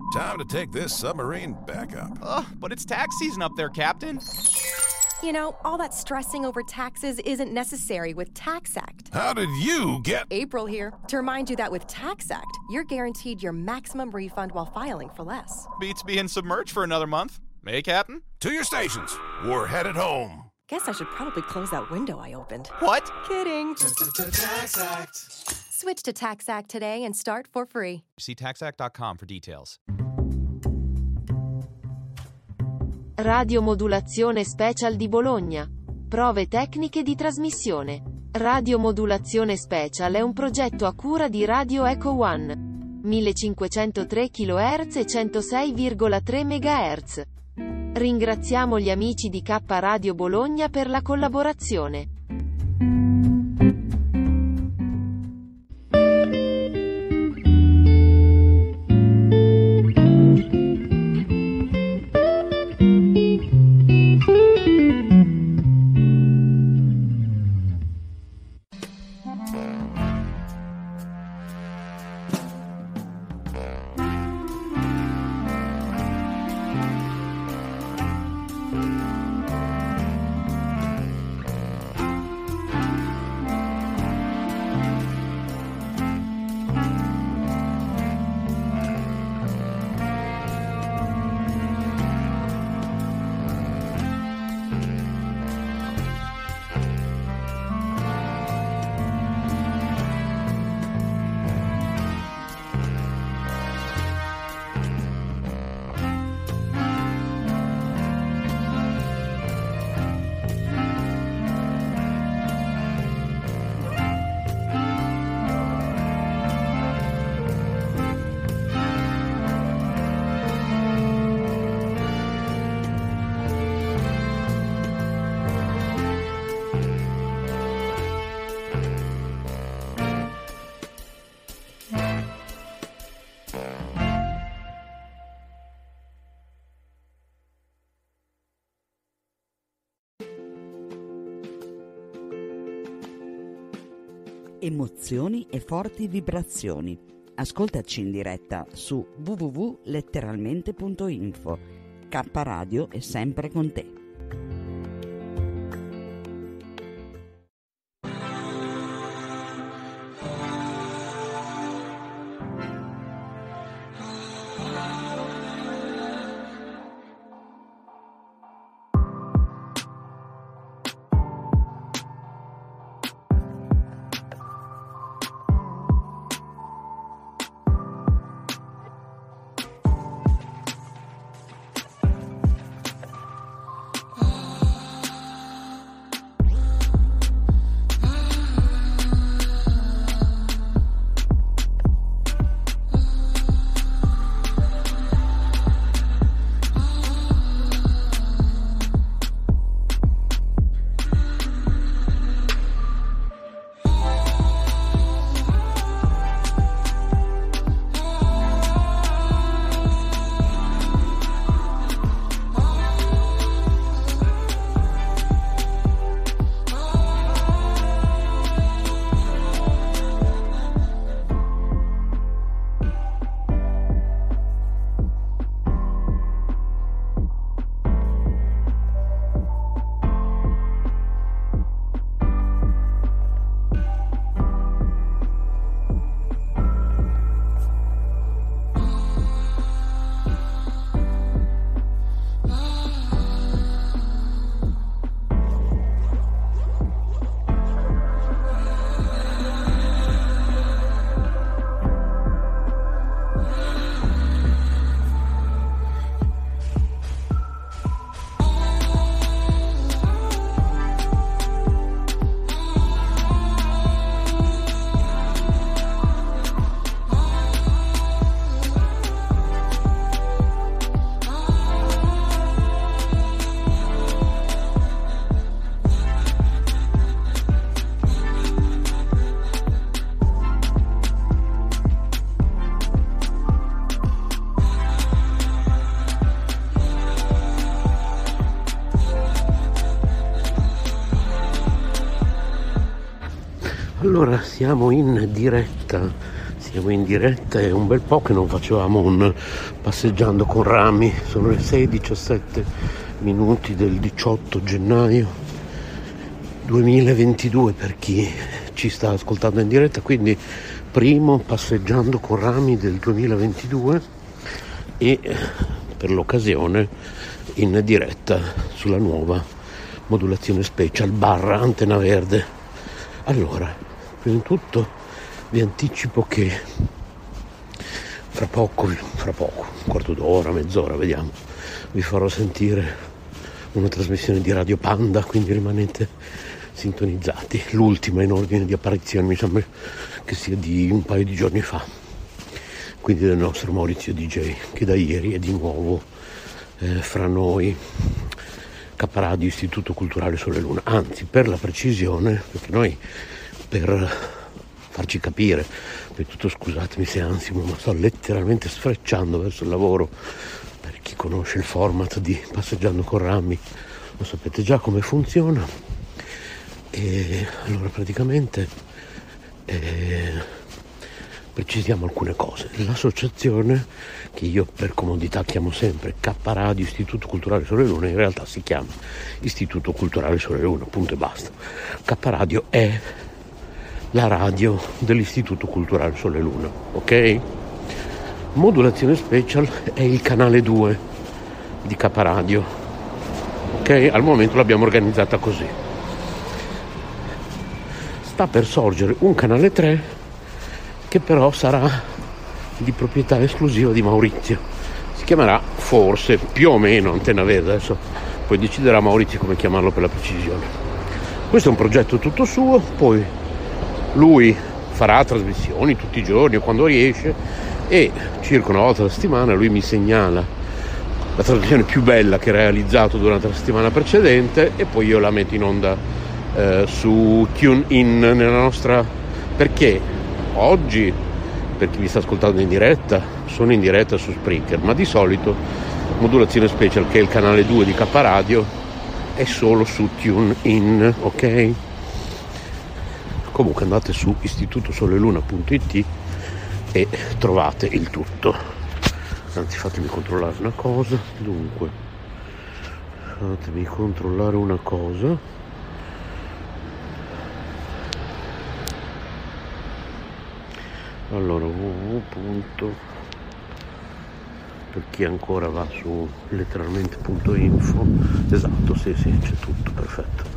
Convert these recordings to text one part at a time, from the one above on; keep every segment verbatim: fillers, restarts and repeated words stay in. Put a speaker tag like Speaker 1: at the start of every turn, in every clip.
Speaker 1: Time to take this submarine back up.
Speaker 2: Ugh, but it's tax season up there, Captain.
Speaker 3: You know, all that stressing over taxes isn't necessary with TaxAct.
Speaker 1: How did you get...
Speaker 3: April here. To remind you that with TaxAct, you're guaranteed your maximum refund while filing for less.
Speaker 2: Beats being submerged for another month. Hey, Captain?
Speaker 1: To your stations. We're headed home.
Speaker 3: Guess I should probably close that window I opened.
Speaker 2: What?
Speaker 3: Kidding.
Speaker 4: TaxAct.
Speaker 3: Switch to TaxAct today and start for free.
Speaker 2: See tax act dot com for details.
Speaker 5: Radiomodulazione Special di Bologna. Prove tecniche di trasmissione. Radiomodulazione Special è un progetto a cura di Radio Echo One. millecinquecentotre chilohertz e centosei virgola tre megahertz. Ringraziamo gli amici di K Radio Bologna per la collaborazione.
Speaker 6: Emozioni e forti vibrazioni. Ascoltaci in diretta su w w w punto letteralmente punto info. K Radio è sempre con te.
Speaker 7: Allora siamo in diretta, Siamo in diretta, è un bel po' che non facevamo un passeggiando con rami. Sono le sei e diciassette minuti del diciotto gennaio duemilaventidue per chi ci sta ascoltando in diretta, quindi primo passeggiando con rami del duemilaventidue e per l'occasione in diretta sulla nuova modulazione special barra Antena Verde. Allora, prima di tutto vi anticipo che fra poco, fra poco, un quarto d'ora, mezz'ora, vediamo, vi farò sentire una trasmissione di Radio Panda, quindi rimanete sintonizzati. L'ultima in ordine di apparizione mi sembra che sia di un paio di giorni fa, quindi del nostro Maurizio D J, che da ieri è di nuovo eh, fra noi. K Radio, Istituto Culturale Sole Luna, anzi, per la precisione, perché noi per farci capire, per tutto scusatemi se ansimo, ma sto letteralmente sfrecciando verso il lavoro. Per chi conosce il format di Passeggiando con Rami lo sapete già come funziona. E allora praticamente eh, precisiamo alcune cose. L'associazione, che io per comodità chiamo sempre K Radio Istituto Culturale Sole Luna, in realtà si chiama Istituto Culturale Sole Luna, punto e basta. K Radio è la radio dell'Istituto Culturale Sole Luna, ok? Modulazione Special è il canale due di K Radio, ok? Al momento l'abbiamo organizzata così. Sta per sorgere un canale tre che però sarà di proprietà esclusiva di Maurizio. Si chiamerà forse più o meno Antena Verde, adesso poi deciderà Maurizio come chiamarlo per la precisione. Questo è un progetto tutto suo, poi lui farà trasmissioni tutti i giorni o quando riesce, e circa una volta alla settimana lui mi segnala la trasmissione più bella che ha realizzato durante la settimana precedente e poi io la metto in onda eh, su TuneIn nella nostra, perché oggi, per chi mi sta ascoltando in diretta, sono in diretta su Spreaker, ma di solito Modulazione Special, che è il canale due di K Radio, è solo su TuneIn, ok? Comunque andate su istitutosoleluna punto it e trovate il tutto. Anzi, fatemi controllare una cosa. Dunque, fatemi controllare una cosa. Allora, www. Per chi ancora va su letteralmente punto info, esatto, sì, sì, c'è tutto, perfetto.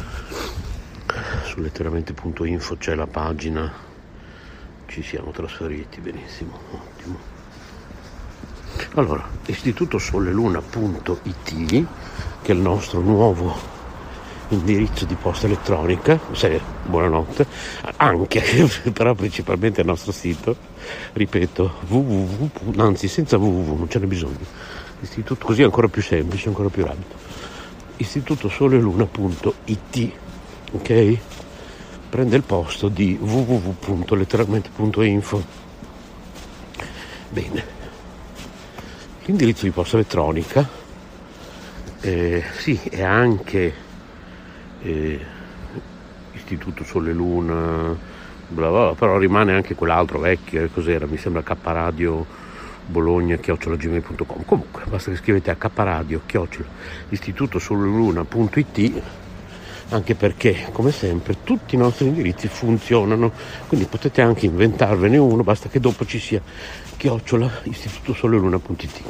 Speaker 7: Su letteralmente punto info c'è la pagina, ci siamo trasferiti, benissimo, ottimo. Allora, istitutosoleluna punto it, che è il nostro nuovo indirizzo di posta elettronica, se, buonanotte, anche, però principalmente il nostro sito, ripeto, www, anzi senza www, non ce n'è bisogno, istituto, così è ancora più semplice, ancora più rapido, istitutosoleluna punto it, ok? Prende il posto di www punto letteralmente punto info. Bene, l'indirizzo di posta elettronica eh, sì, è anche eh, Istituto Sole Luna, bla bla bla, però rimane anche quell'altro vecchio, cos'era, mi sembra K Radio Bologna chiocciola gmail punto com. Comunque basta che scrivete a K Radio chiocciola istitutosoleluna punto it, anche perché, come sempre, tutti i nostri indirizzi funzionano, quindi potete anche inventarvene uno, basta che dopo ci sia chiocciola istitutosoleluna punto it.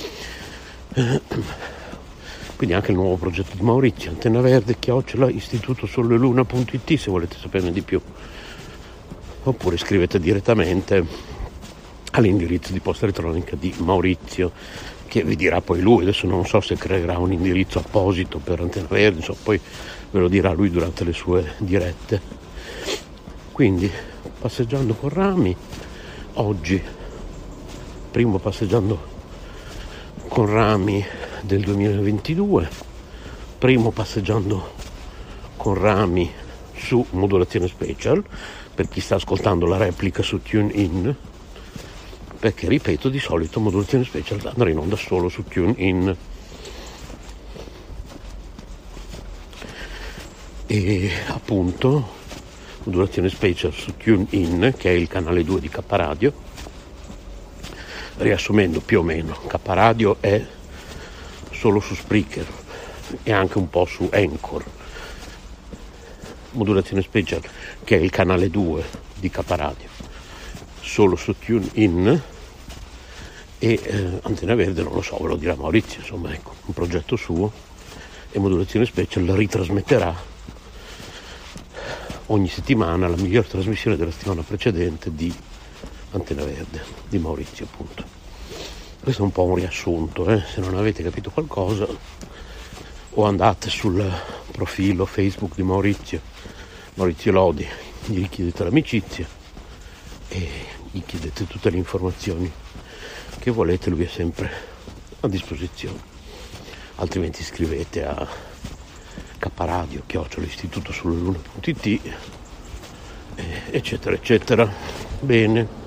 Speaker 7: Quindi anche il nuovo progetto di Maurizio, Antena Verde, chiocciola istitutosoleluna punto it, se volete saperne di più. Oppure scrivete direttamente all'indirizzo di posta elettronica di Maurizio, che vi dirà poi lui. Adesso non so se creerà un indirizzo apposito per Antena Verde, insomma, poi ve lo dirà lui durante le sue dirette. Quindi, passeggiando con rami, oggi, primo passeggiando con rami del duemilaventidue, primo passeggiando con rami su Modulazione Special, per chi sta ascoltando la replica su TuneIn, perché, ripeto, di solito Modulazione Special andrà in onda solo su TuneIn. E appunto Modulazione Special su TuneIn, che è il canale due di K Radio. Riassumendo più o meno, K Radio è solo su Spreaker e anche un po' su Anchor. Modulazione Special, che è il canale due di K Radio, solo su TuneIn. E eh, Antena Verde non lo so, ve lo dirà Maurizio, insomma, ecco, un progetto suo. E Modulazione Special ritrasmetterà ogni settimana la miglior trasmissione della settimana precedente di Antena Verde, di Maurizio, appunto. Questo è un po' un riassunto, eh? Se non avete capito qualcosa, o andate sul profilo Facebook di Maurizio, Maurizio Lodi, gli chiedete l'amicizia e gli chiedete tutte le informazioni che volete, lui è sempre a disposizione. Altrimenti scrivete a kradio chiocciola istituto sulle lune punto it, eccetera eccetera. Bene,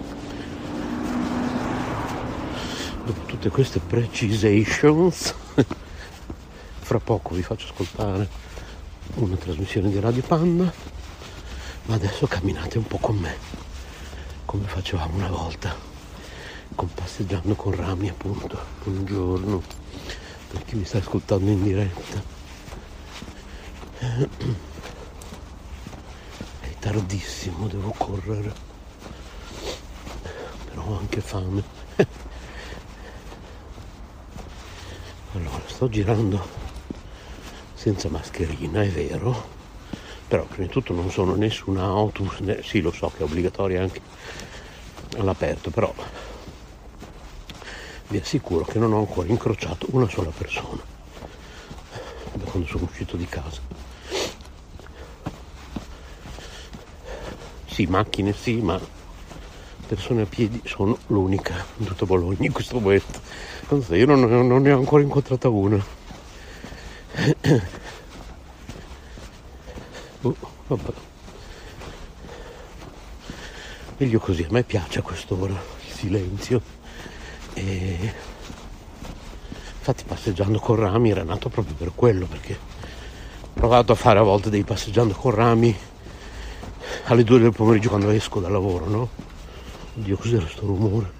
Speaker 7: dopo tutte queste precisations, fra poco vi faccio ascoltare una trasmissione di Radio Panda, ma adesso camminate un po' con me, come facevamo una volta, con Passeggiando con Rami, appunto. Buongiorno per chi mi sta ascoltando in diretta. È tardissimo, devo correre, però ho anche fame. Allora, sto girando senza mascherina, è vero, però prima di tutto non sono nessun autobus, né, sì, lo so che è obbligatorio anche all'aperto, però vi assicuro che non ho ancora incrociato una sola persona da quando sono uscito di casa. Sì, macchine sì, ma persone a piedi sono l'unica in tutta Bologna in questo momento. Non so, io non, non ne ho ancora incontrata una. Oh, vabbè. Meglio così, a me piace a quest'ora il silenzio. E infatti Passeggiando con Rami era nato proprio per quello, perché ho provato a fare a volte dei Passeggiando con Rami alle due del pomeriggio quando esco dal lavoro, no? Oddio, cos'era sto rumore?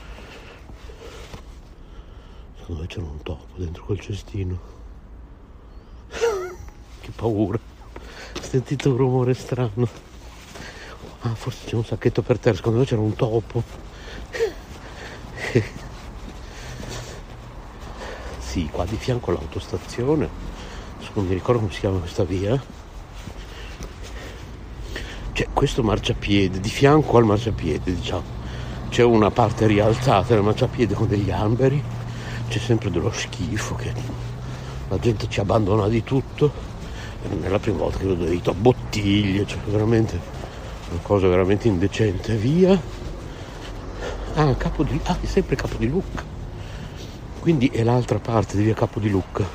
Speaker 7: Secondo me c'era un topo dentro quel cestino. Che paura, ho sentito un rumore strano. Ah, forse c'è un sacchetto per terra, secondo me c'era un topo. Sì, qua di fianco all'autostazione, non mi ricordo come si chiama questa via, c'è questo marciapiede, di fianco al marciapiede, diciamo, c'è una parte rialzata del marciapiede con degli alberi, c'è sempre dello schifo, che la gente ci abbandona di tutto, e non è la prima volta che vedo dei to- bottiglie, cioè veramente una cosa veramente indecente. Via, ah, Capo di, ah, è sempre Capo di Lucca, quindi è l'altra parte di via Capo di Lucca.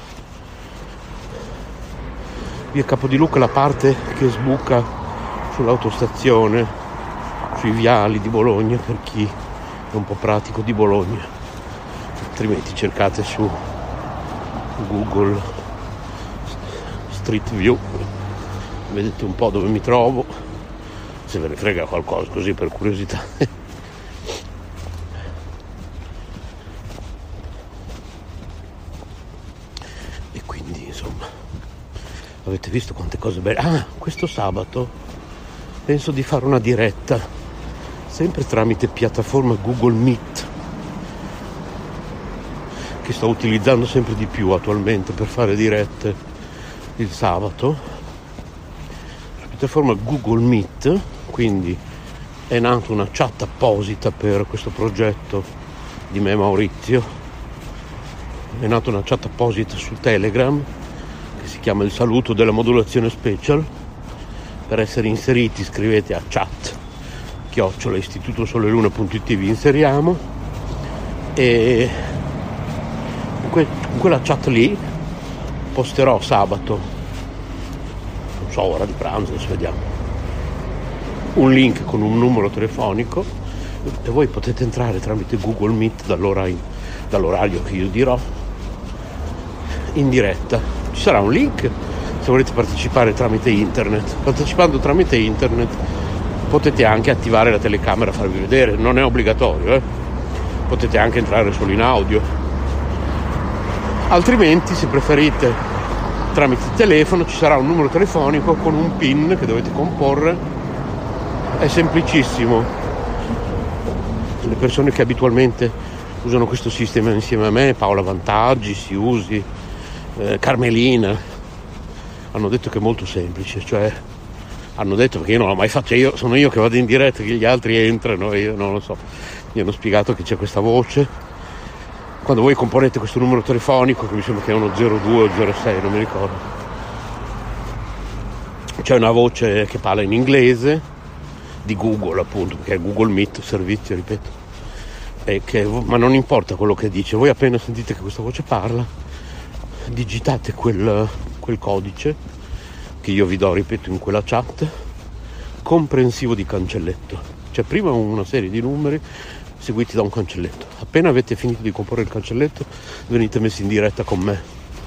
Speaker 7: Via Capo di Lucca è la parte che sbuca sull'autostazione, sui viali di Bologna, per chi è un po' pratico di Bologna. Altrimenti cercate su Google Street View, vedete un po' dove mi trovo, se ve ne frega qualcosa, così per curiosità. E quindi insomma, avete visto quante cose belle. Ah, questo sabato penso di fare una diretta, sempre tramite piattaforma Google Meet, che sto utilizzando sempre di più attualmente per fare dirette il sabato. La piattaforma Google Meet, quindi è nata una chat apposita per questo progetto di me, Maurizio. È nata una chat apposita su Telegram che si chiama Il Saluto della Modulazione Special. Per essere inseriti scrivete a chat chiocciola istituto sulle lune punto it, vi inseriamo, e in, que- in quella chat lì posterò sabato, non so, ora di pranzo, adesso vediamo, un link con un numero telefonico e voi potete entrare tramite Google Meet dall'ora in, dall'orario che io dirò in diretta. Ci sarà un link, se volete partecipare tramite internet. Partecipando tramite internet potete anche attivare la telecamera, farvi vedere, non è obbligatorio, eh? Potete anche entrare solo in audio. Altrimenti, se preferite tramite telefono, ci sarà un numero telefonico con un PIN che dovete comporre. È semplicissimo. Le persone che abitualmente usano questo sistema insieme a me, Paola Vantaggi, Siusi, eh, Carmelina, hanno detto che è molto semplice, cioè hanno detto, perché io non l'ho mai fatto, io sono io che vado in diretta, che gli altri entrano, io non lo so. Mi hanno spiegato che c'è questa voce. Quando voi componete questo numero telefonico, che mi sembra che è uno zero due o zero sei, non mi ricordo, c'è una voce che parla in inglese di Google, appunto, perché è Google Meet, servizio, ripeto, e che, ma non importa quello che dice, voi appena sentite che questa voce parla, digitate quel, quel codice che io vi do, ripeto, in quella chat, comprensivo di cancelletto. C'è prima una serie di numeri seguiti da un cancelletto. Appena avete finito di comporre il cancelletto, venite messi in diretta con me.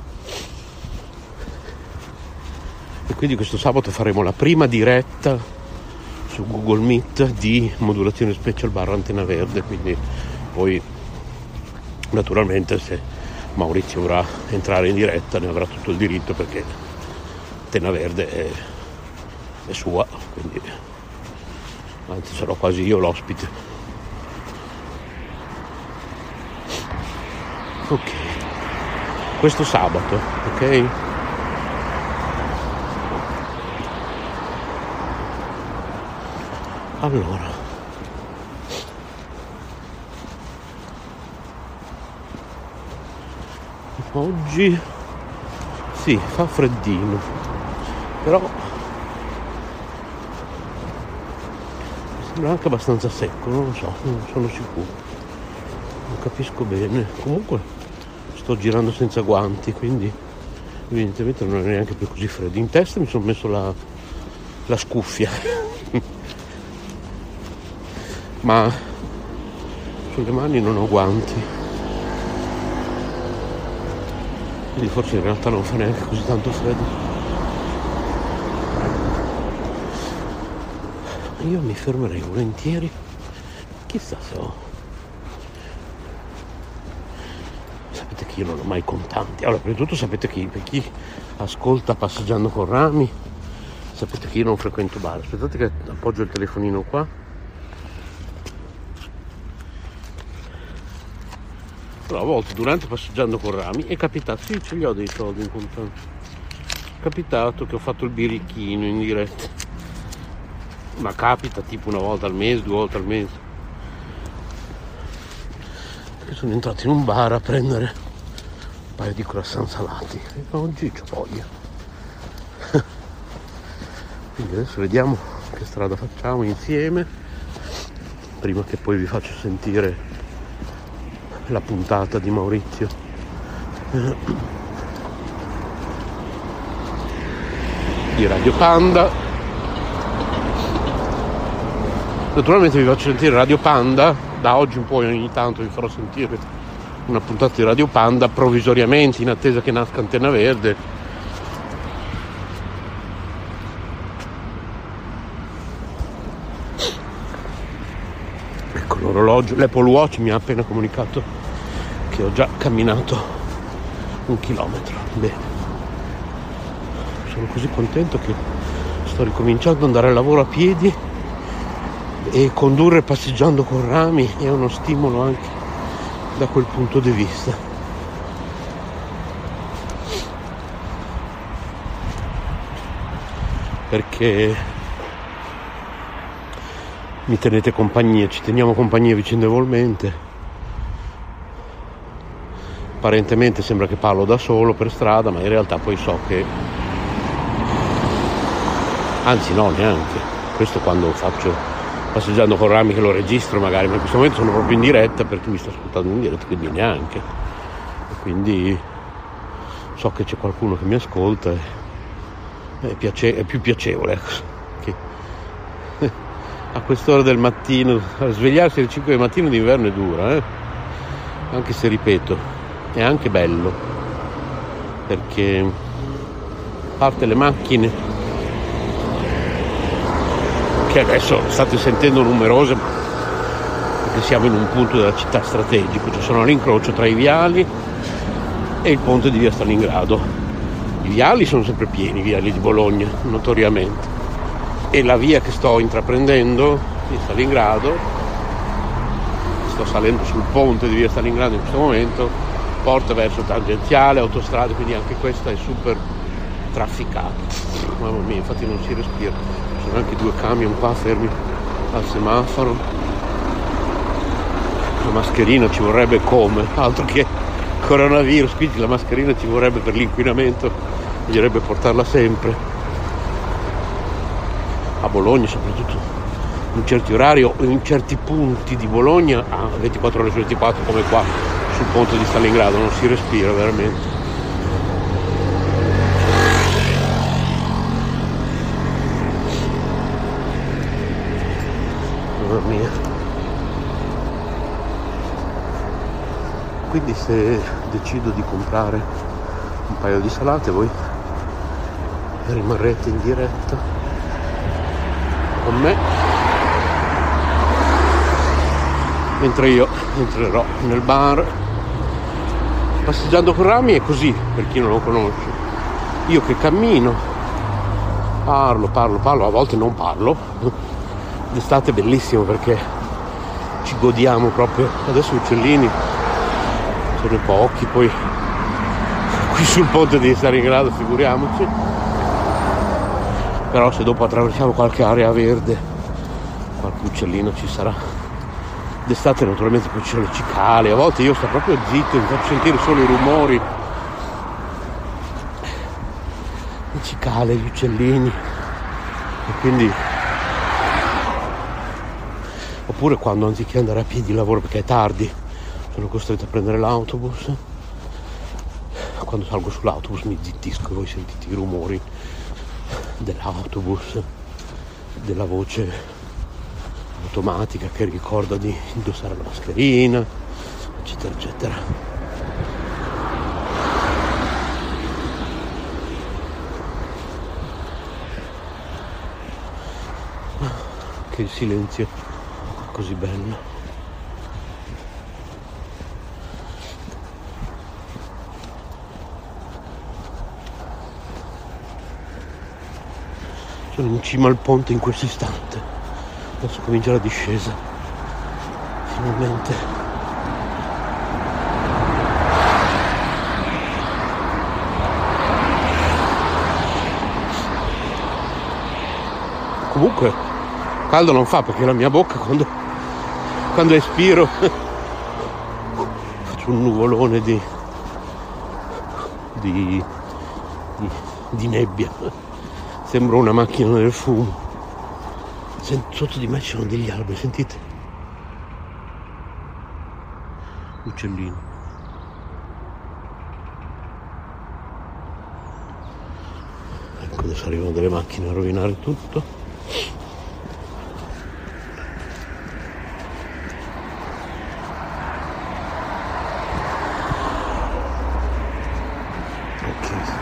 Speaker 7: E quindi questo sabato faremo la prima diretta su Google Meet di Modulazione Special barra Antena Verde, quindi poi naturalmente se Maurizio vorrà entrare in diretta ne avrà tutto il diritto, perché Antena Verde è, è sua, quindi anzi sarò quasi io l'ospite. Ok, questo sabato, ok? Allora, oggi sì, fa freddino, però sembra anche abbastanza secco, non lo so, non sono sicuro, non capisco bene. Comunque sto girando senza guanti, quindi evidentemente non è neanche più così freddo. In testa mi sono messo la, la scuffia ma sulle mani non ho guanti, quindi forse in realtà non fa neanche così tanto freddo. Io mi fermerei volentieri, chissà se ho. Sapete che io non ho mai contanti. Allora, prima di tutto sapete che per chi ascolta Passeggiando con Rami, sapete che io non frequento bar. Aspettate che appoggio il telefonino qua. Però a volte durante Passeggiando con Rami è capitato, sì, ce li ho dei soldi in contanti, è capitato che ho fatto il birichino in diretta, ma capita tipo una volta al mese, due volte al mese, che sono entrato in un bar a prendere un paio di croissant salati e oggi c'ho voglia. Quindi adesso vediamo che strada facciamo insieme, prima che poi vi faccio sentire la puntata di Maurizio. Di Radio Panda. Naturalmente vi faccio sentire Radio Panda, da oggi in poi ogni tanto vi farò sentire una puntata di Radio Panda provvisoriamente in attesa che nasca Antena Verde. Ecco l'orologio, l'Apple Watch mi ha appena comunicato che ho già camminato un chilometro. Bene, sono così contento che sto ricominciando ad andare al lavoro a piedi, e condurre Passeggiando con Rami è uno stimolo anche da quel punto di vista. Perché mi tenete compagnia, ci teniamo compagnia vicendevolmente. Apparentemente sembra che parlo da solo per strada, ma in realtà poi so che, anzi no, neanche, questo quando faccio Passeggiando con Rami che lo registro magari, ma in questo momento sono proprio in diretta perché mi sto ascoltando in diretta, quindi neanche, e quindi so che c'è qualcuno che mi ascolta e è, piace- è più piacevole, ecco, che a quest'ora del mattino, a svegliarsi alle cinque del mattino d'inverno è dura, eh? Anche se, ripeto, è anche bello, perché parte le macchine che adesso state sentendo numerose, perché siamo in un punto della città strategico, cioè sono all'incrocio tra i viali e il ponte di via Stalingrado. I viali sono sempre pieni, i viali di Bologna, notoriamente, e la via che sto intraprendendo di Stalingrado, sto salendo sul ponte di via Stalingrado in questo momento, porta verso tangenziale, autostrade, quindi anche questa è super trafficata. Mamma mia, infatti non si respira. Ci sono anche due camion qua fermi al semaforo. La mascherina ci vorrebbe come? Altro che coronavirus, quindi la mascherina ci vorrebbe per l'inquinamento, bisognerebbe portarla sempre. A Bologna soprattutto, in certi orari o in certi punti di Bologna, a ventiquattro ore su ventiquattro, come qua sul ponte di Stalingrado, non si respira veramente. Mamma mia. Quindi se decido di comprare un paio di salate, voi rimarrete in diretta con me, mentre io entrerò nel bar. Passeggiando con Rami è così, per chi non lo conosce. Io che cammino, parlo, parlo, parlo, a volte non parlo. D'estate è bellissimo perché ci godiamo proprio. Adesso uccellini sono pochi, poi qui sul ponte di Stalingrado figuriamoci. Però se dopo attraversiamo qualche area verde, qualche uccellino ci sarà. D'estate naturalmente poi ci sono le cicale, a volte io sto proprio zitto, mi faccio sentire solo i rumori, le cicale, gli uccellini, e quindi, oppure quando anziché andare a piedi lavoro perché è tardi, sono costretto a prendere l'autobus, quando salgo sull'autobus mi zittisco e voi sentite i rumori dell'autobus, della voce automatica che ricorda di indossare la mascherina, eccetera eccetera. Che silenzio così bello. Sono in cima al ponte in questo istante. Adesso comincia la discesa, finalmente. Comunque caldo non fa, perché la mia bocca quando, quando espiro faccio un nuvolone di, di, di, di nebbia, sembra una macchina nel fumo. Sotto di me ci sono degli alberi, sentite? Uccellini. Ecco, adesso arrivano delle macchine a rovinare tutto. Ok, sì.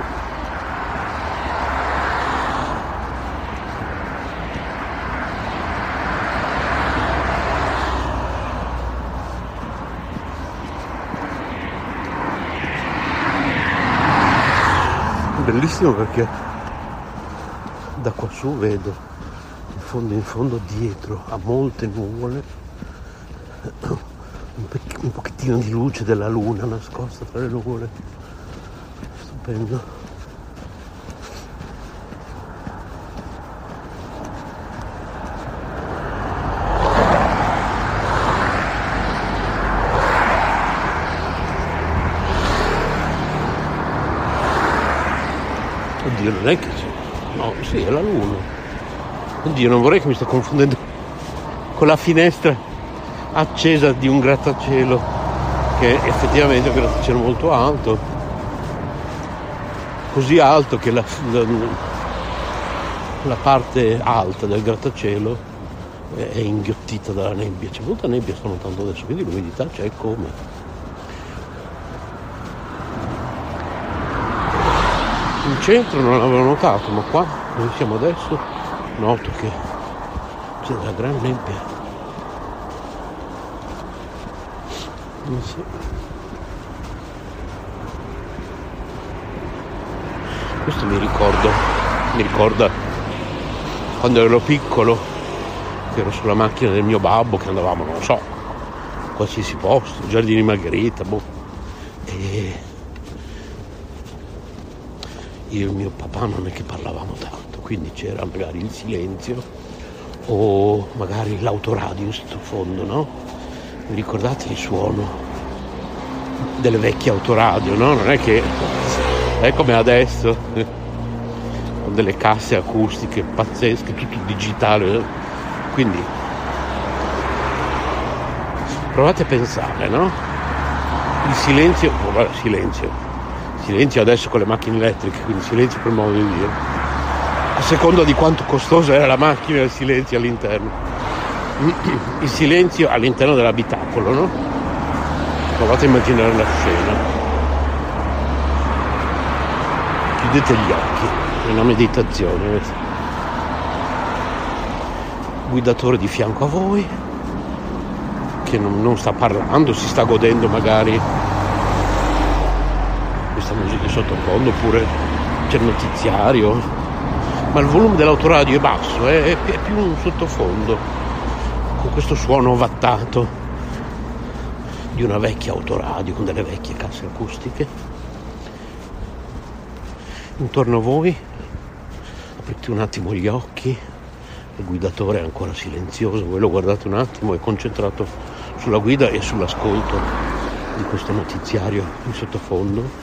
Speaker 7: Bellissimo perché da qua su vedo in fondo in fondo dietro a molte nuvole un, pe- un pochettino di luce della luna nascosta tra le nuvole. Stupendo. Oddio, non è che c'è. No, sì, è la luna. Oddio, non vorrei che mi stia confondendo con la finestra accesa di un grattacielo, che effettivamente è un grattacielo molto alto, così alto che la, la, la parte alta del grattacielo è inghiottita dalla nebbia. C'è molta nebbia, sto notando adesso, quindi l'umidità c'è come. In in centro non l'avevo notato, ma qua dove siamo adesso noto che c'è della gran nebbia. Non so. Questo mi ricordo, mi ricorda quando ero piccolo, che ero sulla macchina del mio babbo, che andavamo, non lo so, qualsiasi posto, Giardini Margherita, boh. E io e mio papà non è che parlavamo tanto, quindi c'era magari il silenzio o magari l'autoradio in sottofondo, no? Vi ricordate il suono delle vecchie autoradio, no? Non è che è come adesso, con delle casse acustiche pazzesche, tutto digitale, quindi provate a pensare, no? Il silenzio, oh, guarda, silenzio. Silenzio adesso con le macchine elettriche, quindi silenzio per modo di dire, a seconda di quanto costosa era la macchina e il silenzio all'interno. Il silenzio all'interno dell'abitacolo, no? Provate a immaginare la scena. Chiudete gli occhi, è una meditazione. Guidatore di fianco a voi, che non, non sta parlando, si sta godendo magari questa musica in sottofondo, oppure c'è il notiziario, ma il volume dell'autoradio è basso, è, è più un sottofondo, con questo suono ovattato di una vecchia autoradio con delle vecchie casse acustiche. Intorno a voi aprite un attimo gli occhi, il guidatore è ancora silenzioso, voi lo guardate un attimo, è concentrato sulla guida e sull'ascolto di questo notiziario in sottofondo.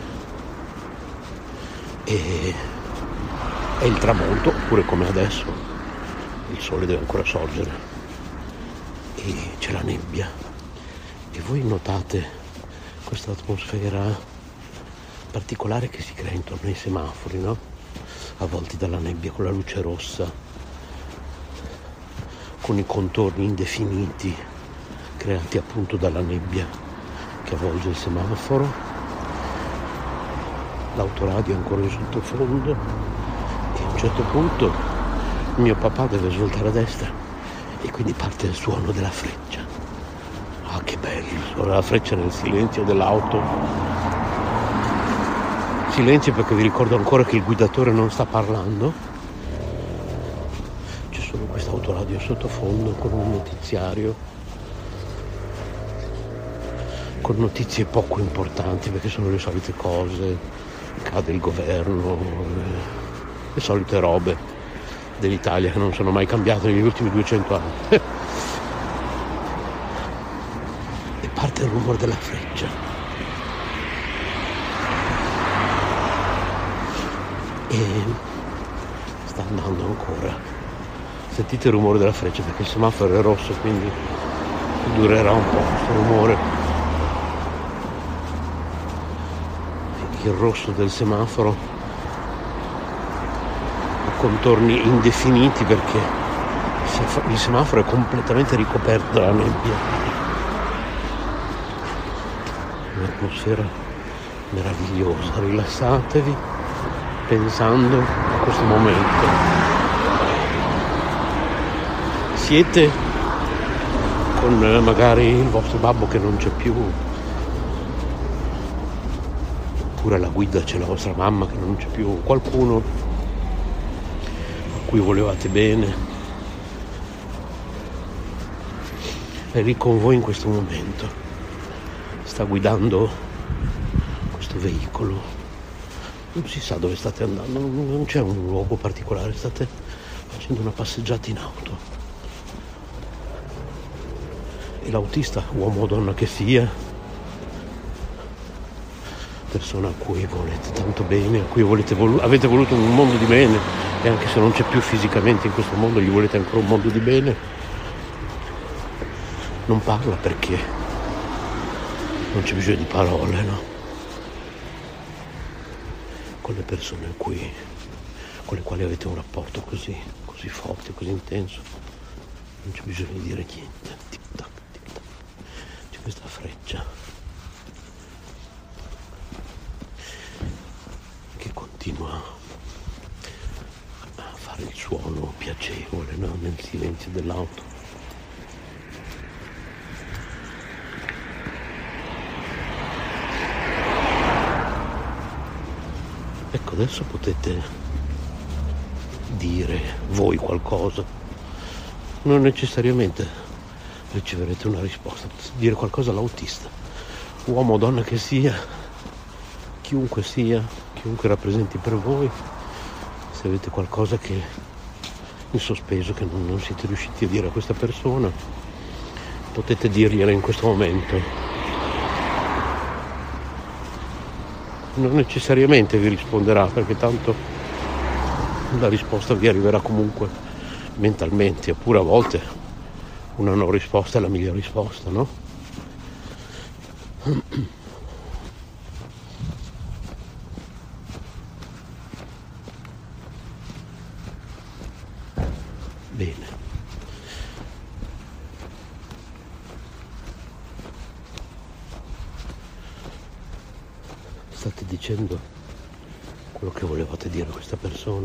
Speaker 7: E è il tramonto, oppure come adesso il sole deve ancora sorgere e c'è la nebbia e voi notate questa atmosfera particolare che si crea intorno ai semafori, no? Avvolti dalla nebbia con la luce rossa, con i contorni indefiniti creati appunto dalla nebbia che avvolge il semaforo. L'autoradio è ancora in sottofondo e a un certo punto mio papà deve svoltare a destra e quindi parte il suono della freccia. Ah, che bello il suono della freccia nel silenzio dell'auto. Silenzio perché vi ricordo ancora che il guidatore non sta parlando, c'è solo questo autoradio in sottofondo con un notiziario, con notizie poco importanti perché sono le solite cose. Cade il governo, le solite robe dell'Italia che non sono mai cambiate negli ultimi duecento anni. E parte il rumore della freccia. E sta andando ancora. Sentite il rumore della freccia perché il semaforo è rosso, quindi durerà un po' questo rumore. Il rosso del semaforo ha contorni indefiniti perché il semaforo è completamente ricoperto dalla nebbia. Un'atmosfera meravigliosa, rilassatevi pensando a questo momento. Siete con magari il vostro babbo che non c'è più, oppure alla guida c'è la vostra mamma che non c'è più, qualcuno a cui volevate bene, è lì con voi in questo momento, sta guidando questo veicolo, non si sa dove state andando, non c'è un luogo particolare, state facendo una passeggiata in auto e l'autista, uomo o donna che sia, persona a cui volete tanto bene, a cui volete volu- avete voluto un mondo di bene, e anche se non c'è più fisicamente in questo mondo gli volete ancora un mondo di bene, non parla perché non c'è bisogno di parole, no? Con le persone a cui, con le quali avete un rapporto così, così forte, così intenso, non c'è bisogno di dire niente. Tic tac, tic tac. C'è questa freccia che continua continua a fare il suono piacevole, no? Nel silenzio dell'auto. Ecco, adesso potete dire voi qualcosa, non necessariamente riceverete una risposta, potete dire qualcosa all'autista, uomo o donna che sia, chiunque sia, chiunque rappresenti per voi. Se avete qualcosa che in sospeso che non, non siete riusciti a dire a questa persona, potete dirgliela in questo momento. Non necessariamente vi risponderà, perché tanto la risposta vi arriverà comunque mentalmente, oppure a volte una no risposta è la migliore risposta, no? Bene. State dicendo quello che volevate dire a questa persona.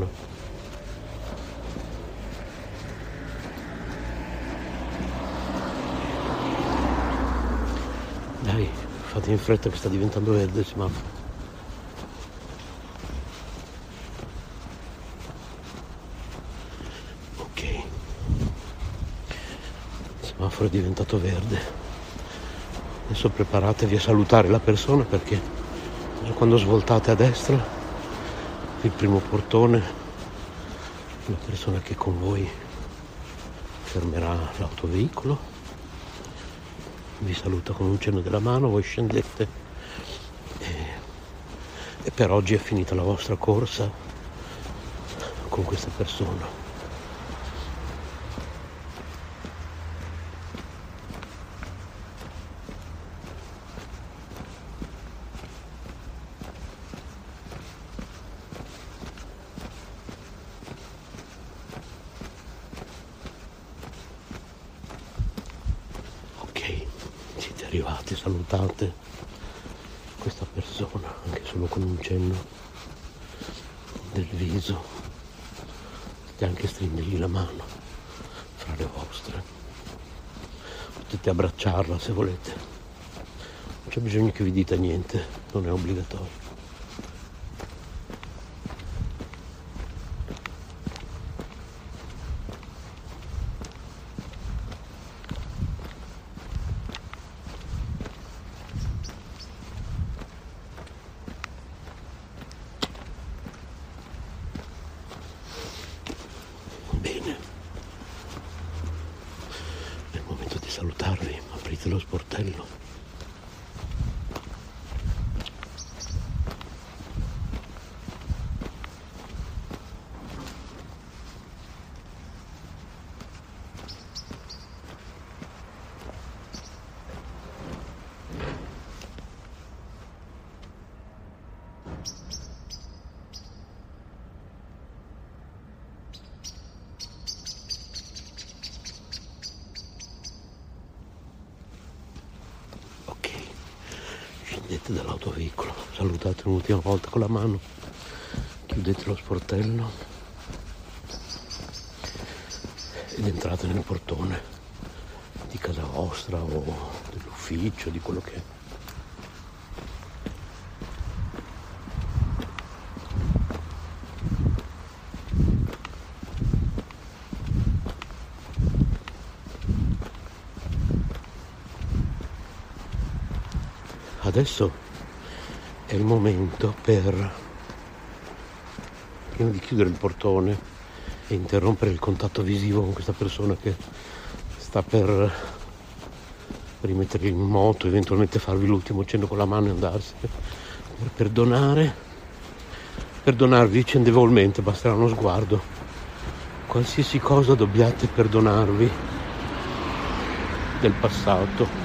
Speaker 7: Dai, fate in fretta che sta diventando verde il semaforo. Ok. Il semaforo è diventato verde. Adesso preparatevi a salutare la persona, perché quando svoltate a destra, il primo portone, la persona che con voi fermerà l'autoveicolo, vi saluta con un cenno della mano, voi scendete e, e per oggi è finita la vostra corsa con questa persona. Arrivate, salutate questa persona anche solo con un cenno del viso, potete anche stringergli la mano fra le vostre, potete abbracciarla se volete, non c'è bisogno che vi dite niente, non è obbligatorio. Salutarvi, aprite lo sportello. Scendete dall'autoveicolo, salutate un'ultima volta con la mano, chiudete lo sportello ed entrate nel portone di casa vostra o dell'ufficio, di quello che è. Adesso è il momento per, prima di chiudere il portone e interrompere il contatto visivo con questa persona che sta per rimettervi in moto, eventualmente farvi l'ultimo cenno con la mano e andarsene, per perdonare, perdonarvi vicendevolmente, basterà uno sguardo, qualsiasi cosa dobbiate perdonarvi del passato.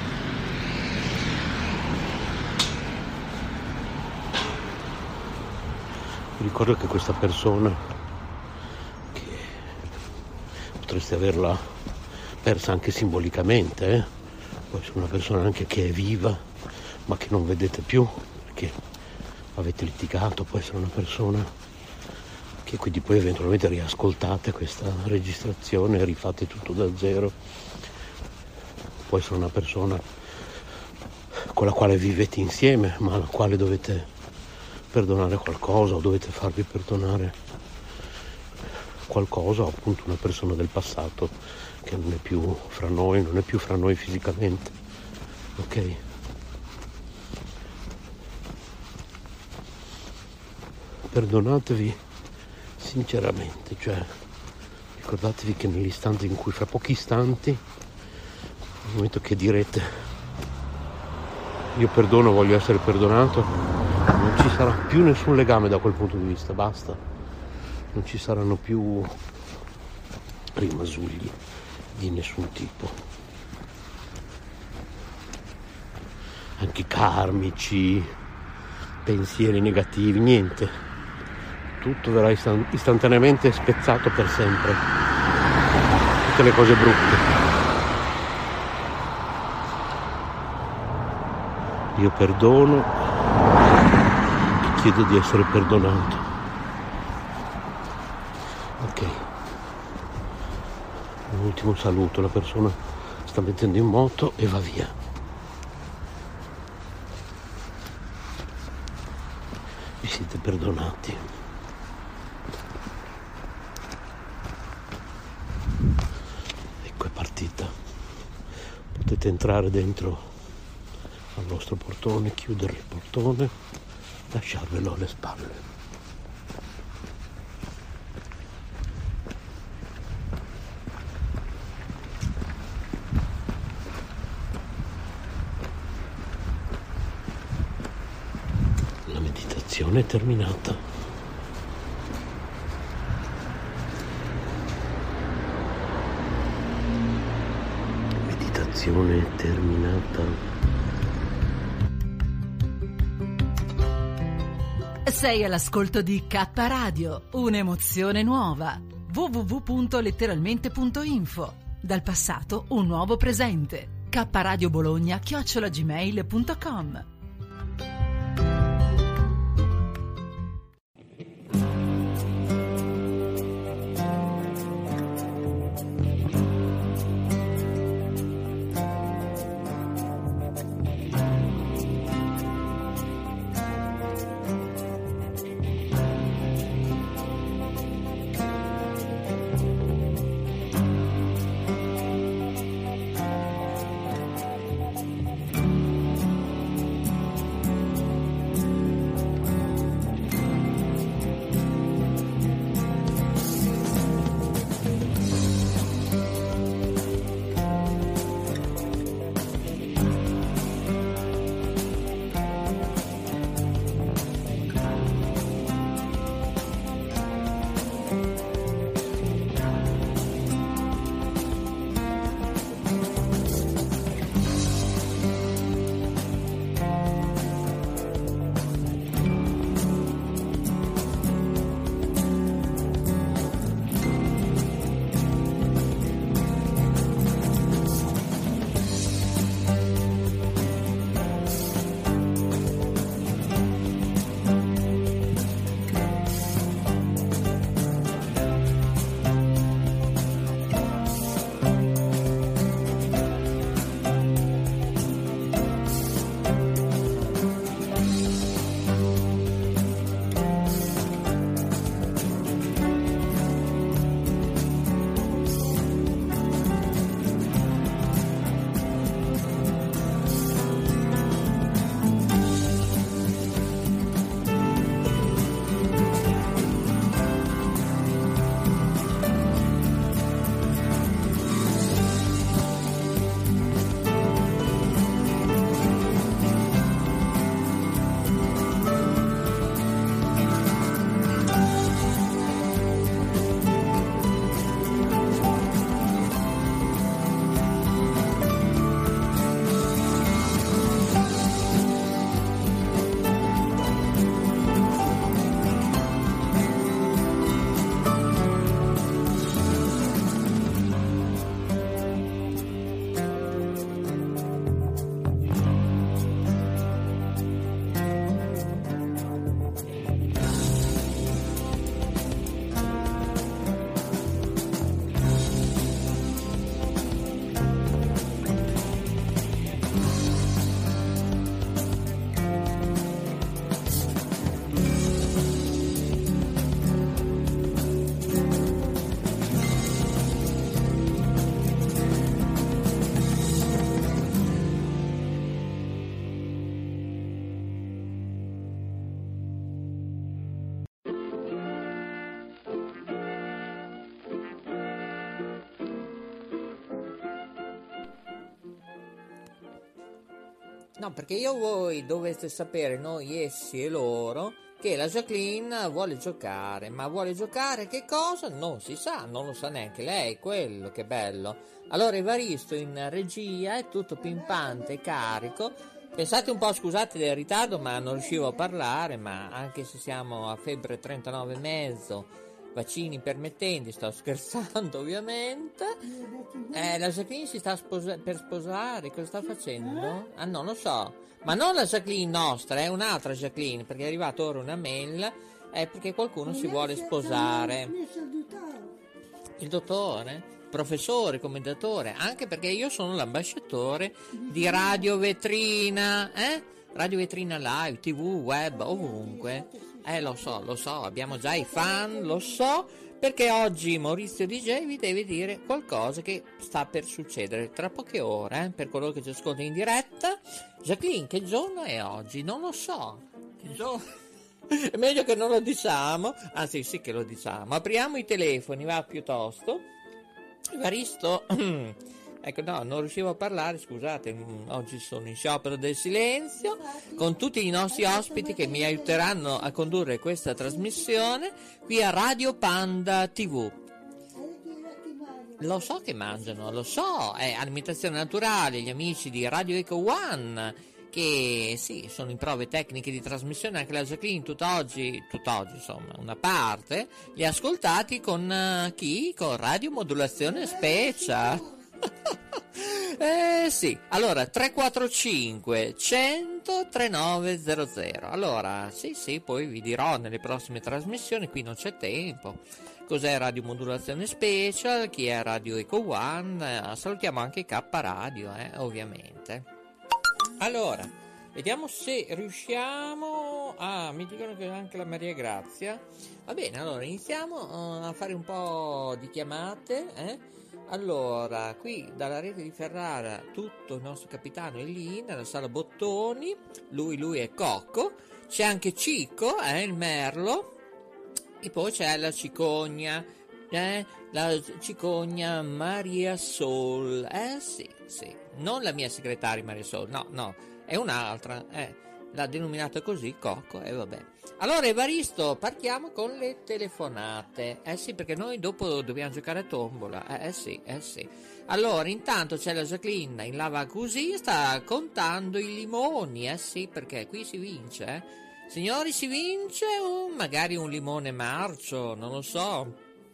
Speaker 7: Ricordo che questa persona, che potreste averla persa anche simbolicamente, eh? Può essere una persona anche che è viva ma che non vedete più, perché avete litigato, può essere una persona che quindi poi eventualmente riascoltate questa registrazione e rifate tutto da zero. Può essere una persona con la quale vivete insieme, ma alla quale dovete perdonare qualcosa o dovete farvi perdonare qualcosa, o appunto una persona del passato che non è più fra noi, non è più fra noi fisicamente, ok? Perdonatevi sinceramente, cioè ricordatevi che nell'istante in cui, fra pochi istanti, nel momento che direte io perdono, voglio essere perdonato, non ci sarà più nessun legame da quel punto di vista, basta, non ci saranno più rimasugli di nessun tipo, anche karmici, pensieri negativi, niente, tutto verrà istant- istantaneamente spezzato per sempre, tutte le cose brutte. Io perdono e chiedo di essere perdonato. Ok. Un ultimo saluto, la persona sta mettendo in moto e va via. Vi siete perdonati. Ecco, è partita. Potete entrare dentro al vostro portone, chiudere il portone, lasciarvelo alle spalle. La meditazione è terminata. Meditazione terminata.
Speaker 8: Sei all'ascolto di K Radio, un'emozione nuova. w w w punto letteralmente punto info. Dal passato un nuovo presente. K Radio Bologna chiocciola gmail punto com.
Speaker 9: No, perché io voi dovete sapere, noi essi e loro, che la Jacqueline vuole giocare, ma vuole giocare che cosa? Non si sa, non lo sa neanche lei, quello che bello. Allora Evaristo in regia è tutto pimpante e carico. Pensate un po', scusate del ritardo, ma non riuscivo a parlare, ma anche se siamo a febbre trentanove e mezzo, vaccini permettenti, sto scherzando ovviamente. Eh, la Jacqueline si sta sposa- per sposare, cosa sta facendo? Ah, non lo so, ma non la Jacqueline nostra, è un'altra Jacqueline, perché è arrivata ora una mail, è perché qualcuno si vuole sposare. Il dottore? Professore, commentatore, anche perché io sono l'ambasciatore di Radio Vetrina, eh? Radio Vetrina Live, tivù, web, ovunque. Eh, lo so, lo so, abbiamo già i fan, lo so, perché oggi Maurizio D J vi deve dire qualcosa che sta per succedere tra poche ore, eh? Per coloro che ci ascoltano in diretta. Jacqueline, che giorno è oggi? Non lo so. Che giorno... È meglio che non lo diciamo, anzi sì che lo diciamo. Apriamo i telefoni, va, piuttosto. Evaristo, ecco, no, non riuscivo a parlare, scusate, oggi sono in sciopero del silenzio, con tutti i nostri ospiti che mi aiuteranno a condurre questa trasmissione qui a Radio Panda tivù. Lo so che mangiano, lo so, è alimentazione naturale, gli amici di Radio Eco One, che sì, sono in prove tecniche di trasmissione, anche la Jacqueline tutt'oggi, tutt'oggi insomma, una parte, li ha ascoltati con uh, chi? Con radiomodulazione special. Eh sì, allora tre quattro cinque cento trentanove zero zero. Allora, sì sì, poi vi dirò nelle prossime trasmissioni, qui non c'è tempo. Cos'è radiomodulazione special, chi è Radio Eco One, eh, salutiamo anche K Radio, eh, ovviamente. Allora, vediamo se riusciamo. Ah, mi dicono che anche la Maria Grazia. Va bene, allora iniziamo uh, a fare un po' di chiamate, eh? Allora, qui dalla rete di Ferrara tutto il nostro capitano è lì nella sala bottoni, lui lui è Cocco, c'è anche Cico, eh, il merlo, e poi c'è la cicogna, eh, la cicogna Maria Sol, eh sì, sì, non la mia segretaria Maria Sol, no, no, è un'altra, eh, l'ha denominata così, Cocco, e eh, vabbè. Allora Evaristo, partiamo con le telefonate, eh sì, perché noi dopo dobbiamo giocare a tombola, eh, eh sì, eh sì. Allora, intanto c'è la Jacqueline in lava così, sta contando i limoni, eh sì, perché qui si vince, eh. Signori, si vince o magari un limone marcio, non lo so,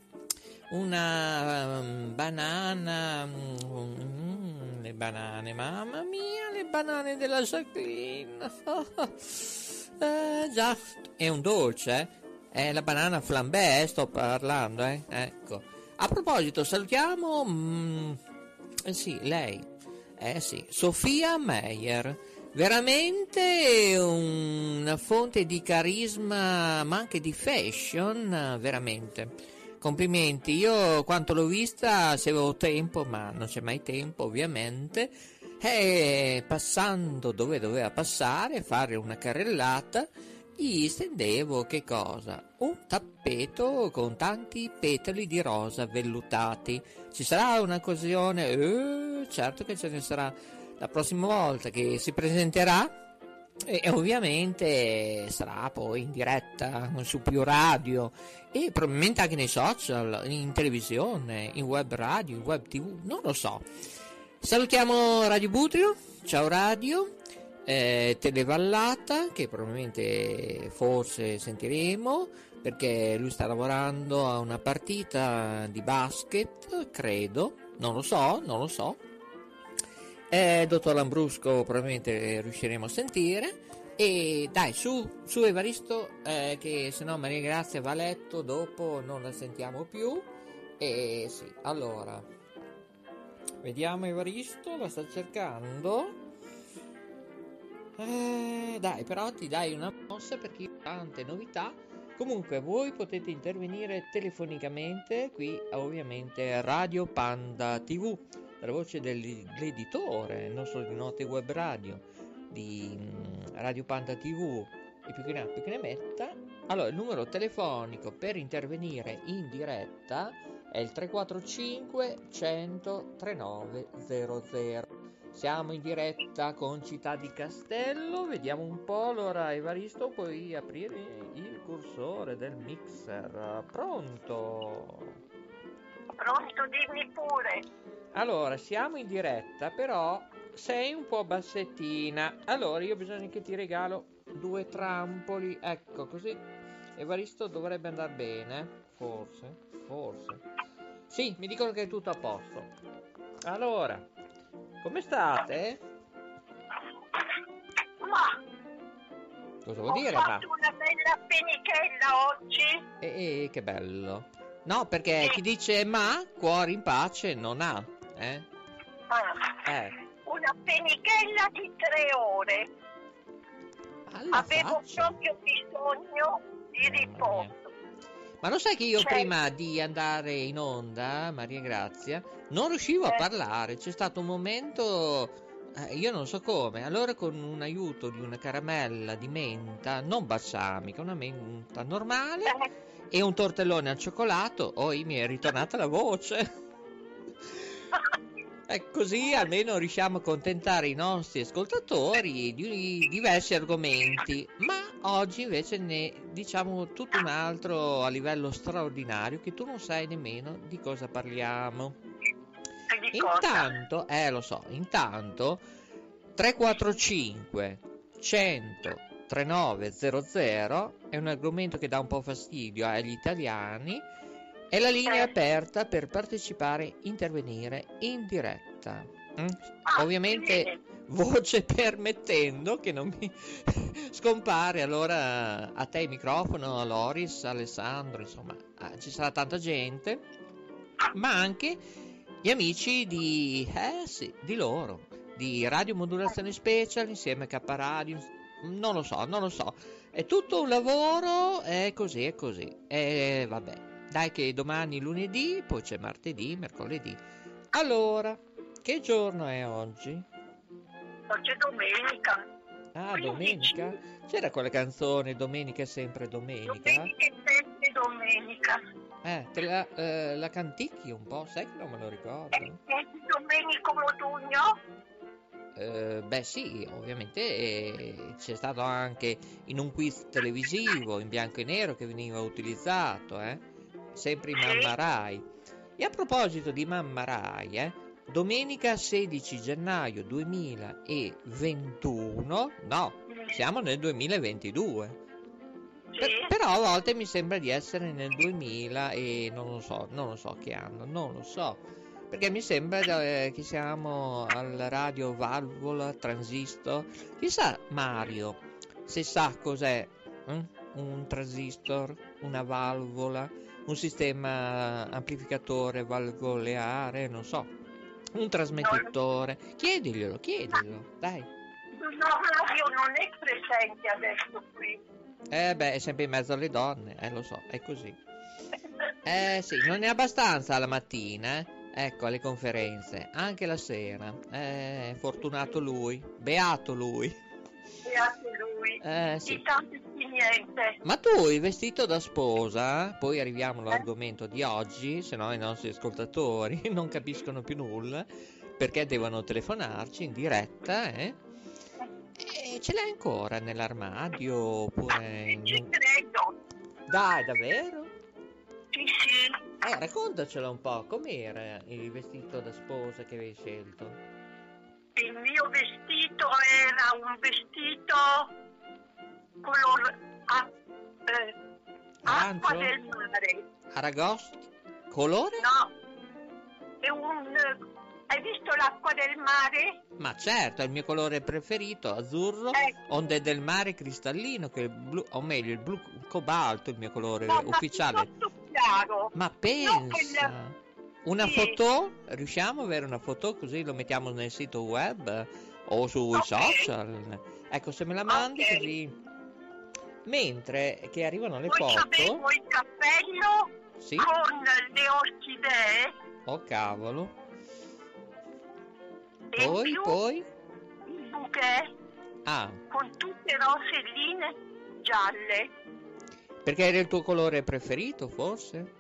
Speaker 9: una um, banana, um, le banane, mamma mia, le banane della Jacqueline, eh, già, è un dolce, eh? È la banana flambé, eh, sto parlando, eh? Ecco. A proposito, salutiamo, mm, eh sì, lei, eh sì, Sofia Meyer, veramente una fonte di carisma, ma anche di fashion, veramente. Complimenti, io quanto l'ho vista, se avevo tempo, ma non c'è mai tempo ovviamente, e passando dove doveva passare, fare una carrellata, gli stendevo che cosa? Un tappeto con tanti petali di rosa vellutati. Ci sarà un'occasione? Eh, certo che ce ne sarà la prossima volta che si presenterà. E ovviamente sarà poi in diretta su più radio e probabilmente anche nei social, in televisione, in web radio, in web tv, non lo so. Salutiamo Radio Butrio, ciao Radio, eh, Televallata, che probabilmente forse sentiremo perché lui sta lavorando a una partita di basket, credo, non lo so, non lo so. Eh, dottor Lambrusco probabilmente riusciremo a sentire. E dai, su, su Evaristo, eh, che se no Maria Grazia va a letto, dopo non la sentiamo più. E sì, allora vediamo Evaristo, la sta cercando. Eh, dai, però ti dai una mossa perché ho tante novità. Comunque voi potete intervenire telefonicamente qui, ovviamente Radio Panda tivù, la voce dell'editore, non solo di Note Web Radio, di Radio Panda tivù, e più che ne ha più che ne metta. Allora, il numero telefonico per intervenire in diretta è il tre quattro cinque cento trentanove zero zero. Siamo in diretta con Città di Castello, vediamo un po'. Allora, Evaristo, puoi aprire il cursore del mixer. Pronto?
Speaker 10: Pronto, dimmi pure.
Speaker 9: Allora, siamo in diretta, però sei un po' bassettina. Allora, io bisogna che ti regalo due trampoli. Ecco, così Evaristo dovrebbe andare bene. Forse, forse. Sì, mi dicono che è tutto a posto. Allora, come state?
Speaker 10: Ma
Speaker 9: cosa vuol
Speaker 10: ho
Speaker 9: dire?
Speaker 10: fatto
Speaker 9: Ma
Speaker 10: una bella penichella oggi.
Speaker 9: eh, eh, che bello. No, perché chi dice ma cuore in pace non ha, eh?
Speaker 10: Ah,
Speaker 9: Eh.
Speaker 10: una penichella di tre ore.
Speaker 9: Alla
Speaker 10: Avevo
Speaker 9: faccia.
Speaker 10: proprio bisogno di riposo.
Speaker 9: Ma lo sai che io
Speaker 10: Cioè-
Speaker 9: prima di andare in onda, Maria Grazia, non riuscivo a
Speaker 10: Eh.
Speaker 9: parlare. C'è stato un momento, eh, io non so come, allora con un aiuto di una caramella di menta, non balsamica, una menta normale,
Speaker 10: Eh,
Speaker 9: e un tortellone al cioccolato, poi mi è ritornata la voce. E così almeno riusciamo a accontentare i nostri ascoltatori di diversi argomenti, ma oggi invece ne diciamo tutto un altro a livello straordinario che tu non sai nemmeno di cosa parliamo.
Speaker 10: di cosa?
Speaker 9: Intanto, eh lo so, intanto tre quattro cinque cento trentanove zero zero è un argomento che dà un po' fastidio agli italiani. E la linea è aperta per partecipare, intervenire in diretta. Mm?
Speaker 10: Ah,
Speaker 9: Ovviamente,
Speaker 10: bene.
Speaker 9: voce permettendo, che non mi scompare. Allora a te il microfono, a Loris, a Alessandro, insomma, ah, ci sarà tanta gente, ma anche gli amici di, eh sì, di loro, di Radio Modulazione Special insieme a K Radio. Non lo so, non lo so. È tutto un lavoro, è così, è così. E vabbè. Dai che domani lunedì, poi c'è martedì, mercoledì. Allora, che giorno è oggi?
Speaker 10: Oggi è domenica.
Speaker 9: Ah, domenica? C'era quella canzone Domenica è sempre domenica?
Speaker 10: Domenica è sempre domenica.
Speaker 9: Eh, te la, eh, la canticchi un po'? Sai che non me lo ricordo?
Speaker 10: E di Domenico Modugno?
Speaker 9: Eh, beh sì, ovviamente eh, c'è stato anche in un quiz televisivo in bianco e nero che veniva utilizzato, eh? Sempre in Mamma Rai. E a proposito di Mamma Rai, eh, domenica sedici gennaio duemilaventuno, no, siamo nel duemilaventidue. Per, però a volte mi sembra di essere nel duemila e non lo so, non lo so che anno, non lo so. Perché mi sembra eh, che siamo al radio valvola, transistor. Chissà Mario se sa cos'è hm? un transistor, una valvola, un sistema amplificatore valvoleare, non so, un trasmettitore. Chiediglielo, chiediglielo, dai.
Speaker 10: No, Mario non è presente adesso qui.
Speaker 9: Eh beh, è sempre in mezzo alle donne, eh lo so, è così. Eh sì, non è abbastanza la mattina, eh? Ecco, alle conferenze, anche la sera. Eh, fortunato lui, beato lui.
Speaker 10: Beato lui.
Speaker 9: Eh sì.
Speaker 10: Di tanto di niente.
Speaker 9: Ma tu, il vestito da sposa, poi arriviamo all'argomento di oggi, se no i nostri ascoltatori non capiscono più nulla, perché devono telefonarci in diretta, eh? E ce l'hai ancora nell'armadio oppure in...
Speaker 10: Ci credo.
Speaker 9: Dai, davvero?
Speaker 10: Sì, sì.
Speaker 9: Eh, raccontacelo un po', com'era il vestito da sposa che avevi scelto?
Speaker 10: Il mio vestito era un vestito color a, eh, acqua
Speaker 9: Arancio?
Speaker 10: del mare.
Speaker 9: Aragost? Colore?
Speaker 10: No, è un... Hai visto l'acqua del mare?
Speaker 9: Ma certo, è il mio colore preferito, azzurro,
Speaker 10: Ecco.
Speaker 9: onde del mare cristallino, che è il blu, o meglio il blu cobalto, il mio colore
Speaker 10: No,
Speaker 9: ufficiale.
Speaker 10: ma piuttosto chiaro.
Speaker 9: Ma
Speaker 10: No,
Speaker 9: pensa,
Speaker 10: quella-
Speaker 9: una
Speaker 10: sì.
Speaker 9: foto? Riusciamo ad avere una foto così lo mettiamo nel sito web o sui
Speaker 10: Ok.
Speaker 9: social? Ecco, se me la mandi
Speaker 10: Ok.
Speaker 9: così. Mentre che arrivano le
Speaker 10: Poi
Speaker 9: foto,
Speaker 10: avevo il cappello
Speaker 9: sì,
Speaker 10: con le orchidee
Speaker 9: oh cavolo,
Speaker 10: e in
Speaker 9: poi,
Speaker 10: più
Speaker 9: poi,
Speaker 10: il bouquet
Speaker 9: ah,
Speaker 10: con tutte roselline gialle.
Speaker 9: perché era il tuo colore preferito forse?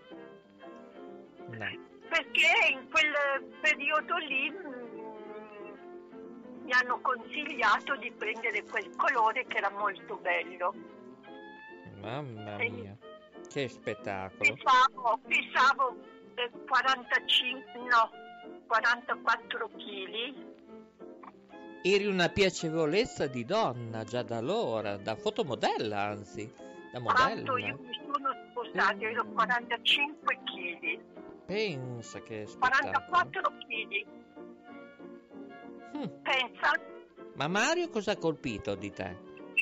Speaker 9: No.
Speaker 10: Perché in quel periodo lì mm, mi hanno consigliato di prendere quel colore che era molto bello.
Speaker 9: Mamma
Speaker 10: E
Speaker 9: mia, che spettacolo.
Speaker 10: pesavo, pesavo eh, quarantacinque, no, quarantaquattro chili.
Speaker 9: Eri una piacevolezza di donna già da allora, da fotomodella anzi, da
Speaker 10: Quando io
Speaker 9: modella.
Speaker 10: mi sono spostata ero quarantacinque chili,
Speaker 9: Pensa che spettacolo.
Speaker 10: quarantaquattro chili.
Speaker 9: Mm.
Speaker 10: Pensa,
Speaker 9: Ma Mario cosa ha colpito di te?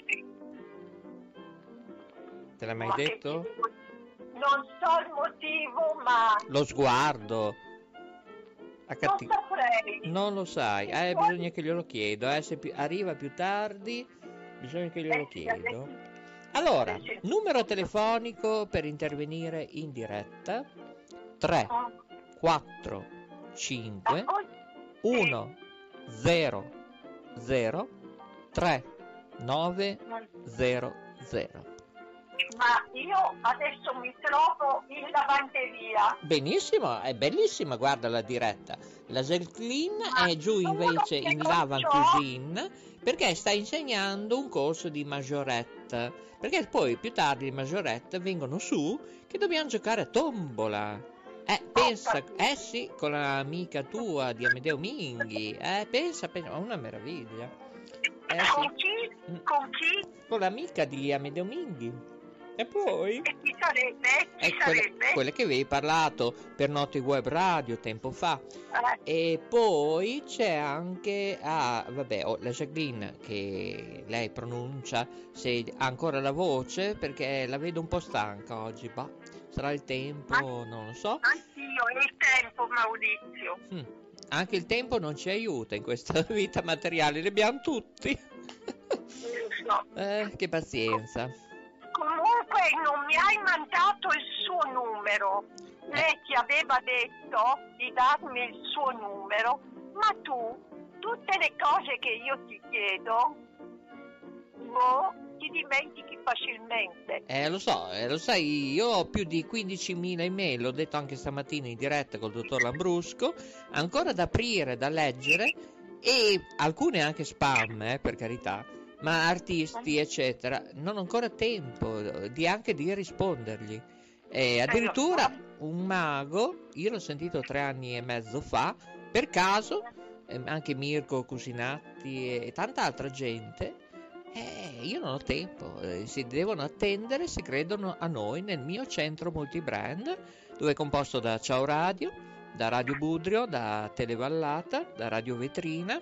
Speaker 9: Te l'ha mai
Speaker 10: ma che
Speaker 9: detto?
Speaker 10: ti devo- non so il motivo, ma
Speaker 9: Lo sguardo. Ha
Speaker 10: non
Speaker 9: catti-
Speaker 10: saprei.
Speaker 9: Non lo sai, eh, bisogna che glielo chiedo, eh, se pi- arriva più tardi, bisogna che glielo
Speaker 10: Eh, sì,
Speaker 9: chiedo.
Speaker 10: adesso-
Speaker 9: Allora,
Speaker 10: sì, sì.
Speaker 9: numero telefonico per intervenire in diretta: tre quattro cinque uno zero zero tre nove zero zero.
Speaker 10: Ma io adesso mi trovo in lavanderia.
Speaker 9: Benissimo, è bellissima, guarda la diretta. La Jacqueline
Speaker 10: Ma
Speaker 9: è giù
Speaker 10: solo
Speaker 9: invece
Speaker 10: che
Speaker 9: in
Speaker 10: non
Speaker 9: Lavand
Speaker 10: so-
Speaker 9: Cuisine perché sta insegnando un corso di majorette. Perché poi più tardi le majorette vengono su che dobbiamo giocare a tombola. Eh, pensa, eh sì, con l'amica tua di Amedeo Minghi. Eh, pensa, pensa, una meraviglia. Eh
Speaker 10: Con
Speaker 9: sì,
Speaker 10: chi?
Speaker 9: Mm.
Speaker 10: Con chi?
Speaker 9: con l'amica di Amedeo Minghi. E poi?
Speaker 10: E chi sarebbe? Chi
Speaker 9: È quelle,
Speaker 10: sarebbe?
Speaker 9: quelle che avevi parlato per Notte Web Radio tempo fa.
Speaker 10: Eh,
Speaker 9: E poi c'è anche, ah, vabbè, oh, la Jacqueline che lei pronuncia se ha ancora la voce perché la vedo un po' stanca oggi. Bah, sarà il tempo, non lo so.
Speaker 10: anch'io, è il tempo, Maurizio.
Speaker 9: Mm, Anche il tempo non ci aiuta in questa vita materiale, li abbiamo tutti.
Speaker 10: Lo so.
Speaker 9: Eh, che pazienza.
Speaker 10: Comunque non mi hai mandato il suo numero. Lei ti aveva detto di darmi il suo numero, ma tu, tutte le cose che io ti chiedo, boh, ti dimentichi facilmente.
Speaker 9: Eh, lo so, eh, lo sai, io ho più di quindicimila email, l'ho detto anche stamattina in diretta col dottor Lambrusco, ancora da aprire, da leggere, e alcune anche spam, eh, per carità, ma artisti, eccetera, non ho ancora tempo di anche di rispondergli. E addirittura un mago, io l'ho sentito tre anni e mezzo fa, per caso, eh, anche Mirko Cusinatti e, e tanta altra gente. Eh, io non ho tempo, eh, si devono attendere se credono a noi nel mio centro multibrand, dove è composto da Ciao Radio, da Radio Budrio, da Televallata, da Radio Vetrina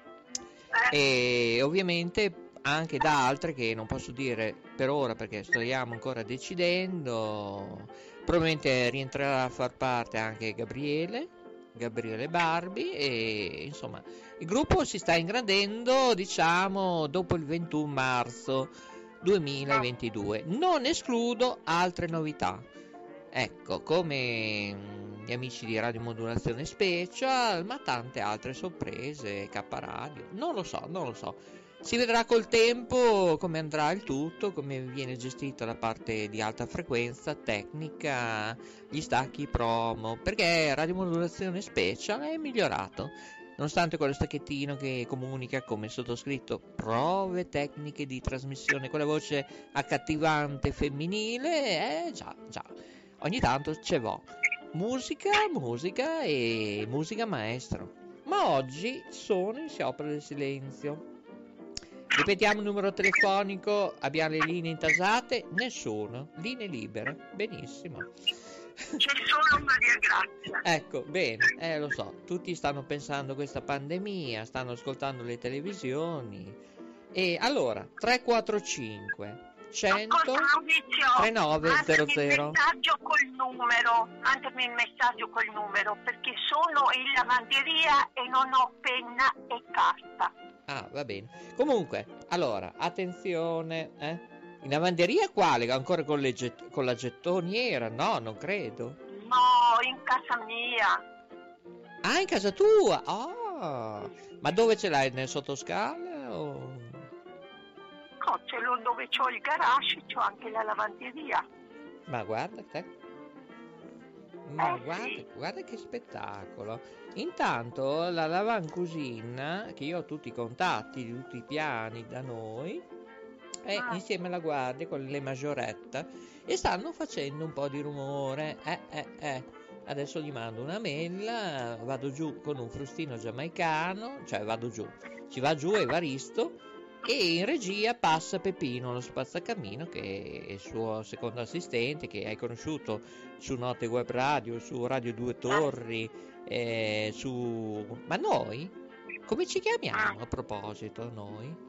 Speaker 9: e ovviamente anche da altre che non posso dire per ora perché stiamo ancora decidendo. Probabilmente rientrerà a far parte anche Gabriele, Gabriele Barbi, e insomma il gruppo si sta ingrandendo, diciamo, dopo il ventuno marzo duemilaventidue. Non escludo altre novità, ecco, come mm, gli amici di Radio Modulazione Special, ma tante altre sorprese, K Radio, non lo so, non lo so. Si vedrà col tempo come andrà il tutto, come viene gestita la parte di alta frequenza, tecnica, gli stacchi promo, perché Radio Modulazione Special è migliorato. Nonostante quello stacchettino che comunica come sottoscritto prove tecniche di trasmissione con la voce accattivante femminile, eh già, già, ogni tanto ce vo. Musica, musica e musica maestro. Ma oggi sono in sciopero del silenzio. Ripetiamo il numero telefonico, abbiamo le linee intasate, nessuno, linee libere, benissimo.
Speaker 10: C'è solo Maria Grazia.
Speaker 9: Ecco, bene, eh lo so, tutti stanno pensando a questa pandemia, stanno ascoltando le televisioni. E allora, tre quattro cinque cento
Speaker 10: Ascolta, Maurizio,
Speaker 9: trentanove zero
Speaker 10: mandami il
Speaker 9: zero.
Speaker 10: messaggio col numero, mandami il messaggio col numero, perché sono in lavanderia e non ho penna e carta.
Speaker 9: Ah, va bene. Comunque, allora, attenzione, eh? In lavanderia quale? Ancora con, le get- con la gettoniera? No, non credo.
Speaker 10: No, in casa mia.
Speaker 9: Ah, in casa tua? Ah, ma dove ce l'hai? Nel sottoscala o...
Speaker 10: No, ce l'ho dove c'ho il garage, c'ho anche la lavanderia.
Speaker 9: Ma guarda te. Ma
Speaker 10: Eh,
Speaker 9: guarda,
Speaker 10: sì.
Speaker 9: guarda che spettacolo. Intanto la Lavancusina, che io ho tutti i contatti di tutti i piani da noi, è
Speaker 10: Ah.
Speaker 9: insieme alla guardia con le maggiorette e stanno facendo un po' di rumore. Eh, eh, eh. Adesso gli mando una mail, vado giù con un frustino giamaicano, cioè vado giù, ci va giù Evaristo e in regia passa Peppino, lo spazzacamino, che è il suo secondo assistente, che hai conosciuto su Note Web Radio, su Radio Due Torri, eh, su... Ma noi? Come ci chiamiamo a proposito, noi?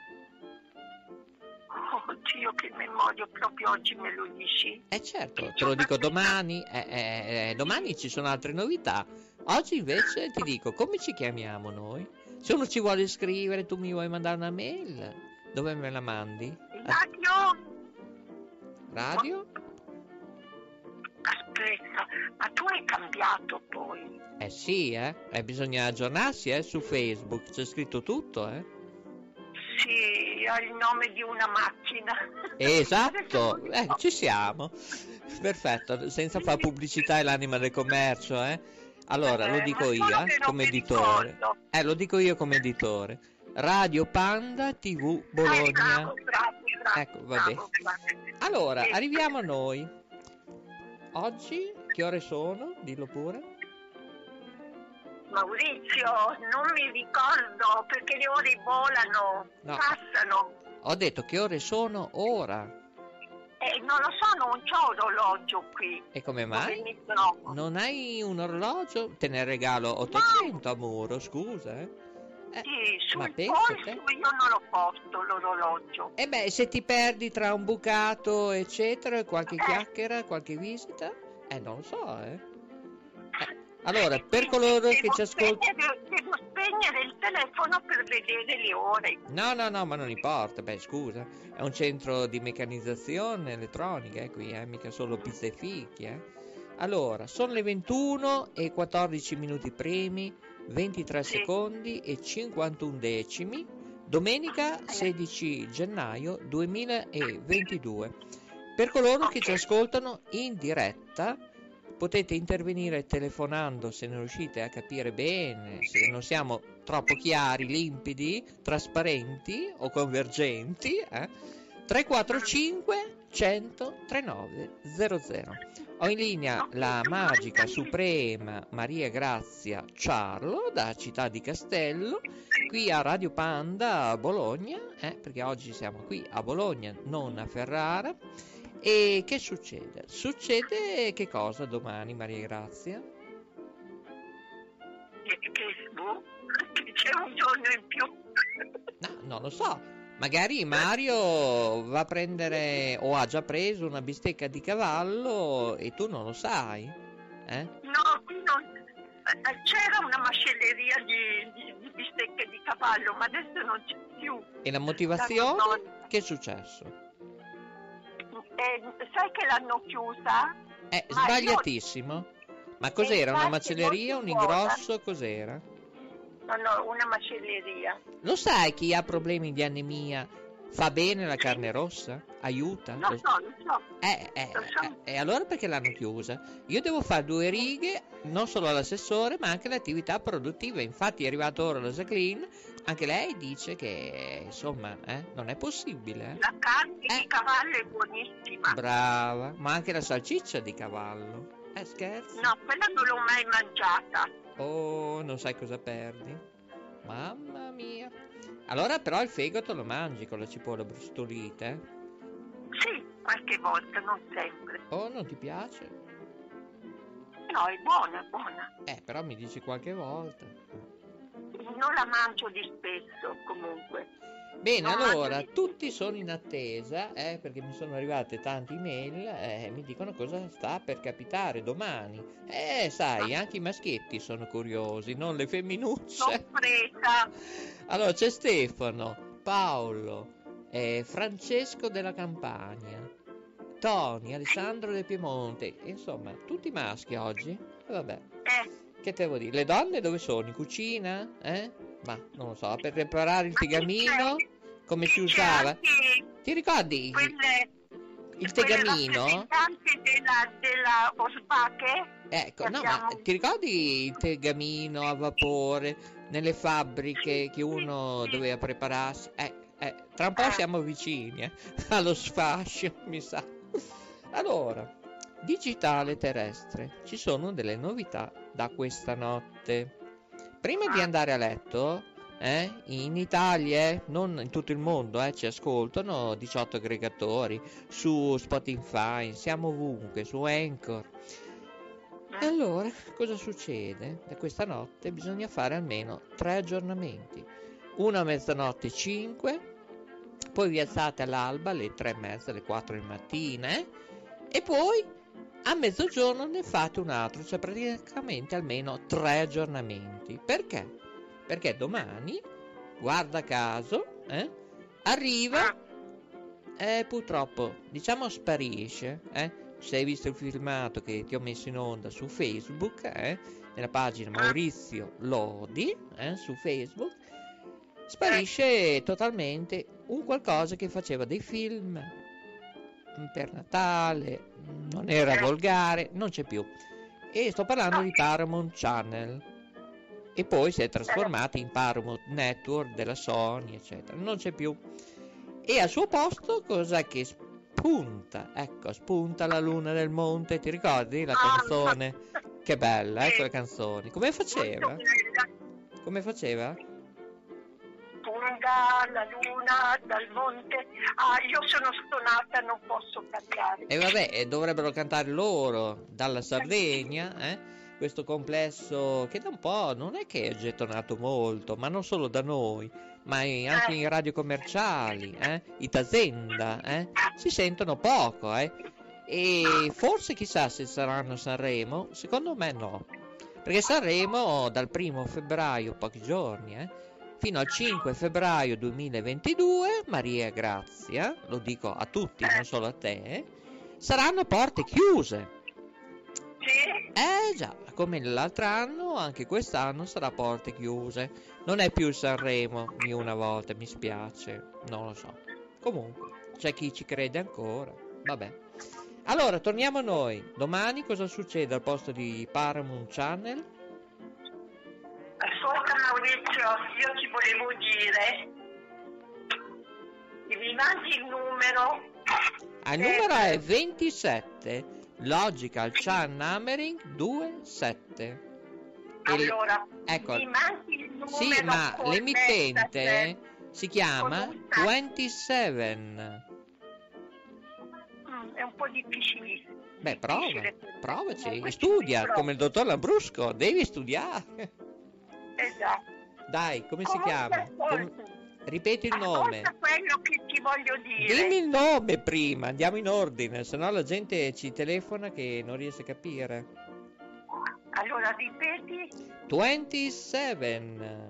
Speaker 10: Oddio, che memoria, proprio oggi me lo dici.
Speaker 9: Eh certo, te lo dico domani, eh, eh, eh, domani ci sono altre novità. Oggi invece ti dico, come ci chiamiamo noi? Se uno ci vuole scrivere, tu mi vuoi mandare una mail? Dove me la mandi?
Speaker 10: Radio?
Speaker 9: Radio?
Speaker 10: Aspetta, ma tu hai cambiato poi?
Speaker 9: Eh sì, eh, eh bisogna aggiornarsi, eh, su Facebook, c'è scritto tutto, eh.
Speaker 10: Sì, ha il nome di una macchina.
Speaker 9: Esatto, eh, ci siamo. Perfetto, senza fare pubblicità è l'anima del commercio, eh. Allora,
Speaker 10: Eh,
Speaker 9: lo dico
Speaker 10: ma
Speaker 9: io,
Speaker 10: solo
Speaker 9: eh,
Speaker 10: che non
Speaker 9: come
Speaker 10: mi
Speaker 9: editore.
Speaker 10: ricordo.
Speaker 9: Eh, lo dico io come editore. Radio Panda tivù
Speaker 10: Eh,
Speaker 9: Bologna.
Speaker 10: bravo, bravo, bravo,
Speaker 9: Ecco, va bene.
Speaker 10: bravo, bravo.
Speaker 9: Allora,
Speaker 10: Sì.
Speaker 9: arriviamo a noi. Oggi, che ore sono? Dillo pure.
Speaker 10: Maurizio, non mi ricordo perché le ore volano,
Speaker 9: No.
Speaker 10: passano.
Speaker 9: Ho detto che ore sono ora.
Speaker 10: Eh, non lo so, non c'ho orologio qui.
Speaker 9: E come
Speaker 10: Dove
Speaker 9: mai?
Speaker 10: mi trovo?
Speaker 9: Non hai un orologio? Te ne regalo ottocento a muro, scusa, eh. Eh,
Speaker 10: Sì,
Speaker 9: ma
Speaker 10: sul
Speaker 9: pensa
Speaker 10: polso
Speaker 9: te.
Speaker 10: io non lo porto l'orologio.
Speaker 9: E beh, se ti perdi tra un bucato, eccetera, e qualche
Speaker 10: Eh.
Speaker 9: chiacchiera, qualche visita, eh, non lo so, eh. Eh, Allora, per coloro che
Speaker 10: Devo
Speaker 9: ci ascoltano...
Speaker 10: spegnere- Devo spegnere il telefono per vedere le ore.
Speaker 9: No, no, no, ma non importa, beh, scusa, è un centro di meccanizzazione elettronica, eh, qui, eh, mica solo pizza e fichi, eh. Allora, sono le ventuno e quattordici minuti primi, ventitré
Speaker 10: Sì.
Speaker 9: secondi e cinquantuno decimi, domenica sedici gennaio duemilaventidue. Per coloro che ci ascoltano in diretta, potete intervenire telefonando se non riuscite a capire bene, se non siamo troppo chiari, limpidi, trasparenti o convergenti, eh? tre quattro cinque cento trentanove zero zero. Ho in linea la magica, suprema Maria Grazia Ciarlo da Città di Castello, qui a Radio Panda a Bologna, eh, perché oggi siamo qui a Bologna, non a Ferrara. E che succede? Succede che cosa domani, Maria Grazia?
Speaker 10: Che, che, boh, che c'è un giorno in più.
Speaker 9: No, non lo so. Magari Mario va a prendere o ha già preso una bistecca di cavallo e tu non lo sai, eh?
Speaker 10: No, qui non... eh, c'era una macelleria di, di, di bistecche di cavallo, ma adesso non c'è più.
Speaker 9: E la motivazione?
Speaker 10: L'hanno-
Speaker 9: Che è successo?
Speaker 10: Eh, sai che l'hanno chiusa?
Speaker 9: È
Speaker 10: Ma io-
Speaker 9: sbagliatissimo. Ma cos'era? Una
Speaker 10: infatti
Speaker 9: macelleria? Un
Speaker 10: molto buona.
Speaker 9: ingrosso? Cos'era?
Speaker 10: No, no, una macelleria.
Speaker 9: Lo sai chi ha problemi di anemia fa bene la carne rossa? Aiuta?
Speaker 10: Lo so, lo so.
Speaker 9: Eh, eh,
Speaker 10: Lo so.
Speaker 9: eh, e allora perché l'hanno chiusa? Io devo fare due righe, non solo all'assessore, ma anche all'attività produttiva. Infatti è arrivato ora la Jacqueline, anche lei dice che, insomma, eh, non è possibile. eh.
Speaker 10: La carne
Speaker 9: Eh.
Speaker 10: di cavallo è buonissima.
Speaker 9: Brava, ma anche la salsiccia di cavallo. Eh, scherzi?
Speaker 10: No, quella non l'ho mai mangiata.
Speaker 9: Oh, non sai cosa perdi? Mamma mia. Allora però il fegato lo mangi con la cipolla brustolita, eh?
Speaker 10: Sì, qualche volta, non sempre.
Speaker 9: Oh, non ti piace?
Speaker 10: No, è buona, è buona.
Speaker 9: Eh, però mi dici qualche volta.
Speaker 10: Non la mangio di spesso, comunque.
Speaker 9: Bene,
Speaker 10: Non
Speaker 9: allora,
Speaker 10: mangio di-
Speaker 9: tutti sono in attesa, eh, perché mi sono arrivate tante email e eh, mi dicono cosa sta per capitare domani. Eh, sai, anche i maschietti sono curiosi, non le femminucce.
Speaker 10: Sorpresa.
Speaker 9: Allora, c'è Stefano, Paolo, eh, Francesco della Campania, Tony, Alessandro del Piemonte, insomma, tutti maschi oggi. E vabbè,
Speaker 10: Eh,
Speaker 9: che te devo dire? Le donne dove sono? In cucina? Eh? Ma non lo so, per preparare il tigamino? Come si
Speaker 10: c'è
Speaker 9: usava?
Speaker 10: anche
Speaker 9: Ti ricordi?
Speaker 10: quelle...
Speaker 9: il tegamino.
Speaker 10: rappresentanti della, della Osbache?
Speaker 9: Ecco, no, ma ti ricordi il tegamino a vapore nelle fabbriche che uno doveva prepararsi? Eh, eh, tra un po' siamo vicini eh, allo sfascio, mi sa. Allora, digitale terrestre, ci sono delle novità da questa notte. Prima di andare a letto, eh, in Italia, eh, non in tutto il mondo, eh, ci ascoltano diciotto aggregatori su Spotify, siamo ovunque, su Anchor. E allora, cosa succede? Da questa notte bisogna fare almeno tre aggiornamenti. Uno a mezzanotte cinque, poi vi alzate all'alba alle tre e mezza, alle quattro di mattina, eh? E poi a mezzogiorno ne fate un altro, cioè praticamente almeno tre aggiornamenti. Perché? Perché domani, guarda caso, eh, arriva e eh, purtroppo, diciamo, sparisce, eh? Se hai visto il filmato che ti ho messo in onda su Facebook, eh, nella pagina Maurizio Lodi, eh, su Facebook, sparisce totalmente un qualcosa che faceva dei film per Natale, non era volgare, non c'è più. E sto parlando di Paramount Channel. E poi si è trasformato in Paramount Network della Sony, eccetera. Non c'è più. E al suo posto cos'è che spunta? Ecco, spunta la luna del monte, ti ricordi la canzone? Che bella, eh, quella canzone. Come faceva? Come faceva?
Speaker 10: Spunta la luna dal monte. Ah, io sono stonata, non posso cantare.
Speaker 9: E vabbè, e dovrebbero cantare loro, dalla Sardegna, eh? Questo complesso che da un po' non è che è gettonato molto, ma non solo da noi, ma anche in radio commerciali, eh? Itazenda, eh? Si sentono poco, eh? E forse chissà se saranno a Sanremo, secondo me no, perché Sanremo dal primo febbraio, pochi giorni, eh? Fino al cinque febbraio duemilaventidue, Maria Grazia, lo dico a tutti, non solo a te, saranno porte chiuse. Eh già, come l'altro anno, anche quest'anno sarà porte chiuse. Non è più il Sanremo di una volta, mi spiace, non lo so. Comunque, c'è chi ci crede ancora, vabbè. Allora, torniamo a noi. Domani cosa succede al posto di Paramount Channel?
Speaker 10: Ascolta Maurizio, io ti volevo dire che mi mandi il numero.
Speaker 9: Ah, il numero è ventisette. Logical Chan Hammering ventisette.
Speaker 10: Allora,
Speaker 9: ecco,
Speaker 10: mi manchi il numero.
Speaker 9: sì, ma l'emittente si chiama ventisette.
Speaker 10: Mm, è un po' difficilissimo.
Speaker 9: Beh, prova, provaci, studia come il dottor Lambrusco, devi studiare.
Speaker 10: Esatto.
Speaker 9: Dai, come si chiama? Com- Ripeti il nome.
Speaker 10: Ascolta quello che ti voglio dire.
Speaker 9: Dimmi il nome prima, andiamo in ordine, sennò la gente ci telefona che non riesce a capire.
Speaker 10: Allora ripeti.
Speaker 9: ventisette.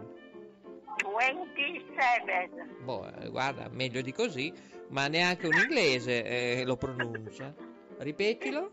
Speaker 10: ventisette.
Speaker 9: Boh, guarda, meglio di così, ma neanche un inglese eh, lo pronuncia. Ripetilo.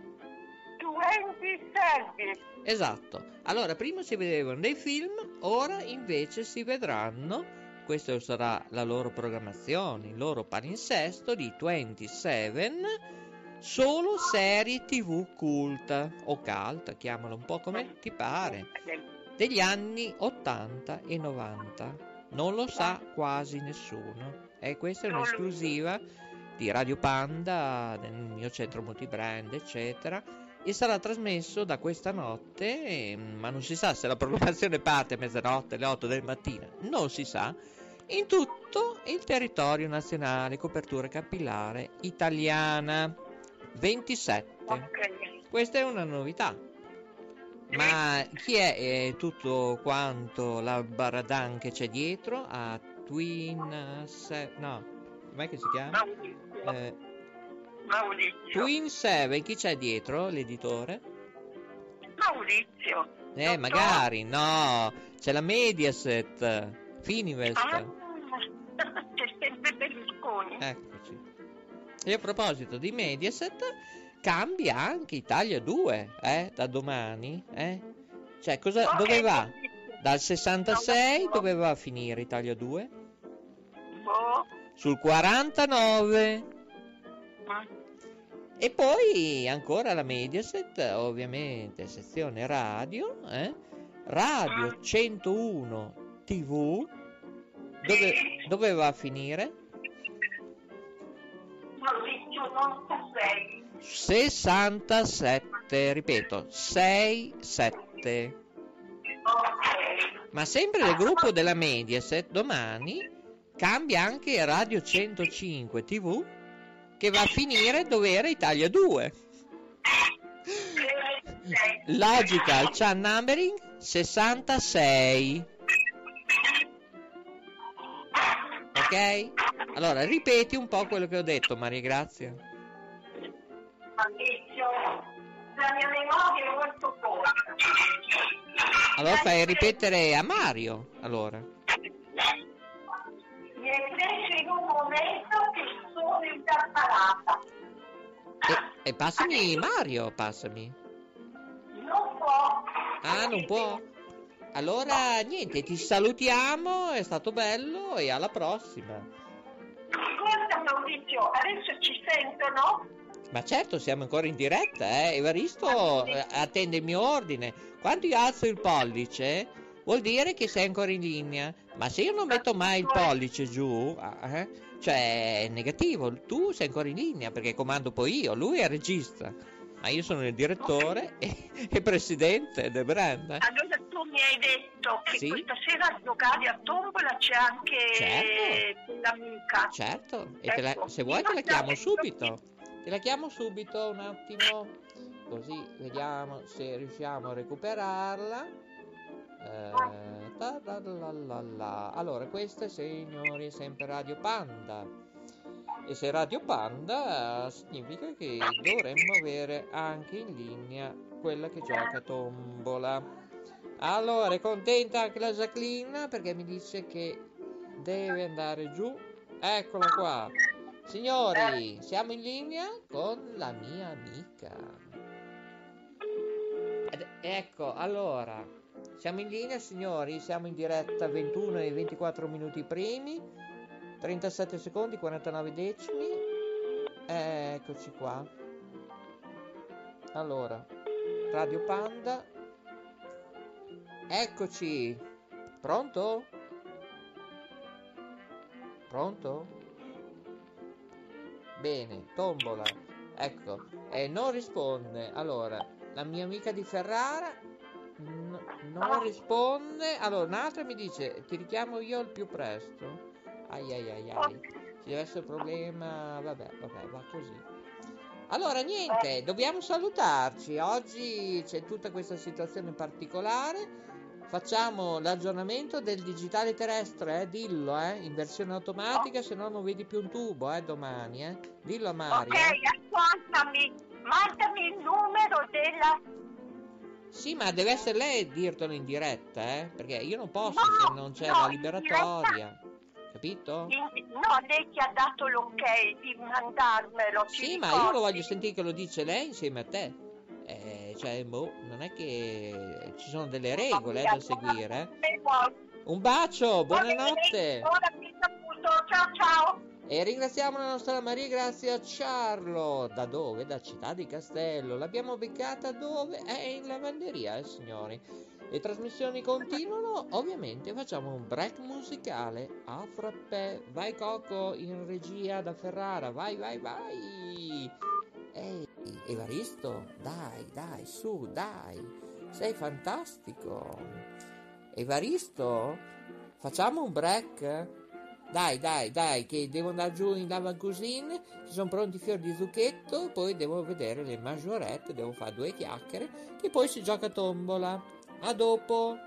Speaker 10: ventisette.
Speaker 9: Esatto. Allora, prima si vedevano dei film, ora invece si vedranno. Questa sarà la loro programmazione, il loro palinsesto di ventisette, solo serie tv culta o cult, chiamalo un po' come ti pare, degli anni ottanta e novanta. Non lo sa quasi nessuno. E questa è un'esclusiva di Radio Panda, del mio centro multibrand, eccetera. E sarà trasmesso da questa notte, eh, ma non si sa se la programmazione parte a mezzanotte, alle otto del mattino, non si sa, in tutto il territorio nazionale, copertura capillare italiana. ventisette.
Speaker 10: Okay.
Speaker 9: Questa è una novità. Ma chi è eh, tutto quanto la baradan che c'è dietro a Twin se- no, com'è che si chiama?
Speaker 10: Maurizio.
Speaker 9: Eh,
Speaker 10: Maurizio.
Speaker 9: Twin Seven, chi c'è dietro? L'editore?
Speaker 10: Maurizio.
Speaker 9: Eh, magari, no, c'è la Mediaset, Fininvest.
Speaker 10: Ah, c'è sempre Berlusconi.
Speaker 9: Eccoci. E a proposito di Mediaset, cambia anche Italia due, eh, da domani, eh? Cioè, cosa,
Speaker 10: Okay,
Speaker 9: dove va?
Speaker 10: sì.
Speaker 9: Dal sessantasei dove va a finire Italia due?
Speaker 10: Boh.
Speaker 9: Sul quarantanove. E poi ancora la Mediaset, ovviamente, sezione radio, eh? Radio centouno tivù, dove, dove va a finire? sessantasette, ripeto, sei sette. Ma sempre nel gruppo della Mediaset, domani cambia anche Radio centocinque tivù, che va a finire dove era Italia due. Logical Chan Numbering sessantasei. Ok? Allora ripeti un po' quello che ho detto, Maria Grazia.
Speaker 10: Maurizio, la mia memoria è molto corta.
Speaker 9: Allora fai ripetere a Mario, allora.
Speaker 10: Mi è preso in un momento che sono imparata.
Speaker 9: E, e passami Mario, passami.
Speaker 10: Non può.
Speaker 9: Ah, non può? Allora niente, ti salutiamo, è stato bello e alla prossima.
Speaker 10: Ascolta Maurizio, adesso ci sentono?
Speaker 9: Ma certo, siamo ancora in diretta, eh. Evaristo eh, attende il mio ordine. Quando io alzo il pollice, vuol dire che sei ancora in linea. Ma se io non metto mai il pollice giù, eh, cioè è negativo, tu sei ancora in linea, perché comando poi io, lui è il regista. Ma io sono il direttore e, e presidente del brand. Eh.
Speaker 10: Allora tu mi hai detto che
Speaker 9: Sì?
Speaker 10: questa sera a giocare a tombola c'è anche
Speaker 9: Certo.
Speaker 10: l'amica.
Speaker 9: Certo, e te la-
Speaker 10: Ecco,
Speaker 9: se vuoi
Speaker 10: io
Speaker 9: te la
Speaker 10: già
Speaker 9: chiamo
Speaker 10: detto
Speaker 9: subito. Te la chiamo subito un attimo, così vediamo se riusciamo a recuperarla. Eh, ta-ra-la-la-la. Allora, questa, signori, è sempre Radio Panda. E se Radio Panda significa che dovremmo avere anche in linea quella che gioca a tombola. Allora, è contenta anche la Jacqueline perché mi dice che deve andare giù. Eccola qua. Signori, siamo in linea con la mia amica. Ed- ecco, allora, siamo in linea, signori, siamo in diretta ventuno e ventiquattro minuti primi, trentasette secondi, quarantanove decimi. Eccoci qua. Allora, Radio Panda. Eccoci. Pronto? Pronto? Bene, tombola. Ecco, e non risponde. Allora, la mia amica di Ferrara n- non risponde. Allora, un'altra mi dice, ti richiamo io al più presto. Ai ai ai ai. Ci deve essere problema. Vabbè, vabbè, va così. Allora, niente, dobbiamo salutarci. Oggi c'è tutta questa situazione particolare. Facciamo l'aggiornamento del digitale terrestre, eh? Dillo, eh? In versione automatica, se no non vedi più un tubo, eh? Domani, eh? Dillo a Mario.
Speaker 10: Ok, ascoltami, mandami il numero della...
Speaker 9: Sì, ma deve essere lei a dirtelo in diretta, eh? Perché io non posso
Speaker 10: No,
Speaker 9: se non c'è
Speaker 10: no,
Speaker 9: la
Speaker 10: in
Speaker 9: liberatoria. Capito?
Speaker 10: In- No, lei ti ha dato l'ok di mandarmelo. ti
Speaker 9: Sì, ma io lo
Speaker 10: ricordi?
Speaker 9: voglio sentire che lo dice lei insieme a te. Eh, cioè, boh, non è che ci sono delle regole eh, da seguire, eh? Un bacio, buonanotte.
Speaker 10: Ora ti saluto, ciao ciao.
Speaker 9: E ringraziamo la nostra Maria Grazia Ciarlo. Da dove? Da Città di Castello. L'abbiamo beccata dove? È in lavanderia, eh, signori. Le trasmissioni continuano. Ovviamente facciamo un break musicale a frappè. Vai Coco in regia da Ferrara. Vai, vai, vai. Ehi, Evaristo, dai, dai, su, dai. Sei fantastico. Evaristo, facciamo un break? Dai, dai, dai, che devo andare giù in lavacucine, ci sono pronti i fiori di zucchetto, poi devo vedere le maggiorette, devo fare due chiacchiere, che poi si gioca a tombola. A dopo!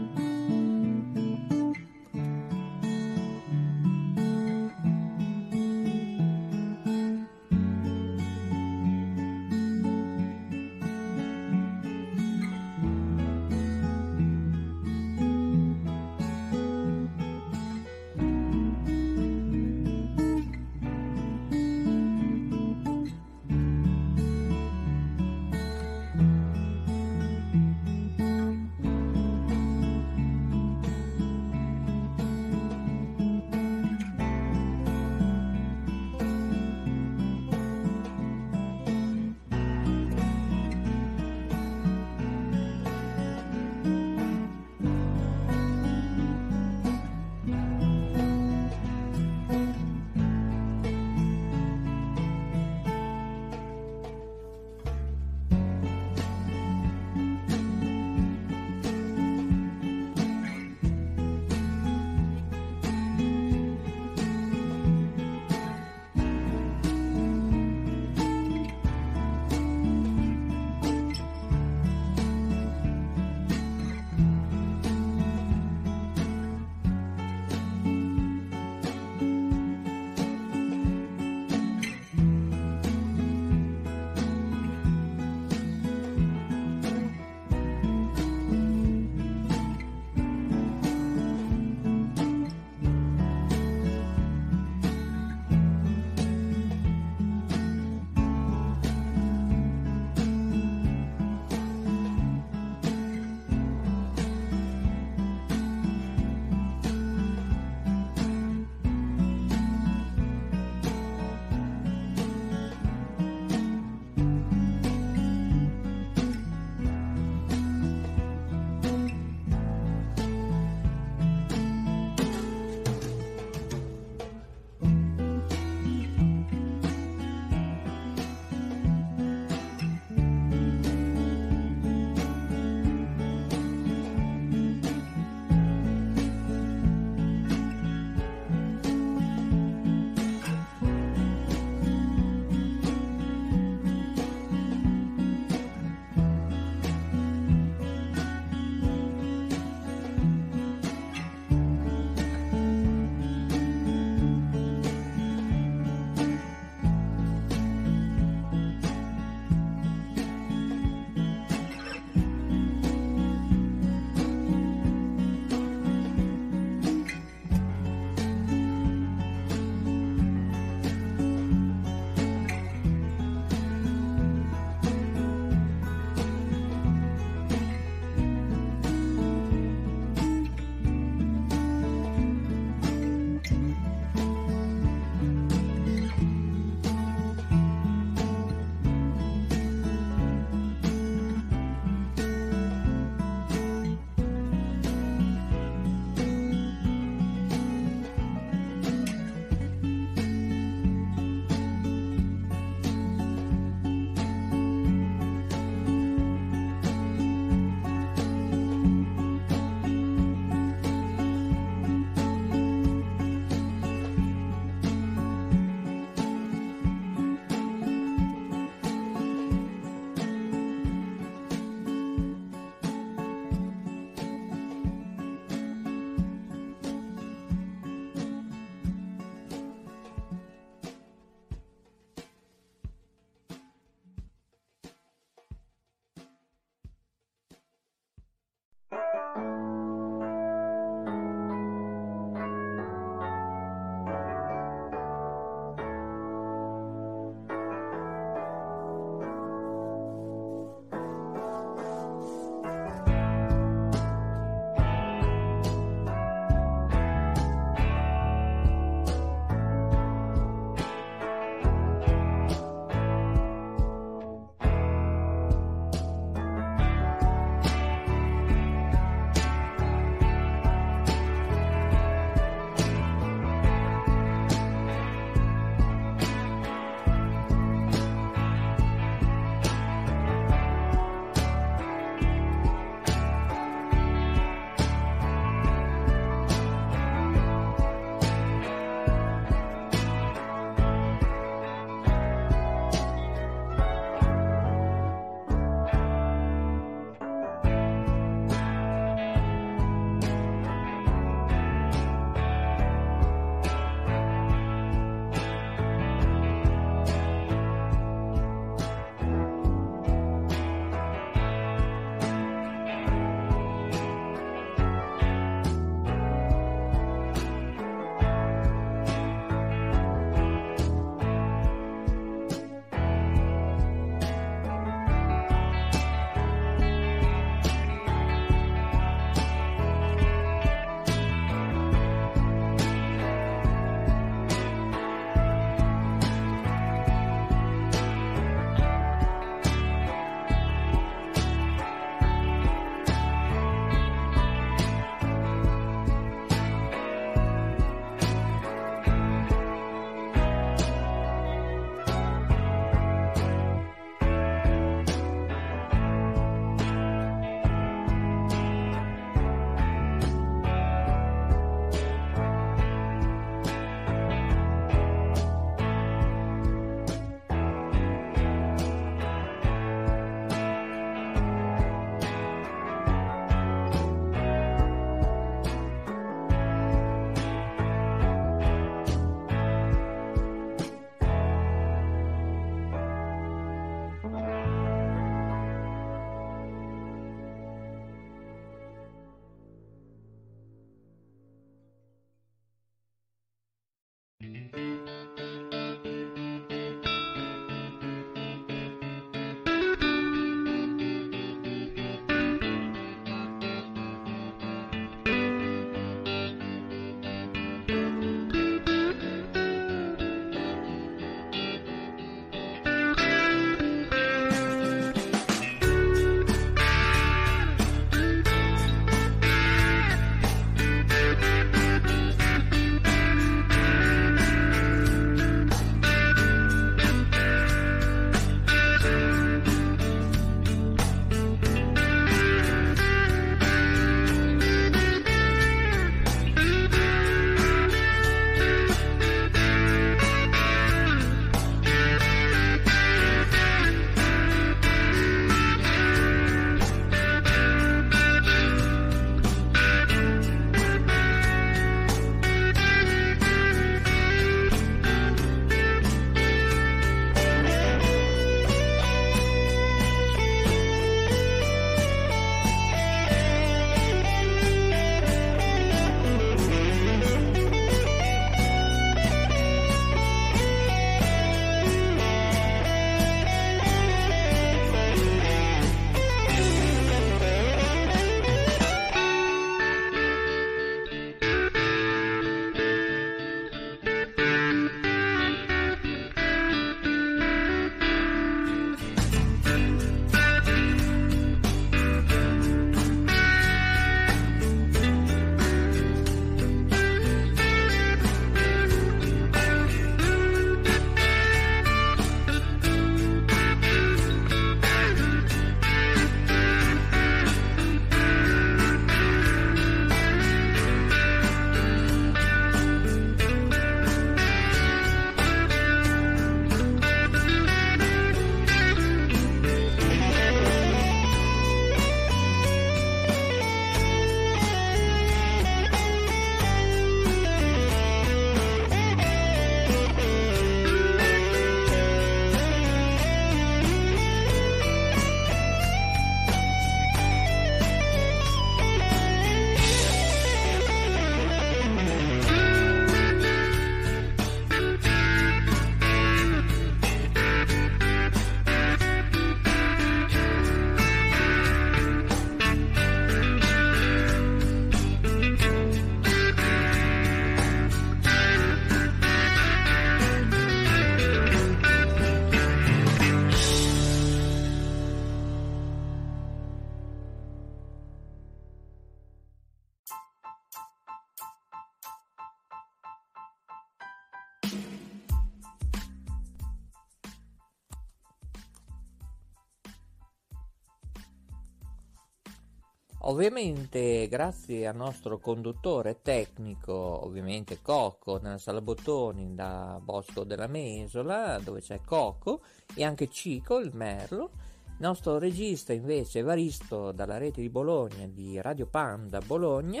Speaker 9: Ovviamente grazie al nostro conduttore tecnico, ovviamente Coco nella Sala Bottoni da Bosco della Mesola, dove c'è Coco, e anche Cico il merlo. Il nostro regista invece Evaristo dalla rete di Bologna di Radio Panda Bologna.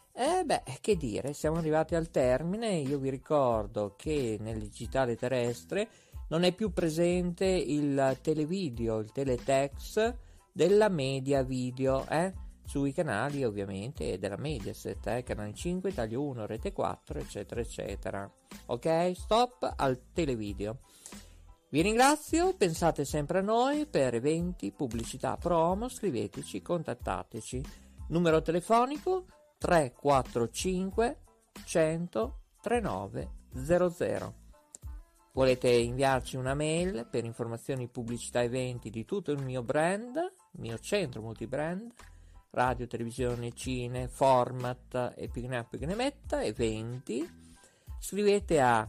Speaker 9: E beh, che dire, siamo arrivati al termine. Io vi ricordo che nel digitale terrestre non è più presente il televideo, il teletext della Media Video, eh? Sui canali ovviamente della Mediaset, eh? Canale cinque, Italia uno, Rete quattro, eccetera eccetera. Ok, stop al televideo. Vi ringrazio, pensate sempre a noi per eventi, pubblicità, promo, scriveteci, contattateci. Numero telefonico tre quattro cinque cento trentanove zero zero. Volete inviarci una mail per informazioni, pubblicità, eventi di tutto il mio brand, il mio centro multibrand, radio, televisione, cine, format e più che ne, più che ne metta, eventi. Scrivete a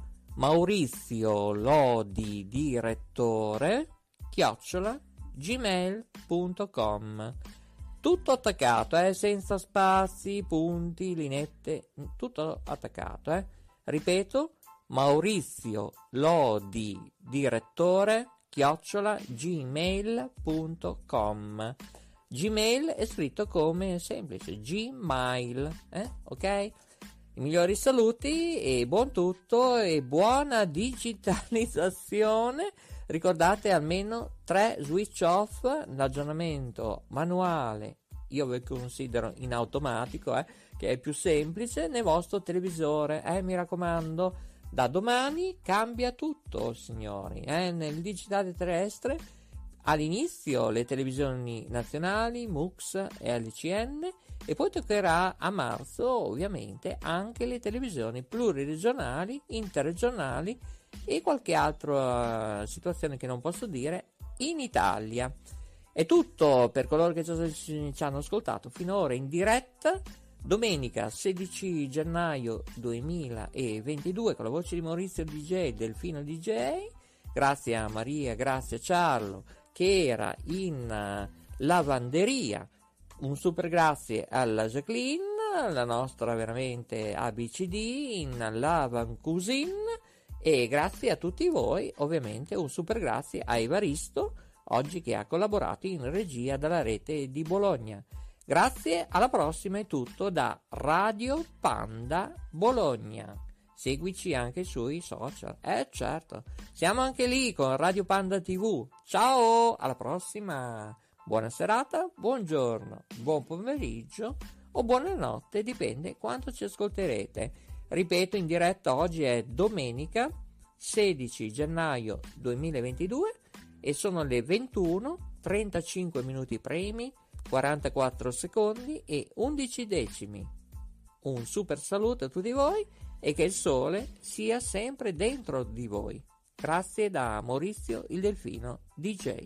Speaker 9: Maurizio Lodi direttore chiocciola gmail punto com. Tutto attaccato, eh, senza spazi, punti, linette, tutto attaccato, eh. Ripeto, Maurizio Lodi direttore chiocciola gmail punto com. Gmail è scritto come semplice Gmail, eh? Ok? I migliori saluti e buon tutto e buona digitalizzazione. Ricordate almeno tre switch off, l'aggiornamento manuale, io vi considero in automatico, eh, che è più semplice, nel vostro televisore, eh, mi raccomando, da domani cambia tutto, signori, eh, nel digitale terrestre. All'inizio le televisioni nazionali, M U X e L C N, e poi toccherà a marzo ovviamente anche le televisioni pluriregionali, interregionali e qualche altra situazione che non posso dire in Italia. È tutto per coloro che ci hanno ascoltato finora in diretta. Domenica sedici gennaio duemilaventidue con la voce di Maurizio D J, Delfino D J. Grazie a Maria, grazie a Ciarlo che era in uh, lavanderia. Un super grazie alla Jacqueline, la nostra veramente A B C D in Lavan Cuisine, e grazie a tutti voi, ovviamente un super grazie a Evaristo oggi che ha collaborato in regia dalla rete di Bologna. Grazie, alla prossima, è tutto da Radio Panda Bologna. Seguici anche sui social, eh certo, siamo anche lì con Radio Panda tivù. Ciao, alla prossima, buona serata, buongiorno, buon pomeriggio o buonanotte, dipende quanto ci ascolterete. Ripeto, in diretta oggi è domenica sedici gennaio duemilaventidue e sono le ventuno, trentacinque minuti primi, quarantaquattro secondi e undici decimi. Un super saluto a tutti voi e che il sole sia sempre dentro di voi. Grazie da Maurizio il Delfino D J.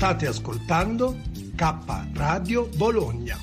Speaker 4: State ascoltando K Radio Bologna.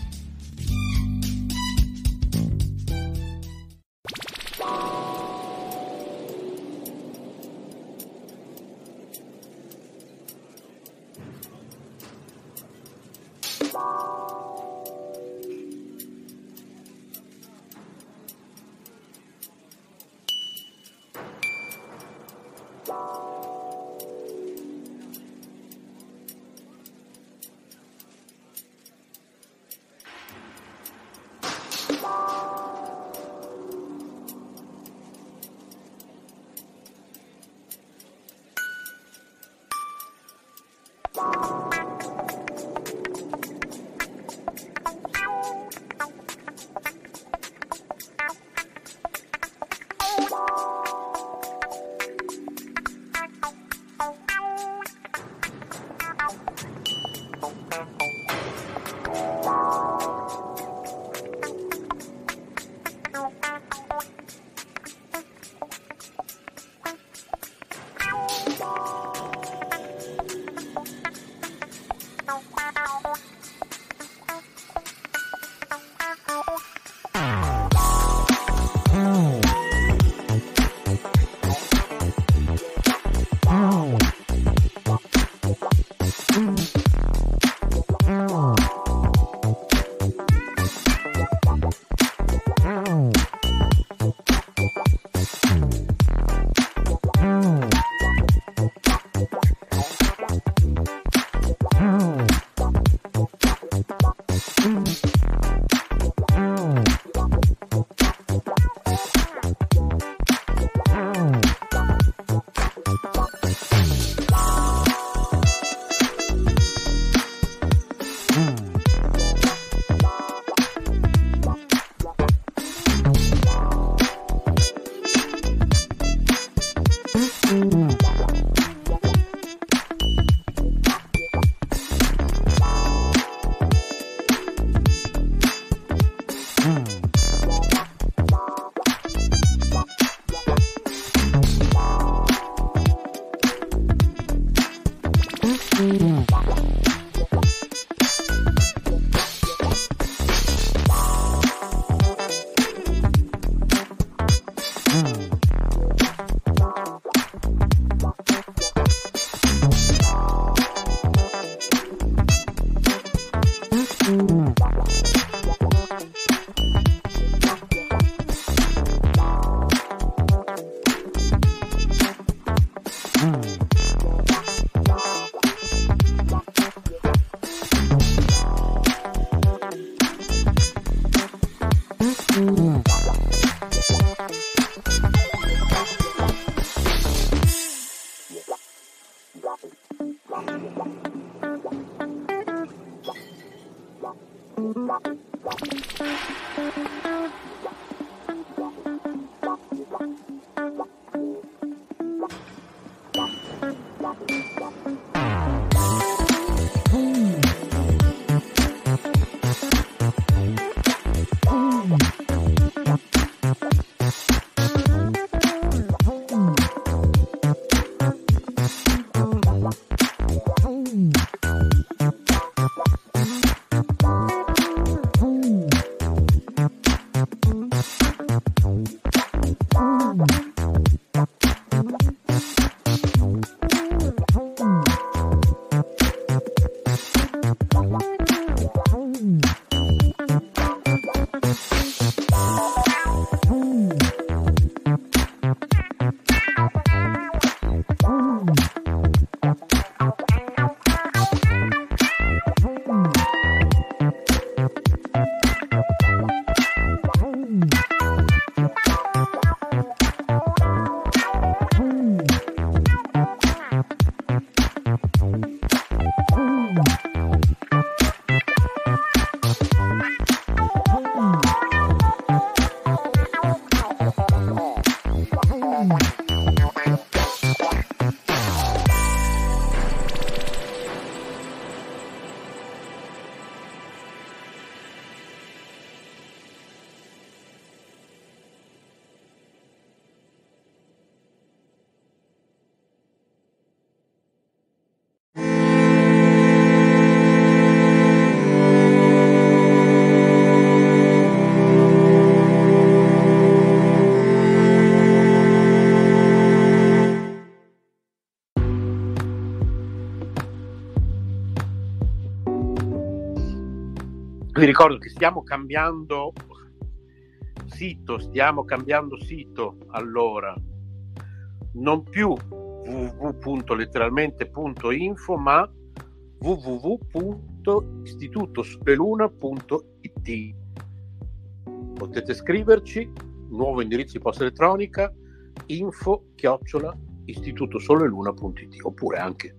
Speaker 7: ricordo che stiamo cambiando sito, stiamo cambiando sito, allora non più w w w punto letteralmente punto info ma w w w punto istituto sole luna punto i t. Potete scriverci, nuovo indirizzo di posta elettronica info chiocciola istituto sole luna punto i t, oppure anche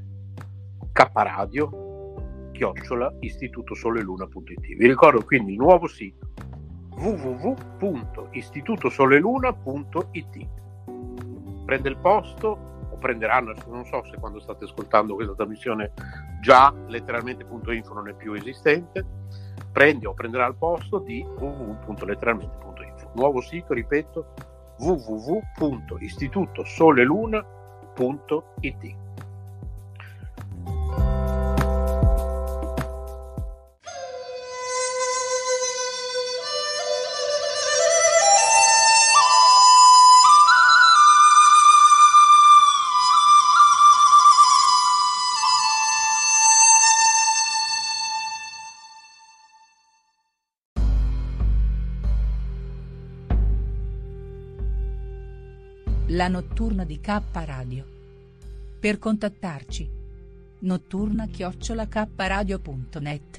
Speaker 7: kradio chiocciola istituto sole luna punto i t. Vi ricordo quindi il nuovo sito w w w punto istituto sole luna punto i t. Prende il posto, o prenderanno, non so se quando state ascoltando questa trasmissione già letteralmente punto info non è più esistente, prende o prenderà il posto di w w w punto letteralmente punto info. Nuovo sito, ripeto, w w w punto istituto sole luna punto i t.
Speaker 11: La notturna di K Radio. Per contattarci, notturna chiocciola k radio punto net.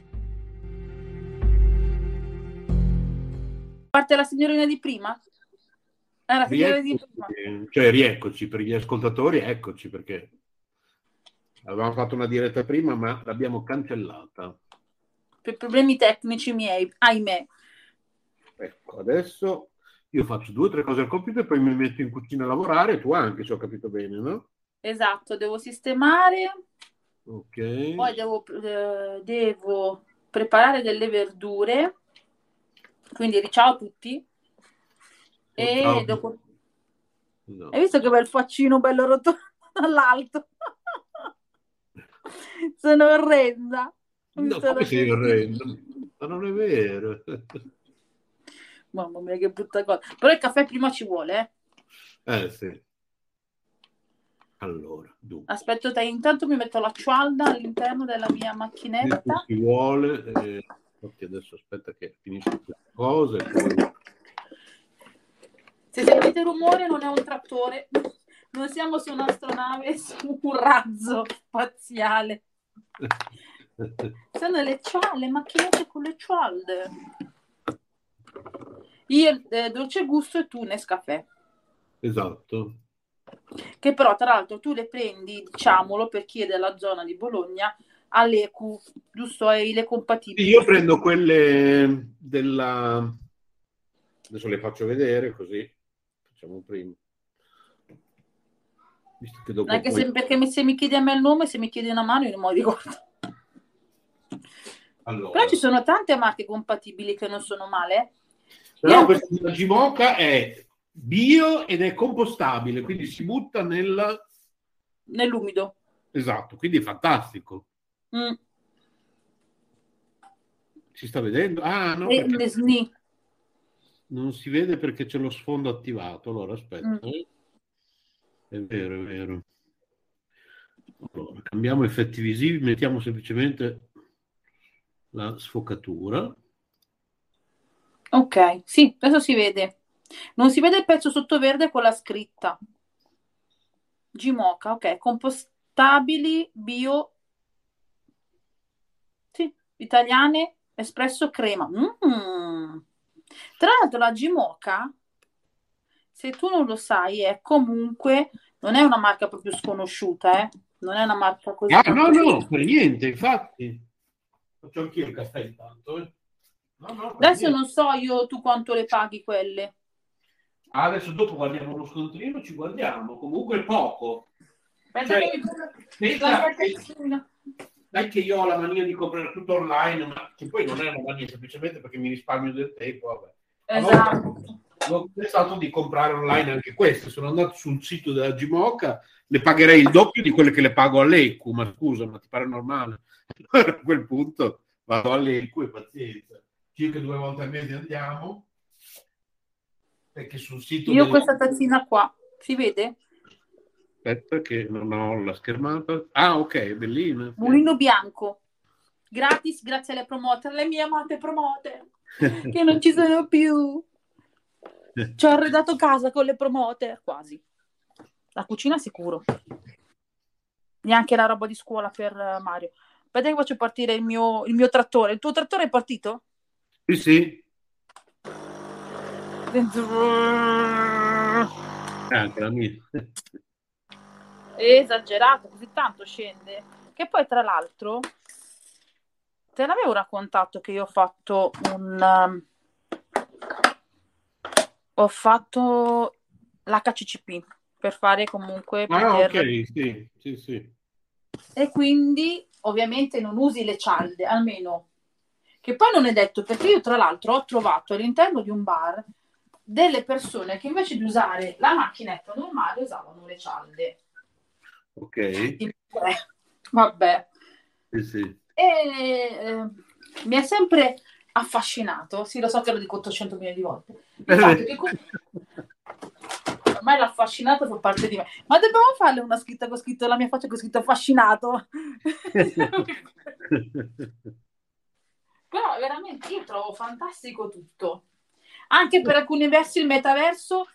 Speaker 12: Parte la signorina di prima? Eh, la signorina di prima.
Speaker 7: Cioè, rieccoci per gli ascoltatori, eccoci, perché avevamo fatto una diretta prima, ma l'abbiamo cancellata.
Speaker 12: Per problemi tecnici miei, ahimè.
Speaker 7: Ecco, adesso io faccio due o tre cose al computer e poi mi metto in cucina a lavorare, tu anche, se ho capito bene, no?
Speaker 12: Esatto, devo sistemare.
Speaker 7: Ok.
Speaker 12: Poi devo, eh, devo preparare delle verdure. Quindi ciao a tutti. E
Speaker 7: ciao.
Speaker 12: dopo...
Speaker 7: No.
Speaker 12: Hai visto che bel faccino bello rotto dall'alto? Sono orrenda.
Speaker 7: No, come sei orrendo? Ma non è vero.
Speaker 12: Mamma mia, che brutta cosa. Però il caffè prima ci vuole, eh?
Speaker 7: Eh, sì. Allora, dunque.
Speaker 12: Aspetto te, intanto mi metto la cialda all'interno della mia macchinetta.
Speaker 7: Chi vuole. Eh, infatti adesso aspetta che finisco queste cose. Poi...
Speaker 12: Se sentite rumore non è un trattore. Non siamo su un'astronave, su un razzo spaziale. Sono le cialde, le macchinette con le cialde. Io eh, dolce gusto e tu Nescafè.
Speaker 7: Esatto.
Speaker 12: Che però tra l'altro tu le prendi, diciamolo, per chi è della zona di Bologna, alle Q, giusto? E le compatibili.
Speaker 7: Io prendo quelle della... Adesso le faccio vedere così. Facciamo prima. Visto che dopo
Speaker 12: Anche
Speaker 7: poi...
Speaker 12: se, perché se mi chiedi a me il nome, se mi chiedi una mano, io non me lo ricordo.
Speaker 7: Allora.
Speaker 12: Però ci sono tante marche compatibili che non sono male.
Speaker 7: Però
Speaker 12: Io...
Speaker 7: questa della Gimoca è bio ed è compostabile, quindi si butta nel...
Speaker 12: nell'umido.
Speaker 7: Esatto, quindi è fantastico.
Speaker 12: Mm.
Speaker 7: Si sta vedendo? Ah, no,
Speaker 12: E le S N I.
Speaker 7: non si vede perché c'è lo sfondo attivato. Allora, aspetta.
Speaker 12: Mm.
Speaker 7: È vero, è vero. Allora, cambiamo effetti visivi, mettiamo semplicemente la sfocatura.
Speaker 12: Ok, sì, adesso si vede. Non si vede il pezzo sotto verde con la scritta. Gimoca, ok, compostabili, bio, sì, italiane, espresso crema. Mm. Tra l'altro la Gimoca, se tu non lo sai, è comunque, non è una marca proprio sconosciuta, eh? Non è una marca così.
Speaker 7: Ah, no, no, per niente, infatti. Faccio anch'io il caffè intanto, eh. No, no,
Speaker 12: Adesso
Speaker 7: niente.
Speaker 12: non so io tu quanto le paghi quelle.
Speaker 7: Ah, adesso dopo guardiamo lo scontrino, ci guardiamo. Comunque è poco.
Speaker 12: Aspetta
Speaker 7: Cioè,
Speaker 12: che mi prendo
Speaker 7: pensa
Speaker 12: la
Speaker 7: che-
Speaker 12: cartellina.
Speaker 7: Dai che io ho la mania di comprare tutto online, ma che poi non è una mania, semplicemente perché mi risparmio del tempo. Vabbè.
Speaker 12: Esatto.
Speaker 7: Ho pensato di comprare online anche queste. Sono andato sul sito della Gimoca, le pagherei il doppio di quelle che le pago all'Ecu, ma scusa, ma ti pare normale? A quel punto vado all'Ecu e pazienza. Circa due volte al mese andiamo, perché sul sito...
Speaker 12: Io
Speaker 7: del-
Speaker 12: questa tazzina qua, si vede?
Speaker 7: Aspetta che non ho la schermata. Ah, ok, bellina.
Speaker 12: Mulino bianco. gratis grazie alle promoter, le mie amate promoter, che non ci sono più. Ci ho arredato casa con le promoter, quasi. La cucina sicuro. Neanche la roba di scuola per uh, Mario. Aspetta che faccio partire il mio, il mio trattore. Il tuo trattore è partito?
Speaker 7: Sì, sì. Anche la mia.
Speaker 12: È esagerato, così tanto scende. Che poi, tra l'altro, te l'avevo raccontato che io ho fatto un... Um, ho fatto l'H C C P per fare comunque...
Speaker 7: Ah,
Speaker 12: poter...
Speaker 7: ok, sì, sì, sì.
Speaker 12: E quindi, ovviamente, non usi le cialde, almeno... Che poi non è detto, perché io, tra l'altro, ho trovato all'interno di un bar delle persone che invece di usare la macchinetta normale usavano le cialde.
Speaker 7: Ok.
Speaker 12: Eh, vabbè.
Speaker 7: Sì, sì.
Speaker 12: E eh, mi è sempre affascinato, sì, lo so che lo dico ottocento milioni di volte, il fatto che comunque ormai l'affascinato fa parte di me, ma dobbiamo farle una scritta con scritto la mia faccia con scritto affascinato. Però veramente io trovo fantastico tutto, anche per alcuni versi il metaverso,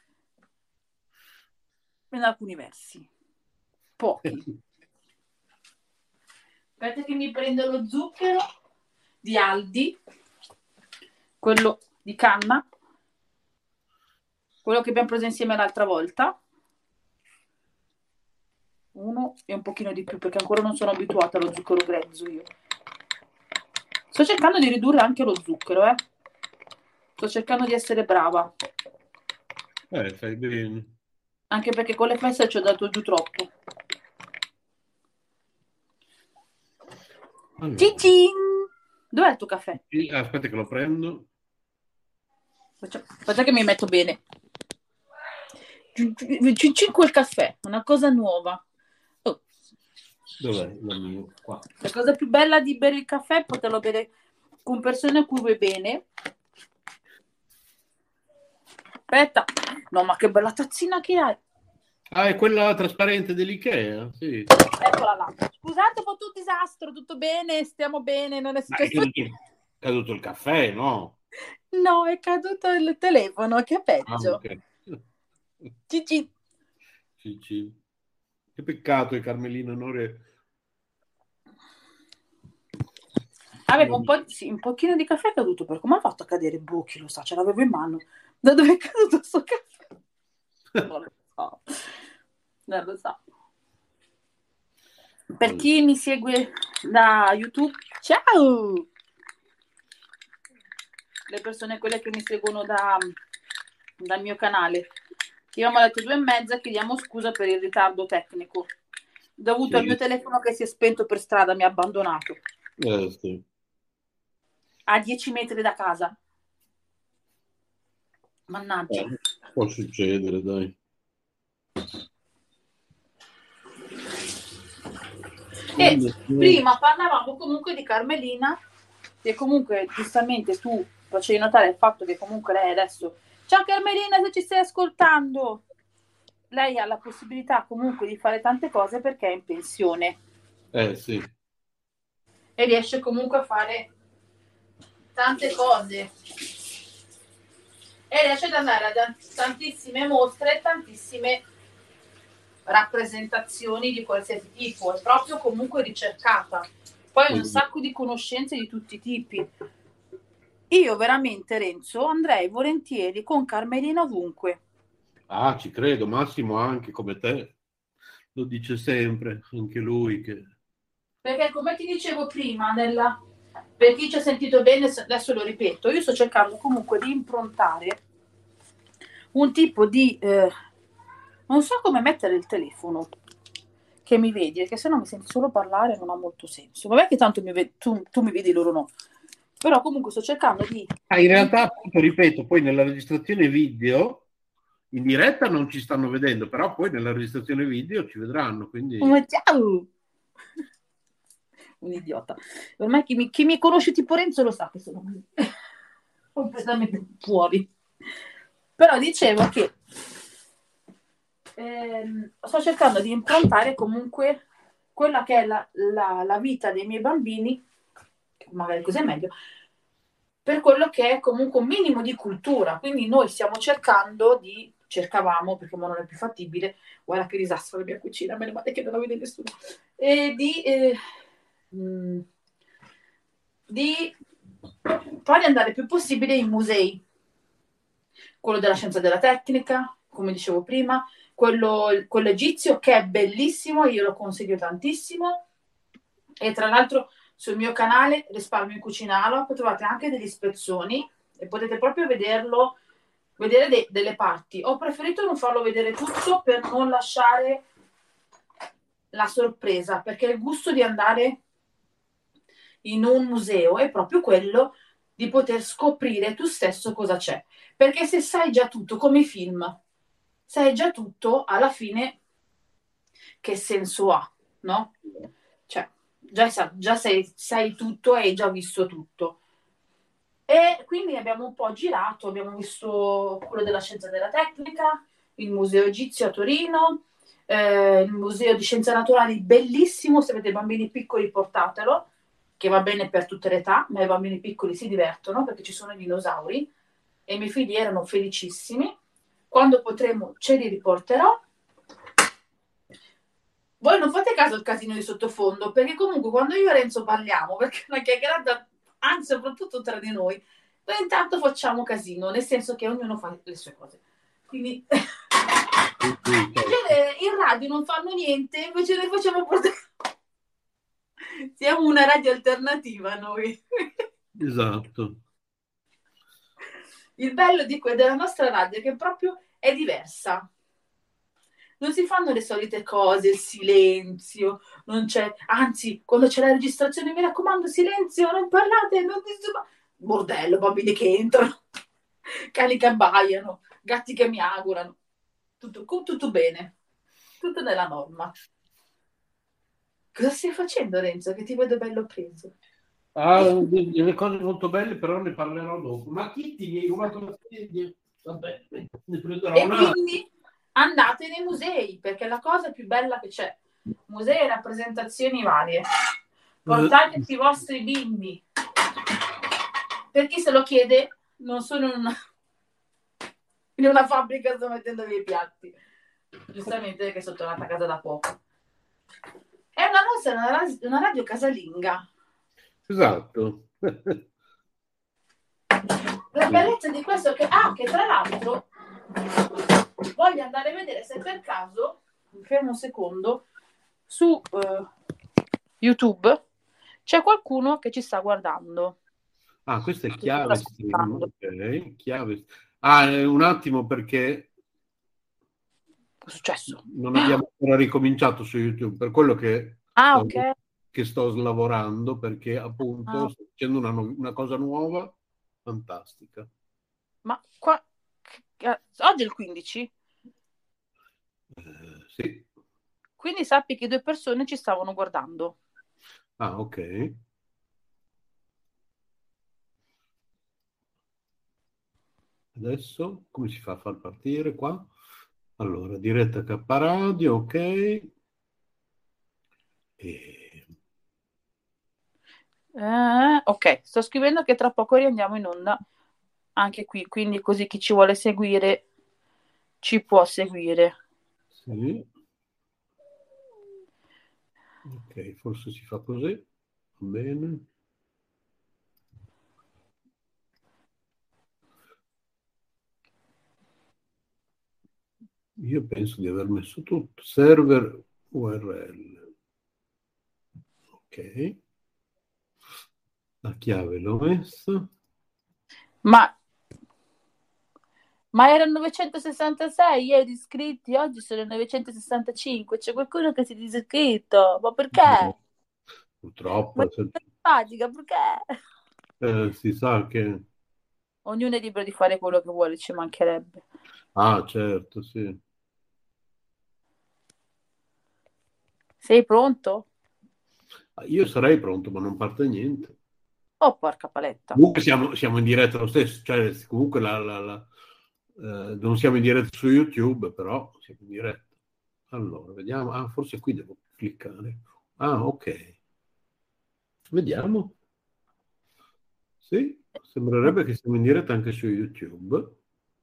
Speaker 12: in alcuni versi pochi. Aspetta che mi prendo lo zucchero di Aldi, quello di canna, quello che abbiamo preso insieme l'altra volta, uno e un pochino di più perché ancora non sono abituata allo zucchero grezzo io. Sto cercando di ridurre anche lo zucchero, eh. Sto cercando di essere brava.
Speaker 7: Eh, fai bene.
Speaker 12: Anche perché con le feste ci ho dato giù troppo.
Speaker 7: Allora.
Speaker 12: Cicin! Dov'è il tuo caffè?
Speaker 7: Aspetta che lo prendo.
Speaker 12: Aspetta che mi metto bene. Cicin quel caffè, una cosa nuova. Oh.
Speaker 7: Dov'è la mia? Qua.
Speaker 12: La cosa più bella di bere il caffè è poterlo bere con persone a cui vuoi bene. Aspetta. No, ma che bella tazzina che hai.
Speaker 7: Ah, è quella trasparente dell'Ikea? Sì.
Speaker 12: Eccola là. Scusate, ho fatto un disastro, tutto bene, stiamo bene, non è
Speaker 7: Ma è
Speaker 12: successo.
Speaker 7: caduto, è caduto il caffè, no?
Speaker 12: No, è caduto il telefono, che è peggio.
Speaker 7: Ah, okay.
Speaker 12: Gigi.
Speaker 7: Gigi. Che peccato che Carmelina Onore...
Speaker 12: Avevo un, po', sì, un pochino di caffè caduto, per come ha fatto a cadere? Boh, chi lo sa, ce l'avevo in mano. Da dove è caduto sto caffè? Non lo so. Non lo so. Per chi mi segue da YouTube, ciao! Le persone, quelle che mi seguono da, dal mio canale. Io alle due e mezza chiediamo scusa per il ritardo tecnico. Dovuto sì. al mio telefono che si è spento per strada, mi ha abbandonato.
Speaker 7: Eh, sì.
Speaker 12: A dieci metri da casa. Mannaggia.
Speaker 7: Eh, può succedere, dai.
Speaker 12: E prima parlavamo comunque di Carmelina, che comunque giustamente tu facevi notare il fatto che comunque lei adesso, ciao Carmelina, se ci stai ascoltando, lei ha la possibilità comunque di fare tante cose perché è in pensione.
Speaker 7: Eh sì.
Speaker 12: E riesce comunque a fare tante cose. E riesce ad andare a tantissime mostre e tantissime rappresentazioni di qualsiasi tipo, è proprio comunque ricercata. Poi un sacco di conoscenze di tutti i tipi. Io veramente, Renzo, andrei volentieri con Carmelina ovunque.
Speaker 7: Ah, ci credo, Massimo anche come te. Lo dice sempre, anche lui. Che...
Speaker 12: Perché come ti dicevo prima, nella... per chi ci ha sentito bene, adesso lo ripeto, io sto cercando comunque di improntare un tipo di... Eh, non so come mettere il telefono che mi vedi, perché se no mi senti solo parlare, non ha molto senso. Vabbè che tanto mi vedi, tu, tu mi vedi, loro no. Però comunque sto cercando di...
Speaker 7: Ah, in realtà, appunto, ripeto, poi nella registrazione video, in diretta non ci stanno vedendo, però poi nella registrazione video ci vedranno, quindi...
Speaker 12: Oh, ciao! Un idiota. Ormai chi mi, chi mi conosce tipo Renzo lo sa che sono completamente fuori. Però dicevo che ehm, sto cercando di improntare comunque quella che è la, la, la vita dei miei bambini magari così è meglio, per quello che è comunque un minimo di cultura. Quindi noi stiamo cercando di, cercavamo, perché ora non è più fattibile, guarda che disastro la mia cucina, meno male che non la vede nessuno, e di, eh, mh, di farli andare il più possibile in musei. Quello della scienza della tecnica, come dicevo prima, quello, quello egizio, che è bellissimo, io lo consiglio tantissimo. E tra l'altro sul mio canale Risparmio in Cucina Alap trovate anche degli spezzoni e potete proprio vederlo, vedere de- delle parti. Ho preferito non farlo vedere tutto per non lasciare la sorpresa, perché il gusto di andare in un museo è proprio quello di poter scoprire tu stesso cosa c'è. Perché se sai già tutto, come i film, sai già tutto, alla fine che senso ha, no? Cioè, già, sa- già sai, sai tutto e hai già visto tutto. E quindi abbiamo un po' girato, abbiamo visto quello della scienza della tecnica, il museo egizio a Torino, eh, il museo di scienze naturali, bellissimo, se avete bambini piccoli portatelo, che va bene per tutte le età, ma i bambini piccoli si divertono perché ci sono i dinosauri e i miei figli erano felicissimi. Quando potremo ce li riporterò. Voi non fate caso al casino di sottofondo, perché comunque quando io e Renzo parliamo, perché è una chiacchierata, anzi soprattutto tra di noi, noi intanto facciamo casino, nel senso che ognuno fa le sue cose. Quindi in genere in radio non fanno niente, invece noi facciamo portare... Siamo una radio alternativa noi.
Speaker 7: Esatto.
Speaker 12: Il bello di que- della nostra radio è che proprio è diversa. Non si fanno le solite cose, il silenzio, non c'è, anzi, quando c'è la registrazione, mi raccomando, silenzio, non parlate, non disturba- bordello, bambini che entrano, cani che abbaiano, gatti che miagolano, tutto, tutto bene, tutto nella norma. Cosa stai facendo, Renzo? Che ti vedo bello preso.
Speaker 7: Ah, delle cose molto belle, però ne parlerò dopo. Ma Kitty mi hai rubato la sedia? Vabbè, ne prenderò
Speaker 12: E
Speaker 7: una.
Speaker 12: quindi andate nei musei, perché è la cosa più bella che c'è. Musei e rappresentazioni varie. Portateci i vostri bimbi. Per chi se lo chiede, non sono in una, in una fabbrica, sto mettendo via i piatti. Giustamente perché sono tornata a casa da poco. È una nostra, una, ras- una radio casalinga.
Speaker 7: Esatto.
Speaker 12: La bellezza di questo è che, ah, che tra l'altro voglio andare a vedere se per caso, mi fermo un secondo, su eh, YouTube c'è qualcuno che ci sta guardando.
Speaker 7: Ah, questa è
Speaker 12: Che
Speaker 7: chiave
Speaker 12: sta
Speaker 7: stream.
Speaker 12: ascoltando.
Speaker 7: Ok, chiave. Ah, eh, un attimo perché
Speaker 12: Cosa è successo?
Speaker 7: non abbiamo ancora ricominciato su YouTube, per quello che
Speaker 12: Ah,
Speaker 7: sto,
Speaker 12: ok.
Speaker 7: che sto lavorando, perché appunto
Speaker 12: Ah.
Speaker 7: sto facendo una, no- una cosa nuova, fantastica.
Speaker 12: Ma qua che- oggi è il quindici,
Speaker 7: Eh, sì.
Speaker 12: quindi sappi che due persone ci stavano guardando.
Speaker 7: Ah, ok. Adesso come si fa a far partire qua? Allora, diretta K Radio, ok. E...
Speaker 12: Eh, ok, sto scrivendo che tra poco riandiamo in onda anche qui, quindi così chi ci vuole seguire ci può seguire.
Speaker 7: Sì. Ok, forse si fa così. Va bene. Io penso di aver messo tutto. Server U R L. Ok. La chiave l'ho messa.
Speaker 12: Ma, ma erano novecentosessantasei ieri iscritti, oggi sono novecentosessantacinque. C'è qualcuno che si è disiscritto. Ma perché?
Speaker 7: Purtroppo
Speaker 12: Ma è simpatica, perché?
Speaker 7: eh, si sa che...
Speaker 12: Ognuno è libero di fare quello che vuole, ci mancherebbe.
Speaker 7: Ah, certo, sì.
Speaker 12: Sei pronto?
Speaker 7: Io sarei pronto, ma non parte niente.
Speaker 12: Oh, porca paletta.
Speaker 7: Comunque siamo, siamo in diretta lo stesso, cioè comunque la, la, la, eh, non siamo in diretta su YouTube, però siamo in diretta. Allora, vediamo. Ah, forse qui devo cliccare. Ah, ok. Vediamo. Sì, sembrerebbe che siamo in diretta anche su YouTube.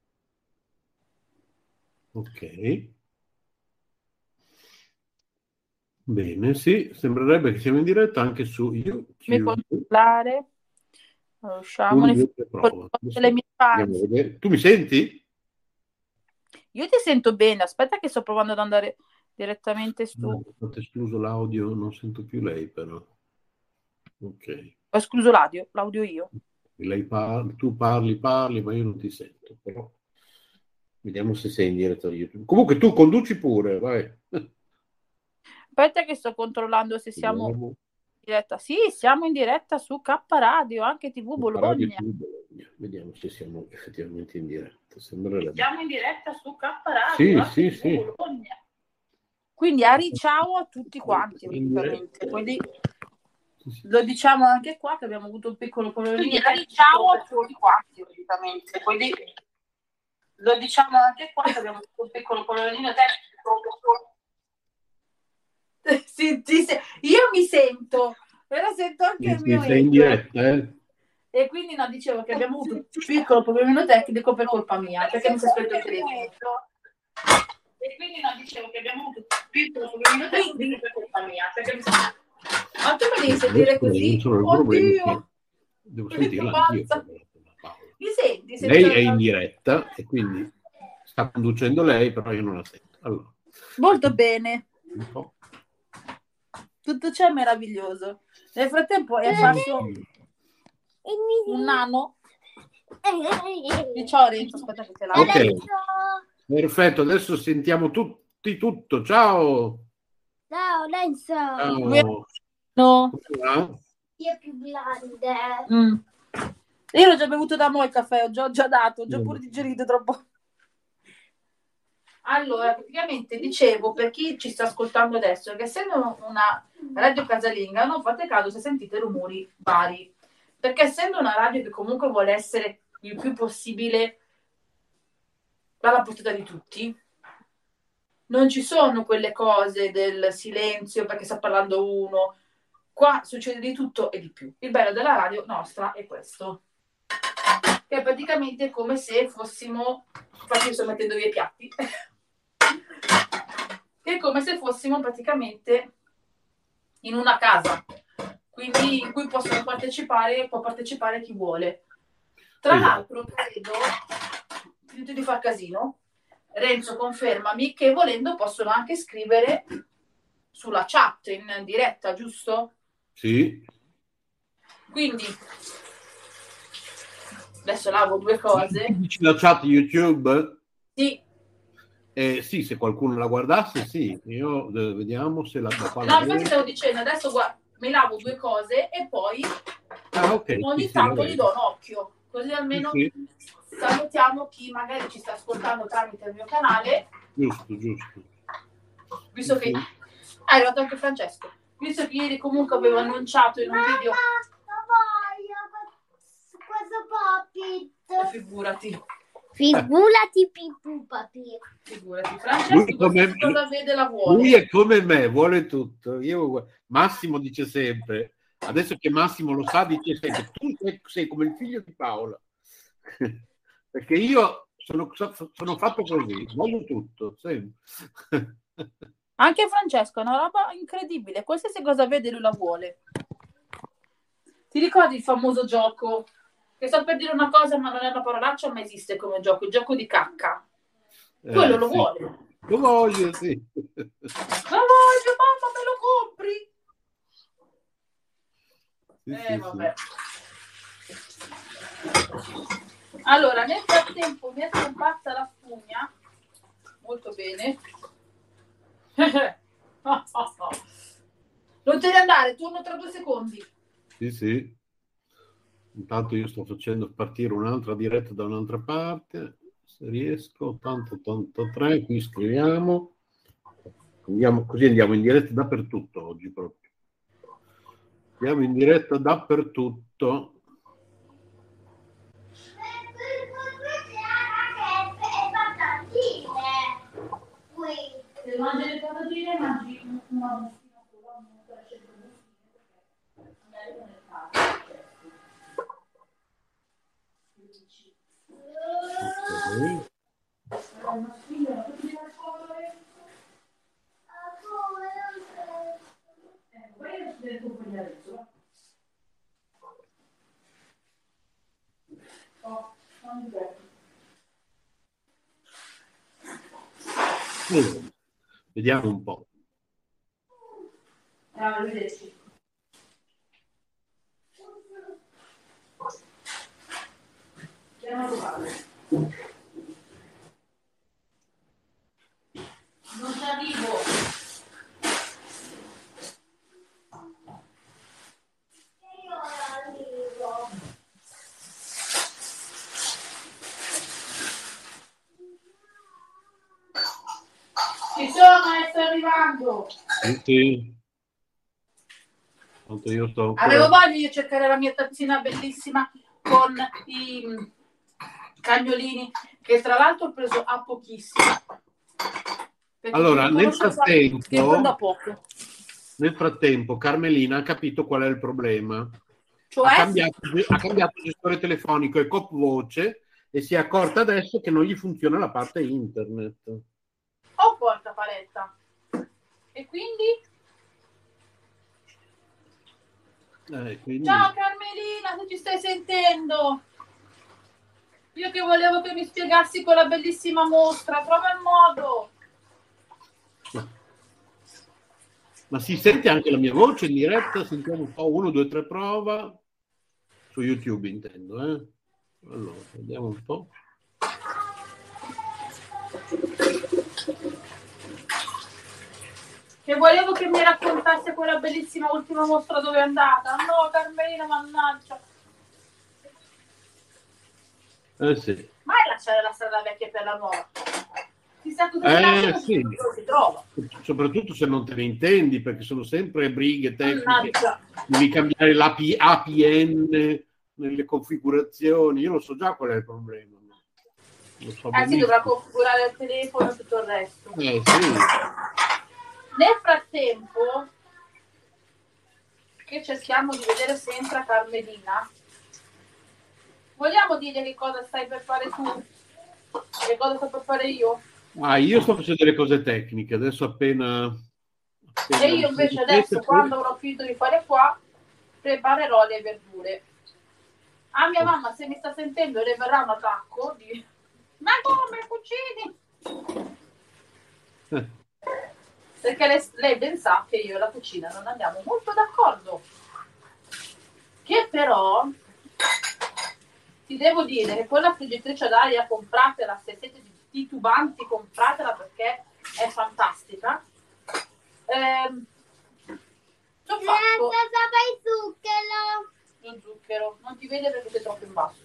Speaker 7: Ok. Bene, sì, sembrerebbe che siamo in diretta anche su
Speaker 12: Mi
Speaker 7: YouTube.
Speaker 12: controllare. Allora, usciamo.
Speaker 7: Un,
Speaker 12: Ne
Speaker 7: due, tre, prova.
Speaker 12: le mie
Speaker 7: Andiamo a vedere. Tu mi senti?
Speaker 12: Io ti sento bene, aspetta che sto provando ad andare direttamente su.
Speaker 7: No, è stato escluso l'audio, non sento più lei però. Ok.
Speaker 12: Ho escluso l'audio, l'audio io.
Speaker 7: Lei parla, tu parli, parli, ma io non ti sento. Però vediamo se sei in diretta di YouTube. Comunque tu conduci pure, vai.
Speaker 12: Aspetta che sto controllando se siamo
Speaker 7: Vediamo.
Speaker 12: in diretta. Sì, siamo in diretta su K Radio, anche T V Bologna.
Speaker 7: Radio T V Bologna. Vediamo se siamo effettivamente in diretta. Sembrerebbe.
Speaker 12: Siamo in diretta su K Radio,
Speaker 7: Sì,
Speaker 12: anche
Speaker 7: sì,
Speaker 12: T V
Speaker 7: sì.
Speaker 12: Bologna. Quindi Ari, ciao a tutti quanti. Praticamente. Quindi lo diciamo anche qua che abbiamo avuto un piccolo problemino. Ciao a tutti quanti, praticamente. Quindi lo diciamo anche qua che abbiamo avuto un piccolo problemino tecnico. Sì, sì, sì. Io mi sento, però sento anche il
Speaker 7: Sì,
Speaker 12: mio
Speaker 7: sei in
Speaker 12: eco.
Speaker 7: diretta, eh?
Speaker 12: E quindi no, dicevo che abbiamo avuto un piccolo problemino tecnico per colpa mia, perché mi si è spento il telefono. E quindi no, dicevo che abbiamo avuto un piccolo problemino tecnico per colpa mia, perché mi si è spento. Ma tu mi devi sentire così?
Speaker 7: Sono il problema che
Speaker 12: Oddio!
Speaker 7: devo sentirla anch'io.
Speaker 12: Mi senti?
Speaker 7: Lei
Speaker 12: Sento-
Speaker 7: è in diretta e quindi sta conducendo lei, però io non la sento. Allora,
Speaker 12: Molto bene.
Speaker 7: un po'.
Speaker 12: Tutto ciò è meraviglioso. Nel frattempo è apparso un nano. E ciao Renzo, aspetta che te la
Speaker 7: Ok, perfetto, adesso sentiamo tutti tutto. Ciao!
Speaker 13: Ciao Renzo.
Speaker 7: Ciao!
Speaker 12: No.
Speaker 7: Come va?
Speaker 13: Io è più grande.
Speaker 12: Mm. Io l'ho già bevuto da mo' il caffè, ho già, ho già dato, ho già
Speaker 7: Mm.
Speaker 12: pure digerito troppo. Allora, praticamente dicevo per chi ci sta ascoltando adesso che essendo una radio casalinga non fate caso se sentite rumori vari, perché essendo una radio che comunque vuole essere il più possibile alla portata di tutti, non ci sono quelle cose del silenzio perché sta parlando uno, qua succede di tutto e di più. Il bello della radio nostra è questo, che è praticamente come se fossimo, infatti io sto mettendo via i piatti, che è come se fossimo praticamente in una casa, quindi in cui possono partecipare, può partecipare chi vuole. Tra
Speaker 7: Esatto.
Speaker 12: l'altro, credo, finito di far casino, Renzo confermami che volendo possono anche scrivere sulla chat in diretta, giusto?
Speaker 7: Sì.
Speaker 12: Quindi adesso lavo due cose.
Speaker 7: Dici la chat YouTube?
Speaker 12: Sì.
Speaker 7: Eh, sì, se qualcuno la guardasse, sì. Io eh, vediamo se la da qua
Speaker 12: No,
Speaker 7: la
Speaker 12: infatti
Speaker 7: vedo.
Speaker 12: stavo dicendo, adesso guarda, mi lavo due cose e poi
Speaker 7: Ah, ok.
Speaker 12: ogni
Speaker 7: sì, sì,
Speaker 12: tanto
Speaker 7: la
Speaker 12: gli
Speaker 7: vedo.
Speaker 12: do un occhio, così almeno
Speaker 7: Sì,
Speaker 12: salutiamo chi magari ci sta ascoltando tramite il mio canale,
Speaker 7: giusto, giusto.
Speaker 12: visto che ah, è arrivato anche Francesco, visto che ieri comunque avevo annunciato in un video.
Speaker 13: Questo
Speaker 12: Eh, figurati,
Speaker 13: Figurati Pipù papi.
Speaker 12: figurati, Francesco
Speaker 7: Lui, come-
Speaker 12: cosa vede la vuole.
Speaker 7: lui è come me, vuole tutto. Io, Massimo dice sempre, adesso che Massimo lo sa, dice sempre, tu sei, sei come il figlio di Paola. Perché io sono, sono fatto così, voglio tutto. Sempre.
Speaker 12: Anche Francesco è una roba incredibile, qualsiasi cosa vede lui la vuole. Ti ricordi il famoso gioco? Che sto per dire una cosa ma non è una parolaccia, ma esiste come gioco, il gioco di cacca. Quello
Speaker 7: Eh,
Speaker 12: lo
Speaker 7: sì.
Speaker 12: vuole.
Speaker 7: Lo voglio, sì.
Speaker 12: Lo voglio, mamma, me lo compri?
Speaker 7: Sì,
Speaker 12: Eh,
Speaker 7: sì,
Speaker 12: vabbè. Allora, nel frattempo mi è scomparsa la spugna. Molto bene. Non te ne andare, torno tra due secondi.
Speaker 7: Sì, sì. Intanto io sto facendo partire un'altra diretta da un'altra parte, se riesco. ottanta ottantatré, qui scriviamo. Andiamo, così andiamo in diretta dappertutto oggi proprio. Andiamo in diretta dappertutto.
Speaker 12: Se mangi le patatine, mangi una bustina sola, non per scegliere bustina, perché magari non è facile.
Speaker 7: Ok. Allora, vediamo un po'.
Speaker 12: Arrivederci. Non ci arrivo. Ci sono, sto arrivando.
Speaker 7: Sì. Quanto io sto ancora...
Speaker 12: Avevo voglia di cercare la mia tazzina bellissima con i cagnolini, che tra l'altro ho preso a pochissimo. Perché
Speaker 7: Allora, nel
Speaker 12: che
Speaker 7: frattempo,
Speaker 12: prendo a poco.
Speaker 7: nel frattempo, Carmelina ha capito qual è il problema.
Speaker 12: Cioè?
Speaker 7: Ha cambiato, ha cambiato gestore telefonico e cop voce e si è accorta adesso che non gli funziona la parte internet.
Speaker 12: Oh, porca paletta. E quindi?
Speaker 7: Eh, quindi...
Speaker 12: Ciao Carmelina, se ci stai sentendo. Io che volevo che mi spiegassi quella bellissima mostra, trova il modo.
Speaker 7: Ma si sente anche la mia voce in diretta? Sentiamo un po', uno, due, tre, prova. Su YouTube intendo, eh? Allora, vediamo un po'.
Speaker 12: Che volevo che mi raccontasse quella bellissima ultima mostra dove è andata. No, Carmelina, mannaggia.
Speaker 7: Eh sì.
Speaker 12: Mai lasciare la strada vecchia per la nuova. Chissà cosa si
Speaker 7: Eh
Speaker 12: lascia,
Speaker 7: sì.
Speaker 12: cosa si trova.
Speaker 7: Soprattutto se non te ne intendi, perché sono sempre brighe tecniche.
Speaker 12: Mannaggia.
Speaker 7: Devi cambiare l'A P A P N nelle configurazioni. Io lo so già qual è il problema. Lo so
Speaker 12: Eh sì,
Speaker 7: benissimo.
Speaker 12: dovrà configurare il telefono e tutto il resto.
Speaker 7: Eh sì.
Speaker 12: Nel frattempo, che cerchiamo di vedere sempre a Carmelina, vogliamo dire che cosa stai per fare tu? Che cosa sto per fare io?
Speaker 7: Ah, io sto facendo delle cose tecniche, adesso appena... appena
Speaker 12: E io invece adesso, quando avrò finito di fare qua, preparerò le verdure. A mia mamma, se mi sta sentendo, le verrà un attacco di... Ma come cucini?
Speaker 7: Eh.
Speaker 12: Perché lei, lei ben sa che io e la cucina non andiamo molto d'accordo. Che però ti devo dire che quella friggitrice ad aria compratela, se siete titubanti compratela perché è fantastica. Ehm, ci ho fatto
Speaker 13: il zucchero.
Speaker 12: lo zucchero, non ti vede perché sei troppo in basso.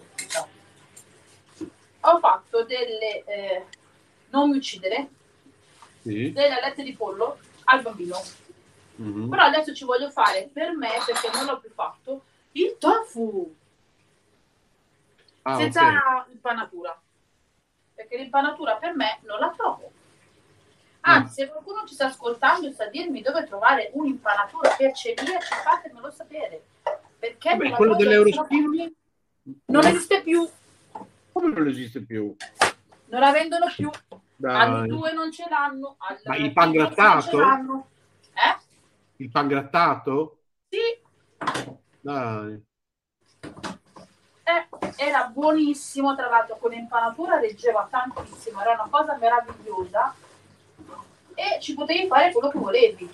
Speaker 12: Ho fatto delle eh, non mi uccidere,
Speaker 7: Sì.
Speaker 12: delle alette di pollo al bambino.
Speaker 7: Mhm.
Speaker 12: Però adesso ci voglio fare per me, perché non l'ho più fatto, il tofu
Speaker 7: Ah,
Speaker 12: senza
Speaker 7: ok.
Speaker 12: impanatura, perché l'impanatura per me non la trovo. Anzi, se qualcuno ci sta ascoltando e sa dirmi dove trovare un'impanatura per celiaci, fatemelo sapere, perché
Speaker 7: Vabbè,
Speaker 12: non la
Speaker 7: quello
Speaker 12: trovo
Speaker 7: dell'Eurospin
Speaker 12: non esiste più,
Speaker 7: come non esiste più?
Speaker 12: non la vendono più.
Speaker 7: Dai.
Speaker 12: Alle due non ce l'hanno, al
Speaker 7: Ma il pan
Speaker 12: Tigres non
Speaker 7: grattato?
Speaker 12: ce l'hanno. Eh?
Speaker 7: Il pan grattato?
Speaker 12: Sì.
Speaker 7: Dai.
Speaker 12: Eh, era buonissimo, tra l'altro con l'impanatura reggeva tantissimo, era una cosa meravigliosa e ci potevi fare quello che volevi.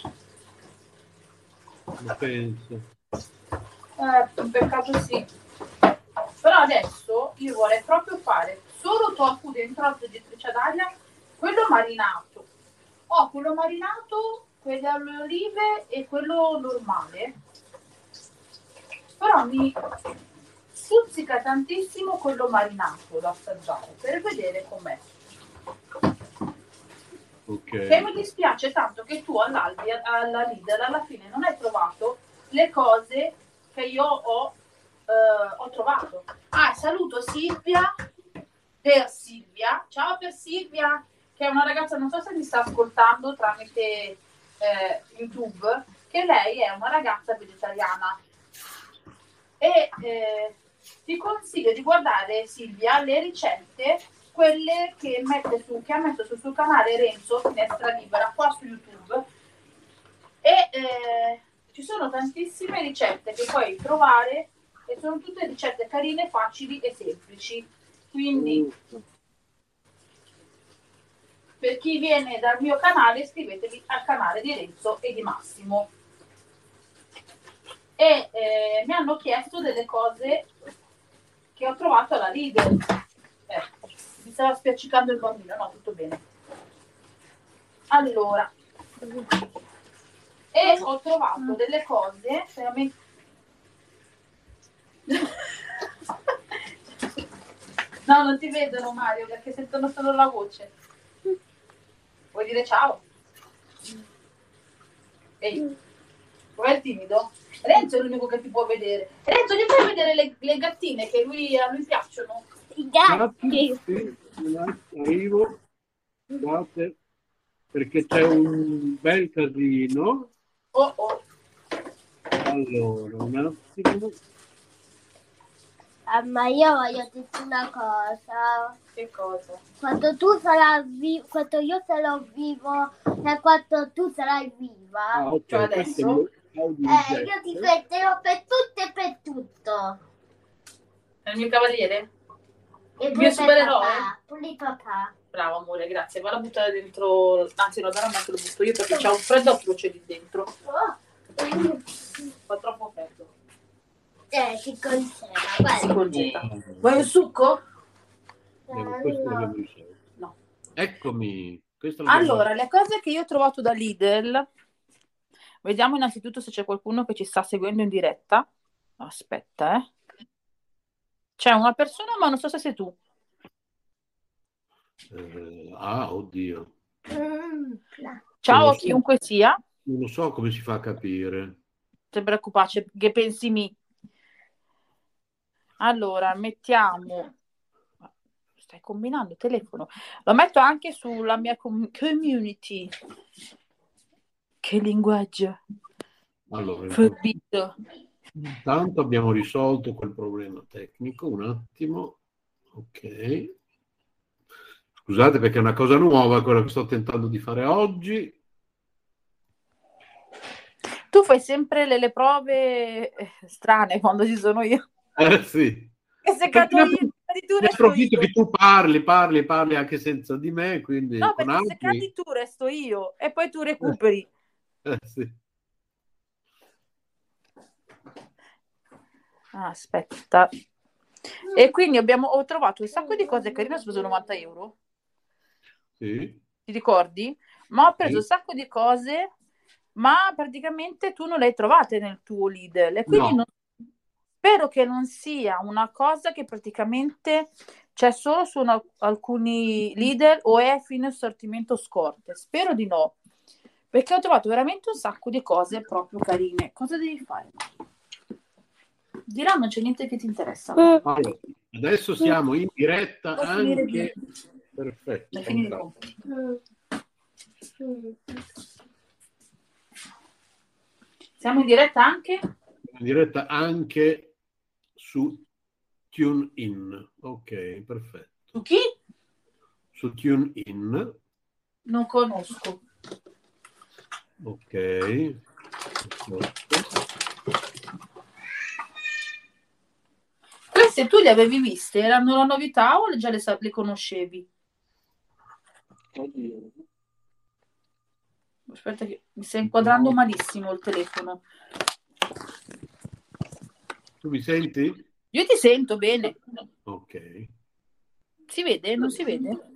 Speaker 7: Non penso.
Speaker 12: Eh, un peccato sì. Però adesso io vorrei proprio fare solo tofu dentro la friggitrice ad aria, quello marinato. Ho quello marinato, quelli alle olive e quello normale. Però mi stuzzica tantissimo quello marinato da assaggiare per vedere com'è.
Speaker 7: Ok.
Speaker 12: E mi dispiace tanto che tu all'Aldi, alla Lidl alla fine non hai trovato le cose che io ho, eh, ho trovato. Ah, saluto Silvia per Silvia. Ciao per Silvia, che è una ragazza, non so se mi sta ascoltando tramite eh, YouTube, che lei è una ragazza vegetariana. E eh, ti consiglio di guardare, Silvia, le ricette, quelle che mette su, che ha messo sul suo canale Renzo Finestra Libera qua su YouTube, e eh, ci sono tantissime ricette che puoi trovare e sono tutte ricette carine, facili e semplici, quindi per chi viene dal mio canale iscrivetevi al canale di Renzo e di Massimo. E eh, mi hanno chiesto delle cose che ho trovato alla Lidl. Eh, mi stava spiaccicando il bambino, no, tutto bene. Allora, e ho trovato delle cose veramente... No, non ti vedono, Mario, perché sentono solo la voce. Vuoi dire ciao? Ehi, dov'è il timido? Renzo è l'unico che ti può vedere. Renzo, gli fai vedere le, le gattine che lui, a lui piacciono? I
Speaker 7: gatti. Sì, arrivo. Guardate, perché c'è un bel casino.
Speaker 12: Oh oh.
Speaker 7: Allora, un attimo.
Speaker 13: Ah, ma io voglio dirti una cosa.
Speaker 12: Che cosa?
Speaker 13: Quando tu sarai vivo, quando io sarò vivo e quando tu sarai viva,
Speaker 7: Ah, ok,
Speaker 12: Cioè
Speaker 7: questo
Speaker 12: adesso?
Speaker 7: è il mio
Speaker 13: eh,
Speaker 7: audio
Speaker 13: io ti metterò per tutto e per tutto.
Speaker 12: È il mio cavaliere?
Speaker 13: E
Speaker 12: Il
Speaker 13: pure
Speaker 12: mio supereroe?
Speaker 13: papà, pure il papà.
Speaker 12: Bravo amore, grazie. Vado a buttare dentro, anzi no, veramente lo butto io perché c'è un freddo atroce lì dentro. Fa troppo freddo.
Speaker 13: Eh, si conserva, guarda.
Speaker 12: Si congela. Vuoi un succo?
Speaker 7: Devo- questo l'abbiamo risolto.
Speaker 12: No.
Speaker 7: Eccomi. Questo l'abbiamo-
Speaker 12: Allora, le cose che io ho trovato da Lidl, vediamo innanzitutto se c'è qualcuno che ci sta seguendo in diretta. Aspetta, eh. C'è una persona, ma non so se sei tu.
Speaker 7: Eh, ah, oddio.
Speaker 12: Ciao
Speaker 7: Non
Speaker 12: a
Speaker 7: lo so.
Speaker 12: chiunque sia.
Speaker 7: Non lo so come si fa a capire.
Speaker 12: Non preoccuparci, che pensi mi. Allora, mettiamo... Stai combinando il telefono. Lo metto anche sulla mia com- community. Che linguaggio.
Speaker 7: Allora,
Speaker 12: Forbito.
Speaker 7: intanto abbiamo risolto quel problema tecnico. Un attimo. Ok. Scusate perché è una cosa nuova quella che sto tentando di fare oggi.
Speaker 12: Tu fai sempre le, le prove eh, strane quando ci sono io.
Speaker 7: Eh sì.
Speaker 12: E se cado io, addirittura
Speaker 7: Ne
Speaker 12: resto
Speaker 7: approfitto
Speaker 12: io.
Speaker 7: che tu parli, parli, parli anche senza di me, quindi
Speaker 12: No,
Speaker 7: con
Speaker 12: perché se
Speaker 7: altri.
Speaker 12: cadi tu resto io e poi tu recuperi.
Speaker 7: Eh, sì.
Speaker 12: Ah, aspetta. E quindi abbiamo, ho trovato un sacco di cose carine, ho speso novanta euro.
Speaker 7: Sì.
Speaker 12: Ti ricordi? Ma ho preso
Speaker 7: Sì.
Speaker 12: un sacco di cose, ma praticamente tu non le hai trovate nel tuo Lidl. E quindi
Speaker 7: No.
Speaker 12: non- spero che non sia una cosa che praticamente c'è solo su una- alcuni Lidl o è a fine assortimento scorte. Spero di no, perché ho trovato veramente un sacco di cose proprio carine. Cosa devi fare? Di là non c'è niente che ti interessa.
Speaker 7: Allora, adesso siamo in diretta
Speaker 12: Puoi finire
Speaker 7: anche.
Speaker 12: di-
Speaker 7: Perfetto.
Speaker 12: Puoi finire di
Speaker 7: fantastico.
Speaker 12: Siamo in diretta anche?
Speaker 7: In diretta anche su TuneIn. Ok, perfetto.
Speaker 12: Su chi?
Speaker 7: Su TuneIn.
Speaker 12: Non conosco.
Speaker 7: Ok.
Speaker 12: Queste tu le avevi viste? Erano una novità o già le, sa- le conoscevi?
Speaker 7: Oddio.
Speaker 12: Aspetta che mi stai inquadrando malissimo il telefono.
Speaker 7: Tu mi senti?
Speaker 12: Io ti sento bene.
Speaker 7: Ok.
Speaker 12: Si vede? Non si vede?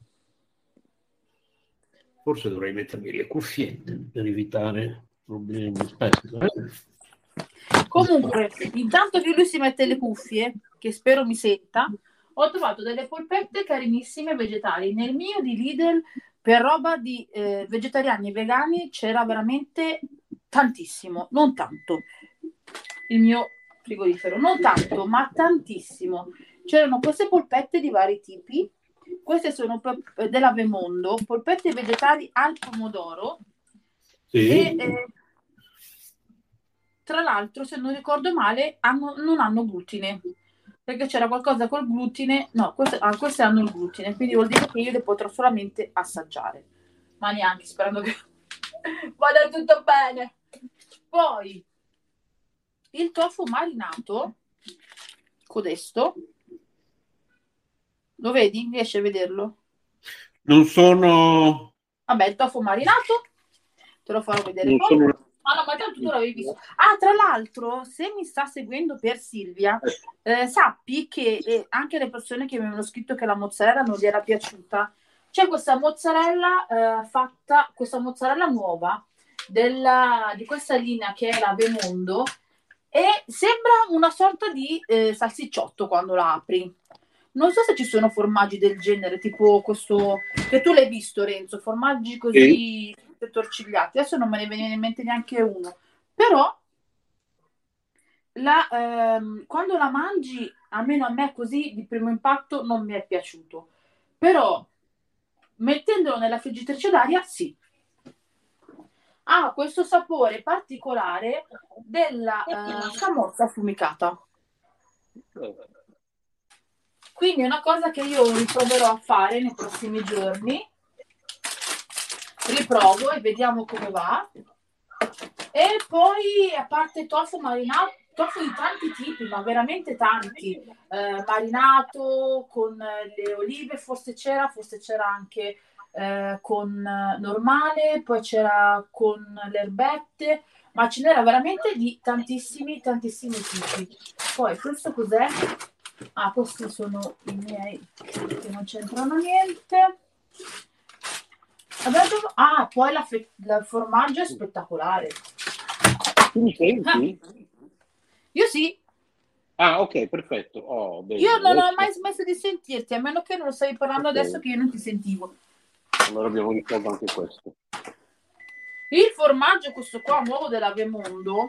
Speaker 7: Forse dovrei mettermi le cuffiette per evitare problemi. Aspetta, eh.
Speaker 12: Comunque, intanto che lui si mette le cuffie, che spero mi senta, ho trovato delle polpette carinissime vegetali. Nel mio di Lidl, per roba di eh, vegetariani e vegani, c'era veramente tantissimo. Non tanto. Il mio frigorifero. Non tanto, ma tantissimo. C'erano queste polpette di vari tipi. Queste sono pol- della Vemondo, polpette vegetali al pomodoro.
Speaker 7: Sì.
Speaker 12: E, eh, tra l'altro, se non ricordo male, hanno- non hanno glutine. perché c'era qualcosa col glutine. No, queste, ah, queste hanno il glutine, quindi vuol dire che io le potrò solamente assaggiare, ma neanche, sperando che vada tutto bene. Poi il tofu marinato, codesto, lo vedi? Riesci a vederlo?
Speaker 7: Non sono...
Speaker 12: Vabbè, il tofu marinato, te lo farò vedere
Speaker 7: Non
Speaker 12: poi.
Speaker 7: sono...
Speaker 12: Ah no, ma tanto tu l'avevi visto. Ah, tra l'altro, se mi sta seguendo per Silvia, eh, sappi che eh, anche le persone che mi avevano scritto che la mozzarella non gli era piaciuta, c'è questa mozzarella eh, fatta, questa mozzarella nuova della, di questa linea che è la Vemondo, e sembra una sorta di eh, salsicciotto quando la apri. Non so se ci sono formaggi del genere, tipo questo che tu l'hai visto, Renzo, formaggi così sì, torcigliati. Adesso non me ne viene in mente neanche uno. Però la, ehm, quando la mangi, almeno a me così di primo impatto non mi è piaciuto. Però mettendolo nella friggitrice d'aria, sì. Ha questo sapore particolare della eh, scamorza affumicata. Quindi è una cosa che io riproverò a fare nei prossimi giorni. Riprovo e vediamo come va. E poi, a parte tofu marinato, tofu di tanti tipi, ma veramente tanti. Eh, marinato con le olive, forse c'era, forse c'era anche eh, con normale, poi c'era con le erbette, ma ce n'era veramente di tantissimi, tantissimi tipi. Poi questo cos'è? Ah, questi sono i miei che non c'entrano niente. Ah, poi la fe- il formaggio è spettacolare.
Speaker 7: Tu mi senti?
Speaker 12: Ah. Io sì.
Speaker 7: Ah, ok, perfetto. Oh, bene.
Speaker 12: Io non
Speaker 7: Adesso...
Speaker 12: ho mai smesso di sentirti, a meno che non lo stavi parlando okay. Adesso che io non ti sentivo.
Speaker 7: Allora abbiamo risolto anche questo.
Speaker 12: Il formaggio, questo qua nuovo della Vemondo,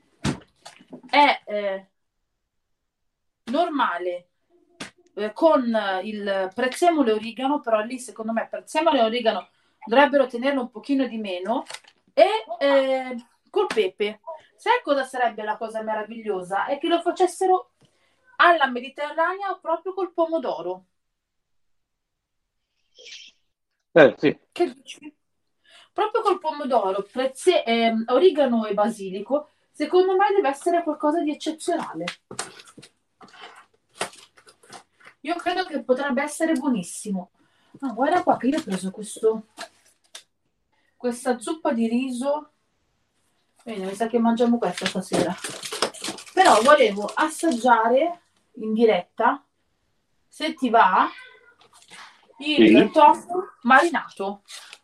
Speaker 12: è eh, normale, eh, con il prezzemolo e origano, però lì secondo me prezzemolo e origano dovrebbero tenerlo un pochino di meno, e eh, col pepe. Sai cosa sarebbe la cosa meravigliosa? È che lo facessero alla mediterranea proprio col pomodoro.
Speaker 7: Eh, sì.
Speaker 12: Che dici? Proprio col pomodoro, prezze, eh, origano e basilico, secondo me deve essere qualcosa di eccezionale. Io credo che potrebbe essere buonissimo. Ah, guarda qua che io ho preso questo, questa zuppa di riso. Bene, mi sa che mangiamo questa stasera. Però volevo assaggiare in diretta, se ti va, il sì. tofu marinato.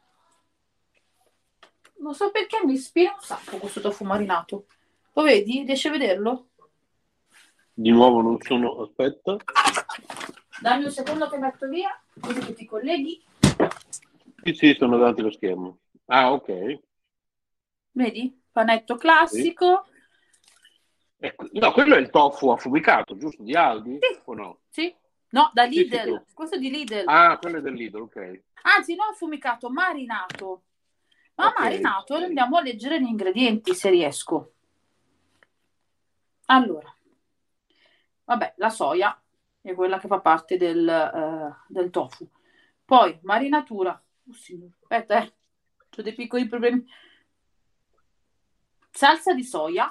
Speaker 12: Non so perché mi ispira un sacco questo tofu marinato. Lo vedi? Riesci a vederlo?
Speaker 7: Di nuovo non sono... Aspetta.
Speaker 12: Dammi un secondo che metto via, così che ti colleghi.
Speaker 7: Sì, sì, sono davanti allo schermo. Ah, ok.
Speaker 12: Vedi? Panetto classico.
Speaker 7: Sì. Ecco. No, quello è il tofu affumicato, giusto? Di Aldi?
Speaker 12: Sì.
Speaker 7: O no?
Speaker 12: Sì. No, da Lidl.
Speaker 7: Sì, sì,
Speaker 12: questo è di Lidl.
Speaker 7: Ah, quello è del Lidl, ok.
Speaker 12: Anzi, non affumicato, marinato. Ma
Speaker 7: okay.
Speaker 12: marinato, andiamo a leggere gli ingredienti se riesco. Allora, vabbè, la soia è quella che fa parte del, uh, del tofu. Poi, marinatura. Oh, signor, aspetta, eh. C'ho dei piccoli problemi. Salsa di soia.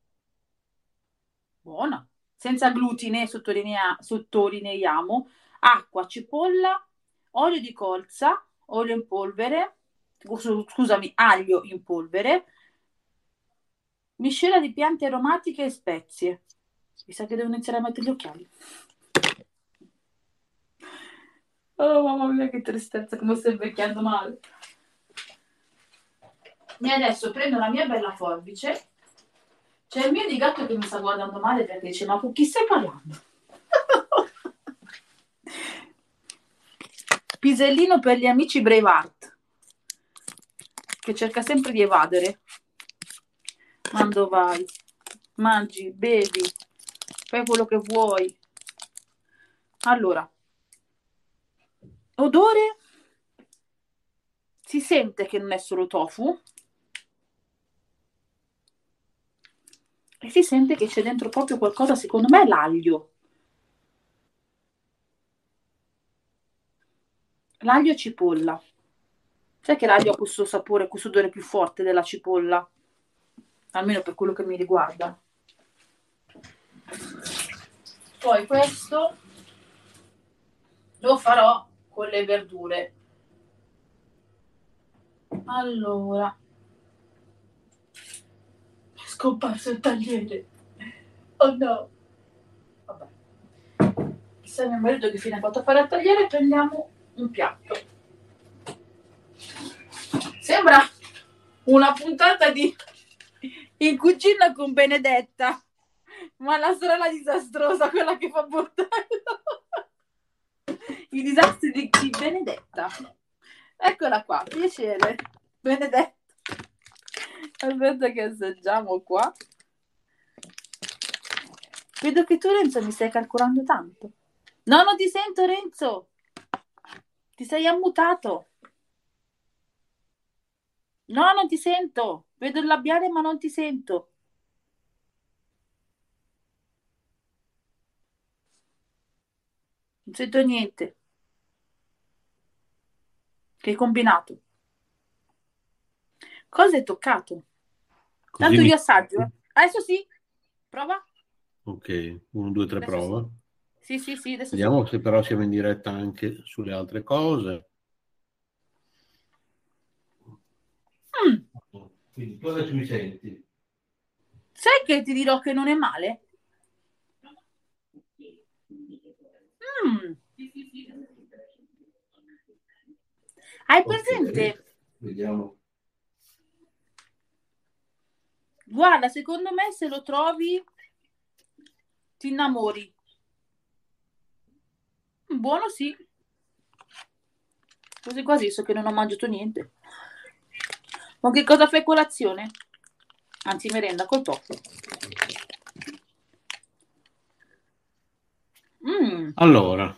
Speaker 12: Buona. Senza glutine, sottolinea, sottolineiamo. Acqua, cipolla, olio di colza, olio in polvere, scusami, aglio in polvere, miscela di piante aromatiche e spezie. Mi sa che devo iniziare a mettere gli occhiali. Oh mamma mia, che tristezza, come sto invecchiando male. E adesso prendo la mia bella forbice. C'è il mio di gatto che mi sta guardando male perché dice: ma con chi stai parlando? Pisellino per gli amici Braveheart, che cerca sempre di evadere. Quando vai, mangi, bevi, fai quello che vuoi. Allora, odore, si sente che non è solo tofu e si sente che c'è dentro proprio qualcosa, secondo me è l'aglio. L'aglio e cipolla. Sai che l'aglio ha questo sapore, questo odore più forte della cipolla? Almeno per quello che mi riguarda. Poi questo lo farò con le verdure. Allora, è scomparso il tagliere. Oh no. Vabbè. Se mio marito che fine ha fatto fare il tagliere, prendiamo un piatto. Sembra una puntata di In cucina con Benedetta, ma la sorella disastrosa, quella che fa bordello. I disastri di, di Benedetta. Eccola qua, piacere. Benedetta. Aspetta che assaggiamo qua. Vedo che tu, Renzo, mi stai calcolando tanto. No, non ti sento, Renzo. Ti sei ammutato. No, non ti sento. Vedo il labiale, ma non ti sento. Non sento niente. Che hai combinato? Cosa hai toccato?
Speaker 7: Così
Speaker 12: Tanto
Speaker 7: mi-
Speaker 12: io assaggio. eh. Adesso sì. Prova.
Speaker 7: Ok, uno, due, tre,
Speaker 12: Adesso
Speaker 7: prova.
Speaker 12: Sì, sì, sì, adesso
Speaker 7: Vediamo
Speaker 12: sì.
Speaker 7: se però siamo in diretta anche sulle altre cose.
Speaker 12: Mm.
Speaker 7: Quindi tu adesso mi senti?
Speaker 12: Sai che ti dirò che non è male? Mm. Hai presente?
Speaker 7: Ok, vediamo.
Speaker 12: Guarda, secondo me se lo trovi ti innamori. Buono sì. Quasi quasi so che non ho mangiato niente. Ma che cosa fai colazione? Anzi, merenda col tofu. Mm.
Speaker 7: Allora,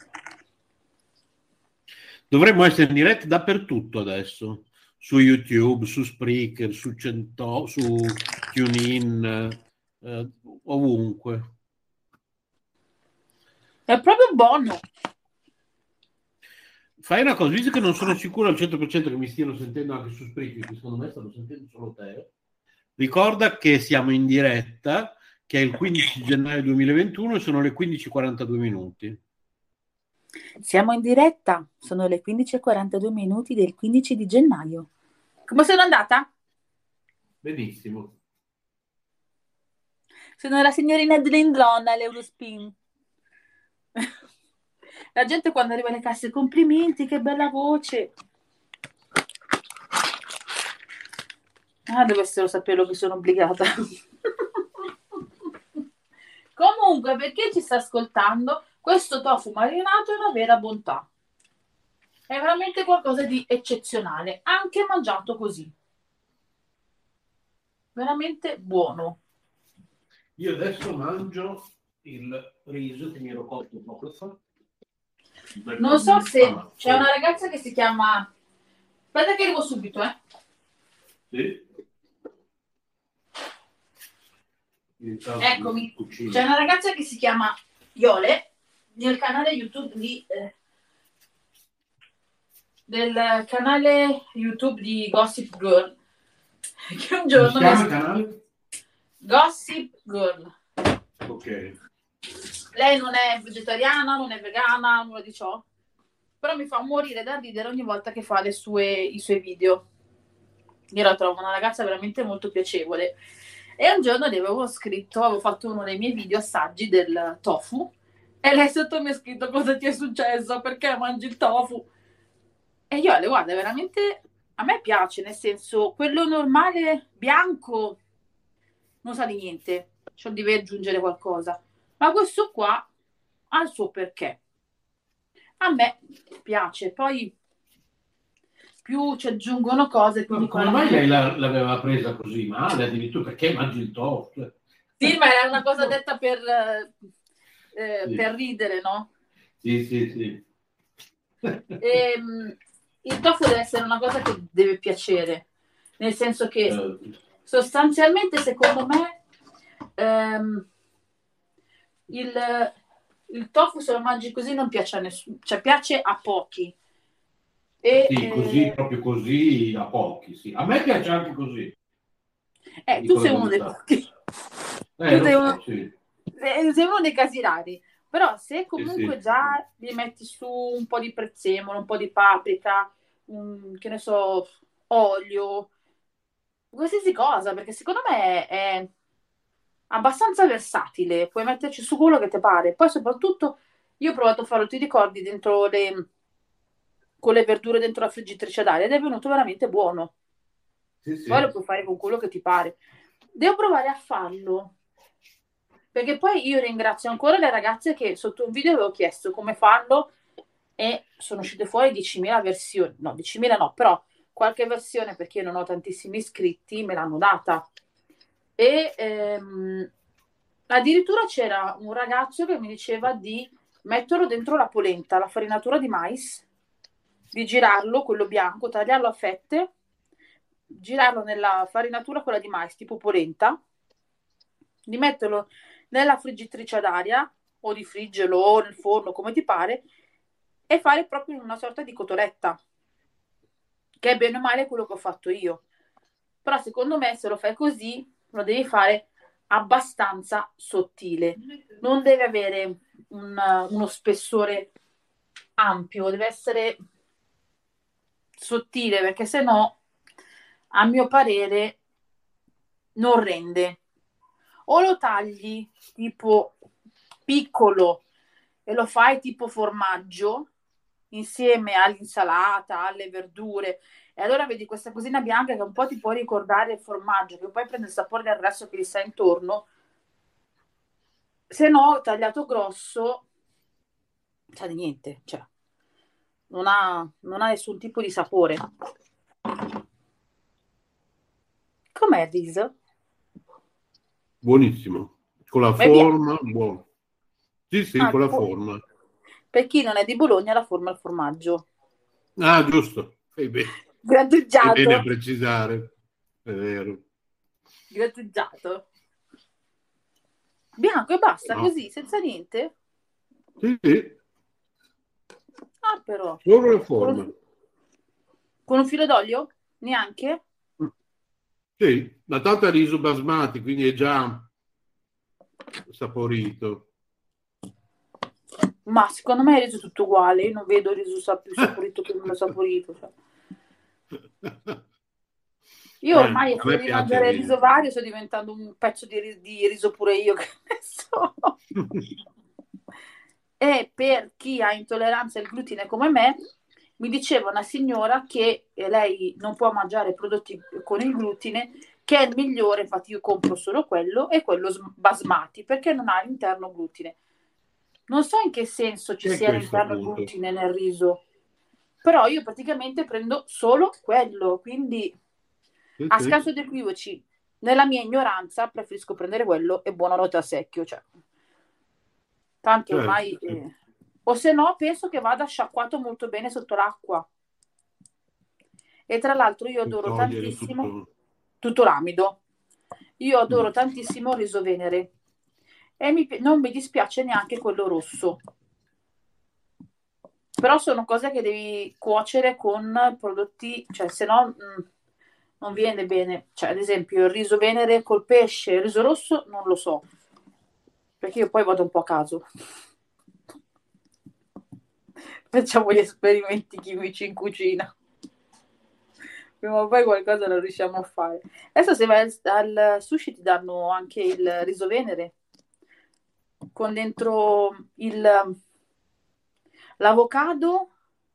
Speaker 7: dovremmo essere in diretta dappertutto adesso. Su YouTube, su Spreaker, su, Cento, su TuneIn, eh, ovunque.
Speaker 12: È proprio buono.
Speaker 7: Fai una cosa, visto che non sono sicuro al cento per cento che mi stiano sentendo anche su Spreaker, che secondo me stanno sentendo solo te, ricorda che siamo in diretta, che è il quindici gennaio duemilaventuno e sono le quindici e quarantadue minuti.
Speaker 12: Siamo in diretta. Sono le quindici e quarantadue minuti del quindici di gennaio. Come sono andata?
Speaker 7: Benissimo.
Speaker 12: Sono la signorina Dell'Indronna all'Eurospin. La gente quando arriva alle casse, complimenti, che bella voce. Ah, dovessero saperlo che sono obbligata. Comunque, per chi ci sta ascoltando, questo tofu marinato è una vera bontà. È veramente qualcosa di eccezionale, anche mangiato così. Veramente buono.
Speaker 7: Io adesso mangio il riso che mi ero cotto poco fa.
Speaker 12: Non so se c'è una ragazza che si chiama... Aspetta che arrivo subito, eh.
Speaker 7: Sì.
Speaker 12: Eccomi. C'è una ragazza che si chiama Iole nel canale YouTube di... Eh, del canale YouTube di Gossip Girl. Che un giorno...
Speaker 7: Come si chiama il canale?
Speaker 12: Gossip Girl.
Speaker 7: Ok.
Speaker 12: Lei non è vegetariana, non è vegana, nulla di ciò. Però mi fa morire da ridere ogni volta che fa le sue, i suoi video. Io la trovo una ragazza veramente molto piacevole. E un giorno le avevo scritto, avevo fatto uno dei miei video assaggi del tofu. E lei sotto mi ha scritto: cosa ti è successo? Perché mangi il tofu? E io le guarda, veramente a me piace, nel senso, quello normale, bianco, non sa di niente. Cioè deve aggiungere qualcosa. Ma questo qua ha il suo perché. A me piace, poi più ci aggiungono cose più
Speaker 7: Ma
Speaker 12: dicono...
Speaker 7: come mai lei la- l'aveva presa così male? Addirittura perché mangi il tofu?
Speaker 12: Sì, ma era una cosa detta per, eh,
Speaker 7: Sì.
Speaker 12: per ridere, no?
Speaker 7: Sì, sì, sì.
Speaker 12: Ehm, il tofu deve essere una cosa che deve piacere, nel senso che
Speaker 7: Eh,
Speaker 12: sostanzialmente, secondo me, ehm, il, il tofu se lo mangi così non piace a nessuno, cioè piace a pochi, E,
Speaker 7: Sì, così,
Speaker 12: eh,
Speaker 7: proprio così, a pochi, sì. A me piace anche così.
Speaker 12: eh,
Speaker 7: Dico
Speaker 12: tu
Speaker 7: la
Speaker 12: sei uno dei
Speaker 7: verità.
Speaker 12: pochi.
Speaker 7: Eh,
Speaker 12: Tu
Speaker 7: lo
Speaker 12: sei
Speaker 7: so,
Speaker 12: uno,
Speaker 7: sì.
Speaker 12: sei- sei uno dei casi rari. Però se
Speaker 7: Sì,
Speaker 12: comunque
Speaker 7: sì.
Speaker 12: già gli metti su un po' di prezzemolo, un po' di paprika, un, che ne so, olio, qualsiasi cosa, perché secondo me è, è abbastanza versatile, puoi metterci su quello che ti pare. Poi soprattutto io ho provato a farlo, ti ricordi, dentro le, con le verdure dentro la friggitrice ad aria ed è venuto veramente buono.
Speaker 7: Sì, sì.
Speaker 12: Poi lo puoi fare con quello che ti pare. Devo provare a farlo. Perché poi io ringrazio ancora le ragazze che sotto un video avevo chiesto come farlo e sono uscite fuori diecimila versioni. No, diecimila no, però qualche versione, perché io non ho tantissimi iscritti, me l'hanno data. E ehm, addirittura c'era un ragazzo che mi diceva di metterlo dentro la polenta, la farinatura di mais, di girarlo, quello bianco, tagliarlo a fette, girarlo nella farinatura quella di mais, tipo polenta, di metterlo nella friggitrice ad aria o di friggerlo o nel forno come ti pare e fare proprio una sorta di cotoletta, che è bene o male quello che ho fatto io. Però secondo me se lo fai così lo devi fare abbastanza sottile, non deve avere un, uno spessore ampio, deve essere sottile, perché se no a mio parere non rende. O lo tagli tipo piccolo e lo fai tipo formaggio insieme all'insalata, alle verdure, e allora vedi questa cosina bianca che un po' ti può ricordare il formaggio, che poi prende il sapore del resto che gli sta intorno. Se no, tagliato grosso, sa di niente, cioè non ha, non ha nessun tipo di sapore. Com'è il riso?
Speaker 7: Buonissimo. Con la
Speaker 12: Ma è bianco.
Speaker 7: forma, buono. Sì, sì,
Speaker 12: Ah,
Speaker 7: con la
Speaker 12: tipo-
Speaker 7: forma.
Speaker 12: per chi non è di Bologna, la forma è il formaggio.
Speaker 7: Ah, giusto. Fai bene. Fai
Speaker 12: Grattugiato.
Speaker 7: bene a precisare. È vero.
Speaker 12: Grattugiato. Bianco e basta,
Speaker 7: No.
Speaker 12: così, senza niente?
Speaker 7: Sì, sì.
Speaker 12: Ah, però.
Speaker 7: Solo la forma.
Speaker 12: Con, con un filo d'olio? Neanche?
Speaker 7: Sì, ma tanto è riso basmati, quindi è già saporito.
Speaker 12: Ma secondo me è reso tutto uguale. Io non vedo il riso sa- più saporito che meno saporito. Cioè. Io
Speaker 7: Eh,
Speaker 12: ormai a
Speaker 7: a
Speaker 12: furia
Speaker 7: me
Speaker 12: di
Speaker 7: piace
Speaker 12: mangiare
Speaker 7: il
Speaker 12: il
Speaker 7: riso.
Speaker 12: riso vario sto diventando un pezzo di, ri- di riso pure io. Che ne so. E per chi ha intolleranza al glutine come me, mi diceva una signora che eh, lei non può mangiare prodotti con il glutine, che è il migliore, infatti io compro solo quello, e quello s- basmati, perché non ha all'interno glutine. Non so in che senso ci
Speaker 7: Che è
Speaker 12: sia
Speaker 7: questo,
Speaker 12: all'interno
Speaker 7: appunto?
Speaker 12: glutine nel riso, però io praticamente prendo solo quello, quindi
Speaker 7: Sì,
Speaker 12: a
Speaker 7: sì.
Speaker 12: scanso di equivoci, nella mia ignoranza preferisco prendere quello e buonanotte a secchio, cioè. Tanto
Speaker 7: Certo,
Speaker 12: ormai...
Speaker 7: sì.
Speaker 12: eh, o se no penso che vada sciacquato molto bene sotto l'acqua. E tra l'altro io
Speaker 7: Per
Speaker 12: adoro
Speaker 7: togliere
Speaker 12: tantissimo
Speaker 7: tutto.
Speaker 12: tutto l'amido. Io adoro
Speaker 7: Mm.
Speaker 12: tantissimo il riso venere e mi pi- non mi dispiace neanche quello rosso. Però sono cose che devi cuocere con prodotti, cioè se no mh, non viene bene. Cioè ad esempio il riso venere col pesce, il riso rosso non lo so, perché io poi vado un po' a caso. Facciamo gli esperimenti chimici in cucina. Prima o poi qualcosa lo riusciamo a fare. Adesso se vai al, al sushi ti danno anche il riso venere con dentro il, l'avocado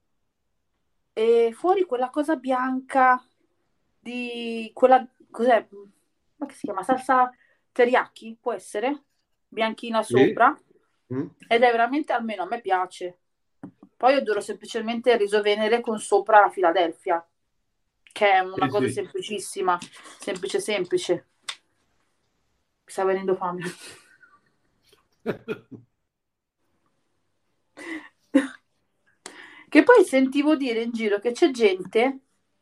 Speaker 12: e fuori quella cosa bianca di quella cos'è? Come si chiama? Salsa teriyaki, può essere? Bianchina
Speaker 7: Sì.
Speaker 12: sopra
Speaker 7: Mm.
Speaker 12: ed è veramente, almeno a me piace. Poi io adoro semplicemente il riso venere con sopra la Philadelphia, che è una
Speaker 7: Sì,
Speaker 12: cosa
Speaker 7: sì.
Speaker 12: semplicissima, semplice semplice. Mi sta venendo fame. Che poi sentivo dire in giro che c'è gente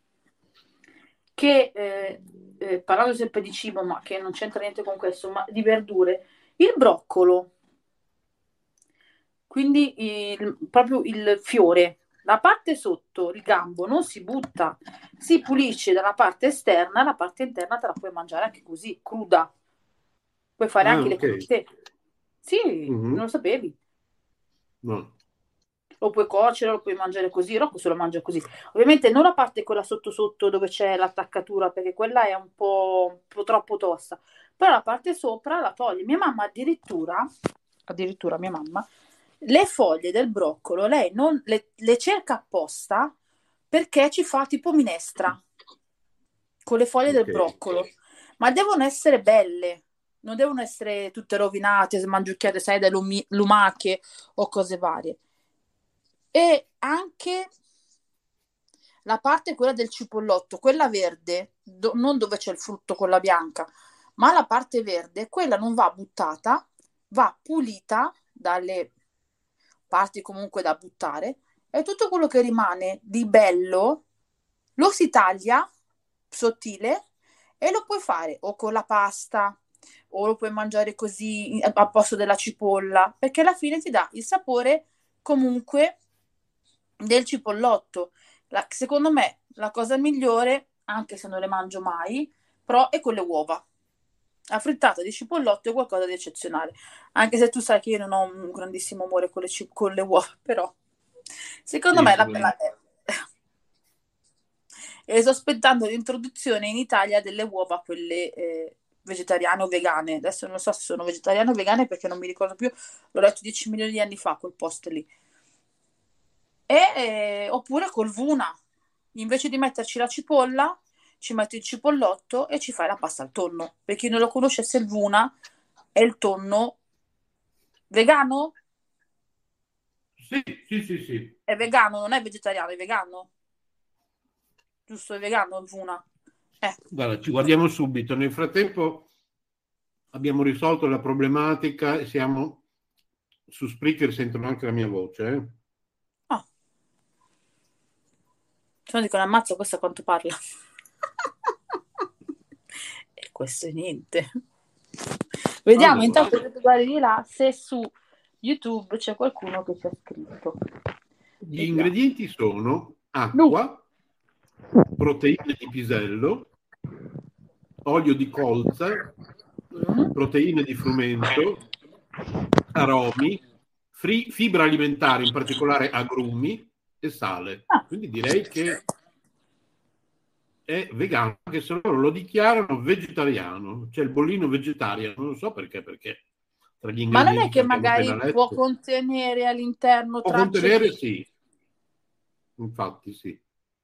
Speaker 12: che, eh, eh, parlando sempre di cibo, ma che non c'entra niente con questo, ma di verdure, il broccolo, quindi il- proprio il fiore, La parte sotto, il gambo, non si butta, si pulisce dalla parte esterna, la parte interna te la puoi mangiare anche così, cruda. Puoi fare
Speaker 7: Ah,
Speaker 12: anche le
Speaker 7: ok.
Speaker 12: crudité. Sì,
Speaker 7: Mhm.
Speaker 12: non lo sapevi.
Speaker 7: No.
Speaker 12: Lo puoi cuocere, lo puoi mangiare così, Rocco se lo mangia così. Ovviamente non la parte quella sotto sotto dove c'è l'attaccatura, perché quella è un po', un po' troppo tosta. Però la parte sopra la toglie. Mia mamma addirittura, addirittura mia mamma, le foglie del broccolo, lei non le, le cerca apposta perché ci fa tipo minestra con le foglie del
Speaker 7: Ok.
Speaker 12: broccolo. Ma devono essere belle, non devono essere tutte rovinate, smangiucchiate, sai, da lumi- lumache o cose varie. E anche la parte quella del cipollotto, quella verde, do- non dove c'è il frutto, quella bianca, ma la parte verde, quella non va buttata, va pulita dalle parti comunque da buttare e tutto quello che rimane di bello lo si taglia sottile e lo puoi fare o con la pasta o lo puoi mangiare così a posto della cipolla, perché alla fine ti dà il sapore comunque del cipollotto. La- secondo me la cosa migliore, anche se non le mangio mai, però è con le uova. La frittata di cipollotto è qualcosa di eccezionale, anche se tu sai che io non ho un grandissimo amore con le, ci- con le uova, però secondo
Speaker 7: Sì,
Speaker 12: me la,
Speaker 7: sono-
Speaker 12: la- e sto aspettando l'introduzione in Italia delle uova, quelle eh, vegetariane o vegane. Adesso non so se sono vegetariane o vegane perché non mi ricordo più, l'ho letto dieci milioni di anni fa quel post lì. E, eh, oppure col vuna, invece di metterci la cipolla, ci metti il cipollotto e ci fai la pasta al tonno. Per chi non lo conoscesse, il vuna è il tonno vegano?
Speaker 7: Sì, sì, sì, sì.
Speaker 12: È vegano, non è vegetariano, è vegano. Giusto, è vegano il vuna. Eh.
Speaker 7: Guarda, ci guardiamo subito. Nel frattempo abbiamo risolto la problematica e siamo su Spreaker, sentono anche la mia voce. Eh?
Speaker 12: Se no dicono ammazza questo a quanto parla. E questo è niente. Vediamo
Speaker 7: Allora.
Speaker 12: intanto che tu guardi di là se su YouTube c'è qualcuno che ci ha scritto.
Speaker 7: Gli ingredienti sono acqua, proteine di pisello, olio di colza, proteine di frumento, aromi, fri- fibra alimentare, in particolare agrumi e sale. Quindi direi che è vegano, anche se loro lo dichiarano vegetariano. C'è il bollino vegetariano, non so perché, perché tra gli
Speaker 12: Ma non è
Speaker 7: ingredienti
Speaker 12: che
Speaker 7: abbiamo
Speaker 12: magari
Speaker 7: appena
Speaker 12: può
Speaker 7: letto.
Speaker 12: contenere all'interno
Speaker 7: Può
Speaker 12: tracce
Speaker 7: contenere,
Speaker 12: di...
Speaker 7: sì. Infatti, sì.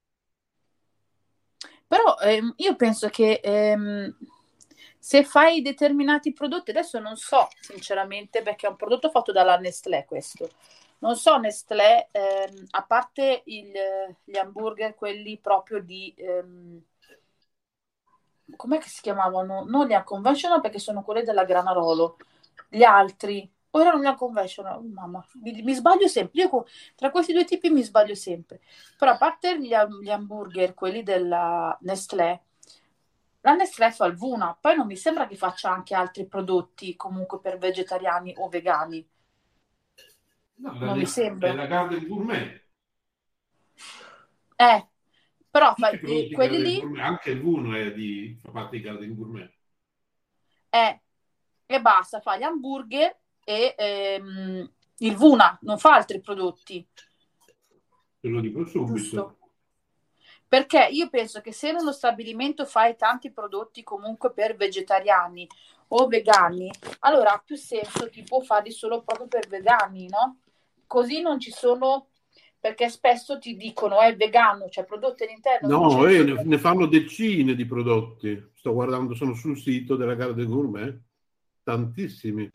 Speaker 12: Però ehm, io penso che ehm, se fai determinati prodotti, adesso non so sinceramente perché è un prodotto fatto dalla Nestlé questo, non so Nestlé, ehm, a parte il, gli hamburger, quelli proprio di... Ehm, com'è che si chiamavano? Non gli unconventional perché sono quelli della Granarolo, gli altri, o erano gli unconventional, oh, mamma, mi, mi sbaglio sempre, io co- tra questi due tipi mi sbaglio sempre, però a parte gli, gli hamburger, quelli della Nestlé, la Nestlé fa il Vuna, poi non mi sembra che faccia anche altri prodotti comunque per vegetariani o vegani.
Speaker 7: No,
Speaker 12: Non mi sembra.
Speaker 7: È la Garden Gourmet.
Speaker 12: Eh, però fa,
Speaker 7: Tutti i
Speaker 12: eh,
Speaker 7: prodotti
Speaker 12: quelli
Speaker 7: Garden
Speaker 12: lì
Speaker 7: Gourmet, anche il Vuno è di, fa parte di Garden Gourmet.
Speaker 12: è e basta, fa gli hamburger e ehm, il Vuna, non fa altri prodotti.
Speaker 7: Te lo dico subito.
Speaker 12: Giusto. Perché io penso che se in uno stabilimento fai tanti prodotti comunque per vegetariani o vegani, allora ha più senso tipo farli solo proprio per vegani, no? Così non ci sono, perché spesso ti dicono è vegano, cioè prodotti all'interno. non
Speaker 7: No,
Speaker 12: c'è-
Speaker 7: eh, ne, ne fanno decine di prodotti. Sto guardando, sono sul sito della Garden Gourmet. Tantissimi.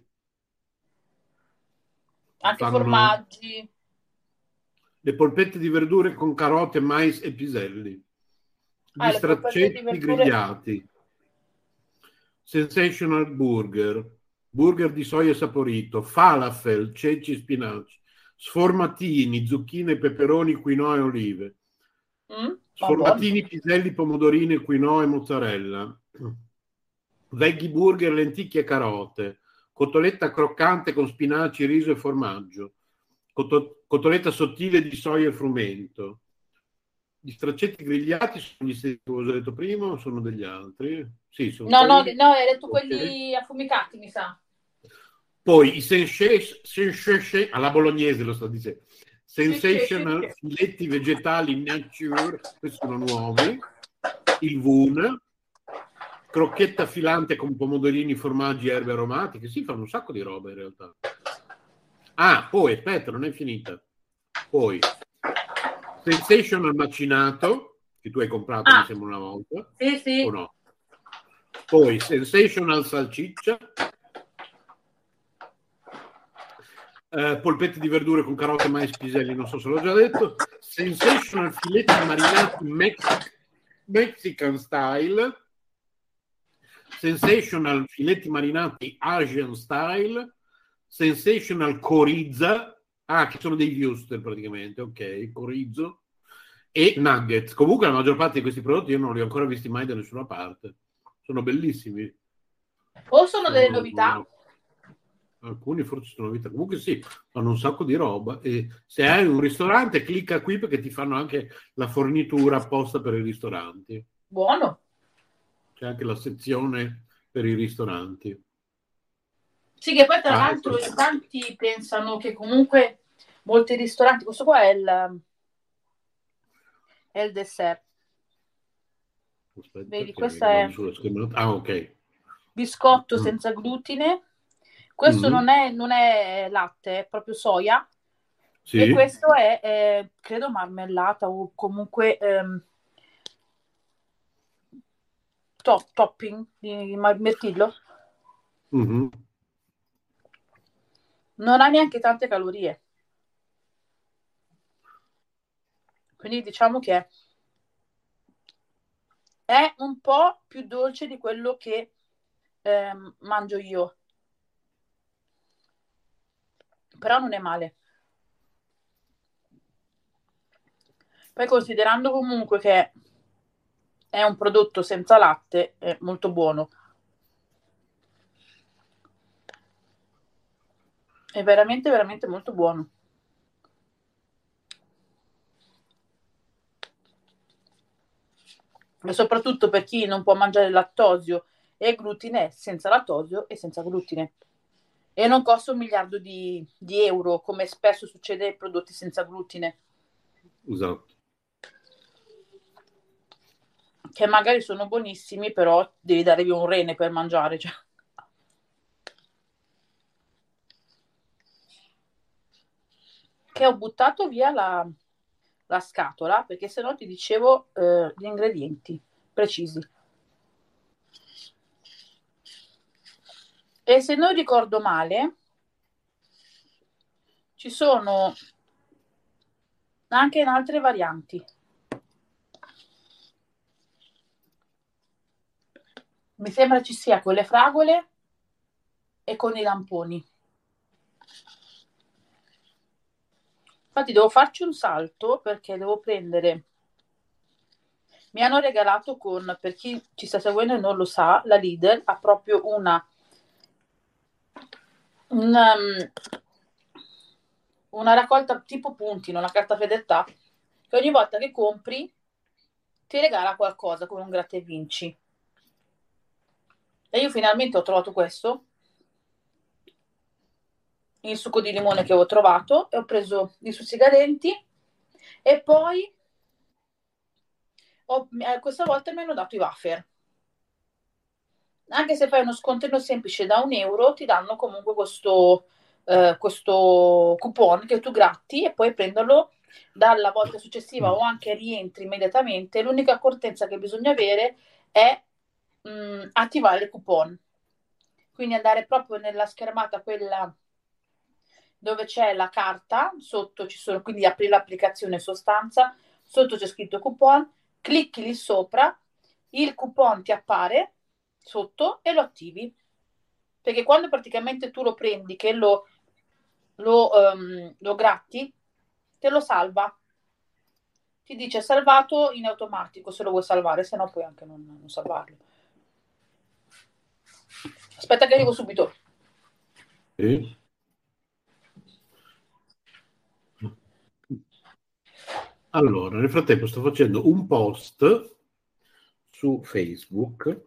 Speaker 12: Anche
Speaker 7: Fanno
Speaker 12: formaggi.
Speaker 7: le polpette di verdure con carote, mais e piselli. Gli
Speaker 12: Ah, le polpette di
Speaker 7: straccetti
Speaker 12: verdure.
Speaker 7: grigliati. Sensational burger. Burger di soia saporito. Falafel, ceci e spinaci. Sformatini, zucchine, peperoni, quinoa e olive.
Speaker 12: Mm?
Speaker 7: Sformatini, piselli, pomodorini, quinoa e mozzarella. Veggie burger, lenticchie e carote. Cotoletta croccante con spinaci, riso e formaggio. Cotto- cotoletta sottile di soia e frumento. Gli straccetti grigliati sono gli stessi che ho già detto prima o sono degli altri? Sì, sono
Speaker 12: No, no,
Speaker 7: quelli.
Speaker 12: no, hai detto
Speaker 7: Ok.
Speaker 12: quelli affumicati, mi sa.
Speaker 7: Poi i sensation, sensation alla bolognese lo sto dicendo. Sensational
Speaker 12: Sì, sì, sì, sì.
Speaker 7: filetti vegetali nature, questi sono nuovi. Il Vun, crocchetta filante con pomodorini, formaggi e erbe aromatiche. Si fanno un sacco di roba in realtà. Ah, poi aspetta, non è finita. Poi Sensational macinato, che tu hai comprato
Speaker 12: Ah.
Speaker 7: mi sembra una volta,
Speaker 12: Sì, sì.
Speaker 7: o no? Poi Sensational salsiccia, eh, polpette di verdure con carote, mais, piselli, non so se l'ho già detto. Sensational filetti marinati Mex- Mexican style. Sensational filetti marinati Asian style. Sensational corizza, ah, che sono dei wuster praticamente, ok, corizzo, e nuggets. Comunque la maggior parte di questi prodotti io non li ho ancora visti mai da nessuna parte. Sono bellissimi.
Speaker 12: O sono delle
Speaker 7: Sono-
Speaker 12: novità?
Speaker 7: Alcuni forse sono novità. Comunque sì, fanno un sacco di roba. E se hai un ristorante, clicca qui perché ti fanno anche la fornitura apposta per i ristoranti.
Speaker 12: Buono.
Speaker 7: C'è anche la sezione per i ristoranti.
Speaker 12: Sì, che poi tra
Speaker 7: Ah,
Speaker 12: l'altro
Speaker 7: ecco.
Speaker 12: in tanti pensano che comunque molti ristoranti, questo qua è il, è il dessert.
Speaker 7: Aspetta,
Speaker 12: Vedi,
Speaker 7: che
Speaker 12: questa
Speaker 7: vado
Speaker 12: è
Speaker 7: sulla schermata. Ah, ok.
Speaker 12: biscotto
Speaker 7: Mm.
Speaker 12: senza glutine. Questo
Speaker 7: Mhm.
Speaker 12: non è, non è latte, è proprio soia.
Speaker 7: Sì.
Speaker 12: E questo è, eh, credo, marmellata o comunque ehm, top, topping di mar- mirtillo.
Speaker 7: Mhm.
Speaker 12: Non ha neanche tante calorie. Quindi diciamo che è un po' più dolce di quello che ehm, mangio io. Però non è male. Poi considerando comunque che è un prodotto senza latte, è molto buono. È veramente, veramente molto buono. E soprattutto per chi non può mangiare lattosio e glutine, senza lattosio e senza glutine. E non costa un miliardo di, di euro, come spesso succede ai prodotti senza glutine,
Speaker 7: Esatto.
Speaker 12: che magari sono buonissimi, però devi dare via un rene per mangiare. Cioè. Che ho buttato via la, la scatola, perché sennò ti dicevo eh, gli ingredienti precisi. E se non ricordo male, ci sono anche in altre varianti. Mi sembra ci sia con le fragole e con i lamponi. Infatti devo farci un salto perché devo prendere... Mi hanno regalato con, per chi ci sta seguendo e non lo sa, la Lidl ha proprio una... una, una raccolta tipo puntino, una carta fedeltà, che ogni volta che compri ti regala qualcosa come un gratta e vinci. E io finalmente ho trovato questo, il succo di limone che ho trovato, e ho preso i stuzzicadenti e poi ho, questa volta mi hanno dato i wafer. Anche se fai uno scontrino semplice da un euro, ti danno comunque questo, eh, questo coupon che tu gratti e puoi prenderlo dalla volta successiva o anche rientri immediatamente. L'unica accortezza che bisogna avere è mh, attivare il coupon. Quindi andare proprio nella schermata, quella dove c'è la carta, sotto ci sono, quindi apri l'applicazione sostanza, sotto c'è scritto coupon, clicchi lì sopra, il coupon ti appare sotto e lo attivi. Perché quando praticamente tu lo prendi, che lo, lo, um, lo gratti, te lo salva. Ti dice salvato in automatico se lo vuoi salvare, se no puoi anche non, non salvarlo. Aspetta che arrivo subito.
Speaker 7: Sì. Allora, nel frattempo sto facendo un post su Facebook.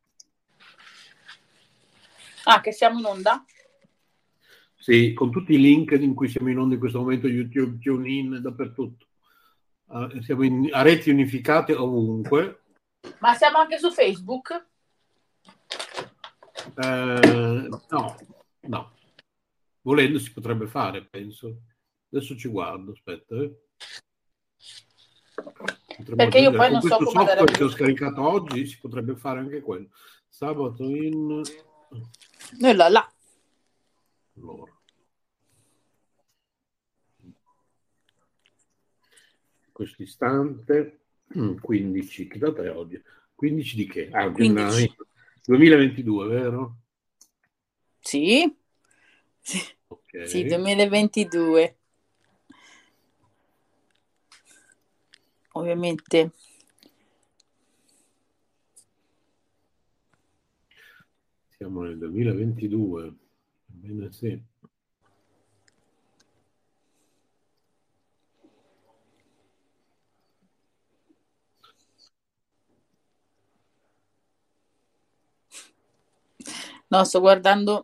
Speaker 12: Ah, che siamo in onda?
Speaker 7: Sì, con tutti i link in cui siamo in onda in questo momento, YouTube, TuneIn, dappertutto. Uh, siamo in, a reti unificate ovunque.
Speaker 12: Ma siamo anche su Facebook?
Speaker 7: Eh, no, no. Volendo si potrebbe fare, penso. Adesso ci guardo, aspetta. Eh.
Speaker 12: Perché io poi
Speaker 7: con
Speaker 12: non so
Speaker 7: questo
Speaker 12: come andare
Speaker 7: software
Speaker 12: a...
Speaker 7: che ho scaricato oggi si potrebbe fare anche quello. Sabato in...
Speaker 12: E là là.
Speaker 7: Allora. Questo istante, quindici, che data è oggi? quindici di che? Ah, gennaio duemilaventidue, vero?
Speaker 12: Sì. Sì,
Speaker 7: okay.
Speaker 12: Sì, duemilaventidue. Ovviamente.
Speaker 7: Siamo nel duemilaventidue. Bene, sì.
Speaker 12: No, sto guardando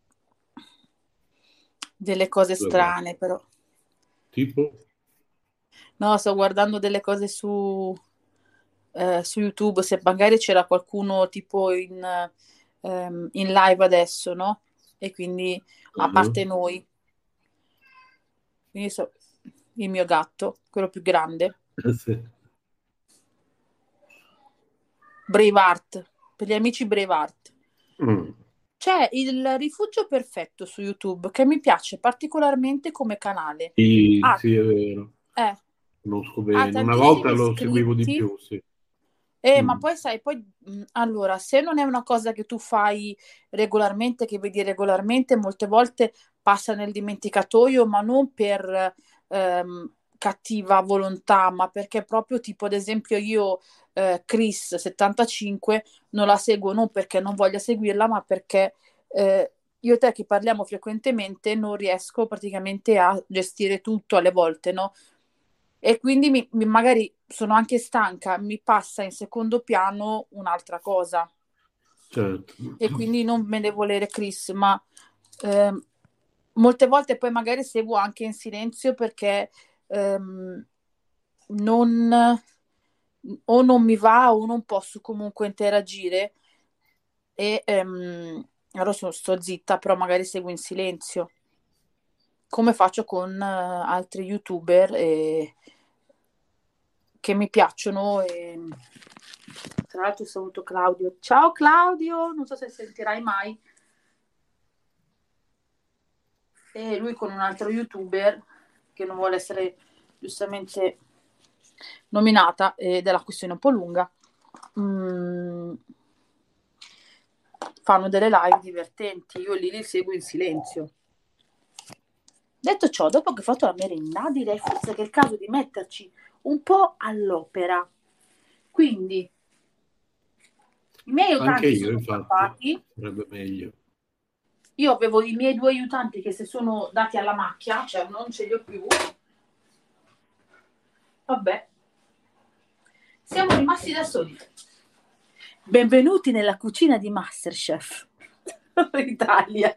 Speaker 12: delle cose strane, però.
Speaker 7: Tipo?
Speaker 12: No, sto guardando delle cose su, eh, su YouTube, se magari c'era qualcuno tipo in, um, in live adesso, no? E quindi, a parte uh-huh. noi. Quindi so, il mio gatto, quello più grande.
Speaker 7: Sì.
Speaker 12: Braveheart, per gli amici Braveheart.
Speaker 7: Mm.
Speaker 12: C'è il rifugio perfetto su YouTube che mi piace particolarmente come canale.
Speaker 7: Sì,
Speaker 12: ah,
Speaker 7: sì, è vero.
Speaker 12: Eh,
Speaker 7: Conosco bene. Una volta lo
Speaker 12: iscritti.
Speaker 7: seguivo di più, sì.
Speaker 12: Eh,
Speaker 7: mm.
Speaker 12: Ma poi sai, poi mh, allora, se non è una cosa che tu fai regolarmente, che vedi regolarmente, molte volte passa nel dimenticatoio, ma non per ehm, cattiva volontà, ma perché proprio tipo, ad esempio, io eh, Chris settantacinque non la seguo non perché non voglia seguirla, ma perché eh, io e te che parliamo frequentemente non riesco praticamente a gestire tutto alle volte, no? E quindi mi, mi, magari sono anche stanca, mi passa in secondo piano un'altra cosa.
Speaker 7: Certo.
Speaker 12: E quindi non me ne volere Chris, ma eh, molte volte poi magari seguo anche in silenzio perché ehm, non o non mi va o non posso comunque interagire e ehm, allora sono, sto zitta, però magari seguo in silenzio, come faccio con uh, altri youtuber e che mi piacciono e tra l'altro saluto Claudio. Ciao Claudio, non so se sentirai mai. E lui con un altro youtuber che non vuole essere giustamente nominata ed è la questione un po' lunga. Mm, fanno delle live divertenti, io lì li seguo in silenzio. Detto ciò, dopo che ho fatto la merenda, direi forse che è il caso di metterci un po' all'opera. Quindi i miei aiutanti
Speaker 7: anche io,
Speaker 12: sono
Speaker 7: infatti,
Speaker 12: scappati.
Speaker 7: sarebbe meglio.
Speaker 12: Io avevo i miei due aiutanti che si sono dati alla macchia, cioè non ce li ho più. Vabbè, siamo rimasti da soli. Benvenuti nella cucina di Masterchef Italia.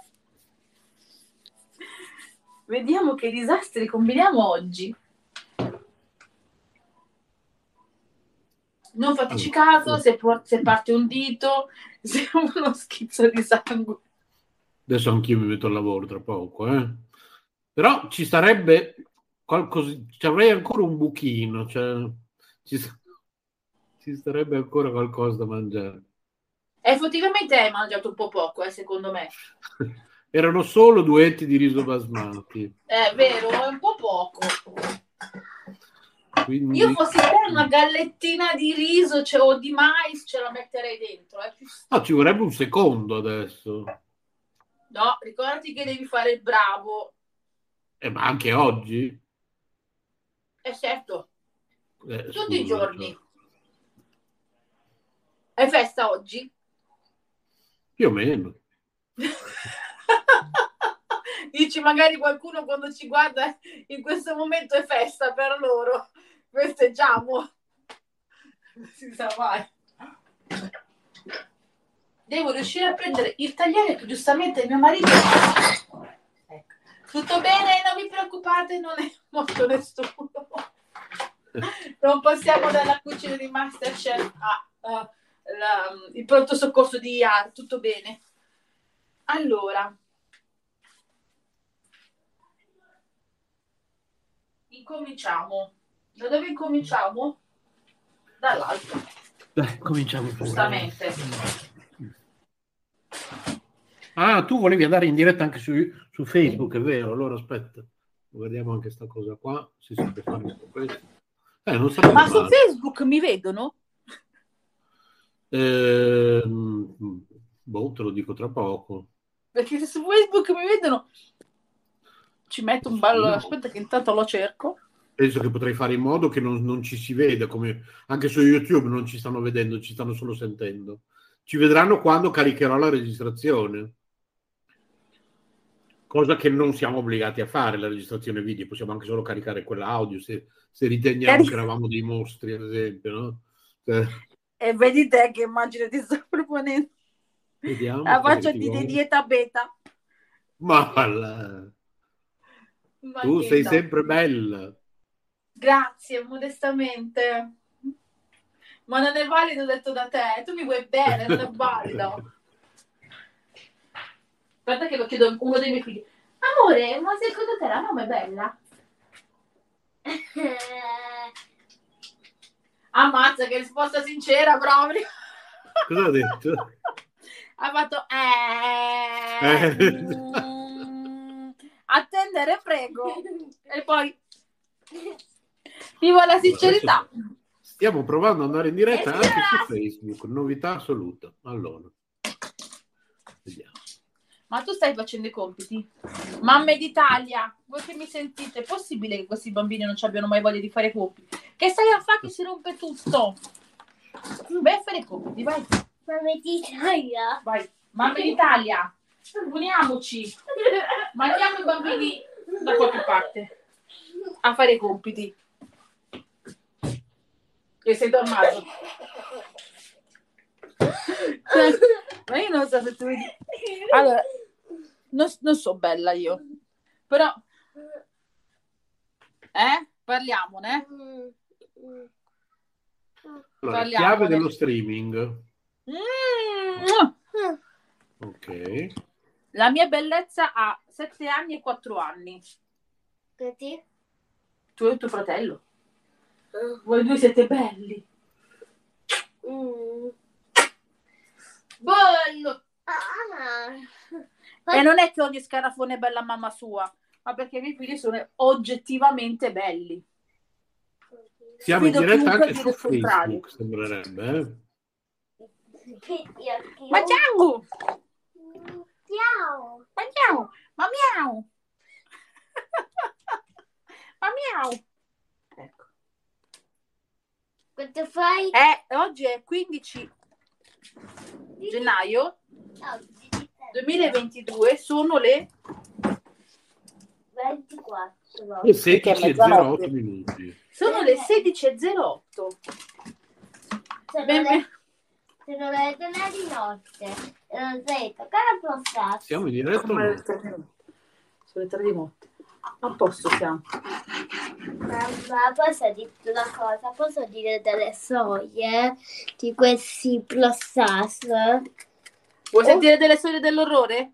Speaker 12: Vediamo che disastri combiniamo oggi. Non fateci caso se, se parte un dito, se uno schizzo di sangue.
Speaker 7: Adesso anch'io mi metto al lavoro tra poco, eh. Però ci sarebbe qualcosa, ci avrei ancora un buchino, cioè ci, ci sarebbe ancora qualcosa da mangiare.
Speaker 12: Effettivamente hai mangiato un po' poco, eh, secondo me.
Speaker 7: Erano solo due etti di riso basmati.
Speaker 12: È vero, è un po' poco.
Speaker 7: Quindi...
Speaker 12: Io fossi te una gallettina di riso cioè, o di mais ce la metterei dentro. Eh, più...
Speaker 7: No, ci vorrebbe un secondo adesso.
Speaker 12: No, ricordati che devi fare il bravo.
Speaker 7: Eh, ma anche oggi?
Speaker 12: Eh certo.
Speaker 7: Eh,
Speaker 12: Tutti
Speaker 7: scusa,
Speaker 12: i giorni.
Speaker 7: cioè...
Speaker 12: È festa oggi?
Speaker 7: Più o meno.
Speaker 12: Dici magari qualcuno quando ci guarda in questo momento è festa per loro, festeggiamo. Non si sa mai. Devo riuscire a prendere il tagliere che giustamente mio marito... Ecco. Tutto bene, non vi preoccupate, non è morto nessuno. Non passiamo dalla cucina di Masterchef a, a la, il pronto soccorso di I A R, tutto bene. Allora, incominciamo. Da dove incominciamo? Dall'alto.
Speaker 7: Dai, cominciamo.
Speaker 12: Giustamente.
Speaker 7: Ah, tu volevi andare in diretta anche su, su Facebook, è vero? Allora aspetta, guardiamo anche sta cosa qua, si si può fare anche questo. Eh, non sarebbe
Speaker 12: Ma su
Speaker 7: male.
Speaker 12: Facebook mi vedono?
Speaker 7: Eh, boh, te lo dico tra poco.
Speaker 12: Perché se su Facebook mi vedono ci metto un ballo.
Speaker 7: No.
Speaker 12: Aspetta che intanto lo cerco.
Speaker 7: Penso che potrei fare in modo che non, non ci si veda, come anche su YouTube non ci stanno vedendo, ci stanno solo sentendo. Ci vedranno quando caricherò la registrazione. Cosa che non siamo obbligati a fare, la registrazione video, possiamo anche solo caricare quella audio se, se riteniamo
Speaker 12: Cari-
Speaker 7: che eravamo dei mostri, ad esempio, no? Eh,
Speaker 12: E vedi te che immagine ti sto proponendo.
Speaker 7: vediamo.
Speaker 12: La
Speaker 7: cosa
Speaker 12: faccio
Speaker 7: ti
Speaker 12: di
Speaker 7: vuole.
Speaker 12: dieta beta.
Speaker 7: Ma la-
Speaker 12: Ma
Speaker 7: tu
Speaker 12: che
Speaker 7: sei
Speaker 12: no.
Speaker 7: sempre bella.
Speaker 12: Grazie, modestamente. Ma non è valido detto da te. Tu mi vuoi bene, non è valido. Aspetta che lo chiedo a uno dei miei figli. Amore, ma secondo te la mamma è bella? Ammazza, che risposta sincera proprio.
Speaker 7: Cosa ha detto?
Speaker 12: Ha fatto eh,
Speaker 7: Eh.
Speaker 12: mm, attendere prego. E poi viva la sincerità.
Speaker 7: Stiamo provando ad andare in diretta anche su Facebook, novità assoluta. Allora, vediamo.
Speaker 12: Ma tu stai facendo i compiti? Mamme d'Italia, voi che mi sentite, è possibile che questi bambini non ci abbiano mai voglia di fare i compiti? Che stai a fare che si rompe tutto? Vai a fare i compiti, vai.
Speaker 13: Mamme d'Italia.
Speaker 12: Vai. Mamme d'Italia, uniamoci. Mandiamo i bambini da qualche parte a fare i compiti. E sei tornato. Ma io non so se tu vedi. Allora, non, non so bella io, però eh? Parliamone.
Speaker 7: Allora,
Speaker 12: Parliamone.
Speaker 7: chiave dello streaming.
Speaker 12: Mm.
Speaker 7: Ok.
Speaker 12: La mia bellezza ha sette anni e quattro anni.
Speaker 13: Così?
Speaker 12: Tu e tuo fratello. Voi due siete belli.
Speaker 13: Mm.
Speaker 12: Bello.
Speaker 13: Ah.
Speaker 12: E non è che ogni scarafone è bella mamma sua, ma perché i miei figli sono oggettivamente belli.
Speaker 7: Siamo in
Speaker 12: Sfido
Speaker 7: diretta
Speaker 12: chiunque
Speaker 7: anche
Speaker 12: a
Speaker 7: su
Speaker 12: dire il contrario.
Speaker 7: Facebook, sembrerebbe. Eh?
Speaker 12: Ma ciao!
Speaker 13: Ciao.
Speaker 12: Ma ciao! Ma miau! Ma miau! Ecco.
Speaker 13: Quanto fai?
Speaker 12: Eh, oggi è quindici gennaio duemilaventidue, sono le
Speaker 13: ventiquattro.
Speaker 7: E sedici e zero otto minuti.
Speaker 12: sono le sedici e zero otto.
Speaker 13: Sono
Speaker 12: Ben-
Speaker 13: le, sono le tre di notte. E non sei toccare la prostata.
Speaker 7: Siamo in diretta o
Speaker 12: Come
Speaker 7: no?
Speaker 12: le tre di notte. Sono le tre di notte. A posto siamo.
Speaker 13: Mamma, posso dire una cosa? Posso dire delle storie di questi prostas?
Speaker 12: Vuoi sentire delle storie dell'orrore?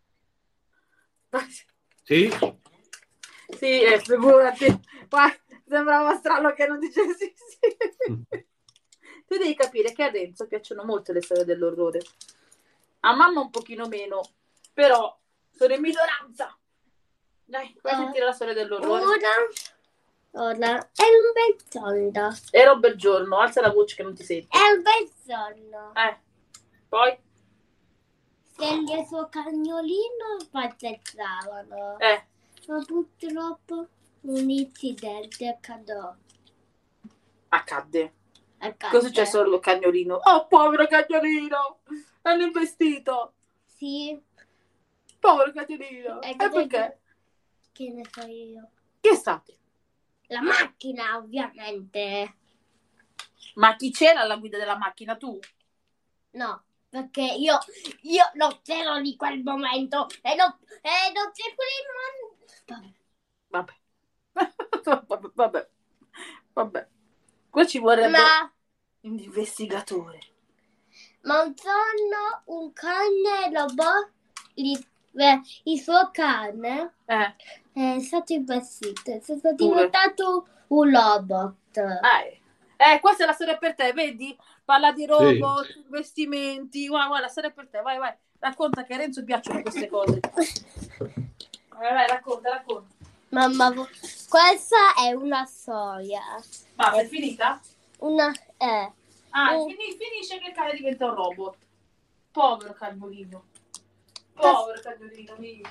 Speaker 7: Sì?
Speaker 12: Sì, eh, figurati. Guarda, sembrava strano che non dicessi sì. Tu devi capire che a Renzo piacciono molto le storie dell'orrore. A mamma un pochino meno, però sono in minoranza. Dai, vai a
Speaker 13: Ah.
Speaker 12: sentire la storia dell'orrore.
Speaker 13: Ora, ora, è un bel giorno.
Speaker 12: Era un bel giorno, alza la voce che non ti senti.
Speaker 13: È un bel giorno.
Speaker 12: Eh, poi?
Speaker 13: Se il suo cagnolino passeggiavano.
Speaker 12: Eh.
Speaker 13: Ma purtroppo un incidente accadò.
Speaker 12: Accadde.
Speaker 13: Accadde.
Speaker 12: Cosa è successo al cagnolino? Oh, povero cagnolino! L'hanno investito.
Speaker 13: Sì.
Speaker 12: Povero cagnolino.
Speaker 13: E
Speaker 12: E
Speaker 13: che-
Speaker 12: perché?
Speaker 13: Che ne so io?
Speaker 12: Che è stato?
Speaker 13: La macchina, ovviamente.
Speaker 12: Ma chi c'era alla guida della macchina? Tu?
Speaker 13: No, perché io, io non c'ero di quel momento e non, e non c'è pure il
Speaker 12: Vabbè. vabbè, vabbè. Vabbè. Qua ci vorrebbe
Speaker 13: Ma,
Speaker 12: un investigatore.
Speaker 13: ma un giorno un cane robot, il, beh, il suo cane
Speaker 12: Eh.
Speaker 13: è stato investito, è stato
Speaker 12: Pure.
Speaker 13: diventato un robot.
Speaker 12: Eh. Eh, questa è la storia per te, vedi? Parla di robot, investimenti. Guarda, guarda, la storia per te. Vai, vai. Racconta che a Renzo piacciono queste cose. Vai, vai, racconta, racconta.
Speaker 13: Mamma, vo- questa è una storia.
Speaker 12: Ma
Speaker 13: È
Speaker 12: è finita?
Speaker 13: una, eh,
Speaker 12: Ah,
Speaker 13: un-
Speaker 12: fini- finisce che il cane diventa un robot. Povero cagnolino. Povero cagnolino, vedi?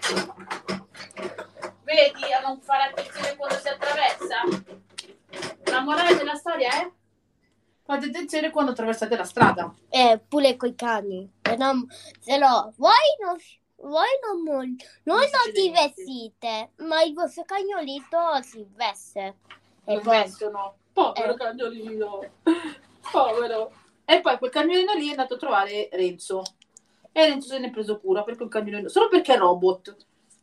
Speaker 12: Vedi a non fare attenzione quando si attraversa? La morale della storia è? Fate attenzione quando attraversate la strada.
Speaker 13: eh, pure coi cani. Se no, se no voi non, voi non, non, voi non ti vestite, ma il vostro cagnolito si veste. E
Speaker 12: Lo
Speaker 13: poi-
Speaker 12: vestono. Povero
Speaker 13: Eh.
Speaker 12: cagnolino. Povero. E poi quel cagnolino lì è andato a trovare Renzo. E Renzo se ne è preso cura perché un cagnolino. Solo perché è robot.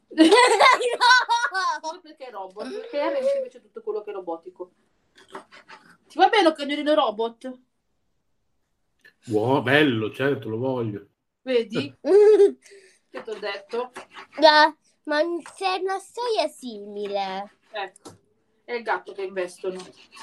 Speaker 12: Solo perché è robot. Perché a Renzo invece è tutto quello che è robotico. Ti va bene un cagnolino robot?
Speaker 7: Buono, bello, certo, lo voglio.
Speaker 12: Vedi? Che ti ho detto?
Speaker 13: Ma, ma c'è una storia simile.
Speaker 12: Ecco. È il gatto che investono.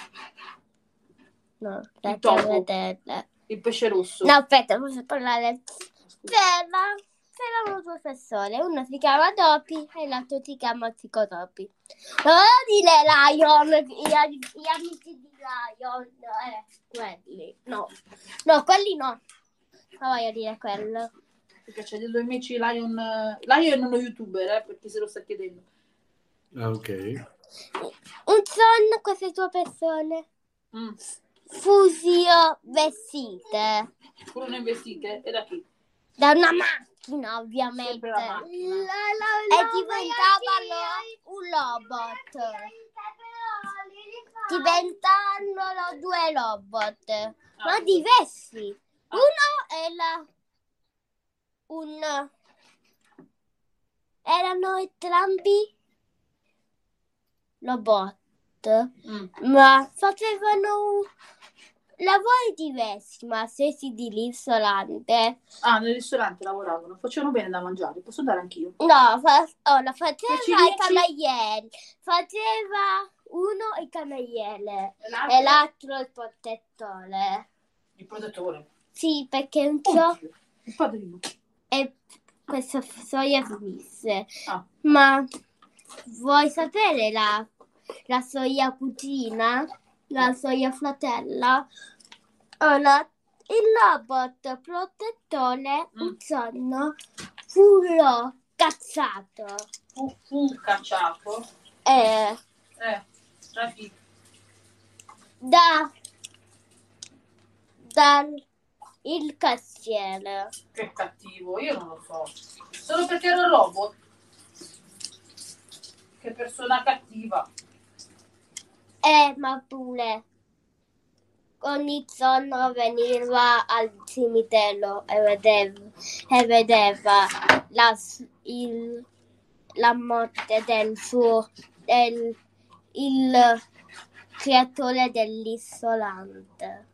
Speaker 13: No,
Speaker 12: Il
Speaker 13: aspetta a
Speaker 12: topo.
Speaker 13: vederla.
Speaker 12: Il pesce rosso.
Speaker 13: No, aspetta, posso parlare. C'era, c'era un professore, uno si chiama Topi e l'altro si chiama Psicotopi. Non voglio dire Lion, gli, gli amici di Lion, eh, quelli, no. No, quelli no. Non voglio dire quello.
Speaker 12: Perché c'è dei due amici Lion. eh, Lion è uno youtuber, eh, per chi se lo sta chiedendo.
Speaker 7: Ah, ok.
Speaker 13: Un giorno queste due persone
Speaker 12: Mm.
Speaker 13: fusio vestite
Speaker 12: Furono investite? E da chi?
Speaker 13: da una macchina, ovviamente.
Speaker 12: Sempre la macchina.
Speaker 13: E diventavano un robot. Diventavano due robot, ma diversi. Uno era un... Erano entrambi robot,
Speaker 12: Mm.
Speaker 13: ma facevano lavori diversi, ma stessi di ristorante.
Speaker 12: Ah, nel ristorante lavoravano. Facevano bene da mangiare. Posso andare anch'io?
Speaker 13: No, fa- oh, la faceva
Speaker 12: Che
Speaker 13: il
Speaker 12: ciliegi?
Speaker 13: cameriere. Faceva uno il cameriere
Speaker 12: E l'altro?
Speaker 13: e l'altro il protettore.
Speaker 12: Il protettore.
Speaker 13: Sì, perché un gio-
Speaker 12: Il padrino.
Speaker 13: e questa storia finisse.
Speaker 12: Ah.
Speaker 13: Ma vuoi sapere la, la storia cucina? La storia fratella? Allora, il robot protettore un giorno fu cacciato.
Speaker 12: Fu, fu cacciato.
Speaker 13: Eh,
Speaker 12: Eh, da chi?
Speaker 13: da dal il cassiere.
Speaker 12: Che cattivo, io non lo so. Solo perché ero robot. Che persona cattiva.
Speaker 13: Eh, ma pure ogni giorno veniva al cimitero e vedeva, e vedeva la, s- il, la morte del suo del il creatore dell'isolante.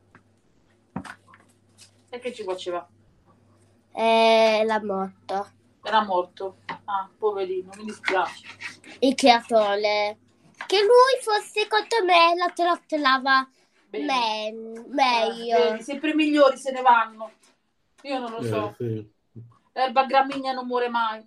Speaker 12: E che ci faceva?
Speaker 13: E l'ha morto.
Speaker 12: Era morto. Ah, poverino, mi dispiace.
Speaker 13: Il creatore. Che lui fosse secondo me la trattava
Speaker 12: Bene.
Speaker 13: me- meglio.
Speaker 12: Eh, vedi, sempre i migliori se ne vanno. Io non lo so.
Speaker 7: Eh, sì.
Speaker 12: Erba gramigna non muore mai.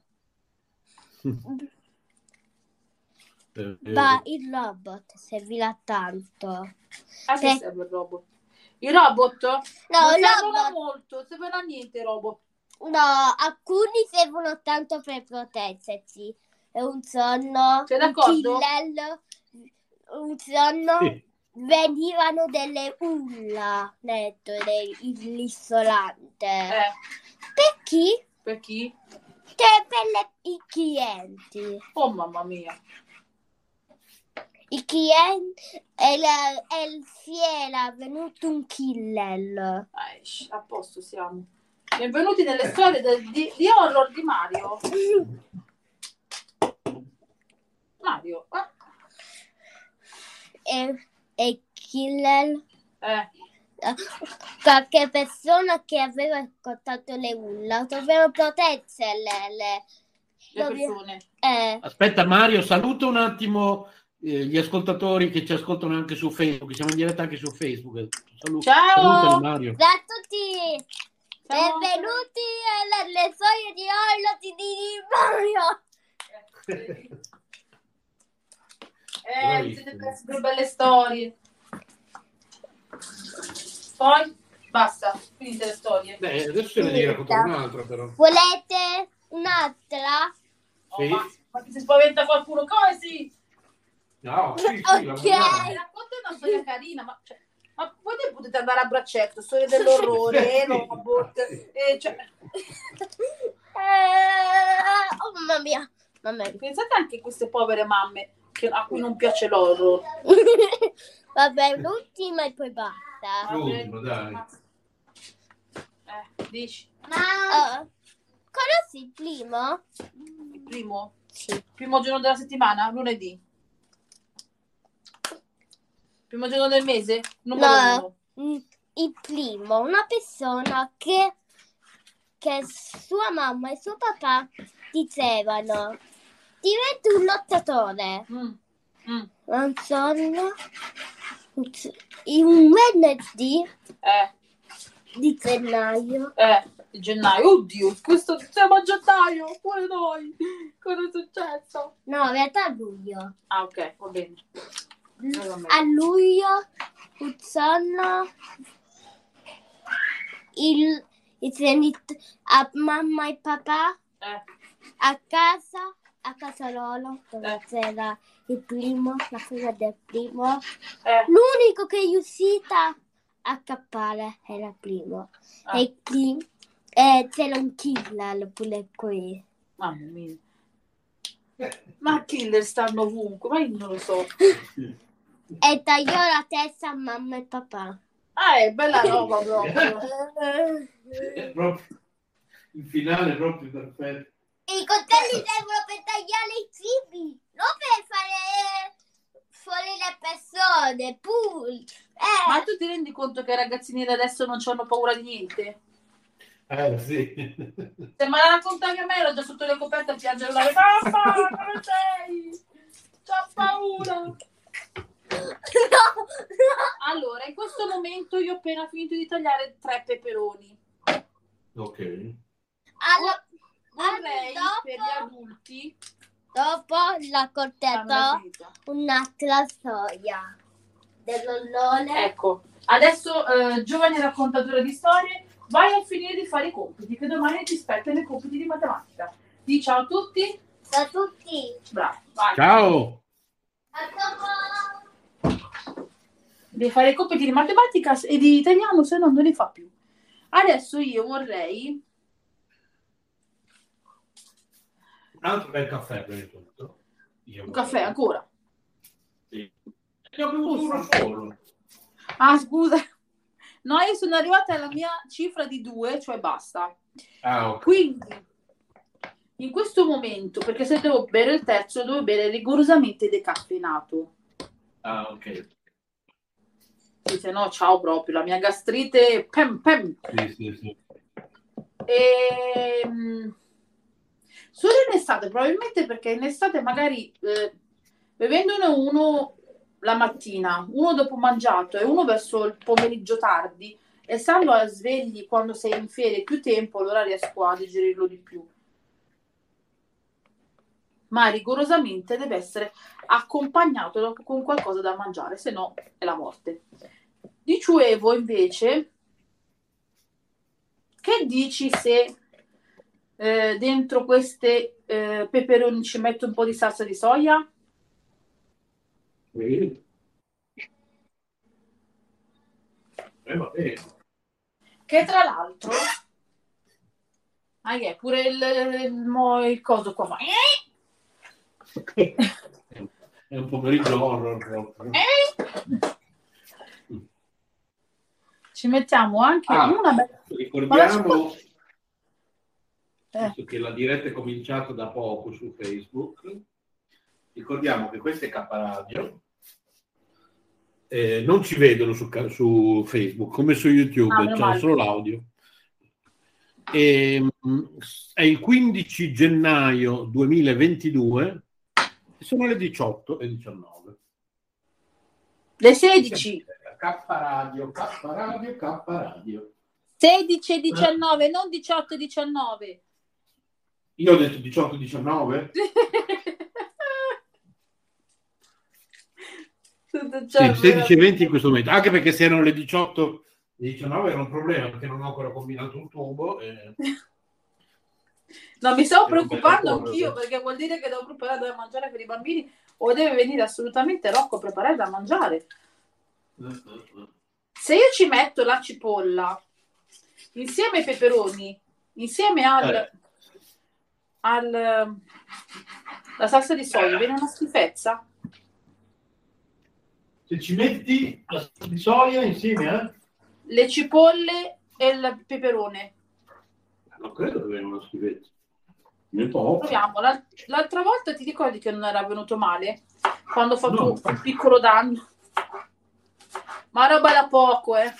Speaker 7: Eh, eh,
Speaker 13: Ma il robot servirà tanto.
Speaker 12: A che
Speaker 13: Sì.
Speaker 12: serve il robot? I robot?
Speaker 13: No,
Speaker 12: non
Speaker 13: il
Speaker 12: servono
Speaker 13: robot-
Speaker 12: molto, servono a niente i robot.
Speaker 13: No, alcuni servono tanto per proteggersi. E un giorno
Speaker 12: Sei
Speaker 13: un
Speaker 12: d'accordo?
Speaker 13: killer, un giorno
Speaker 7: Sì.
Speaker 13: venivano delle ulla dentro dell'isolante.
Speaker 12: Eh,
Speaker 13: Per chi?
Speaker 12: per chi?
Speaker 13: Che per le- i clienti.
Speaker 12: Oh mamma mia.
Speaker 13: I clienti e, la, e il fiera è venuto un killer.
Speaker 12: Eh, sh- a posto siamo. Benvenuti nelle storie del- di, di horror di Mario. Mario. eh?
Speaker 13: E, e killer.
Speaker 12: Eh.
Speaker 13: Qualche persona che aveva ascoltato le urla. Dobbiamo proteggere le, le,
Speaker 12: Le
Speaker 13: dobbiamo-
Speaker 12: persone.
Speaker 13: Eh,
Speaker 7: Aspetta Mario, saluta un attimo eh, gli ascoltatori che ci ascoltano anche su Facebook, siamo in diretta anche su Facebook. Salu-
Speaker 12: Ciao!
Speaker 7: Salutali Mario.
Speaker 13: ciao a tutti. Benvenuti alle storie di horror di Mario.
Speaker 12: Eh, siete persi due belle storie. Poi basta, finite le storie.
Speaker 7: Beh, adesso ce ne devi raccontare un'altra però.
Speaker 13: Volete un'altra?
Speaker 7: Sì.
Speaker 12: Ma, ma ti si spaventa qualcuno? Come sì?
Speaker 7: No, sì, sì, la
Speaker 13: Ok.
Speaker 7: vogliamo.
Speaker 12: Eh, racconta una storia carina, ma, cioè, ma voi ne potete andare a braccetto, storie dell'orrore, eh, robot, eh, cioè,
Speaker 13: Eh, oh mamma mia. Mamma mia.
Speaker 12: pensate anche a queste povere mamme che- a cui non piace l'horror.
Speaker 13: Vabbè, l'ultima e poi basta.
Speaker 7: L'ultimo, dai.
Speaker 12: Eh, dici,
Speaker 13: Ma conosci il primo?
Speaker 12: il primo?
Speaker 13: Sì.
Speaker 12: Primo giorno della settimana? Lunedì. Primo giorno del mese? Numero
Speaker 13: No,
Speaker 12: uno.
Speaker 13: mm, il primo, una persona che, che sua mamma e suo papà dicevano diventi un lottatore.
Speaker 12: Mm. Mm.
Speaker 13: Un giorno, in un venerdì
Speaker 12: Eh,
Speaker 13: di gennaio,
Speaker 12: eh, di gennaio. Oddio, questo siamo a gennaio, pure noi. Cosa è successo?
Speaker 13: no, in realtà a luglio.
Speaker 12: Ah, ok, va bene.
Speaker 13: A luglio un giorno il, i genit- a mamma e papà
Speaker 12: Eh,
Speaker 13: a casa, a casa loro, dove
Speaker 12: Eh.
Speaker 13: c'era il primo, la figlia del primo.
Speaker 12: eh,
Speaker 13: L'unico che è riuscita a cappare era il primo.
Speaker 12: Ah.
Speaker 13: E chi, eh, c'era un killer pure qui.
Speaker 12: mamma mia. Ma killer stanno ovunque, ma io non lo so.
Speaker 13: E tagliò la testa a mamma e papà.
Speaker 12: Ah, è bella roba proprio.
Speaker 7: È proprio il finale è proprio perfetto.
Speaker 13: I coltelli servono per tagliare i cibi, non per fare fuori le persone. Pur. Eh.
Speaker 12: Ma tu ti rendi conto che i ragazzini di adesso non hanno paura di niente?
Speaker 7: Eh sì.
Speaker 12: Se me la raccontavi a me ero già sotto le coperte a piangere la papà, dove sei? C'ho paura.
Speaker 13: No,
Speaker 12: Allora, in questo momento io ho appena finito di tagliare tre peperoni.
Speaker 7: Ok.
Speaker 13: Alla-
Speaker 12: Vorrei
Speaker 13: dopo-
Speaker 12: per gli adulti
Speaker 13: Dopo la
Speaker 12: Ah, non è
Speaker 13: cortetto
Speaker 12: finita.
Speaker 13: un'altra storia dell'ollone.
Speaker 12: Ecco, adesso eh, giovane raccontatore di storie, vai a finire di fare i compiti, che domani ti aspettano i compiti di matematica. Di ciao a tutti.
Speaker 13: Ciao a tutti.
Speaker 12: Bravo, vai.
Speaker 7: Ciao.
Speaker 13: A dopo.
Speaker 12: Devi fare i compiti di matematica e di italiano, se no non li fa più. Adesso io vorrei...
Speaker 7: Un altro bel caffè per tutto. Io
Speaker 12: Un caffè ancora?
Speaker 7: Sì. Ne ho bevuto uno solo.
Speaker 12: Ah, scusa. No, io sono arrivata alla mia cifra di due, cioè basta.
Speaker 7: Ah, ok.
Speaker 12: Quindi, in questo momento, perché se devo bere il terzo, devo bere rigorosamente decaffeinato.
Speaker 7: Ah, ok.
Speaker 12: Sì, se no, ciao proprio, la mia gastrite, pem, pem.
Speaker 7: Sì, sì, sì.
Speaker 12: E... Solo in estate, probabilmente perché in estate magari eh, bevendone uno la mattina, uno dopo mangiato e uno verso il pomeriggio tardi, e stando a svegli quando sei in ferie più tempo, allora riesco a digerirlo di più. Ma rigorosamente deve essere accompagnato da- con qualcosa da mangiare, se no è la morte. Dicevo invece, che dici se eh, dentro queste eh, peperoni ci metto un po' di salsa di soia?
Speaker 7: Sì. Eh, va bene.
Speaker 12: Che tra l'altro Ah, è pure il, il, mo- il coso qua fa.
Speaker 7: È un pomeriggio horror proprio.
Speaker 12: Ci mettiamo anche
Speaker 7: Ah,
Speaker 12: una bella...
Speaker 7: ricordiamo
Speaker 12: Eh.
Speaker 7: visto che la diretta è cominciata da poco su Facebook, ricordiamo che questa è K Radio, eh, non ci vedono su, ca- su Facebook come su YouTube,
Speaker 12: Ah, meno
Speaker 7: c'è
Speaker 12: male.
Speaker 7: solo l'audio. E, mh, è il quindici gennaio duemilaventidue e sono le diciotto e diciannove.
Speaker 12: Le sedici.
Speaker 7: K Radio, K Radio, K Radio.
Speaker 12: sedici e diciannove, non diciotto e diciannove.
Speaker 7: Io ho detto diciotto e diciannove?
Speaker 12: Tutto
Speaker 7: Sì,
Speaker 12: ciò,
Speaker 7: sedici e venti in questo momento, anche perché se erano le diciotto e diciannove era un problema perché non ho ancora combinato un tubo. E...
Speaker 12: No, mi stavo
Speaker 7: Devo
Speaker 12: preoccupando
Speaker 7: mettere
Speaker 12: anch'io
Speaker 7: fuori.
Speaker 12: perché vuol dire che devo preparare da mangiare per i bambini o deve venire assolutamente Rocco a preparare da mangiare. Se io ci metto la cipolla insieme ai peperoni, insieme al,
Speaker 7: Eh.
Speaker 12: al la salsa di soia, viene una schifezza.
Speaker 7: Se ci metti la salsa di soia insieme a...
Speaker 12: Le cipolle e il peperone.
Speaker 7: Non credo che venga una schifezza. Ne può.
Speaker 12: Proviamo. L'al- L'altra volta ti ricordi che non era venuto male? Quando ho fatto
Speaker 7: No.
Speaker 12: un piccolo danno. Ma roba da poco, eh.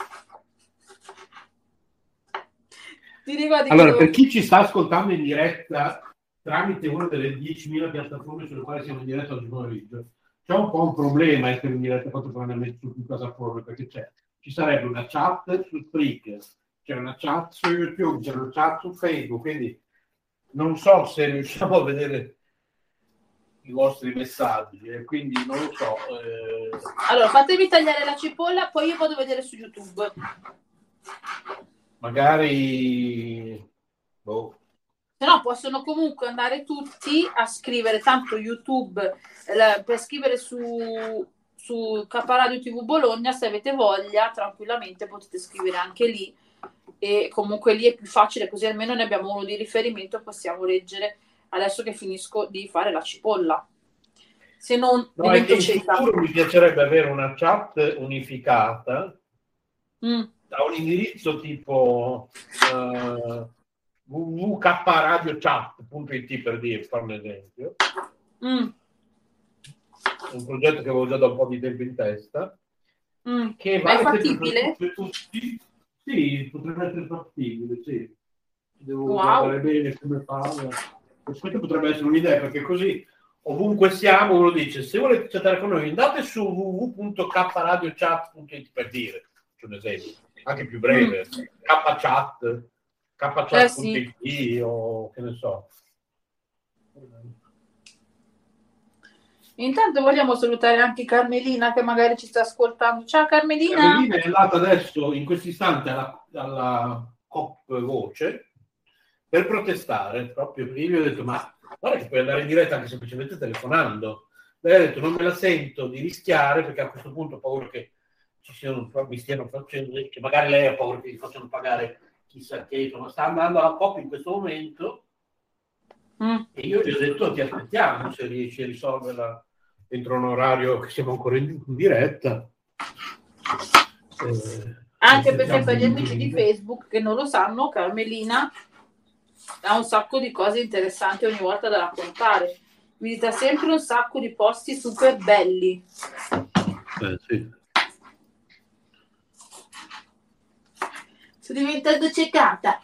Speaker 12: Ti ricordi
Speaker 7: Allora,
Speaker 12: che
Speaker 7: per chi ci sta ascoltando in diretta tramite una delle diecimila piattaforme sulle quali siamo in diretta oggi pomeriggio, c'è un po' un problema essere in diretta contemporaneamente su più piattaforme, perché c'è, ci sarebbe una chat su Spreaker, c'è una chat su YouTube, c'è una chat su Facebook, quindi non so se riusciamo a vedere i vostri messaggi, e quindi non lo so. eh,
Speaker 12: Allora, fatemi tagliare la cipolla, poi io vado a vedere su YouTube.
Speaker 7: magari... Boh.
Speaker 12: Se no, possono comunque andare tutti a scrivere, tanto YouTube, eh, per scrivere su, su K Radio T V Bologna, se avete voglia, tranquillamente potete scrivere anche lì. E comunque lì è più facile, così almeno ne abbiamo uno di riferimento e possiamo leggere adesso che finisco di fare la cipolla. Se non
Speaker 7: No, è che
Speaker 12: divento
Speaker 7: in
Speaker 12: cieca.
Speaker 7: futuro mi piacerebbe avere una chat unificata
Speaker 12: Mm.
Speaker 7: da un indirizzo tipo uh, w w w punto k radio chat punto i t, per dire, fare un esempio.
Speaker 12: Mm.
Speaker 7: È un progetto che avevo già da un po' di tempo in testa.
Speaker 12: Mm.
Speaker 7: Che
Speaker 12: Ma è
Speaker 7: vale
Speaker 12: fattibile?
Speaker 7: per tutti. Sì, potrebbe essere fattibile, sì. Devo
Speaker 12: Wow.
Speaker 7: guardare bene come farlo. Questa potrebbe essere un'idea, perché così ovunque siamo uno dice: se volete chattare con noi andate su w w w punto k radio chat punto i t, per dire, c'è un esempio anche più breve,
Speaker 12: Mm.
Speaker 7: kchat kchat
Speaker 12: Eh,
Speaker 7: punto i t
Speaker 12: sì.
Speaker 7: o che ne so.
Speaker 12: Intanto vogliamo salutare anche Carmelina che magari ci sta ascoltando. Ciao Carmelina.
Speaker 7: Carmelina è andata adesso in questo istante alla, alla Cop Voce per protestare, proprio perché io gli ho detto: ma guarda che puoi andare in diretta anche semplicemente telefonando. Lei ha detto: non me la sento di rischiare, perché a questo punto ho paura che ci siano, mi stiano facendo, che magari lei ha paura che gli facciano pagare chissà che, insomma, sta andando alla Cop in questo momento.
Speaker 12: Mm.
Speaker 7: E io gli ho detto: ti aspettiamo se riesci a risolverla entro un orario che siamo ancora in, in diretta. Eh,
Speaker 12: Anche perché
Speaker 7: aspettiamo
Speaker 12: per gli
Speaker 7: di-
Speaker 12: amici di Facebook che non lo sanno, Carmelina ha un sacco di cose interessanti ogni volta da raccontare. Visita sempre un sacco di posti super belli.
Speaker 7: Eh, sì.
Speaker 12: Sto diventando ciecata.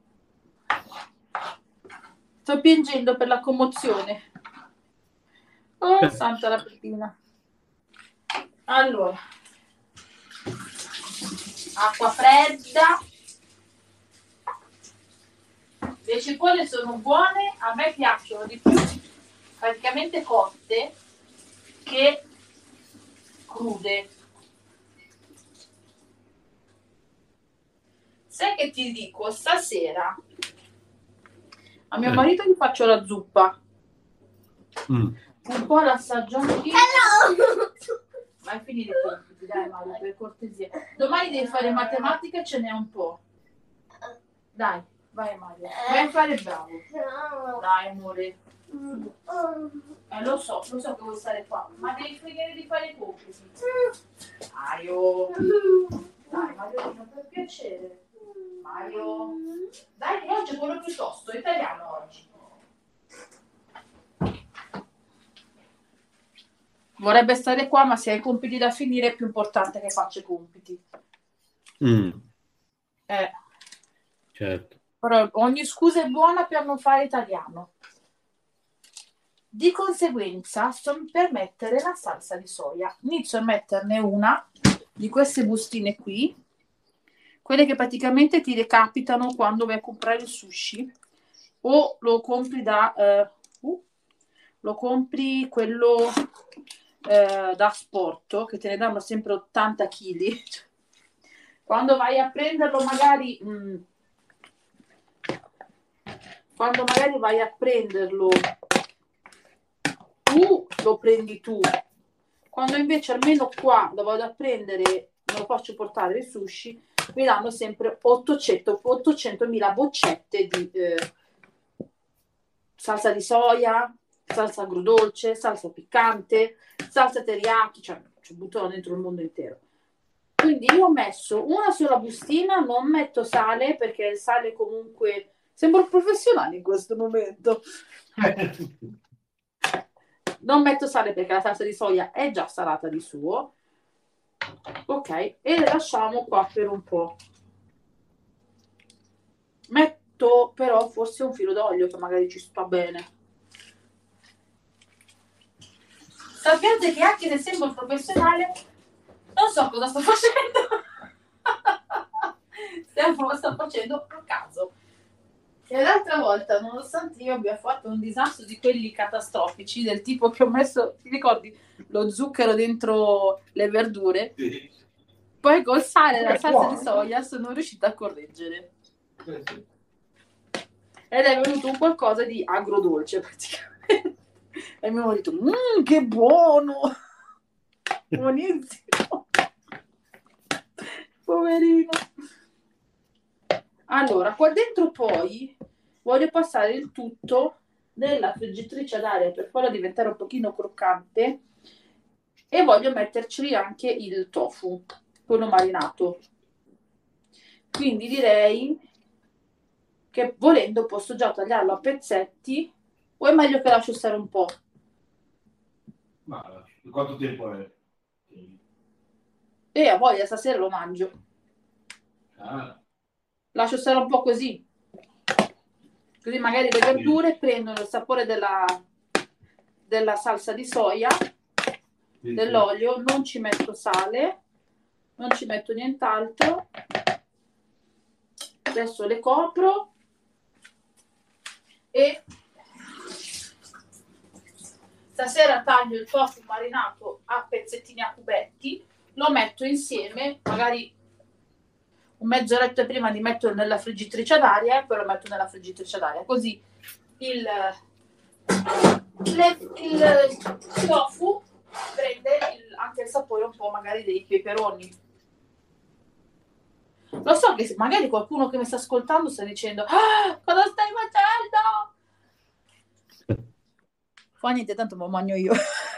Speaker 12: Sto piangendo per la commozione. Oh, santa la pettina. Allora, acqua fredda. Le cipolle sono buone, a me piacciono di più praticamente cotte che crude. Sai che ti dico, stasera a mio
Speaker 7: Eh.
Speaker 12: marito gli faccio la zuppa.
Speaker 7: Mm.
Speaker 12: Un po' l'assaggiamo lì. Vai a finire i compiti, dai Mario, per cortesia. Domani devi fare matematica e ce n'è un po'. Dai. Vai Mario, vai a fare bravo.
Speaker 13: No.
Speaker 12: Dai amore. Eh, lo so, lo so che vuoi stare qua, ma devi finire di fare i compiti. Mario. Dai Mario, per piacere. Mario. Dai, che oggi è quello piuttosto, italiano oggi. Vorrebbe stare qua, ma se hai compiti da finire è più importante che faccia i compiti.
Speaker 7: Mm,
Speaker 12: Eh,
Speaker 7: certo.
Speaker 12: però ogni scusa è buona per non fare italiano. Di conseguenza sto per mettere la salsa di soia. Inizio a metterne una di queste bustine qui, quelle che praticamente ti recapitano quando vai a comprare il sushi, o lo compri da eh, uh, lo compri quello eh, da asporto, che te ne danno sempre ottanta chili. Quando vai a prenderlo magari mh, quando magari vai a prenderlo tu lo prendi tu, quando invece almeno qua lo vado a prendere, me lo faccio portare il sushi, mi danno sempre ottocento ottocentomila boccette di eh, salsa di soia, salsa agrodolce, salsa piccante, salsa teriyaki, cioè ci buttano dentro il mondo intero. Quindi io ho messo una sola bustina, non metto sale perché il sale comunque sembro professionale in questo momento. Non metto sale perché la salsa di soia è già salata di suo. Ok, e le lasciamo qua per un po'. Metto però forse un filo d'olio che magari ci sta bene. Sappiate che anche se sembro professionale non so cosa sto facendo. Stiamo, sto facendo a caso. E l'altra volta, nonostante io abbia fatto un disastro di quelli catastrofici, del tipo che ho messo, ti ricordi, lo zucchero dentro le verdure, sì. Poi col sale e la salsa di soia sono riuscita a correggere. Sì, sì. Ed è venuto un qualcosa di agrodolce praticamente. E mi hanno detto, mmm, che buono! Buonissimo! Poverino! Allora, qua dentro poi voglio passare il tutto nella friggitrice ad aria per farlo diventare un pochino croccante e voglio metterci anche il tofu, quello marinato. Quindi direi che volendo posso già tagliarlo a pezzetti o è meglio che lascio stare un po'?
Speaker 14: Ma quanto tempo è?
Speaker 12: E a voglia, stasera lo mangio.
Speaker 14: Ah.
Speaker 12: Lascio stare un po' così. Così magari le verdure prendono il sapore della, della salsa di soia, sì, dell'olio, non ci metto sale, non ci metto nient'altro. Adesso le copro e stasera taglio il tofu marinato a pezzettini a cubetti, lo metto insieme, magari un mezz'oretta prima di metterlo nella friggitrice ad aria e poi lo metto nella friggitrice ad aria, così il, le, il tofu prende il, anche il sapore un po' magari dei peperoni. Lo so che magari qualcuno che mi sta ascoltando sta dicendo ah, cosa stai facendo? Fa niente, tanto me lo mangio io.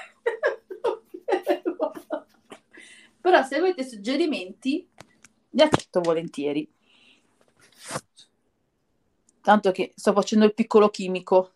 Speaker 12: Però se avete suggerimenti li accetto volentieri. Tanto che sto facendo il piccolo chimico.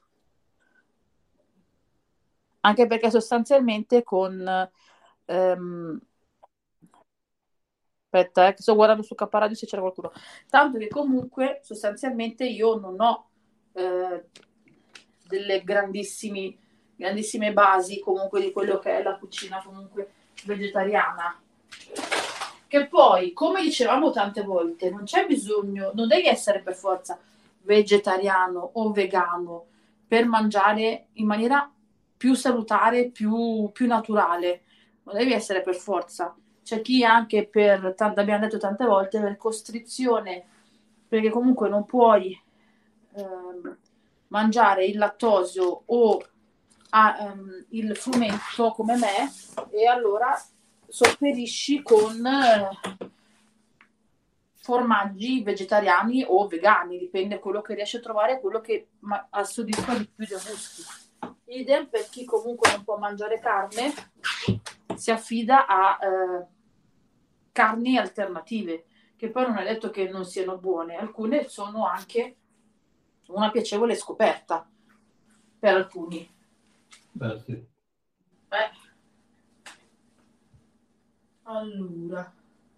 Speaker 12: Anche perché sostanzialmente con ehm, aspetta, eh, che sto guardando su K Radio se c'era qualcuno. Tanto che comunque sostanzialmente io non ho eh, delle grandissimi grandissime basi comunque di quello che è la cucina comunque vegetariana. Che poi, come dicevamo tante volte, non c'è bisogno, non devi essere per forza vegetariano o vegano per mangiare in maniera più salutare, più, più naturale. Non devi essere per forza. C'è chi anche per, tanto abbiamo detto tante volte, per costrizione, perché comunque non puoi ehm, mangiare il lattosio o ah, ehm, il frumento come me, e allora sopperisci con, formaggi vegetariani o vegani, dipende da quello che riesce a trovare, quello che ma- soddisfa di più i gusti. Idem per chi comunque non può mangiare carne, si affida a eh, carni alternative, che poi non è detto che non siano buone, alcune sono anche una piacevole scoperta per alcuni.
Speaker 7: Beh, sì.
Speaker 12: Beh. Allora,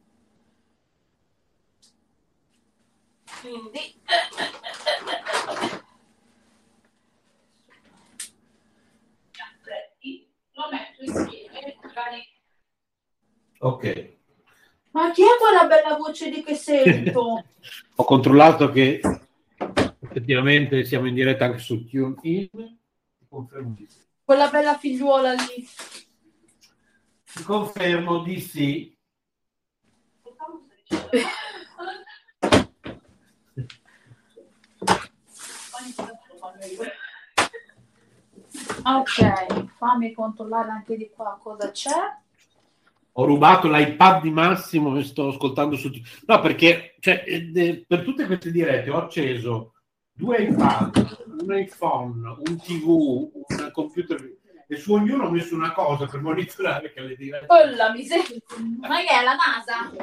Speaker 12: quindi lo metto insieme.
Speaker 7: Ok.
Speaker 12: Ma chi è quella bella voce di che sento?
Speaker 7: Ho controllato che effettivamente siamo in diretta anche su TuneIn. Confermo di sì.
Speaker 12: Quella bella figliuola lì.
Speaker 7: Ti confermo di sì.
Speaker 12: Ok, fammi controllare anche di qua cosa c'è.
Speaker 7: Ho rubato l'iPad di Massimo e sto ascoltando su... No, perché cioè, eh, per tutte queste dirette ho acceso due iPad, un iPhone, un tivù, un computer e su ognuno ho messo una cosa per monitorare che le dirette...
Speaker 12: Oh la miseria! Ma che è la NASA?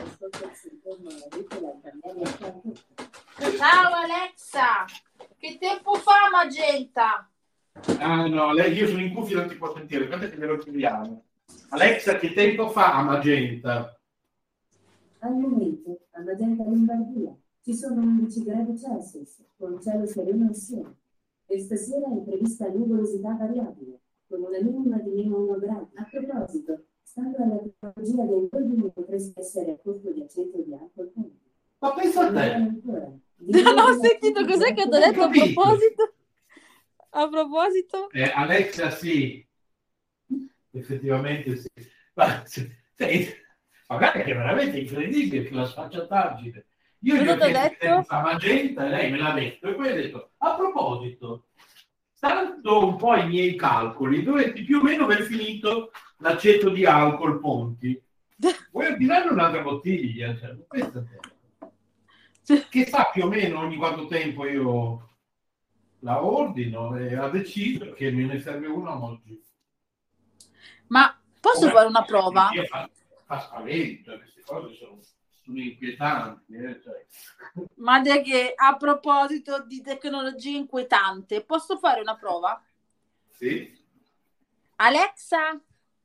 Speaker 12: Ciao Alexa! Che tempo fa Magenta?
Speaker 7: Ah no, lei, io sono in cuffia e non ti può sentire, aspetta che me lo chiediamo. Alexa, che tempo fa a Magenta?
Speaker 15: Al momento, a Magenta Lombardia, ci sono undici gradi Celsius, con cielo sereno e sole. E stasera è prevista nuvolosità variabile, con una minima di meno uno grado. A proposito, stando alla tecnologia del polvine, potresti essere a corto di aceto di alcol.
Speaker 7: Ma pensa a te!
Speaker 12: Non ho sentito cos'è che ti ho detto a proposito. A proposito?
Speaker 7: Eh, Alexa, sì. Effettivamente sì. Ma, sì, magari è veramente incredibile che la sfacciataggine. Io gli ho chiesto a Magenta e lei me l'ha detto e poi ha detto, a proposito, stando un po' ai miei calcoli, dovresti più o meno aver finito l'aceto di alcol Ponti. Vuoi ordinare un'altra bottiglia? Cioè, questa che sa più o meno ogni quanto tempo io la ordino e ha deciso che me ne serve una oggi.
Speaker 12: Ma posso
Speaker 7: Come?
Speaker 12: fare una prova?
Speaker 7: Fa, fa spavento, queste cose sono, sono inquietanti. Eh, cioè.
Speaker 12: Ma de che a proposito di tecnologia inquietante, posso fare una prova?
Speaker 7: Sì.
Speaker 12: Alexa?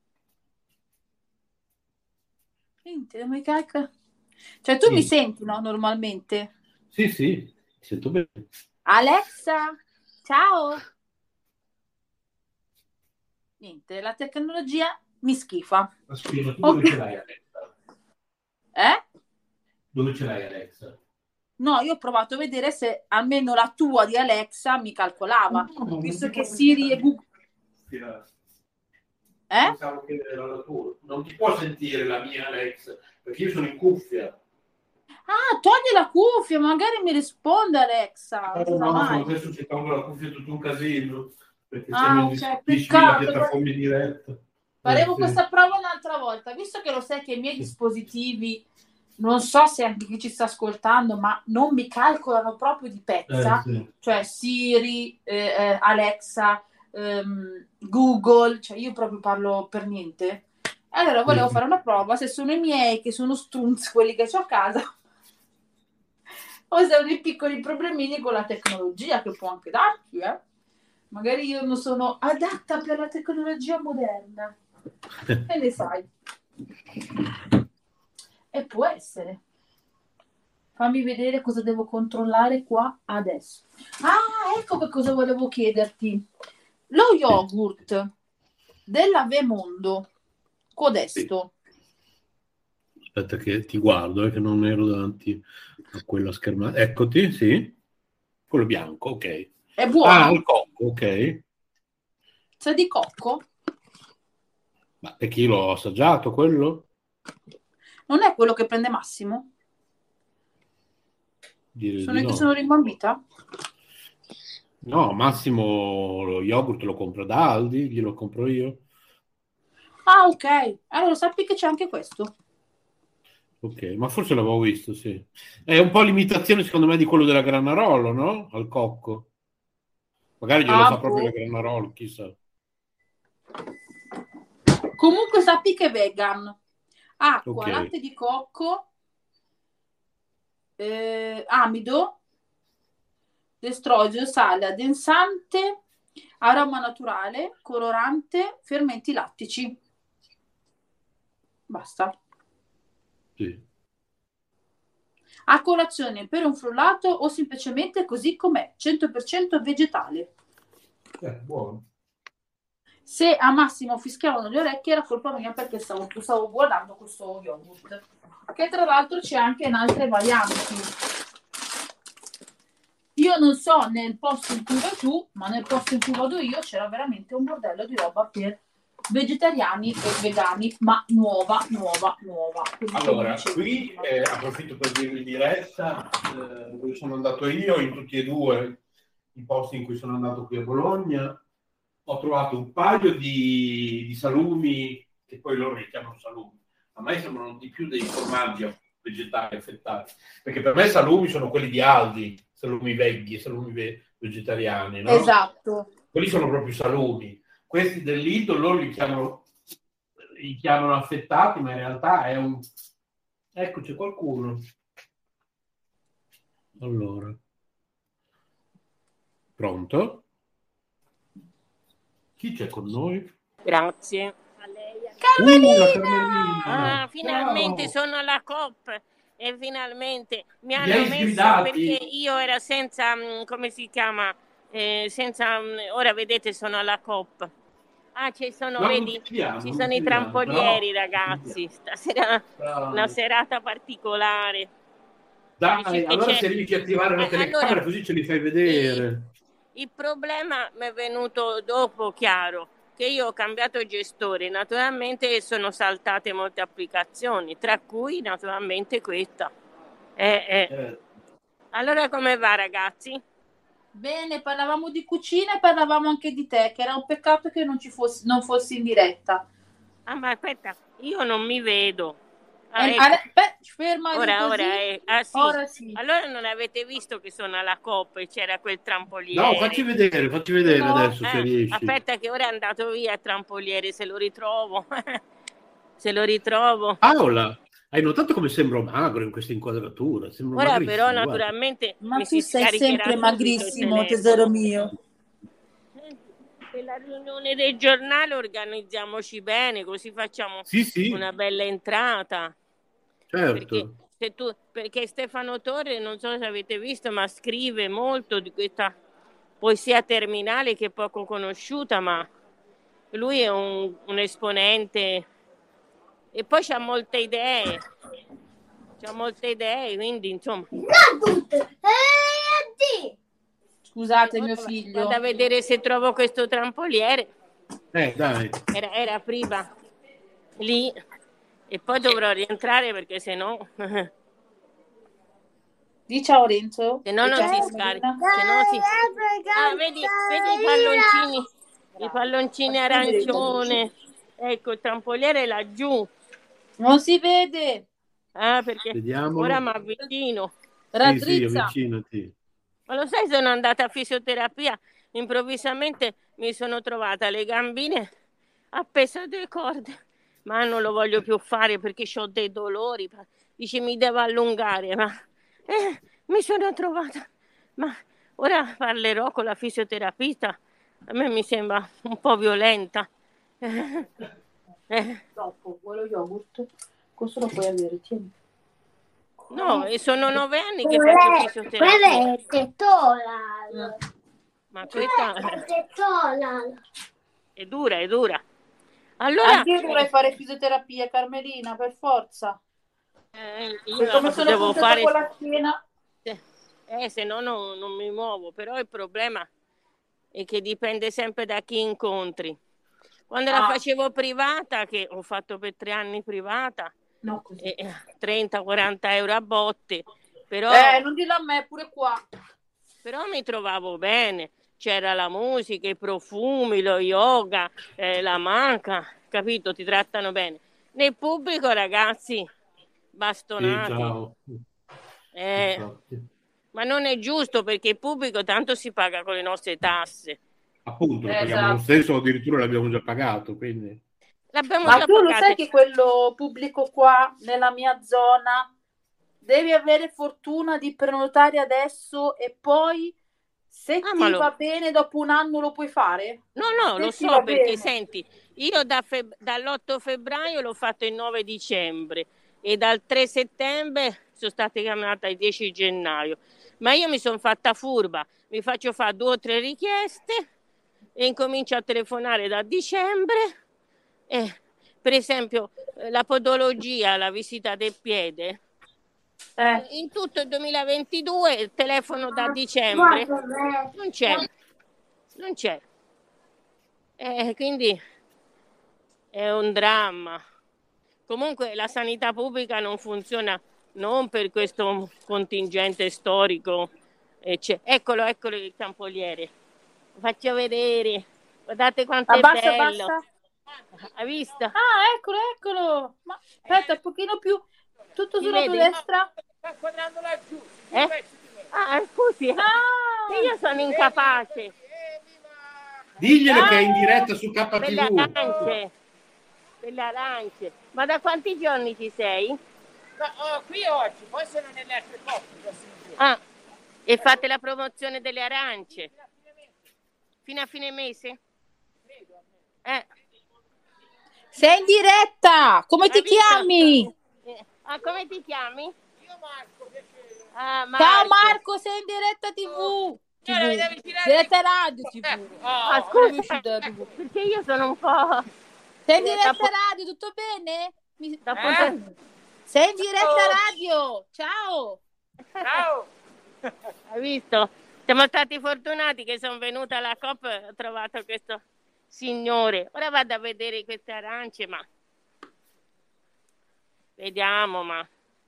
Speaker 12: Senti, non mi cacca. Cioè tu
Speaker 7: sì.
Speaker 12: mi senti, no? Normalmente?
Speaker 7: Sì, sì, sento bene.
Speaker 12: Alexa? Ciao? Niente, la tecnologia mi schifa.
Speaker 7: Ma scusa, tu
Speaker 12: okay.
Speaker 7: dove ce l'hai Alexa?
Speaker 12: Eh?
Speaker 7: Dove ce l'hai Alexa?
Speaker 12: No, io ho provato a vedere se almeno la tua di Alexa mi calcolava, no, visto che Siri e Google... Eh?
Speaker 7: Pensavo che era la tua. Non ti può sentire la mia Alexa, perché io sono in cuffia.
Speaker 12: Ah, togli la cuffia, magari mi risponde Alexa.
Speaker 7: Oh, no, no, adesso si tolgo la cuffia tutto un casino. Perché
Speaker 12: ah,
Speaker 7: c'è
Speaker 12: cioè,
Speaker 7: la piattaforma in diretta.
Speaker 12: Faremo
Speaker 7: eh,
Speaker 12: questa
Speaker 7: sì.
Speaker 12: prova un'altra volta, visto che lo sai che i miei dispositivi, non so se anche chi ci sta ascoltando, ma non mi calcolano proprio di pezza,
Speaker 7: eh, sì.
Speaker 12: cioè Siri, eh, eh, Alexa, ehm, Google, cioè io proprio parlo per niente. Allora volevo
Speaker 7: sì.
Speaker 12: fare una prova se sono i miei che sono strunz, quelli che ho a casa, o se ho dei piccoli problemini con la tecnologia che può anche darci, eh? Magari io non sono adatta per la tecnologia moderna. E ne sai. E può essere. Fammi vedere cosa devo controllare qua adesso. Ah, ecco che cosa volevo chiederti. Lo yogurt della Vemondo Codesto.
Speaker 7: Aspetta che ti guardo, eh, che non ero davanti a quella schermata. Eccoti, sì. Quello bianco, ok.
Speaker 12: È buono?
Speaker 7: Ah, il cocco, ok.
Speaker 12: C'è di cocco?
Speaker 7: Ma e chi l'ho assaggiato, quello?
Speaker 12: Non è quello che prende Massimo?
Speaker 7: Direi
Speaker 12: Sono
Speaker 7: di
Speaker 12: io
Speaker 7: no.
Speaker 12: che sono rimbambita?
Speaker 7: No, Massimo lo yogurt lo compra da Aldi, glielo compro io.
Speaker 12: Ah, ok. Allora sappi che c'è anche questo.
Speaker 7: Ok, ma forse l'avevo visto, sì. È un po' l'imitazione, secondo me, di quello della Granarolo, no? Al cocco. Magari glielo
Speaker 12: Ah,
Speaker 7: fa proprio
Speaker 12: boh.
Speaker 7: la Granarolo, chissà.
Speaker 12: Comunque sappi che è vegan. Acqua,
Speaker 7: Ok.
Speaker 12: latte di cocco, eh, amido, estrogeno, sale, addensante, aroma naturale, colorante, fermenti lattici. Basta.
Speaker 7: Sì.
Speaker 12: A colazione per un frullato o semplicemente così com'è, cento per cento vegetale.
Speaker 7: Eh, buono.
Speaker 12: Se a Massimo fischiavano le orecchie era colpa mia perché stavo, stavo guardando questo yogurt, che tra l'altro c'è anche in altre varianti. Io non so nel posto in cui vai tu, ma nel posto in cui vado io c'era veramente un bordello di roba per vegetariani e vegani, ma nuova, nuova, nuova. Quindi,
Speaker 7: Allora,
Speaker 12: come
Speaker 7: qui
Speaker 12: dicevo,
Speaker 7: eh, approfitto per dirvi in diretta eh, dove sono andato io, in tutti e due i posti in cui sono andato qui a Bologna, ho trovato un paio di, di salumi, che poi loro li chiamano salumi. A me sembrano di più dei formaggi vegetali affettati, perché per me salumi sono quelli di Aldi, salumi veghi, salumi ve- vegetariani, no?
Speaker 12: esatto.
Speaker 7: Quelli sono proprio salumi. Questi del Lidl loro li chiamano, li chiamano affettati, ma in realtà è un... Ecco, c'è qualcuno. Allora. Pronto? Chi c'è con noi?
Speaker 16: Grazie.
Speaker 7: Uh, la Carmelina!
Speaker 16: Ah, finalmente
Speaker 7: Ciao!
Speaker 16: sono alla COP e finalmente mi
Speaker 7: Gli
Speaker 16: hanno
Speaker 7: hai
Speaker 16: messo
Speaker 7: sgridati?
Speaker 16: perché io ero senza, mm, come si chiama, Eh, senza, mm, ora vedete sono alla COP. Ah, ci sono,
Speaker 7: No, non
Speaker 16: vedi,
Speaker 7: ti chiediamo,
Speaker 16: ci
Speaker 7: non
Speaker 16: sono
Speaker 7: ti
Speaker 16: i
Speaker 7: chiediamo,
Speaker 16: trampolieri
Speaker 7: però...
Speaker 16: ragazzi, stasera una
Speaker 7: Dai,
Speaker 16: serata particolare. Dici
Speaker 7: dai,
Speaker 16: che
Speaker 7: allora
Speaker 16: c'è...
Speaker 7: se riesci a attivare la
Speaker 16: Eh, allora,
Speaker 7: telecamera così ce li fai
Speaker 16: il,
Speaker 7: vedere.
Speaker 16: il problema mi è venuto dopo, chiaro, che io ho cambiato gestore, naturalmente sono saltate molte applicazioni, tra cui naturalmente questa. Eh, eh.
Speaker 7: Eh,
Speaker 16: Allora come va ragazzi?
Speaker 12: Bene, parlavamo di cucina e parlavamo anche di te, che era un peccato che non ci fossi, non fossi in diretta.
Speaker 16: Ah ma aspetta, io non mi vedo. Ah,
Speaker 12: E-
Speaker 16: ecco.
Speaker 12: ale- beh, ferma lì
Speaker 16: Ora,
Speaker 12: così.
Speaker 16: ora, eh. Ah, sì.
Speaker 12: Ora sì.
Speaker 16: Allora non avete visto che sono alla Coppa e c'era quel trampoliere?
Speaker 7: no, facci vedere, facci vedere
Speaker 12: No,
Speaker 7: adesso se
Speaker 16: Eh,
Speaker 7: riesci.
Speaker 16: aspetta che ora è andato via il trampoliere, se lo ritrovo. Se lo ritrovo.
Speaker 7: Paola, hai notato come sembro magro in questa inquadratura? Sembro
Speaker 16: Ora
Speaker 7: magrissimo,
Speaker 16: però
Speaker 7: guarda.
Speaker 16: naturalmente
Speaker 12: Ma
Speaker 16: mi
Speaker 12: tu
Speaker 16: si
Speaker 12: sei
Speaker 16: scaricherà
Speaker 12: sempre
Speaker 16: subito il
Speaker 12: magrissimo,
Speaker 16: telefono.
Speaker 12: tesoro mio.
Speaker 16: Per la riunione del giornale organizziamoci bene, così facciamo
Speaker 7: Sì, sì,
Speaker 16: una bella entrata.
Speaker 7: certo.
Speaker 16: Perché, se tu, perché Stefano Torre, non so se avete visto, ma scrive molto di questa poesia terminale che è poco conosciuta, ma lui è un, un esponente e poi c'ha molte idee, c'ha molte idee, quindi insomma.
Speaker 12: Scusate
Speaker 16: Ora
Speaker 12: mio
Speaker 16: va-
Speaker 12: figlio.
Speaker 16: Vado a vedere se trovo questo trampoliere.
Speaker 7: Eh, dai.
Speaker 16: Era, era prima lì e poi dovrò rientrare perché se no
Speaker 12: Di ciao Renzo.
Speaker 16: se no
Speaker 12: E
Speaker 16: non
Speaker 12: ciao,
Speaker 16: si
Speaker 12: Carmelina.
Speaker 16: scarica. Se no si... Ah, vedi, vedi i palloncini, i palloncini arancione. Ecco, il trampoliere laggiù.
Speaker 12: Non si vede.
Speaker 16: Ah, perché
Speaker 7: Vediamolo.
Speaker 16: ora mi avvicino.
Speaker 7: Sì, sì,
Speaker 12: Raddrizza.
Speaker 7: avvicinati.
Speaker 16: Ma lo sai, sono andata a fisioterapia, improvvisamente mi sono trovata le gambine appese a due corde, ma non lo voglio più fare perché ho dei dolori. Dice mi devo allungare, ma eh, mi sono trovata. Ma ora parlerò con la fisioterapista, a me mi sembra un po' violenta. Eh, eh.
Speaker 12: Dopo, vuoi lo yogurt? Questo lo puoi avere, tieni.
Speaker 16: No, e sono nove anni che faccio fisioterapia.
Speaker 13: Quella è tetola.
Speaker 16: Ma questa
Speaker 13: Tetola.
Speaker 16: è dura, è dura. Allora,
Speaker 12: Anche io dovrei fare fisioterapia, Carmelina, per forza.
Speaker 16: eh,
Speaker 12: E
Speaker 16: io
Speaker 12: come sono
Speaker 16: devo
Speaker 12: contenta
Speaker 16: fare,
Speaker 12: con la schiena.
Speaker 16: eh, se no non, non mi muovo, però il problema è che dipende sempre da chi incontri. Quando la
Speaker 12: Ah.
Speaker 16: facevo privata, che ho fatto per tre anni privata,
Speaker 12: No, così.
Speaker 16: eh, trenta quaranta euro a botte, però,
Speaker 12: Eh, non dirlo a me, pure qua.
Speaker 16: però mi trovavo bene. C'era la musica, i profumi, lo yoga, eh, la manca, capito? Ti trattano bene. Nel pubblico, ragazzi, bastonati.
Speaker 7: Sì, ciao.
Speaker 16: Eh,
Speaker 7: Infatti.
Speaker 16: ma non è giusto perché il pubblico tanto si paga con le nostre tasse.
Speaker 7: Appunto, lo
Speaker 12: Eh,
Speaker 7: paghiamo lo
Speaker 12: esatto.
Speaker 7: stesso, addirittura l'abbiamo già pagato, quindi...
Speaker 16: L'abbiamo
Speaker 12: Ma
Speaker 16: già
Speaker 12: tu lo
Speaker 16: pagato.
Speaker 12: sai che quello pubblico qua nella mia zona devi avere fortuna di prenotare adesso e poi se
Speaker 16: Ah,
Speaker 12: ti
Speaker 16: ma lo-
Speaker 12: va bene dopo un anno lo puoi fare?
Speaker 16: No, no,
Speaker 12: Se
Speaker 16: lo
Speaker 12: ti
Speaker 16: so
Speaker 12: va
Speaker 16: perché
Speaker 12: bene.
Speaker 16: senti, io da feb- dall'otto febbraio l'ho fatto il nove dicembre e dal tre settembre sono stata chiamata il dieci gennaio. Ma io mi sono fatta furba, mi faccio fare due o tre richieste e incomincio a telefonare da dicembre. E, per esempio, eh, la podologia, la visita del piede,
Speaker 12: Eh.
Speaker 16: in tutto il duemilaventidue telefono da dicembre, non c'è, non c'è. Eh, quindi è un dramma. Comunque la sanità pubblica non funziona non per questo contingente storico. eh, c'è- Eccolo, eccolo il campoliere. Lo faccio vedere. Guardate quanto è
Speaker 12: Abbassa,
Speaker 16: bello.
Speaker 12: abbassa.
Speaker 16: Hai visto?
Speaker 12: Ah, eccolo, eccolo. Ma aspetta, un pochino più. Tutto
Speaker 16: Si
Speaker 12: sulla tua
Speaker 16: vede?
Speaker 12: destra.
Speaker 16: Eh? Ah, scusi,
Speaker 12: Ah!
Speaker 16: che io sono incapace.
Speaker 7: Diglielo
Speaker 12: Ah!
Speaker 7: che è in diretta su K T
Speaker 16: Belle
Speaker 7: V.
Speaker 16: arance. Belle arance. Ma da quanti giorni ci sei?
Speaker 17: No, oh, qui oggi, poi sono nelle altre coppie.
Speaker 16: Ah, e fate la promozione delle arance? Fino a fine mese? Eh.
Speaker 12: Sei in diretta! Come ti
Speaker 16: Hai visto?
Speaker 12: chiami?
Speaker 16: Eh, Ah, come ti chiami?
Speaker 17: Io Marco, piacere.
Speaker 16: Ah, Marco.
Speaker 12: Ciao Marco, sei in diretta tivù.
Speaker 17: Eh, la
Speaker 12: tivù.
Speaker 17: devi tirare-
Speaker 12: Diretta radio tivù.
Speaker 17: Eh, oh,
Speaker 16: Ah,
Speaker 12: Non è
Speaker 16: scusa,
Speaker 12: uscita la tivù.
Speaker 16: perché io sono un po'...
Speaker 12: Sei in diretta
Speaker 16: Dopo-
Speaker 12: radio, tutto bene? Mi-
Speaker 16: dopo-
Speaker 17: Eh?
Speaker 12: Sei in diretta
Speaker 17: Oh.
Speaker 12: radio. Ciao.
Speaker 17: Ciao.
Speaker 16: Hai visto? Siamo stati fortunati che sono venuta alla Coop e ho trovato questo signore. Ora vado a vedere queste arance, ma... Vediamo, ma...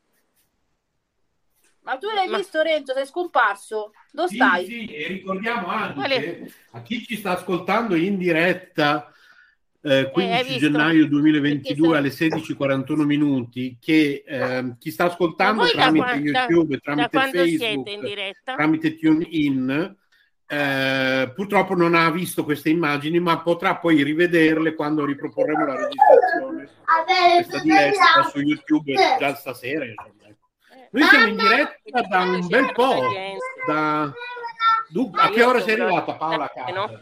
Speaker 12: Ma tu l'hai
Speaker 16: Ma-
Speaker 12: visto Renzo? Sei scomparso? Dove
Speaker 7: Sì,
Speaker 12: stai?
Speaker 7: sì, e ricordiamo anche
Speaker 16: Quale-
Speaker 7: a chi ci sta ascoltando in diretta eh,
Speaker 16: hai
Speaker 7: quindici
Speaker 16: visto?
Speaker 7: gennaio duemilaventidue
Speaker 16: Perché sono-
Speaker 7: alle sedici e quarantuno minuti che ehm, chi sta
Speaker 16: Ma
Speaker 7: ascoltando
Speaker 16: voi da,
Speaker 7: tramite
Speaker 16: qua- da-
Speaker 7: YouTube,
Speaker 16: da
Speaker 7: tramite
Speaker 16: quando siete in
Speaker 7: Facebook,
Speaker 16: diretta?
Speaker 7: tramite TuneIn, eh, purtroppo non ha visto queste immagini, ma potrà poi rivederle quando riproporremo la registrazione questa diretta su YouTube già stasera. Insomma. Noi siamo in diretta da un bel po'. Da... Du- A che ora sei arrivata, Paola? a casa?
Speaker 16: No?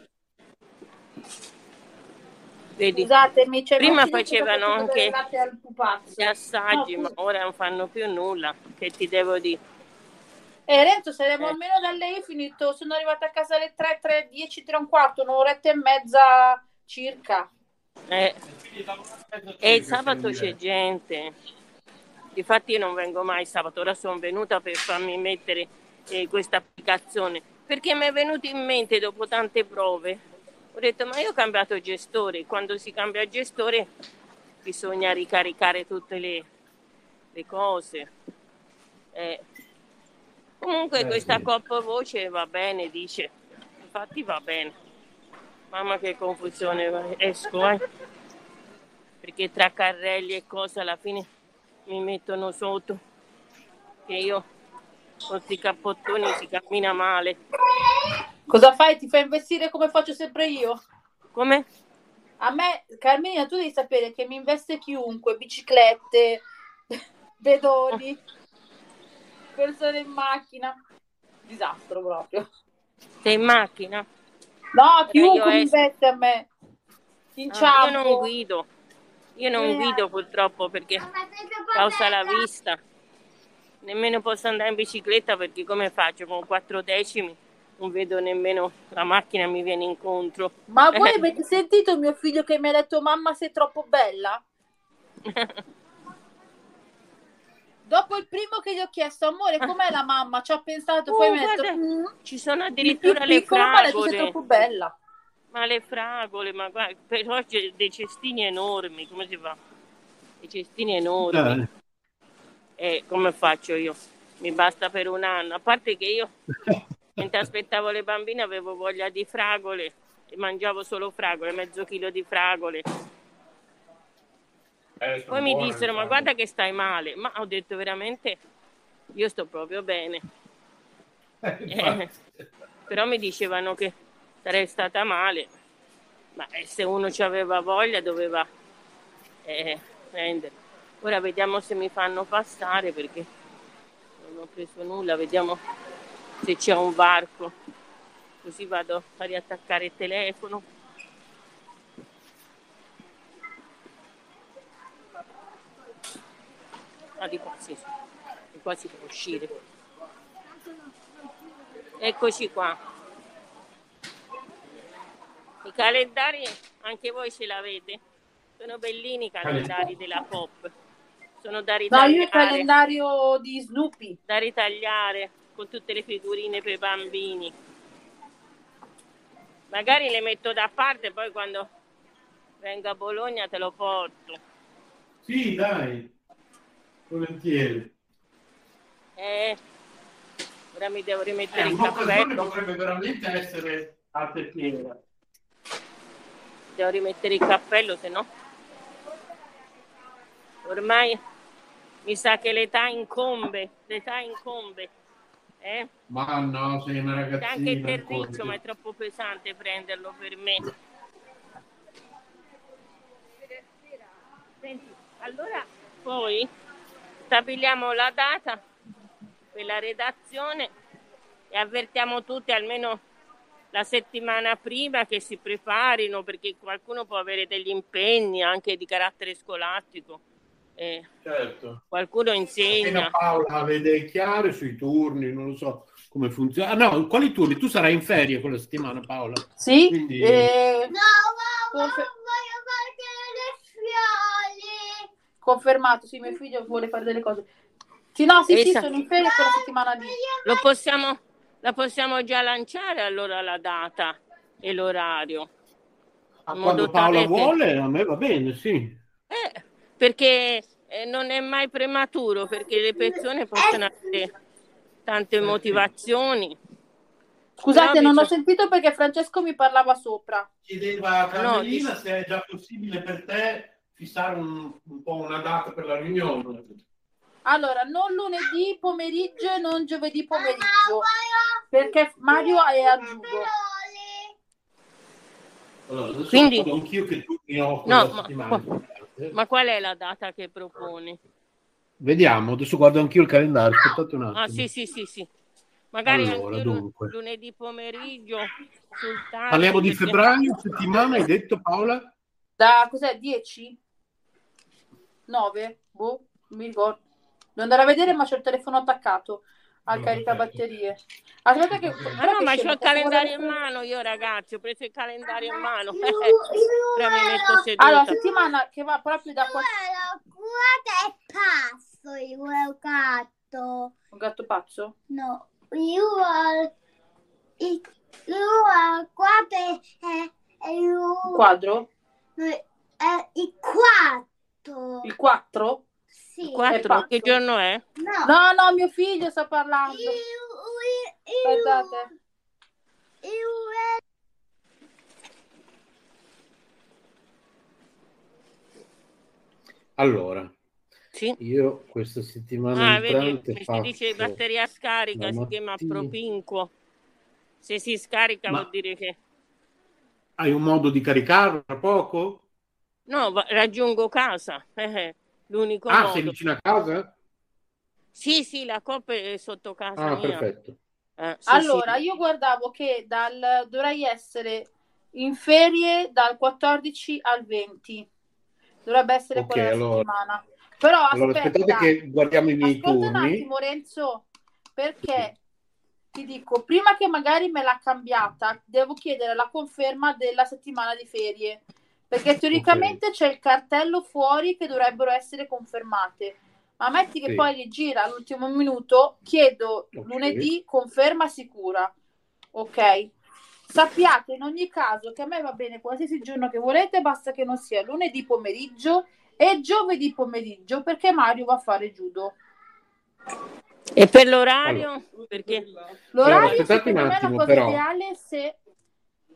Speaker 16: Vedi?
Speaker 12: Scusatemi, c'è
Speaker 16: Prima
Speaker 12: il bambino che
Speaker 16: facevano
Speaker 12: fa
Speaker 16: anche
Speaker 12: il latte al pupazzo.
Speaker 16: gli assaggi,
Speaker 12: No,
Speaker 16: ma ora non fanno più nulla. Che ti devo dire?
Speaker 12: Eh, Renzo, saremo
Speaker 16: Eh.
Speaker 12: almeno da lei finito. Sono arrivata a casa alle tre, tre, dieci, tre e un quarto, un'oretta e mezza circa.
Speaker 16: Eh, e il sabato c'è gente. Difatti io non vengo mai sabato. Ora sono venuta per farmi mettere eh, questa applicazione. Perché mi è venuto in mente dopo tante prove. Ho detto, ma io ho cambiato gestore. Quando si cambia gestore bisogna ricaricare tutte le, le cose. Eh, comunque
Speaker 7: Eh,
Speaker 16: questa
Speaker 7: sì.
Speaker 16: Coop Voce va bene, dice. Infatti va bene. Mamma che confusione, esco, eh. Perché tra carrelli e cose alla fine mi mettono sotto. Che io con questi cappottoni si cammina male.
Speaker 12: Cosa fai? Ti fai investire come faccio sempre io?
Speaker 16: Come?
Speaker 12: A me, Carmelina, tu devi sapere che mi investe chiunque, biciclette, pedoni, persone in macchina. Disastro proprio.
Speaker 16: Sei in macchina?
Speaker 12: No, chiunque
Speaker 16: io
Speaker 12: mi
Speaker 16: esco.
Speaker 12: investe a me.
Speaker 16: Ah,
Speaker 12: Inciampo.
Speaker 16: io non guido. Io non
Speaker 12: Eh.
Speaker 16: guido purtroppo perché causa la vista. Nemmeno posso andare in bicicletta perché come faccio? Con quattro decimi non vedo nemmeno la macchina mi viene incontro.
Speaker 12: Ma voi avete sentito mio figlio che mi ha detto mamma sei troppo bella? Dopo il primo che gli ho chiesto amore com'è la mamma? Ci ho pensato,
Speaker 16: Oh,
Speaker 12: poi mi ha detto
Speaker 16: guarda,
Speaker 12: "Mm".
Speaker 16: ci sono
Speaker 12: Il più
Speaker 16: addirittura le
Speaker 12: piccolo mi ha detto sei
Speaker 16: fragole.
Speaker 12: troppo bella.
Speaker 16: Ma le fragole, ma guarda, però c'è dei cestini enormi, come si fa? Dei cestini enormi.
Speaker 7: Eh.
Speaker 16: E come faccio io? Mi basta per un anno. A parte che io, mentre aspettavo le bambine, avevo voglia di fragole e mangiavo solo fragole, mezzo chilo di fragole.
Speaker 14: Eh,
Speaker 16: Poi mi
Speaker 14: buone,
Speaker 16: dissero, ma
Speaker 14: sai.
Speaker 16: guarda che stai male. Ma ho detto veramente, io sto proprio bene. Eh, però mi dicevano che sarei stata male. Ma eh, se uno ci aveva voglia doveva eh, prendere. Ora vediamo se mi fanno passare perché non ho preso nulla. Vediamo se c'è un varco. Così vado a riattaccare il telefono. Ah, di qua, sì, sì. Di qua si può uscire. Eccoci qua. I calendari, anche voi ce l'avete? Sono bellini i calendari della Pop. Sono da
Speaker 12: No,
Speaker 16: ritagliare.
Speaker 12: io il calendario di Snoopy.
Speaker 16: Da ritagliare con tutte le figurine per i bambini. Magari le metto da parte, poi quando vengo a Bologna te lo porto.
Speaker 14: Sì, dai. Volentieri.
Speaker 16: Eh, ora mi devo rimettere
Speaker 14: Eh,
Speaker 16: il
Speaker 14: un'occasione
Speaker 16: cappello.
Speaker 14: potrebbe veramente essere arte piena.
Speaker 16: Devo rimettere il cappello, se no ormai mi sa che l'età incombe, l'età incombe. Eh?
Speaker 14: Ma no, sei una
Speaker 16: C'è
Speaker 14: ragazzina
Speaker 16: anche il
Speaker 14: ancora.
Speaker 16: terriccio, ma è troppo pesante prenderlo per me. Senti, allora poi stabiliamo la data per la redazione e avvertiamo tutti almeno la settimana prima che si preparino, perché qualcuno può avere degli impegni anche di carattere scolastico. Eh,
Speaker 14: Certo.
Speaker 16: qualcuno
Speaker 14: Appena
Speaker 16: insegna.
Speaker 14: Paola vede chiare sui turni, non lo so come funziona. Ah, no, quali turni? Tu sarai in ferie quella settimana, Paola?
Speaker 12: Sì,
Speaker 14: Quindi...
Speaker 12: eh,
Speaker 13: No,
Speaker 12: confer-
Speaker 13: voglio fare le fiole.
Speaker 12: confermato, sì, mio figlio vuole fare delle cose. Sì, no, sì, sì,
Speaker 16: Esa-
Speaker 12: sono in ferie quella settimana lì.
Speaker 16: Lo possiamo, la possiamo già lanciare allora la data e l'orario.
Speaker 14: Ah,
Speaker 16: In
Speaker 14: quando
Speaker 16: modo
Speaker 14: Paola
Speaker 16: tale che-
Speaker 14: vuole, a me va bene, sì.
Speaker 16: Eh, perché eh, non è mai prematuro, perché le persone possono avere tante motivazioni.
Speaker 12: Scusate,
Speaker 16: Però
Speaker 12: non ho
Speaker 16: dice-
Speaker 12: sentito perché Francesco mi parlava sopra.
Speaker 14: Chiedeva a
Speaker 16: No,
Speaker 14: Carmelina
Speaker 16: dice-
Speaker 14: se è già possibile per te fissare un, un po' una data per la riunione.
Speaker 12: Allora, non lunedì pomeriggio e non giovedì pomeriggio, perché Mario è a judo.
Speaker 14: Allora, adesso
Speaker 16: Quindi-
Speaker 14: guardo anch'io che tu ne ho quella
Speaker 16: No, ma,
Speaker 14: settimana.
Speaker 16: ma qual è la data che proponi?
Speaker 14: Vediamo, adesso guardo anch'io il calendario, aspettate un attimo.
Speaker 16: Ah, sì, sì, sì, sì. Magari
Speaker 14: Allora,
Speaker 16: anche lu-
Speaker 14: dunque.
Speaker 16: lunedì pomeriggio sul tardi,
Speaker 14: Parliamo di
Speaker 16: perché-
Speaker 14: febbraio, settimana, hai detto Paola?
Speaker 12: Da cos'è? dieci? nove? Boh, non mi ricordo. Devo andare a vedere, ma c'ho il telefono attaccato al caricabatterie. Aspetta che...
Speaker 16: Ma no, ma c'ho il calendario in
Speaker 12: mano.
Speaker 16: mano io, ragazzi, ho preso il calendario in mano. Ora mi metto seduta.
Speaker 12: Allora, settimana che va proprio da qua...
Speaker 13: Guarda, è pazzo il mio gatto.
Speaker 12: Un gatto pazzo?
Speaker 13: No, io ho il io guarda è, è io,
Speaker 12: Quadro?
Speaker 13: è il quattro.
Speaker 12: Il quattro?
Speaker 13: Sì.
Speaker 16: Quattro, che giorno è?
Speaker 13: No.
Speaker 12: No, no, mio figlio sta parlando.
Speaker 13: Io, io,
Speaker 12: Aspettate.
Speaker 13: io,
Speaker 14: Allora,
Speaker 16: Sì.
Speaker 14: io questa settimana
Speaker 16: Ah, vedi,
Speaker 14: entrante
Speaker 16: mi si
Speaker 14: faccio
Speaker 16: dice batteria scarica,
Speaker 14: la
Speaker 16: si chiama
Speaker 14: mattina.
Speaker 16: propinquo. Se si scarica
Speaker 14: Ma-
Speaker 16: vuol dire che...
Speaker 14: Hai un modo di caricarlo tra poco?
Speaker 16: No, va- raggiungo casa, eh, l'unico
Speaker 14: Ah,
Speaker 16: modo.
Speaker 14: sei vicino a casa?
Speaker 16: Sì, sì, la coppa è sotto casa
Speaker 14: Ah,
Speaker 16: mia.
Speaker 14: perfetto.
Speaker 16: Eh, sì,
Speaker 12: Allora,
Speaker 16: sì.
Speaker 12: io guardavo che dal, dovrei essere in ferie dal quattordici al venti. Dovrebbe essere
Speaker 14: Ok,
Speaker 12: quella la
Speaker 14: allora-
Speaker 12: settimana. Però
Speaker 14: Allora,
Speaker 12: aspetta,
Speaker 14: aspettate che guardiamo i miei
Speaker 12: ascolta un
Speaker 14: turni.
Speaker 12: attimo Renzo, perché ti dico, prima che magari me l'ha cambiata, devo chiedere la conferma della settimana di ferie, perché teoricamente c'è il cartello fuori che dovrebbero essere confermate. Ma metti che
Speaker 14: Sì.
Speaker 12: poi rigira all'ultimo minuto, chiedo
Speaker 14: Ok.
Speaker 12: lunedì conferma sicura. Ok? Sappiate in ogni caso che a me va bene qualsiasi giorno che volete, basta che non sia lunedì pomeriggio e giovedì pomeriggio, perché Mario va a fare judo.
Speaker 16: E per l'orario? Perché
Speaker 12: L'orario
Speaker 14: Allora, aspettate
Speaker 12: secondo
Speaker 14: un
Speaker 12: me è
Speaker 14: attimo,
Speaker 12: una cosa
Speaker 14: però.
Speaker 12: ideale se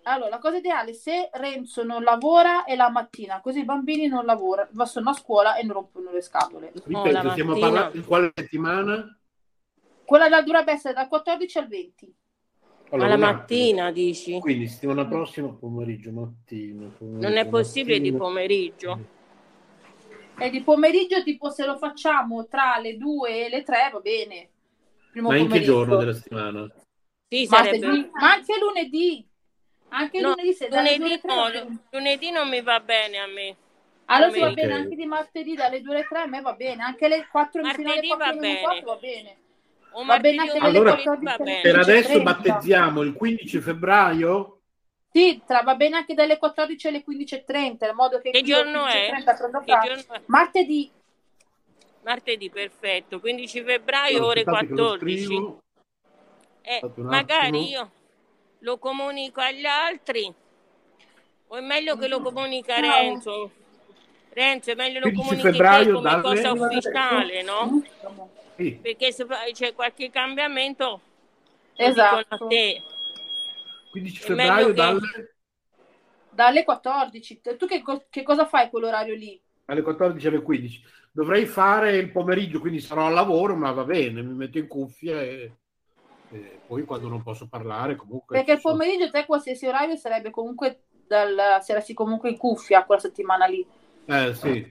Speaker 12: Allora, la cosa ideale se Renzo non lavora è la mattina, così i bambini non lavorano, ma sono a scuola e non rompono le scatole.
Speaker 14: Ripeto, stiamo parlando di quale settimana?
Speaker 12: Quella da, dovrebbe essere dal quattordici al venti.
Speaker 14: Allora,
Speaker 16: Alla
Speaker 14: un attimo.
Speaker 16: mattina, dici?
Speaker 14: Quindi settimana prossima, pomeriggio, mattina. pomeriggio,
Speaker 16: Non è possibile di
Speaker 14: mattina.
Speaker 16: pomeriggio?
Speaker 12: E di pomeriggio, tipo se lo facciamo tra le due e le tre, va bene. Primo
Speaker 14: Ma in che
Speaker 12: pomeriggio.
Speaker 14: giorno della settimana?
Speaker 16: Sì,
Speaker 12: Martedì,
Speaker 16: sarebbe...
Speaker 12: ma anche lunedì. Anche
Speaker 16: No,
Speaker 12: lunedì, se dalle due alle
Speaker 16: lunedì,
Speaker 12: tre
Speaker 16: no,
Speaker 12: va bene.
Speaker 16: lunedì non mi va bene a me.
Speaker 12: Allora se va
Speaker 16: Pomeriggio.
Speaker 12: bene anche di martedì dalle due alle tre, a me va bene. Anche le quattro fino alle
Speaker 16: Martedì
Speaker 12: quattro
Speaker 16: va
Speaker 12: meno
Speaker 16: bene.
Speaker 12: quattro va bene.
Speaker 16: O
Speaker 12: Va bene
Speaker 16: martedì
Speaker 12: anche
Speaker 16: o
Speaker 12: dalle
Speaker 14: Allora,
Speaker 16: mercoledì
Speaker 12: quattordici
Speaker 16: va
Speaker 12: alle
Speaker 16: bene.
Speaker 14: Per adesso
Speaker 12: quindici e trenta.
Speaker 14: battezziamo il quindici febbraio.
Speaker 12: Sì, tra, va bene anche dalle quattordici alle quindici e trenta, in modo che
Speaker 16: Che
Speaker 12: qui alle
Speaker 16: giorno
Speaker 12: quindici e
Speaker 16: è?
Speaker 12: trenta prendo
Speaker 16: Che
Speaker 12: pranzo.
Speaker 16: giorno è?
Speaker 12: Martedì.
Speaker 16: Martedì, perfetto. quindici febbraio,
Speaker 14: Allora,
Speaker 16: ore
Speaker 14: aspettate che lo
Speaker 16: quattordici.
Speaker 14: scrivo.
Speaker 16: Eh,
Speaker 14: Aspettate un
Speaker 16: magari
Speaker 14: attimo.
Speaker 16: io lo comunico agli altri, o è meglio che lo comunica
Speaker 12: No.
Speaker 16: Renzo? Renzo, è meglio lo
Speaker 14: quindici
Speaker 16: comunichi te
Speaker 14: febbraio
Speaker 16: come
Speaker 14: dalle...
Speaker 16: cosa ufficiale, no?
Speaker 14: Sì.
Speaker 16: Perché se fa- c'è qualche cambiamento, lo
Speaker 12: Esatto.
Speaker 16: dicono a te.
Speaker 14: quindici
Speaker 16: È meglio
Speaker 14: febbraio
Speaker 16: che...
Speaker 14: dalle...
Speaker 12: Dalle quattordici. Tu che, co- che cosa fai quell'orario lì?
Speaker 14: alle quattordici alle quindici. Dovrei fare il pomeriggio, quindi sarò al lavoro, ma va bene, mi metto in cuffia e, e poi quando non posso parlare comunque...
Speaker 12: Perché il
Speaker 14: ci sono-
Speaker 12: pomeriggio te qualsiasi orario sarebbe comunque dal, se resti comunque in cuffia quella settimana lì.
Speaker 14: Eh sì,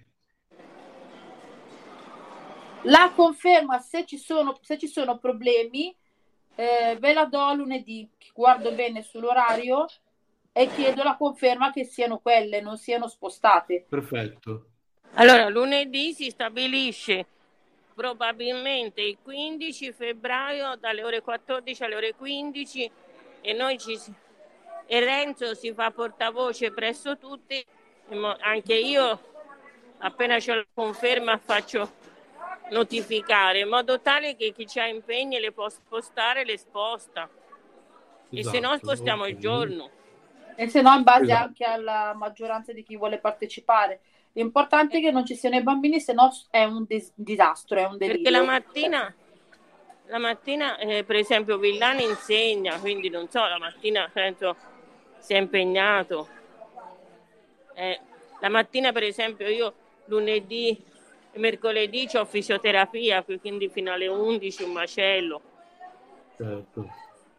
Speaker 12: La conferma se ci sono, se ci sono problemi eh, ve la do lunedì, guardo bene sull'orario e chiedo la conferma che siano quelle, non siano spostate.
Speaker 14: perfetto.
Speaker 16: Allora, lunedì si stabilisce probabilmente il quindici febbraio dalle ore quattordici alle ore quindici e noi ci si- e Renzo si fa portavoce presso tutti, in mo- anche io appena c'ho la conferma faccio notificare in modo tale che chi ha impegni le può spostare, le sposta e se no
Speaker 14: Esatto,
Speaker 16: spostiamo il
Speaker 14: ok.
Speaker 16: giorno.
Speaker 12: E se no in base
Speaker 14: Esatto.
Speaker 12: anche alla maggioranza di chi vuole partecipare. L'importante è che non ci siano i bambini, se no è un dis- disastro, è un delirio.
Speaker 16: Perché la mattina, la mattina eh, per esempio Villani insegna, quindi non so, la mattina penso sia impegnato. Eh, la mattina per esempio io lunedì e mercoledì ho fisioterapia, quindi fino alle undici un macello.
Speaker 14: Certo.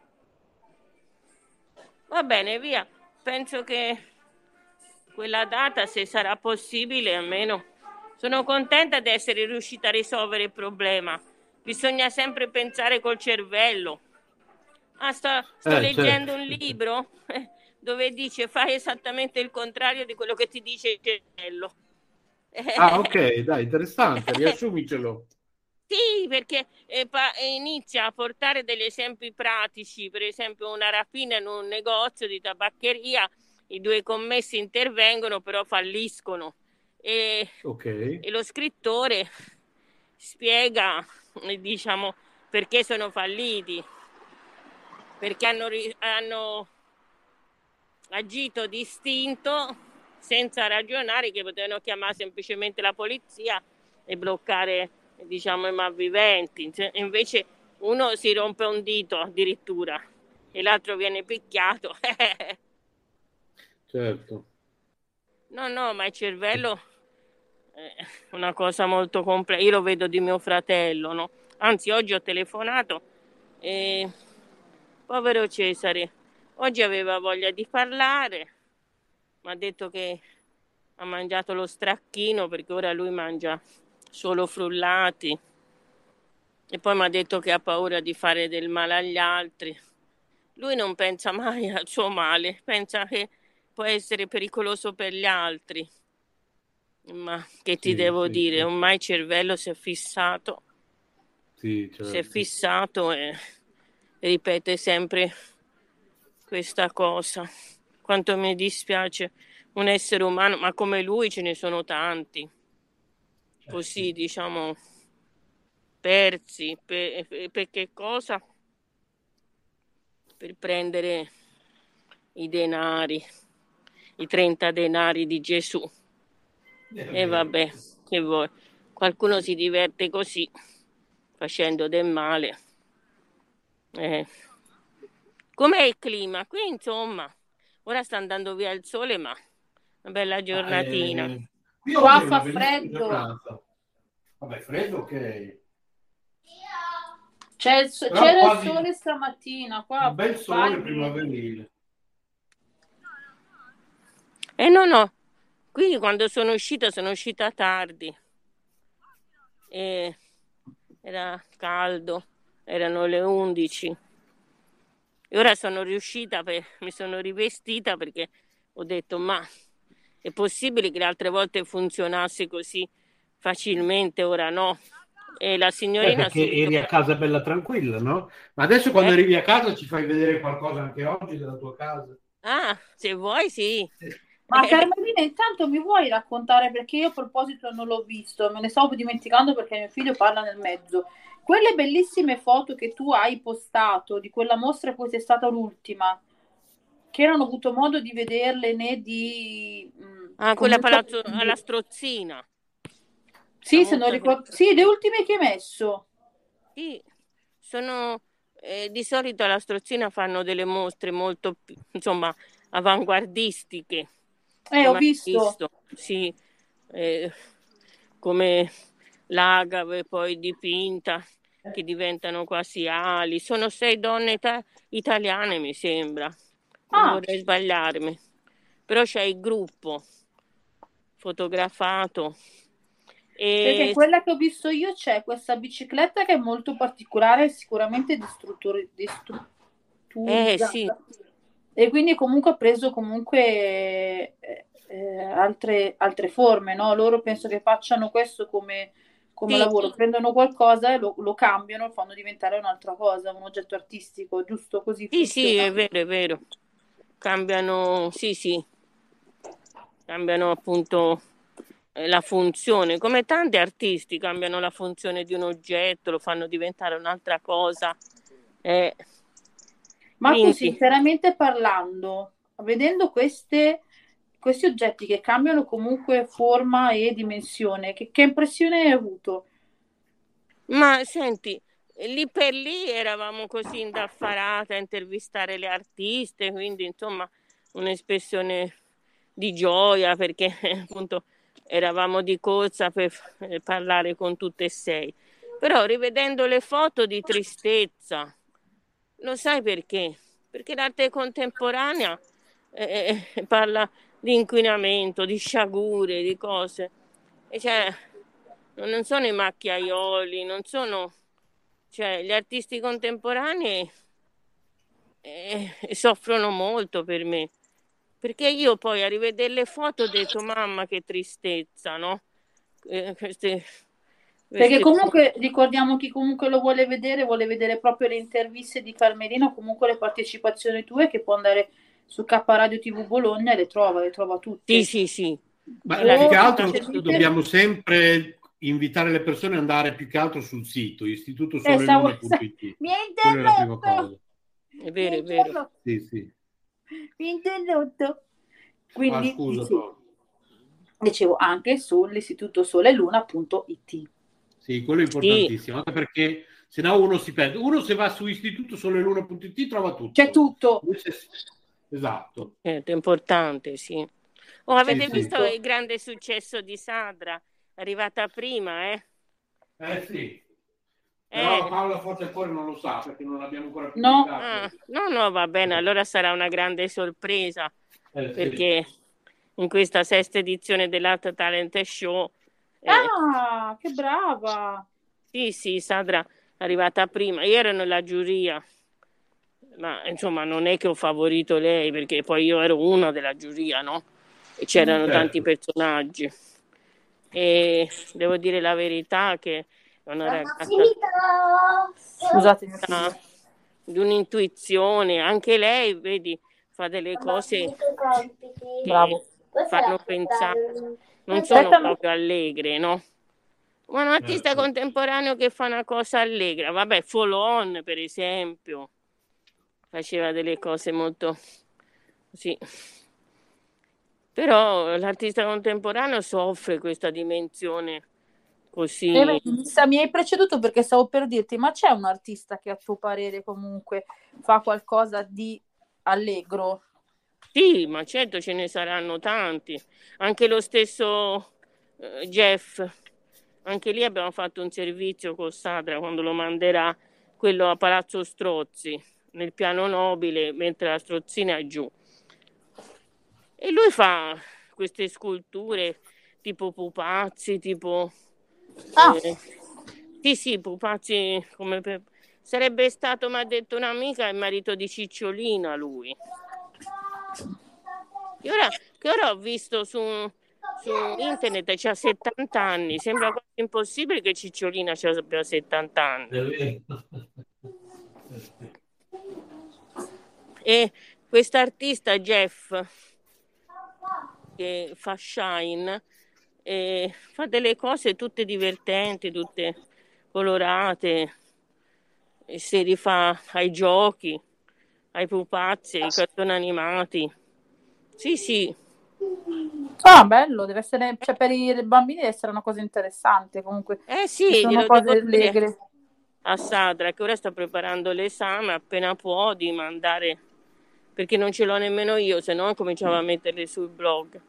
Speaker 16: Va bene, via. Penso che quella data, se sarà possibile, almeno sono contenta di essere riuscita a risolvere il problema. Bisogna sempre pensare col cervello. Ah, sto, sto
Speaker 14: Eh,
Speaker 16: leggendo
Speaker 14: certo.
Speaker 16: un libro eh, dove dice fai esattamente il contrario di quello che ti dice il cervello.
Speaker 14: Ah, ok, dai, interessante, riassumicelo.
Speaker 16: Sì, perché eh, pa- eh, inizia a portare degli esempi pratici, per esempio una rapina in un negozio di tabaccheria, i due commessi intervengono però falliscono e,
Speaker 14: Ok.
Speaker 16: e lo scrittore spiega, eh, diciamo, perché sono falliti, perché hanno, ri- hanno agito distinto senza ragionare, che potevano chiamare semplicemente la polizia e bloccare, diciamo, i malviventi. Invece uno si rompe un dito addirittura e l'altro viene picchiato.
Speaker 14: Certo.
Speaker 16: No, no, ma il cervello è una cosa molto complessa. Io lo vedo di mio fratello, no? Anzi, oggi ho telefonato e povero Cesare, oggi aveva voglia di parlare, mi ha detto che ha mangiato lo stracchino perché ora lui mangia solo frullati e poi mi ha detto che ha paura di fare del male agli altri. Lui non pensa mai al suo male, pensa che può essere pericoloso per gli altri. Ma che ti
Speaker 14: Sì,
Speaker 16: devo
Speaker 14: sì,
Speaker 16: dire,
Speaker 14: sì.
Speaker 16: ormai il cervello si è fissato,
Speaker 14: Sì,
Speaker 16: si è
Speaker 14: certo.
Speaker 16: fissato e ripete sempre questa cosa. Quanto mi dispiace un essere umano, ma come lui ce ne sono tanti, così diciamo persi, per, per che cosa? Per prendere i denari, i trenta denari di Gesù. E vabbè, che vuoi? Qualcuno si diverte così, facendo del male. Eh. Com'è il clima? Qui insomma, Ora sta andando via il sole, ma una bella giornatina.
Speaker 14: Eh, qui
Speaker 12: Qua
Speaker 14: oggi è una
Speaker 12: fa
Speaker 14: bellissima
Speaker 12: freddo.
Speaker 14: giornata. Vabbè, freddo, ok.
Speaker 12: C'è il so-
Speaker 14: Però
Speaker 12: c'era
Speaker 14: quasi
Speaker 12: il sole stamattina, qua
Speaker 14: un bel sole
Speaker 12: bagni.
Speaker 14: primaverile.
Speaker 16: E no, no, quindi quando sono uscita, sono uscita tardi. E era caldo, erano le undici. E ora sono riuscita, per, mi sono rivestita perché ho detto, ma è possibile che le altre volte funzionasse così facilmente, ora no. E la
Speaker 14: Eh,
Speaker 16: signorina
Speaker 14: perché
Speaker 16: subito...
Speaker 14: eri a casa bella tranquilla, no? Ma adesso quando
Speaker 16: Eh?
Speaker 14: arrivi a casa ci fai vedere qualcosa anche oggi della tua casa.
Speaker 16: Ah, se vuoi sì.
Speaker 12: Ma Carmelina, intanto mi vuoi raccontare, perché io a proposito non l'ho visto, me ne stavo dimenticando perché mio figlio parla nel mezzo. Quelle bellissime foto che tu hai postato di quella mostra, poi sei stata l'ultima, che non ho avuto modo di vederle né di... mh,
Speaker 16: Ah, quella
Speaker 12: comunque-
Speaker 16: palazzo, alla Strozzina.
Speaker 12: Sì,
Speaker 16: La
Speaker 12: se non
Speaker 16: mostra
Speaker 12: ricordo...
Speaker 16: che-
Speaker 12: Sì, le ultime che hai messo.
Speaker 16: Sì, sono eh, di solito alla Strozzina fanno delle mostre molto, più, insomma, avanguardistiche.
Speaker 12: Eh, ho
Speaker 16: Come hai
Speaker 12: visto.
Speaker 16: sì, eh, come l'agave poi dipinta, che diventano quasi ali. Sono sei donne ita- italiane, mi sembra. Non
Speaker 12: Ah.
Speaker 16: vorrei sbagliarmi. Però c'è il gruppo fotografato.
Speaker 12: Perché
Speaker 16: E
Speaker 12: quella che ho visto io c'è questa bicicletta che è molto particolare, sicuramente distruttori-
Speaker 16: Eh,
Speaker 12: distrutturizzata.
Speaker 16: sì.
Speaker 12: E quindi comunque ha preso comunque eh, eh, altre, altre forme, no? Loro penso che facciano questo come, come
Speaker 16: Sì.
Speaker 12: lavoro, prendono qualcosa e lo, lo cambiano, lo fanno diventare un'altra cosa, un oggetto artistico, giusto così
Speaker 16: Sì, sì,
Speaker 12: funziona.
Speaker 16: è vero, è vero. Cambiano, sì, sì, cambiano appunto eh, la funzione, come tanti artisti cambiano la funzione di un oggetto, lo fanno diventare un'altra cosa. Eh,
Speaker 12: Ma tu,
Speaker 16: quindi,
Speaker 12: sinceramente parlando, vedendo queste, questi oggetti che cambiano comunque forma e dimensione, che, che impressione hai avuto?
Speaker 16: ma senti, lì per lì eravamo così indaffarate a intervistare le artiste, quindi insomma un'espressione di gioia perché appunto eravamo di corsa per eh, parlare con tutte e sei. Però rivedendo le foto di tristezza, lo sai perché? Perché l'arte contemporanea eh, eh, parla di inquinamento, di sciagure, di cose. E cioè, non sono i macchiaioli, non sono... Cioè, gli artisti contemporanei eh, soffrono molto per me. Perché io poi a rivedere le foto ho detto, mamma che tristezza, no? Eh, queste,
Speaker 12: Perché
Speaker 16: queste-
Speaker 12: comunque ricordiamo chi comunque lo vuole vedere, vuole vedere proprio le interviste di Carmelina o comunque le partecipazioni tue, che può andare su K Radio T V Bologna e le trova, le trova tutte.
Speaker 16: Sì, sì, sì.
Speaker 14: Ma
Speaker 12: O
Speaker 14: più che altro
Speaker 12: seguite-
Speaker 14: dobbiamo sempre invitare le persone ad andare più che altro sul sito istituto
Speaker 12: Eh,
Speaker 14: sole
Speaker 12: stavo-
Speaker 14: luna punto it.
Speaker 12: Mi hai
Speaker 14: Quella è la prima
Speaker 12: interrotto!
Speaker 14: cosa.
Speaker 16: È vero, è vero.
Speaker 14: Sì, sì.
Speaker 12: Mi hai interrotto!
Speaker 14: Ah,
Speaker 12: Quindi
Speaker 14: scusa,
Speaker 12: dicevo,
Speaker 14: no.
Speaker 12: dicevo anche sull'istituto sole luna punto it.
Speaker 14: Sì, quello è importantissimo, anche perché se no uno si perde. Uno se va su istituto sole luna punto it trova tutto.
Speaker 12: C'è tutto.
Speaker 14: Esatto.
Speaker 16: È importante, sì. Oh, avete
Speaker 14: Sì, sì.
Speaker 16: visto il grande successo di Sandra? Arrivata prima, eh?
Speaker 14: Eh sì. Però
Speaker 16: Eh.
Speaker 14: Paola forse ancora non lo sa perché non l'abbiamo ancora
Speaker 12: No.
Speaker 14: pubblicato.
Speaker 16: Ah, no, no, va bene, allora sarà una grande sorpresa,
Speaker 14: Eh, sì.
Speaker 16: perché in questa sesta edizione dell'Art Talent Show, eh,
Speaker 12: Ah, che brava!
Speaker 16: sì, sì, Sandra è arrivata prima, io ero nella giuria, ma insomma non è che ho favorito lei, perché poi io ero una della giuria, no? E c'erano
Speaker 14: Certo.
Speaker 16: tanti personaggi. E devo dire la verità che è una ragazza
Speaker 12: Scusate, mio figlio.
Speaker 16: ah, di un'intuizione, anche lei, vedi, fa delle cose che
Speaker 12: Bravo.
Speaker 16: fanno pensare, non sono
Speaker 12: Aspetta,
Speaker 16: proprio allegre, no? Ma un artista
Speaker 14: Certo.
Speaker 16: contemporaneo che fa una cosa allegra, vabbè, Folon per esempio, faceva delle cose molto sì. Però l'artista contemporaneo soffre questa dimensione così.
Speaker 12: E vedi, Lisa, mi hai preceduto perché stavo per dirti, ma c'è un artista che a tuo parere comunque fa qualcosa di allegro?
Speaker 16: Sì, ma certo ce ne saranno tanti. Anche lo stesso eh, Jeff, anche lì abbiamo fatto un servizio con Sadra quando lo manderà quello a Palazzo Strozzi, nel piano nobile, mentre la Strozzina è giù. E lui fa queste sculture tipo pupazzi, tipo...
Speaker 12: Ah.
Speaker 16: eh, sì, sì, pupazzi come... per- Sarebbe stato, mi ha detto un'amica, il marito di Cicciolina lui. Che ora, che ora ho visto su, su internet, c'ha settanta anni, sembra quasi impossibile che Cicciolina ci abbia settanta anni. E quest'artista Jeff, che fa Shine, eh, fa delle cose tutte divertenti, tutte colorate, e si rifà ai giochi, ai pupazzi, ai cartoni animati. Sì, sì.
Speaker 12: Ah, bello, deve essere, cioè per i bambini deve essere una cosa interessante comunque.
Speaker 16: Eh
Speaker 12: Ci
Speaker 16: sì,
Speaker 12: sono
Speaker 16: glielo
Speaker 12: cose
Speaker 16: devo dire
Speaker 12: allegre.
Speaker 16: a Sadra che ora sta preparando l'esame, appena può di mandare, perché non ce l'ho nemmeno io, se no cominciavo a metterle sul blog.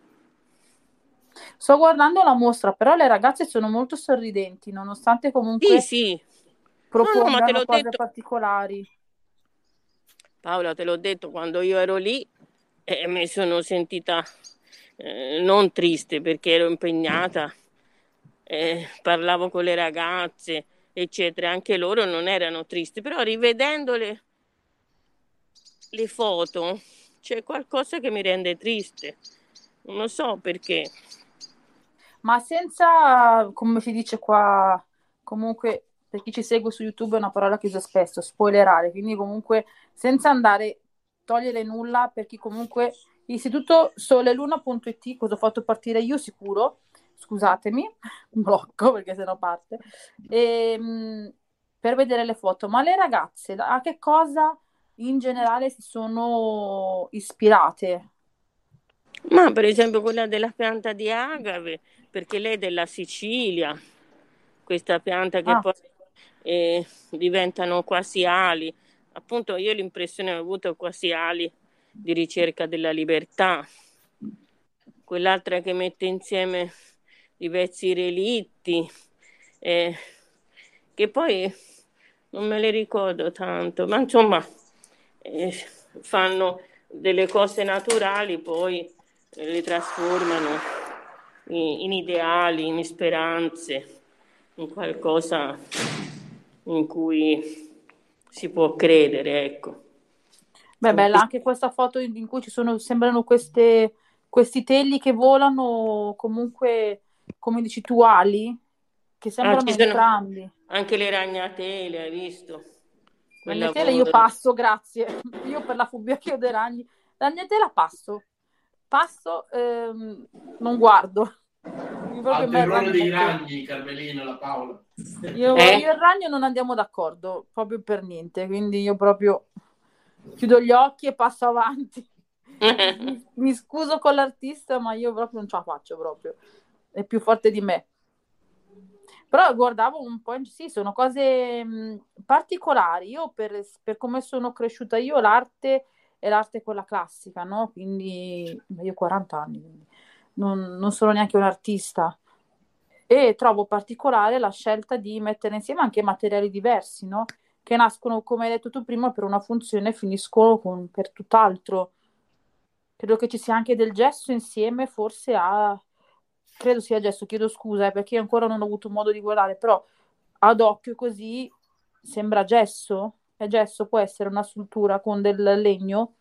Speaker 12: Sto guardando la mostra, però le ragazze sono molto sorridenti, nonostante comunque
Speaker 16: Sì, sì.
Speaker 12: propongano
Speaker 16: No, no, ma te l'ho
Speaker 12: cose
Speaker 16: detto.
Speaker 12: particolari.
Speaker 16: Paola, te l'ho detto, quando io ero lì eh, mi sono sentita eh, non triste perché ero impegnata, eh, parlavo con le ragazze, eccetera. Anche loro non erano tristi, però rivedendo le, le foto c'è qualcosa che mi rende triste. Non lo so perché.
Speaker 12: Ma senza, come si dice qua, comunque per chi ci segue su YouTube è una parola che usa spesso, spoilerare, quindi comunque senza andare, togliere nulla per chi comunque, istituto soleluna punto it, cosa ho fatto partire io sicuro, scusatemi, un blocco perché sennò parte, ehm, per vedere le foto, ma le ragazze a che cosa in generale si sono ispirate?
Speaker 16: Ma per esempio quella della pianta di agave, perché lei è della Sicilia, questa pianta che
Speaker 12: Ah.
Speaker 16: poi eh, diventano quasi ali. Appunto io l'impressione che ho avuto quasi ali di ricerca della libertà. Quell'altra che mette insieme i pezzi relitti, eh, che poi non me le ricordo tanto, ma insomma eh, fanno delle cose naturali, poi eh, le trasformano in, in ideali, in speranze, in qualcosa in cui si può credere, ecco.
Speaker 12: Beh, bella anche questa foto in, in cui ci sono, sembrano queste, questi telli che volano, comunque, come dici tu, ali, che
Speaker 16: Ah,
Speaker 12: sembrano
Speaker 16: ci sono
Speaker 12: entrambi.
Speaker 16: anche le ragnatele, hai visto? Quel
Speaker 12: Ragnatela io
Speaker 16: lavoro.
Speaker 12: passo, grazie. Io per la fobia che ho dei ragni. Ragnatela passo. Passo, ehm, non guardo. Io proprio
Speaker 14: Al
Speaker 12: me il
Speaker 14: terrore
Speaker 12: ragno
Speaker 14: dei
Speaker 12: non-
Speaker 14: ragni, Carmelina, la Paola.
Speaker 12: Io,
Speaker 16: Eh?
Speaker 12: io e il ragno non andiamo d'accordo, proprio per niente. Quindi io proprio chiudo gli occhi e passo avanti. mi, mi scuso con l'artista, ma io proprio non ce la faccio proprio. È più forte di me. Però guardavo un po', in- sì, sono cose mh, particolari. Io per, per come sono cresciuta io, l'arte è l'arte quella classica, no? Quindi beh, io ho quaranta anni, quindi non, non sono neanche un artista. E trovo particolare la scelta di mettere insieme anche materiali diversi, no? Che nascono, come hai detto tu prima, per una funzione e finiscono con, per tutt'altro. Credo che ci sia anche del gesso insieme, forse a... Credo sia gesso, chiedo scusa, eh, perché io ancora non ho avuto modo di guardare, però ad occhio così sembra gesso. E gesso può essere una struttura con del legno.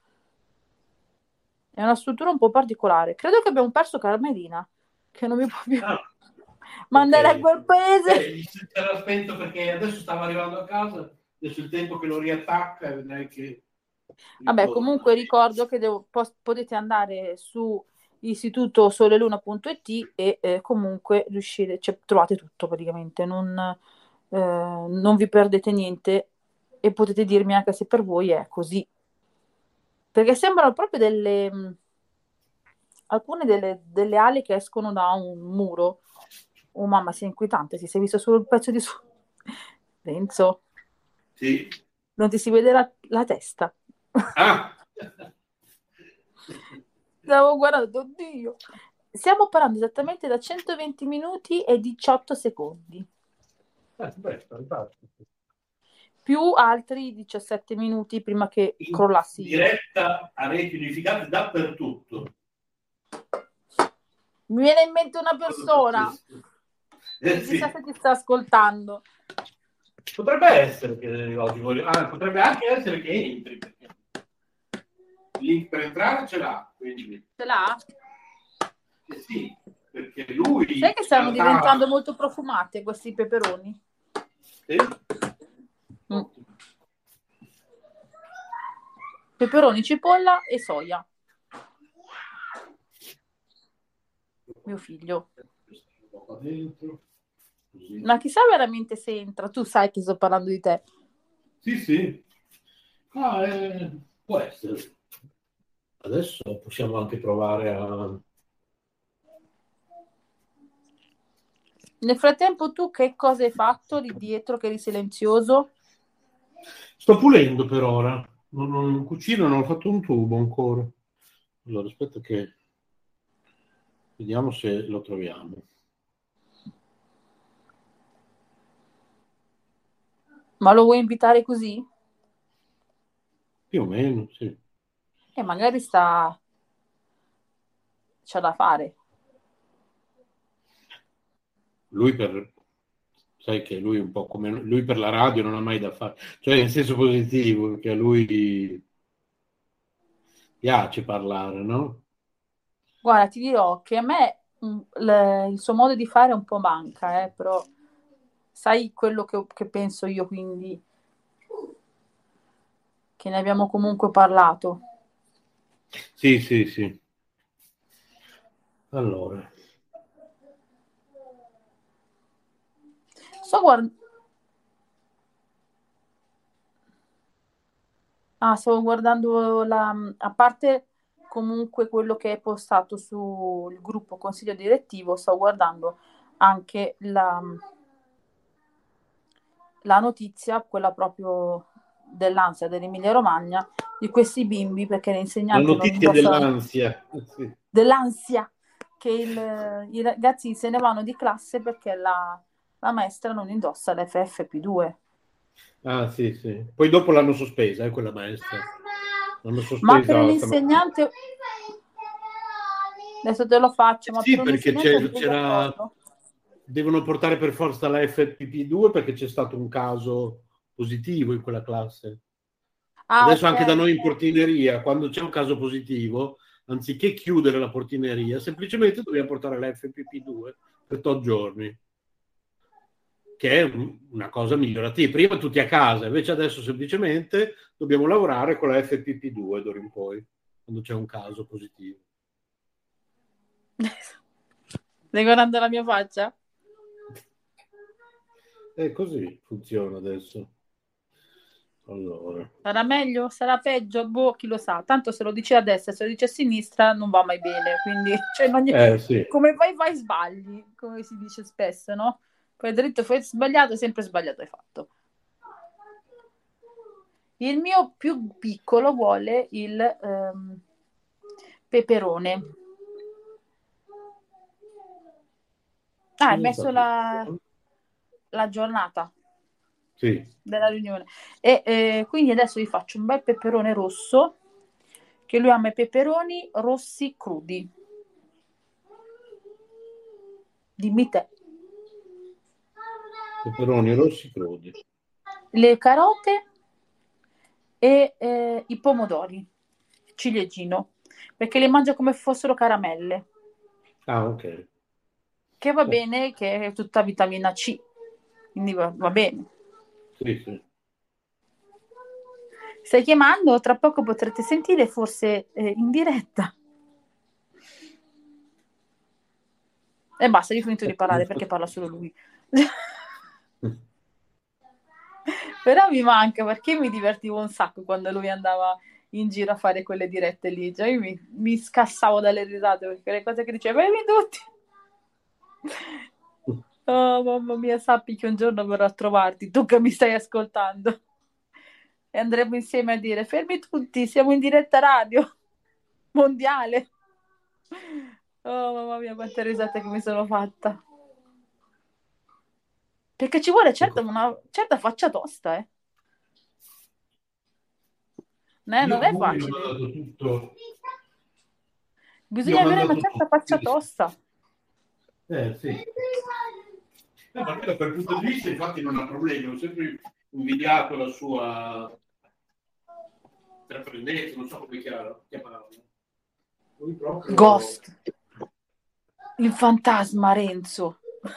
Speaker 12: È una struttura un po' particolare. Credo che abbiamo perso Carmelina, che non mi può più mandare a quel paese.
Speaker 14: Eh, gli era spento perché adesso stava arrivando a casa, adesso il tempo che lo riattacca e vedrai che...
Speaker 12: Vabbè,
Speaker 14: ritorna.
Speaker 12: comunque ricordo che devo- pos- potete andare su istituto soleluna punto it e eh, comunque riuscire, cioè, trovate tutto praticamente, non, eh, non vi perdete niente e potete dirmi anche se per voi è così. Perché sembrano proprio delle mh, alcune delle, delle ali che escono da un muro. Oh mamma, sia inquietante, si sei visto solo il pezzo di su. Renzo,
Speaker 14: Sì.
Speaker 12: non ti si vede la, la testa.
Speaker 14: Ah!
Speaker 12: Stavo guardando, oddio. Stiamo parlando esattamente da centoventi minuti e diciotto secondi.
Speaker 14: Eh, beh, fantastico.
Speaker 12: Più altri diciassette minuti prima che crollassi io.
Speaker 14: Diretta a reti unificate dappertutto.
Speaker 12: Mi viene in mente una persona.
Speaker 14: Eh, sì.
Speaker 12: Chissà se ti sta ascoltando.
Speaker 14: Potrebbe essere che oggi voglio... ah, potrebbe anche essere che entri. Perché... il link per entrare ce l'ha. Quindi...
Speaker 12: Ce l'ha?
Speaker 14: Eh sì, perché lui...
Speaker 12: Sai che stanno
Speaker 14: in realtà-
Speaker 12: diventando molto profumati questi peperoni?
Speaker 14: Sì.
Speaker 12: Mm. Peperoni, cipolla e soia. Mio figlio.
Speaker 14: Qua dentro. Così.
Speaker 12: Ma chissà veramente se entra. Tu sai che sto parlando di te.
Speaker 14: Sì, sì. Ah, eh, può essere. Adesso possiamo anche provare a...
Speaker 12: Nel frattempo tu che cosa hai fatto lì dietro che eri silenzioso?
Speaker 14: Sto pulendo per ora. Non, non cucino, non ho fatto un tubo ancora. Allora, aspetta che... vediamo se lo troviamo.
Speaker 12: Ma lo vuoi invitare così?
Speaker 14: Più o meno, sì.
Speaker 12: E magari sta... c'ha da fare.
Speaker 14: Lui per... sai che lui è un po' come... lui per la radio non ha mai da fare. Cioè, in senso positivo, perché a lui piace parlare, no?
Speaker 12: Guarda, ti dirò che a me mh, le- il suo modo di fare un po' manca, eh, però sai quello che, che penso io, quindi che ne abbiamo comunque parlato.
Speaker 14: Sì, sì, sì. Allora...
Speaker 12: Sto guardando... Ah, stavo guardando la... a parte comunque quello che è postato sul gruppo consiglio direttivo, sto guardando anche la, la notizia, quella proprio dell'ansia dell'Emilia Romagna, di questi bimbi, perché le
Speaker 14: La
Speaker 12: insegnanti non
Speaker 14: notizia
Speaker 12: indossano...
Speaker 14: dell'ansia. Sì.
Speaker 12: dell'ansia, che il- i ragazzi se ne vanno di classe perché la, la maestra non indossa l'F F P due.
Speaker 14: Ah, sì, sì. Poi dopo l'hanno sospesa, eh, quella maestra. L'hanno
Speaker 12: Ma per
Speaker 14: sospesa
Speaker 12: un
Speaker 14: stamattina.
Speaker 12: insegnante... Adesso te lo faccio, ma
Speaker 14: Sì,
Speaker 12: per un
Speaker 14: perché
Speaker 12: insegnante
Speaker 14: c'è-
Speaker 12: non
Speaker 14: c'era...
Speaker 12: d'accordo.
Speaker 14: devono portare per forza la F P P due perché c'è stato un caso positivo in quella classe.
Speaker 12: Ah,
Speaker 14: Adesso
Speaker 12: ok.
Speaker 14: anche da noi in portineria, quando c'è un caso positivo, anziché chiudere la portineria, semplicemente dobbiamo portare la F P P due per tot giorni, che è un- una cosa migliorativa. Prima tutti a casa, invece adesso semplicemente dobbiamo lavorare con la F P P due d'ora in poi, quando c'è un caso positivo.
Speaker 12: Stai guardando la mia faccia?
Speaker 14: E così funziona adesso. Allora,
Speaker 12: Sarà meglio? Sarà peggio? Boh, chi lo sa. Tanto se lo dice a destra, se lo dice a sinistra non va mai bene. Quindi, cioè, in ogni-
Speaker 14: Eh, sì.
Speaker 12: come vai, vai, sbagli, come si dice spesso, no? Fai dritto, fai sbagliato, sempre sbagliato hai fatto. Il mio più piccolo vuole il ehm, peperone. Ah, hai messo la, la giornata
Speaker 14: sì.
Speaker 12: della riunione. E eh, quindi adesso vi faccio un bel peperone rosso, che lui ama i peperoni rossi crudi. Dimmi te.
Speaker 14: Peperoni rossi crudi.
Speaker 12: Le carote e eh, i pomodori, ciliegino, perché le mangia come fossero caramelle,
Speaker 14: Ah, ok.
Speaker 12: che va bene, che è tutta vitamina C, quindi va, va bene.
Speaker 14: Sì, sì.
Speaker 12: Stai chiamando? Tra poco potrete sentire, forse eh, in diretta. E basta, io ho finito di parlare perché parla solo lui. Però mi manca perché mi divertivo un sacco quando lui andava in giro a fare quelle dirette lì. Cioè, io mi, mi scassavo dalle risate perché le cose che diceva, vedi tutti. Oh, mamma mia, sappi che un giorno verrò a trovarti, tu che mi stai ascoltando. E andremo insieme a dire, fermi tutti, siamo in diretta radio. mondiale. Oh mamma mia, quante risate che mi sono fatta. Perché ci vuole certa, una certa faccia tosta, eh. Eh, non è facile.
Speaker 14: Tutto...
Speaker 12: Bisogna avere una certa faccia tosta.
Speaker 14: Eh sì. Eh, perché da quel punto di vista infatti non ha problemi, ho sempre invidiato la sua intraprendenza, non so come chiamarla. Lui proprio...
Speaker 12: Ghost. Il fantasma, Renzo.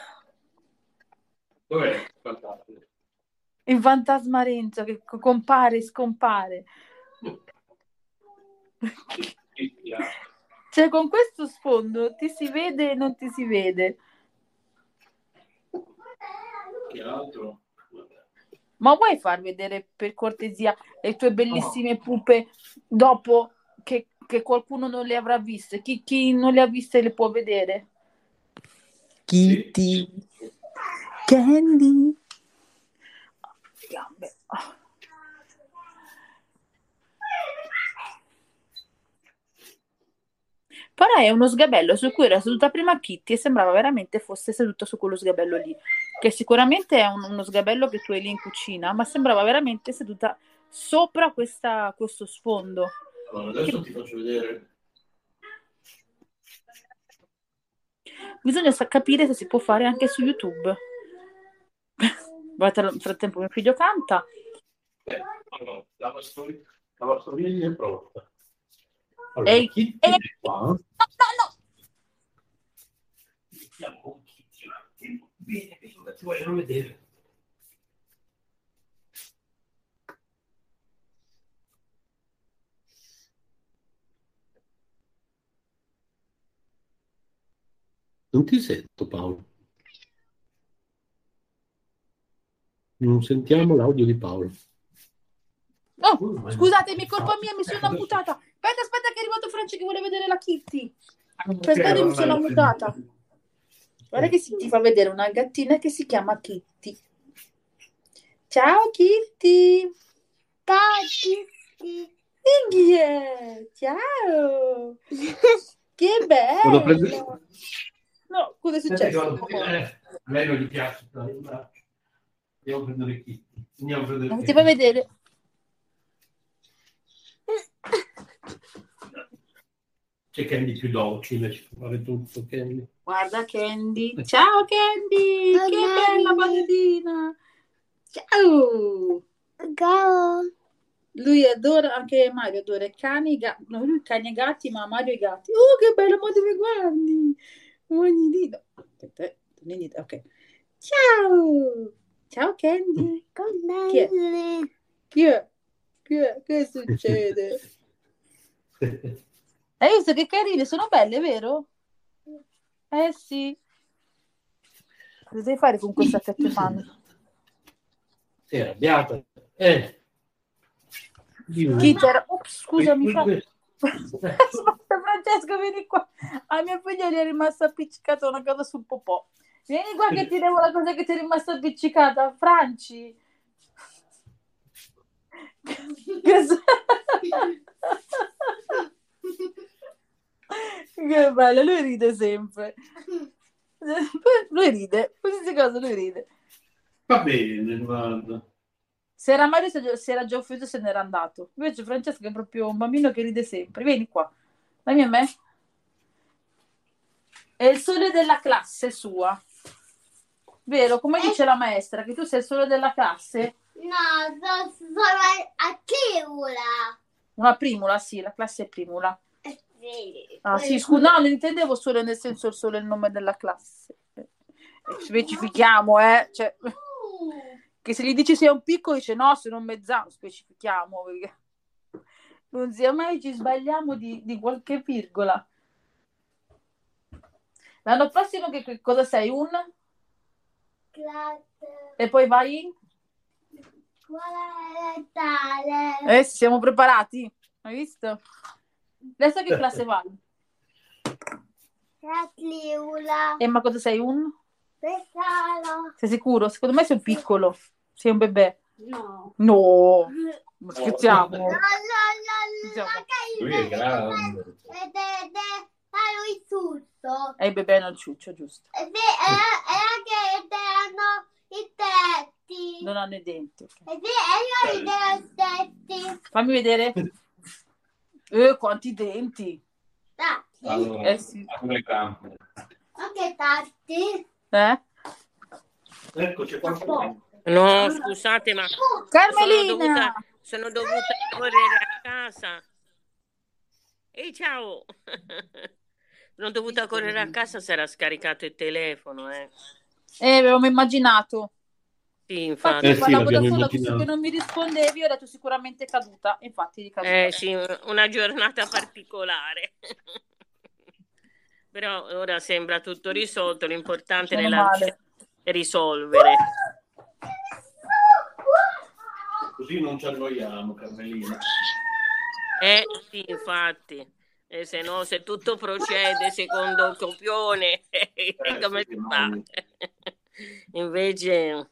Speaker 14: Dov'è il fantasma?
Speaker 12: Il fantasma Renzo che compare e scompare. Cioè, con questo sfondo ti si vede e non ti si vede.
Speaker 14: Che altro?
Speaker 12: Ma vuoi far vedere per cortesia le tue bellissime pupe dopo che, che qualcuno non le avrà viste? Chi, chi non le ha viste le può vedere? Kitty, Candy. Gambe. Oh. Però è uno sgabello su cui era seduta prima Kitty e sembrava veramente fosse seduta su quello sgabello lì, che sicuramente è un, uno sgabello che tu hai lì in cucina, ma sembrava veramente seduta sopra questa, questo sfondo.
Speaker 14: Allora, adesso che... ti faccio vedere.
Speaker 12: Bisogna capire se si può fare anche su YouTube. Nel frattempo mio figlio canta.
Speaker 14: Eh, allora, la vassoia, la vassoia è pronta. Allora,
Speaker 12: Ehi,
Speaker 14: Kitty
Speaker 12: ehi,
Speaker 14: è qua.
Speaker 12: no, no, no.
Speaker 14: Mettiamo con Kitty. Bene, bene, ti vogliono vedere. Non ti sento, Paolo. Non sentiamo l'audio di Paolo.
Speaker 12: Oh, scusatemi, colpa mia, mi sono mutata. Aspetta, aspetta che è arrivato Franci che vuole vedere la Kitty. Aspetta, mi sono mutata. Guarda che si ti fa vedere una gattina che si chiama Kitty. Ciao Kitty.
Speaker 13: Ciao Kitty.
Speaker 12: Inghie. Ciao. Che bello.
Speaker 14: Prendere...
Speaker 12: No, cosa è successo?
Speaker 14: Eh, a lei non gli piace. Andiamo a prendere Kitty. Andiamo a prendere
Speaker 12: Kitty. Ti fa vedere.
Speaker 14: C'è Candy più docile, ci può fare tutto, Candy.
Speaker 12: Guarda Candy. Ciao Candy.
Speaker 13: Ciao,
Speaker 12: che
Speaker 13: Candy.
Speaker 12: bella ballerina. Ciao.
Speaker 13: Ciao.
Speaker 12: Lui adora, anche Mario adora i cani, i gatti. No, lui cani e gatti, ma Mario i gatti. Oh, che bello, ma dove guardi? Mognino. Aspetta, eh. Ok. Ciao. Ciao Candy. Chi è? Chi è? Chi è? Che succede? Hai visto che carine? Sono belle, vero? Eh sì. Cosa devi fare con questa sette mani?
Speaker 14: Sei arrabbiata? Eh.
Speaker 12: Kitter, ops, scusami. Fra... Aspetta, Francesco, vieni qua. A mio figlio gli è rimasta appiccicata una cosa sul popò. Vieni qua che ti devo la cosa che ti è rimasta appiccicata. Franci. Che bello, lui ride sempre. Lui ride, qualsiasi cosa lui ride.
Speaker 14: Va bene, guarda.
Speaker 12: Se era Mario si era già offeso se n'era andato. Invece Francesco è proprio un bambino che ride sempre. Vieni qua, dammi a me. È il sole della classe sua. Vero? Come dice la maestra, che tu sei il sole della classe?
Speaker 13: No, sono a primula.
Speaker 12: Una primula, sì, la classe è primula.
Speaker 13: Sì.
Speaker 12: Ah sì, scusa, no, non intendevo solo nel senso il solo il nome della classe. Eh, specifichiamo, eh. Cioè, che se gli dici sei un piccolo, dice no, sono un mezzano, specifichiamo, perché non sia mai ci sbagliamo di, di qualche virgola. L'anno prossimo che, che cosa sei? Un?
Speaker 13: Classe.
Speaker 12: E poi vai in?
Speaker 13: Scuola elementare.
Speaker 12: Eh, siamo preparati? Hai visto? Adesso che classe vai?
Speaker 13: La triula.
Speaker 12: E ma cosa sei? Un?
Speaker 13: Pescalo.
Speaker 12: Sei sicuro? Secondo me sei un piccolo. Sei un bebè.
Speaker 13: No.
Speaker 12: No. Ma scherziamo.
Speaker 13: No, no, no,
Speaker 12: Scherziamo.
Speaker 14: Lui è grande.
Speaker 13: ed è, ed è, hanno il ciuccio.
Speaker 12: E i bebè hanno il ciuccio, giusto.
Speaker 13: E, e, e anche ed hanno i tetti.
Speaker 12: Non hanno i denti. ok.
Speaker 13: Ed è, e io ho i tetti.
Speaker 12: Fammi vedere. Eh, quanti denti.
Speaker 13: Tatti.
Speaker 14: Allora,
Speaker 12: Eh sì.
Speaker 14: apre le camere.
Speaker 13: Anche tatti.
Speaker 12: Eh?
Speaker 14: Ecco, c'è qualcuno.
Speaker 16: No, scusate, ma sono
Speaker 12: Carmelina!
Speaker 16: dovuta, sono dovuta correre a casa. Ehi, ciao! Sono dovuta correre a casa, si era scaricato il telefono, eh.
Speaker 12: Eh, avevamo immaginato.
Speaker 16: Sì,
Speaker 12: Infatti,
Speaker 16: infatti.
Speaker 14: Eh sì,
Speaker 12: parlavo da
Speaker 14: l'abbiamo
Speaker 12: sola, visto
Speaker 14: immaginato.
Speaker 12: che non mi rispondevi, ho detto sicuramente caduta. Infatti, di caduta.
Speaker 16: Eh sì, una giornata particolare. Però ora sembra tutto risolto, l'importante
Speaker 12: Meno
Speaker 16: nella
Speaker 12: male.
Speaker 16: vita è risolvere.
Speaker 14: Così non ci annoiamo, Carmelina.
Speaker 16: Eh sì, infatti. E se no, se tutto procede secondo il copione,
Speaker 14: Eh,
Speaker 16: come
Speaker 14: sì,
Speaker 16: si
Speaker 14: no.
Speaker 16: fa? Invece,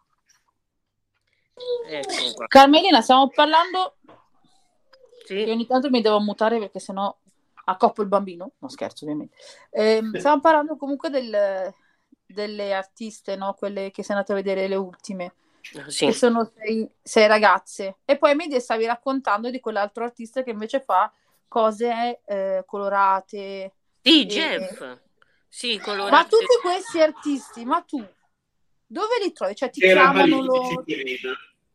Speaker 16: ecco qua.
Speaker 12: Carmelina, stiamo parlando.
Speaker 16: Sì.
Speaker 12: Io ogni tanto mi devo mutare perché sennò accoppo il bambino. No, scherzo, ovviamente. Ehm, stiamo parlando comunque del, delle artiste, no? Quelle che sei andate a vedere le ultime.
Speaker 16: Sì.
Speaker 12: Che sono sei, sei ragazze. E poi mi stavi raccontando di quell'altro artista che invece fa cose eh, colorate.
Speaker 16: Sì,
Speaker 12: e-
Speaker 16: Jeff. Sì,
Speaker 12: Ma
Speaker 16: colorate.
Speaker 12: tutti questi artisti, ma tu dove li trovi? Cioè ti
Speaker 14: Era
Speaker 12: chiamano
Speaker 14: Parigi,
Speaker 12: loro?
Speaker 14: Ciccherina.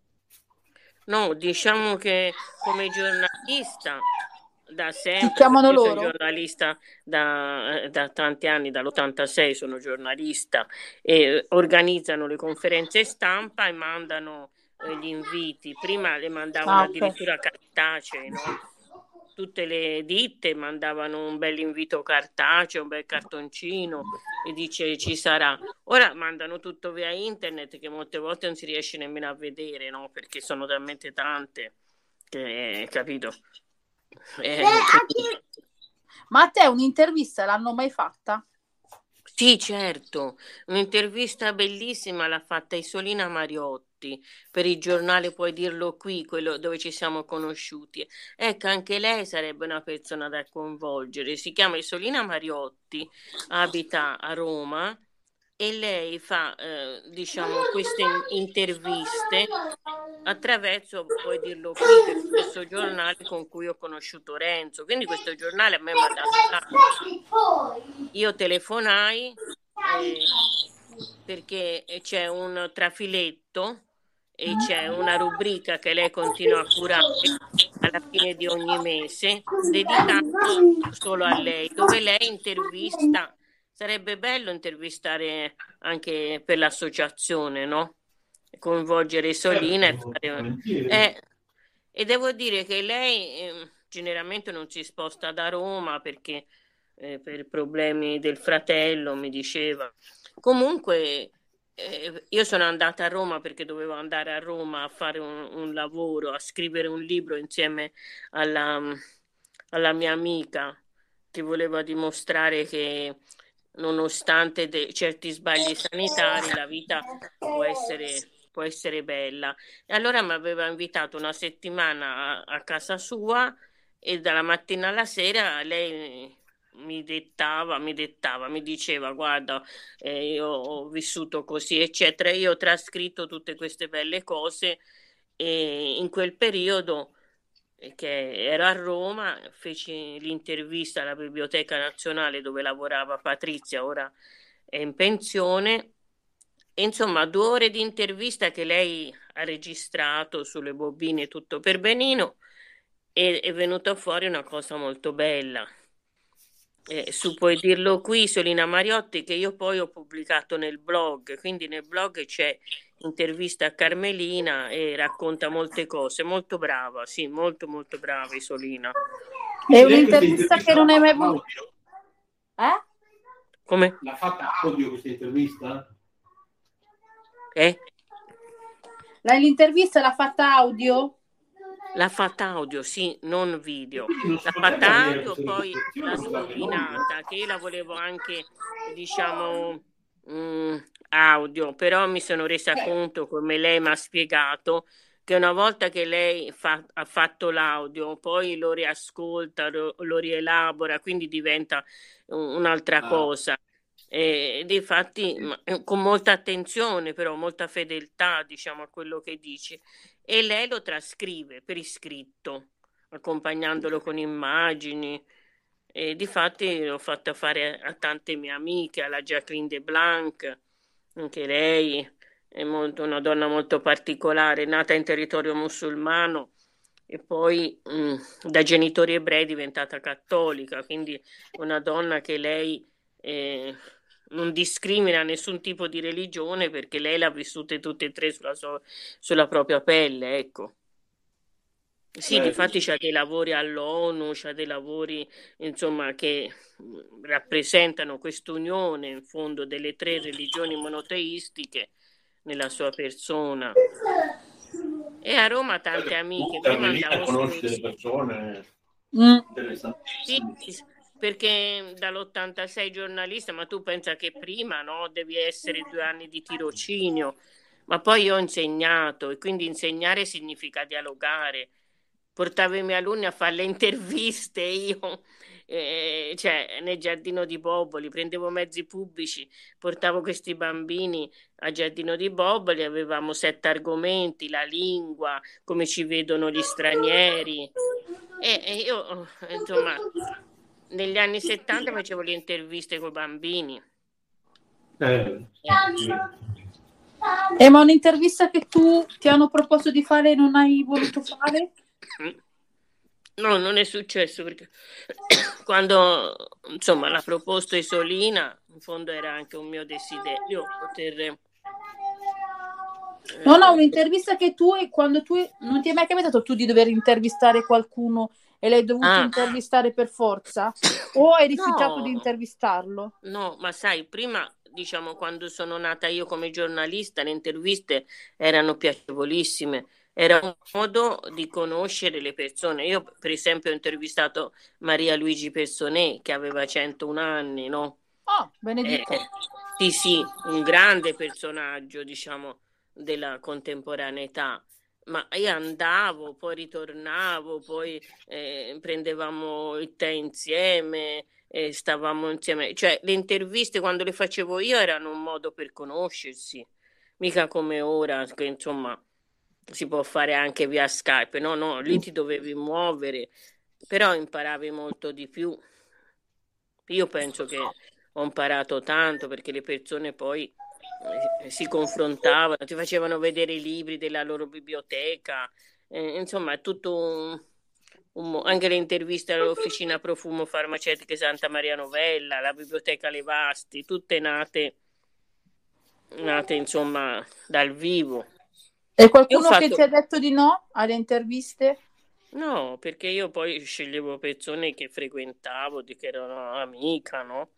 Speaker 16: No, diciamo che come giornalista da
Speaker 12: Ti
Speaker 16: sempre,
Speaker 12: chiamano
Speaker 16: perché io sono
Speaker 12: loro?
Speaker 16: giornalista da, da tanti anni, dall'ottantasei sono giornalista, e organizzano le conferenze stampa e mandano eh, gli inviti. Prima le mandavano
Speaker 12: Ah, ok.
Speaker 16: addirittura cartacei, no? Tutte le ditte mandavano un bel invito cartaceo, un bel cartoncino e dice ci sarà. Ora mandano tutto via internet che molte volte non si riesce nemmeno a vedere, no? Perché sono talmente tante che, capito? Eh, quindi-
Speaker 12: Ma a te un'intervista l'hanno mai fatta?
Speaker 16: Sì, certo, un'intervista bellissima l'ha fatta Isolina Mariotti per il giornale Puoi dirlo qui, quello dove ci siamo conosciuti. Ecco, anche lei sarebbe una persona da coinvolgere. Si chiama Isolina Mariotti, abita a Roma e lei fa, eh, diciamo, queste in- interviste attraverso Puoi dirlo qui, che è questo giornale con cui ho conosciuto Renzo. Quindi questo giornale a me mi ha dato tanto. Io telefonai eh, perché c'è un trafiletto e c'è una rubrica che lei continua a curare alla fine di ogni mese, dedicato solo a lei, dove lei intervista. Sarebbe bello intervistare anche per l'associazione, no? Coinvolgere Solina e fare... Eh, e devo dire che lei eh, generalmente non si sposta da Roma perché eh, per problemi del fratello, mi diceva. Comunque eh, io sono andata a Roma perché dovevo andare a Roma a fare un, un lavoro, a scrivere un libro insieme alla, alla mia amica che voleva dimostrare che nonostante de- certi sbagli sanitari la vita può essere, può essere bella. E allora mi aveva invitato una settimana a, a casa sua e dalla mattina alla sera lei mi dettava, mi dettava, mi diceva guarda, eh, io ho vissuto così, eccetera. Io ho trascritto tutte queste belle cose e in quel periodo eh, che ero a Roma, feci l'intervista alla Biblioteca Nazionale dove lavorava Patrizia, ora è in pensione. E insomma, due ore di intervista che lei ha registrato sulle bobine tutto per benino e è venuta fuori una cosa molto bella. Eh, su Puoi dirlo qui, Solina Mariotti, che io poi ho pubblicato nel blog, quindi nel blog c'è intervista a Carmelina e racconta molte cose, molto brava, sì, molto molto brava Isolina.
Speaker 12: È un'intervista che non hai mai voluto. Eh?
Speaker 16: Come?
Speaker 14: L'ha fatta audio questa intervista?
Speaker 16: Eh?
Speaker 12: La- L'intervista l'ha fatta audio?
Speaker 16: L'ha fatta audio, sì, non video.
Speaker 14: non si
Speaker 16: L'ha
Speaker 14: poteva
Speaker 16: fatta
Speaker 14: vedere
Speaker 16: audio,
Speaker 14: queste
Speaker 16: poi
Speaker 14: registrazioni,
Speaker 16: l'ha
Speaker 14: lo date
Speaker 16: sbobinata, che io la volevo anche, diciamo, mm, audio, però mi sono resa conto, come lei mi ha spiegato, che una volta che lei fa, ha fatto l'audio, poi lo riascolta, lo, lo rielabora, quindi diventa un'altra
Speaker 14: Ah.
Speaker 16: cosa. E difatti ma- con molta attenzione, però molta fedeltà, diciamo, a quello che dici. E lei lo trascrive per iscritto, accompagnandolo con immagini. E difatti l'ho fatta fare a tante mie amiche, alla Jacqueline de Blanc, anche lei è molto, una donna molto particolare, nata in territorio musulmano e poi mh, da genitori ebrei è diventata cattolica, quindi una donna che lei eh, non discrimina nessun tipo di religione perché lei l'ha vissute tutte e tre sulla, sua- sulla propria pelle, ecco. Sì,
Speaker 14: Eh,
Speaker 16: difatti c'ha dei lavori all'ONU, c'ha dei lavori, insomma, che mh, rappresentano quest'unione in fondo delle tre religioni monoteistiche nella sua persona. E a Roma ha tante amiche, prima
Speaker 14: Carmelina
Speaker 16: andavo
Speaker 14: conosce delle
Speaker 16: spesso.
Speaker 14: persone
Speaker 12: Mm.
Speaker 14: interessantissime.
Speaker 16: Sì, perché dall'ottantasei giornalista, ma tu pensa che prima, no, devi essere due anni di tirocinio, ma poi io ho insegnato e quindi insegnare significa dialogare. Portavo i miei alunni a fare le interviste io, eh, cioè nel giardino di Boboli, prendevo mezzi pubblici, portavo questi bambini al giardino di Boboli, avevamo sette argomenti, la lingua, come ci vedono gli stranieri. E, e io, insomma, negli anni settanta facevo le interviste con i bambini.
Speaker 14: Eh,
Speaker 12: Eh, ma un'intervista che tu ti hanno proposto di fare e non hai voluto fare?
Speaker 16: No, non è successo perché quando insomma l'ha proposto Isolina, in fondo era anche un mio desiderio poter eh,
Speaker 12: No, no, un'intervista che tu, quando tu, non ti è mai capitato tu di dover intervistare qualcuno e l'hai dovuto
Speaker 16: Ah.
Speaker 12: intervistare per forza? O hai rifiutato
Speaker 16: No.
Speaker 12: di intervistarlo?
Speaker 16: No, ma sai, prima, diciamo, quando sono nata io come giornalista, le interviste erano piacevolissime, era un modo di conoscere le persone. Io, per esempio, ho intervistato Maria Luigi Personet, che aveva centouno anni, no?
Speaker 12: Oh, benedetto.
Speaker 16: Eh, sì, sì, un grande personaggio, diciamo, della contemporaneità. Ma io andavo, poi ritornavo, poi eh, prendevamo il tè insieme, eh, stavamo insieme. Cioè, le interviste quando le facevo io erano un modo per conoscersi, mica come ora, che insomma si può fare anche via Skype. No, no, lì ti dovevi muovere, però imparavi molto di più. Io penso che ho imparato tanto perché le persone poi eh, si confrontavano, ti facevano vedere i libri della loro biblioteca, eh, insomma è tutto un, un mo- anche le interviste all'Officina Profumo Farmaceutiche Santa Maria Novella, la Biblioteca Levasti, tutte nate, nate insomma dal vivo.
Speaker 12: E
Speaker 16: Io
Speaker 12: qualcuno
Speaker 16: ho
Speaker 12: che
Speaker 16: fatto-
Speaker 12: ti ha detto di no alle interviste?
Speaker 16: No, perché io poi sceglievo persone che frequentavo, di che erano amica, no?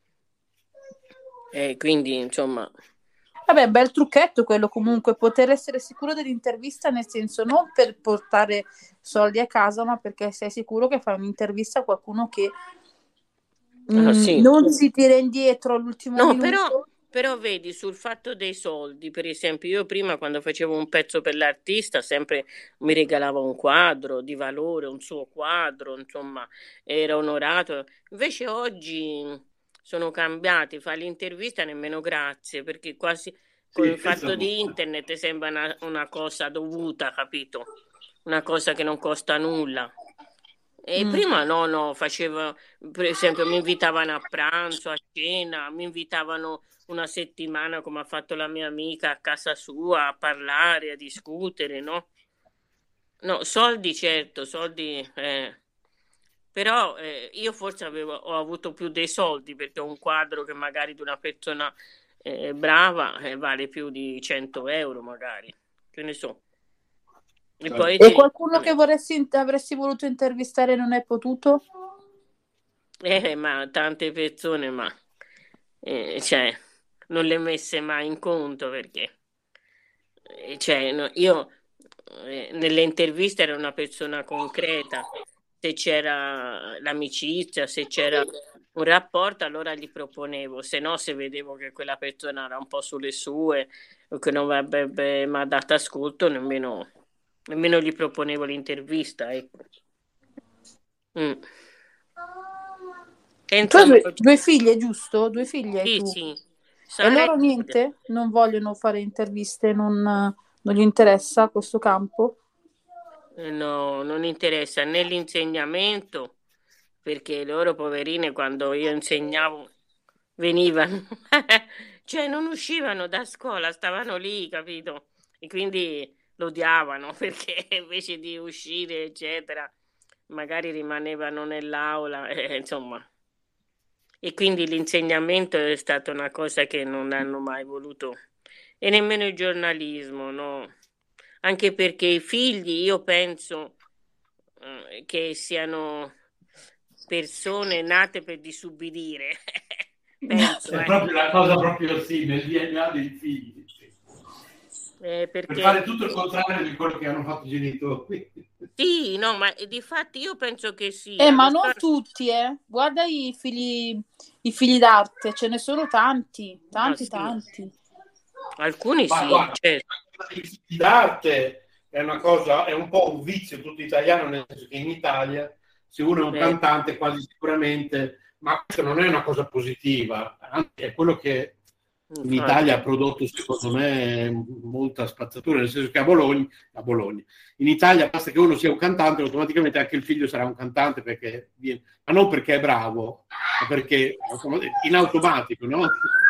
Speaker 16: E quindi insomma...
Speaker 12: Vabbè, bel trucchetto quello comunque, poter essere sicuro dell'intervista, nel senso non per portare soldi a casa, ma perché sei sicuro che fai un'intervista a qualcuno che
Speaker 16: Ah,
Speaker 12: mm,
Speaker 16: sì.
Speaker 12: non si tira indietro all'ultimo
Speaker 16: No,
Speaker 12: minuto.
Speaker 16: però, però vedi, sul fatto dei soldi, per esempio, io prima quando facevo un pezzo per l'artista sempre mi regalava un quadro di valore, un suo quadro, insomma, era onorato. Invece oggi sono cambiati, fa l'intervista nemmeno grazie, perché quasi con il fatto
Speaker 14: esatto.
Speaker 16: di internet sembra una, una cosa dovuta, capito? Una cosa che non costa nulla. E
Speaker 12: Mm.
Speaker 16: prima no, no, facevo, per esempio, mi invitavano a pranzo, a cena, mi invitavano una settimana, come ha fatto la mia amica, a casa sua a parlare, a discutere, no? No, soldi certo, soldi, eh. Però eh, io forse avevo, ho avuto più dei soldi perché un quadro che magari di una persona eh, brava eh, vale più di cento euro magari, che ne so. E poi
Speaker 12: E
Speaker 16: ti-
Speaker 12: qualcuno che vorresti, avresti voluto intervistare e non hai potuto?
Speaker 16: Eh, ma tante persone, ma eh, cioè, non le messe mai in conto perché eh, cioè, no, io eh, nelle interviste ero una persona concreta, se c'era l'amicizia, se c'era un rapporto, allora gli proponevo, se no, se vedevo che quella persona era un po' sulle sue o che non avrebbe mai dato ascolto, nemmeno nemmeno gli proponevo l'intervista, ecco. Mm.
Speaker 12: Tu hai due, due figlie, giusto? Due figlie hai
Speaker 16: Sì,
Speaker 12: tu?
Speaker 16: sì.
Speaker 12: E
Speaker 16: Sarà-
Speaker 12: loro niente? Non vogliono fare interviste? Non, non gli interessa questo campo?
Speaker 16: Eh, No, non interessa né l'insegnamento, perché loro poverine quando io insegnavo venivano, cioè non uscivano da scuola, stavano lì, capito? E quindi lo odiavano perché invece di uscire, eccetera, magari rimanevano nell'aula, eh, insomma. E quindi l'insegnamento è stata una cosa che non hanno mai voluto. E nemmeno il giornalismo, no? Anche perché i figli, io penso eh, che siano persone nate per disubbidire. Penso,
Speaker 14: È
Speaker 16: eh.
Speaker 14: proprio una cosa proprio sì, nel D N A dei figli. Sì.
Speaker 16: Eh,
Speaker 14: Per
Speaker 16: perché
Speaker 14: fare tutto il contrario di quello che hanno fatto i genitori.
Speaker 16: sì, no, ma di fatti io penso che sì.
Speaker 12: Eh, ma
Speaker 16: allo
Speaker 12: non
Speaker 16: stato-
Speaker 12: tutti, eh. Guarda i figli, i figli d'arte, ce ne sono tanti, tanti,
Speaker 16: Ah, sì.
Speaker 12: tanti.
Speaker 16: Alcuni
Speaker 14: Ma
Speaker 16: sì,
Speaker 14: guarda,
Speaker 16: certo.
Speaker 14: i figli d'arte è una cosa, è un po' un vizio tutto italiano, nel senso che in Italia se uno è un
Speaker 16: Eh.
Speaker 14: cantante quasi sicuramente, ma questo non è una cosa positiva, anzi è quello che in
Speaker 16: Infatti.
Speaker 14: Italia ha prodotto secondo me molta spazzatura, nel senso che a Bologna, a Bologna, in Italia basta che uno sia un cantante, automaticamente anche il figlio sarà un cantante, perché viene, ma non perché è bravo, ma perché in automatico, no?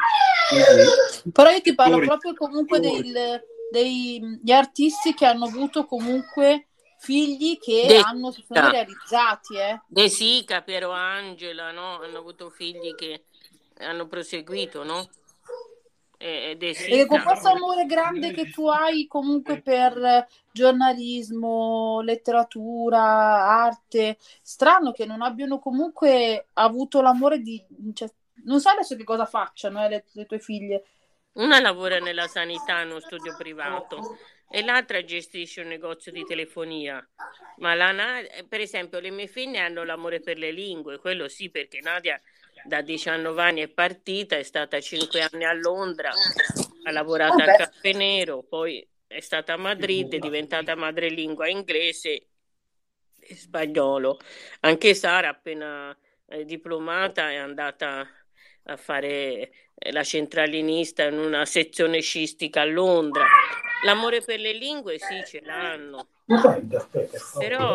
Speaker 14: Quindi,
Speaker 12: Però io ti parlo
Speaker 14: attori,
Speaker 12: proprio comunque
Speaker 14: attori.
Speaker 12: del, degli artisti che hanno avuto comunque figli che
Speaker 16: De-
Speaker 12: hanno, si sono
Speaker 16: Ah.
Speaker 12: realizzati, eh.
Speaker 16: De Sica, Piero Angela, no? Hanno avuto figli che hanno proseguito, no? E, e De
Speaker 12: E con
Speaker 16: Sica,
Speaker 12: questo amore grande che tu hai comunque per giornalismo, letteratura, arte, strano che non abbiano comunque avuto l'amore di... Cioè, non so adesso che cosa facciano eh, le, le tue figlie.
Speaker 16: una lavora nella sanità in uno studio privato e l'altra gestisce un negozio di telefonia. Ma la Na- per esempio, le mie figlie hanno l'amore per le lingue, quello sì, perché Nadia da diciannove anni è partita, è stata cinque anni a Londra, ha lavorato al
Speaker 12: Vabbè.
Speaker 16: Caffè Nero, poi è stata a Madrid, è diventata madrelingua inglese e spagnolo. Anche Sara, appena eh, diplomata, è andata a fare eh, la centralinista in una sezione scistica a Londra. L'amore per le lingue sì, ce l'hanno. Però,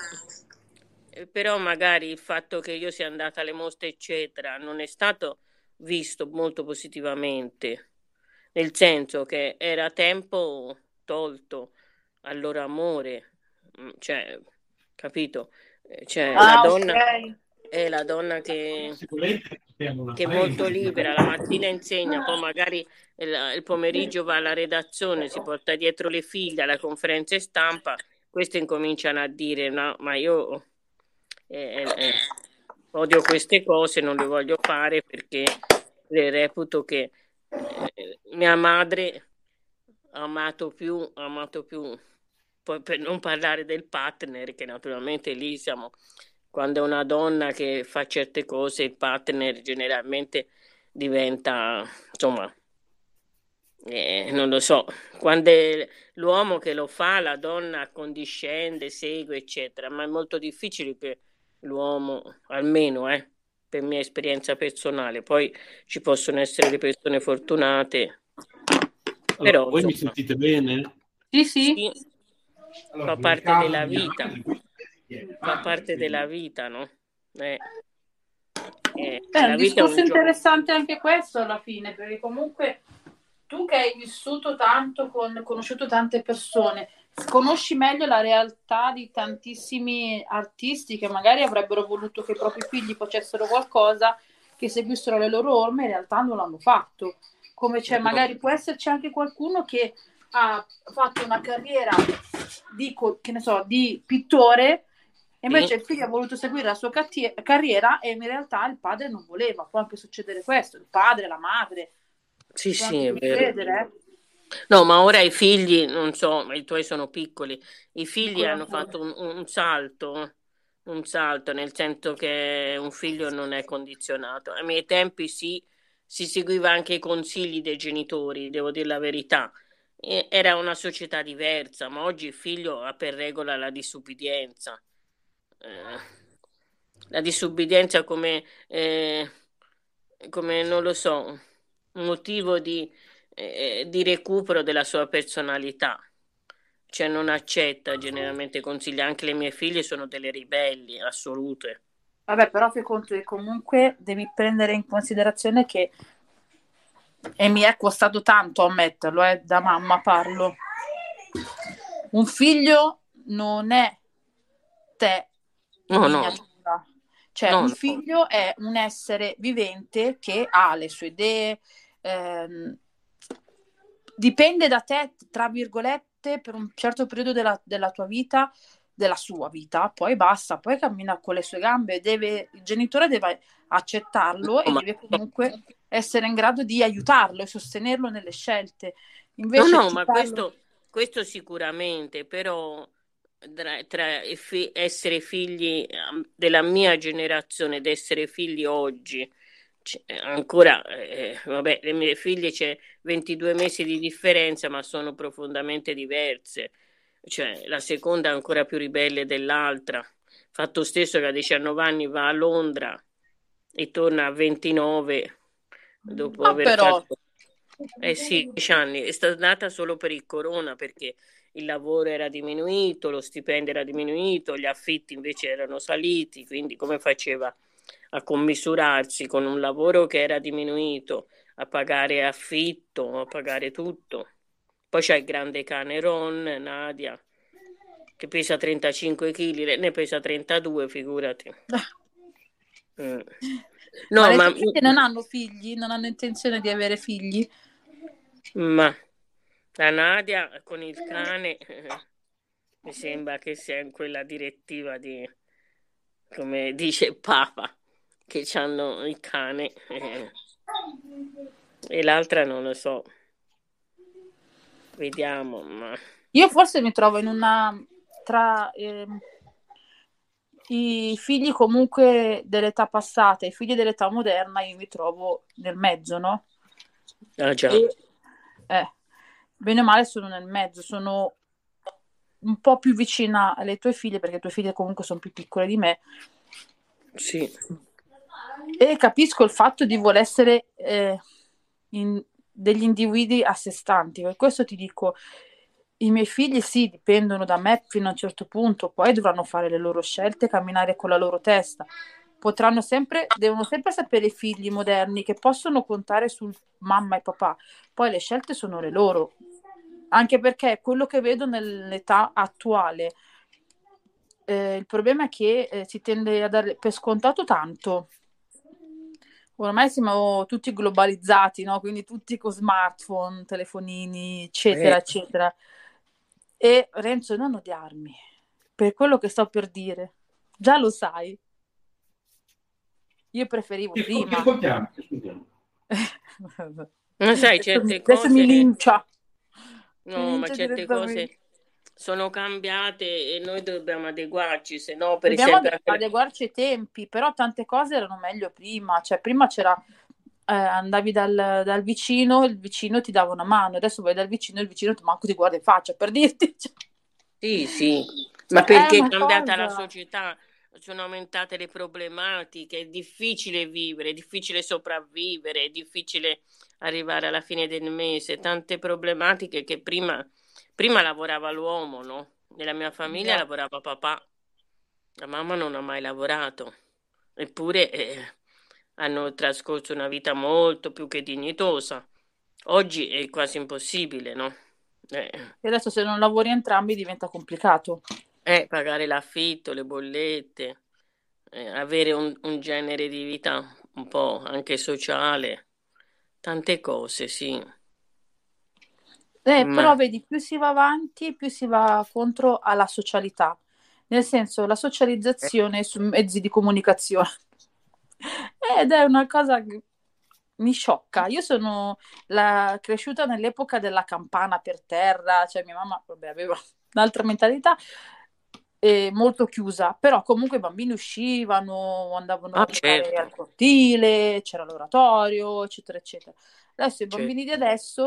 Speaker 16: eh, però magari il fatto che io sia andata alle mostre, eccetera, non è stato visto molto positivamente, nel senso che era tempo tolto al loro amore, Mm, cioè, capito? Eh, Cioè, la
Speaker 12: Ah,
Speaker 16: donna
Speaker 12: ok.
Speaker 16: è la donna che,
Speaker 14: Sicuramente abbiamo una
Speaker 16: che è molto
Speaker 14: parentesi.
Speaker 16: libera, la mattina insegna, poi magari il, il pomeriggio va alla redazione, si porta dietro le figlie alle conferenze stampa, queste incominciano a dire no, ma io eh, eh, odio queste cose, non le voglio fare perché le reputo che eh, mia madre ha amato più, ha amato più, poi per non parlare del partner, che naturalmente lì siamo, quando è una donna che fa certe cose, il partner generalmente diventa, insomma, eh, non lo so, quando è l'uomo che lo fa, la donna accondiscende, segue, eccetera, ma è molto difficile che l'uomo, almeno, eh, per mia esperienza personale, poi ci possono essere le persone fortunate,
Speaker 14: Allora,
Speaker 16: però,
Speaker 14: voi mi
Speaker 16: insomma,
Speaker 14: sentite bene?
Speaker 12: Sì, sì.
Speaker 16: sì,
Speaker 14: Allora,
Speaker 16: fa
Speaker 14: nel
Speaker 16: parte
Speaker 14: caso
Speaker 16: della
Speaker 14: di mia
Speaker 16: vita,
Speaker 14: madre, quindi è
Speaker 16: fa
Speaker 14: madre,
Speaker 16: parte
Speaker 14: quindi-
Speaker 16: della vita, no? Eh, eh,
Speaker 12: È
Speaker 16: la
Speaker 12: un
Speaker 16: vita è un
Speaker 12: discorso
Speaker 16: gioco.
Speaker 12: interessante anche questo alla fine, perché comunque tu che hai vissuto tanto, con, conosciuto tante persone, conosci meglio la realtà di tantissimi artisti che magari avrebbero voluto che i propri figli facessero qualcosa, che seguissero le loro orme, in realtà non l'hanno fatto. Come c'è, magari può esserci anche qualcuno che ha fatto una carriera di, co- che ne so, di pittore, e invece
Speaker 16: Sì.
Speaker 12: il figlio ha voluto seguire la sua catti- carriera e in realtà il padre non voleva. Può anche succedere questo, il padre, la madre.
Speaker 16: Sì,
Speaker 12: Può
Speaker 16: sì,
Speaker 12: anche
Speaker 16: è vero.
Speaker 12: succedere, eh.
Speaker 16: No, ma ora i figli, non so, ma i tuoi sono piccoli, i figli
Speaker 12: Piccoli
Speaker 16: hanno
Speaker 12: ancora.
Speaker 16: fatto un, un salto, un salto, nel senso che un figlio non è condizionato. Ai miei tempi sì, si seguiva anche i consigli dei genitori, devo dire la verità. eh, era una società diversa, ma oggi il figlio ha per regola la disubbidienza. Eh, la disubbidienza come, eh, come, non lo so, un motivo di, eh, di recupero della sua personalità. Cioè non accetta generalmente consigli, anche le mie figlie sono delle ribelli assolute.
Speaker 12: Vabbè, però fai conto che comunque devi prendere in considerazione che, e mi è costato tanto ammetterlo, eh, da mamma parlo, un figlio non è te in
Speaker 16: No, no.
Speaker 12: miniatura. Cioè
Speaker 16: No,
Speaker 12: un
Speaker 16: no.
Speaker 12: figlio è un essere vivente che ha le sue idee, ehm, dipende da te, tra virgolette, per un certo periodo della, della tua vita, della sua vita, poi basta, poi cammina con le sue gambe, deve, il genitore deve accettarlo e
Speaker 16: ma-
Speaker 12: deve comunque essere in grado di aiutarlo e sostenerlo nelle scelte.
Speaker 16: No,
Speaker 12: Invece
Speaker 16: no,
Speaker 12: ti
Speaker 16: ma
Speaker 12: parlo-
Speaker 16: questo, questo sicuramente, però tra, tra i fi- essere figli ehm, della mia generazione ed essere figli oggi, c'è ancora, eh, vabbè, le mie figlie c'è ventidue mesi di differenza, ma sono profondamente diverse. Cioè, la seconda è ancora più ribelle dell'altra. Fatto stesso che a diciannove anni va a Londra e torna a ventinove dopo
Speaker 12: Ah,
Speaker 16: aver
Speaker 12: però,
Speaker 16: fatto eh sì, dieci anni. È stata nata solo per il corona perché il lavoro era diminuito, lo stipendio era diminuito, gli affitti invece erano saliti, quindi come faceva a commisurarsi con un lavoro che era diminuito, a pagare affitto, a pagare tutto. Poi c'è il grande cane Ron, Nadia, che pesa trentacinque chili, lei ne pesa trentadue, figurati. Mm. No,
Speaker 12: ma le
Speaker 16: ma,
Speaker 12: tue figlie non hanno figli? Non hanno intenzione di avere figli?
Speaker 16: ma la Nadia con il cane eh, mi sembra che sia in quella direttiva di, come dice il Papa, che hanno il cane eh, e l'altra non lo so. Vediamo, ma
Speaker 12: Io forse mi trovo in una tra ehm, i figli comunque dell'età passata e i figli dell'età moderna, io mi trovo nel mezzo, no?
Speaker 16: ah, già.
Speaker 12: E, eh, bene o male sono nel mezzo, sono un po' più vicina alle tue figlie perché le tue figlie comunque sono più piccole di me.
Speaker 16: Sì.
Speaker 12: E capisco il fatto di voler essere eh, in degli individui a sé stanti. Per questo ti dico, i miei figli sì, dipendono da me fino a un certo punto, poi dovranno fare le loro scelte, camminare con la loro testa. Potranno sempre, devono sempre sapere i figli moderni che possono contare sul mamma e papà, poi le scelte sono le loro. Anche perché quello che vedo nell'età attuale, eh, il problema è che eh, si tende a dare per scontato tanto. Ormai siamo tutti globalizzati, no? Quindi tutti con smartphone, telefonini, eccetera,
Speaker 16: Eh.
Speaker 12: eccetera. E Renzo, non odiarmi per quello che sto per dire. Già lo sai. Io preferivo
Speaker 14: Ti ascol- ti
Speaker 12: prima.
Speaker 14: ascoltiamo, ti ascoltiamo.
Speaker 16: Ma sai,
Speaker 12: Adesso,
Speaker 16: certe
Speaker 12: mi- adesso
Speaker 16: cose
Speaker 12: mi lincia. Mi
Speaker 16: no, ma
Speaker 12: lincia
Speaker 16: certe
Speaker 12: direttamente.
Speaker 16: cose sono cambiate e noi dobbiamo adeguarci, se no, per
Speaker 12: Dobbiamo
Speaker 16: esempio,
Speaker 12: ade-
Speaker 16: anche-
Speaker 12: adeguarci ai tempi, però tante cose erano meglio prima. Cioè, prima c'era, eh, andavi dal, dal vicino, il vicino ti dava una mano, adesso vai dal vicino e il vicino ti manco ti guarda in faccia, per dirti. Cioè,
Speaker 16: sì, sì,
Speaker 12: cioè,
Speaker 16: ma perché
Speaker 12: è
Speaker 16: è
Speaker 12: una
Speaker 16: cambiata la
Speaker 12: cosa.
Speaker 16: società, sono aumentate le problematiche, è difficile vivere, è difficile sopravvivere, è difficile arrivare alla fine del mese, tante problematiche che prima, prima lavorava l'uomo, no? Nella mia famiglia
Speaker 12: Già.
Speaker 16: lavorava papà, la mamma non ha mai lavorato, eppure eh, hanno trascorso una vita molto più che dignitosa. Oggi è quasi impossibile, no? Eh,
Speaker 12: E adesso se non lavori entrambi diventa complicato.
Speaker 16: eh, pagare l'affitto, le bollette, eh, avere un, un genere di vita un po' anche sociale, tante cose, sì.
Speaker 12: Eh,
Speaker 16: Ma
Speaker 12: però vedi, più si va avanti, più si va contro alla socialità. Nel senso, la socializzazione su mezzi di comunicazione. Ed è una cosa che mi sciocca. Io sono la- cresciuta nell'epoca della campana per terra, cioè mia mamma, vabbè, aveva un'altra mentalità e molto chiusa, però comunque i bambini uscivano, andavano
Speaker 16: ah,
Speaker 12: a giocare al
Speaker 16: certo,
Speaker 12: cortile, c'era l'oratorio, eccetera, eccetera. Adesso i
Speaker 16: certo.
Speaker 12: bambini di adesso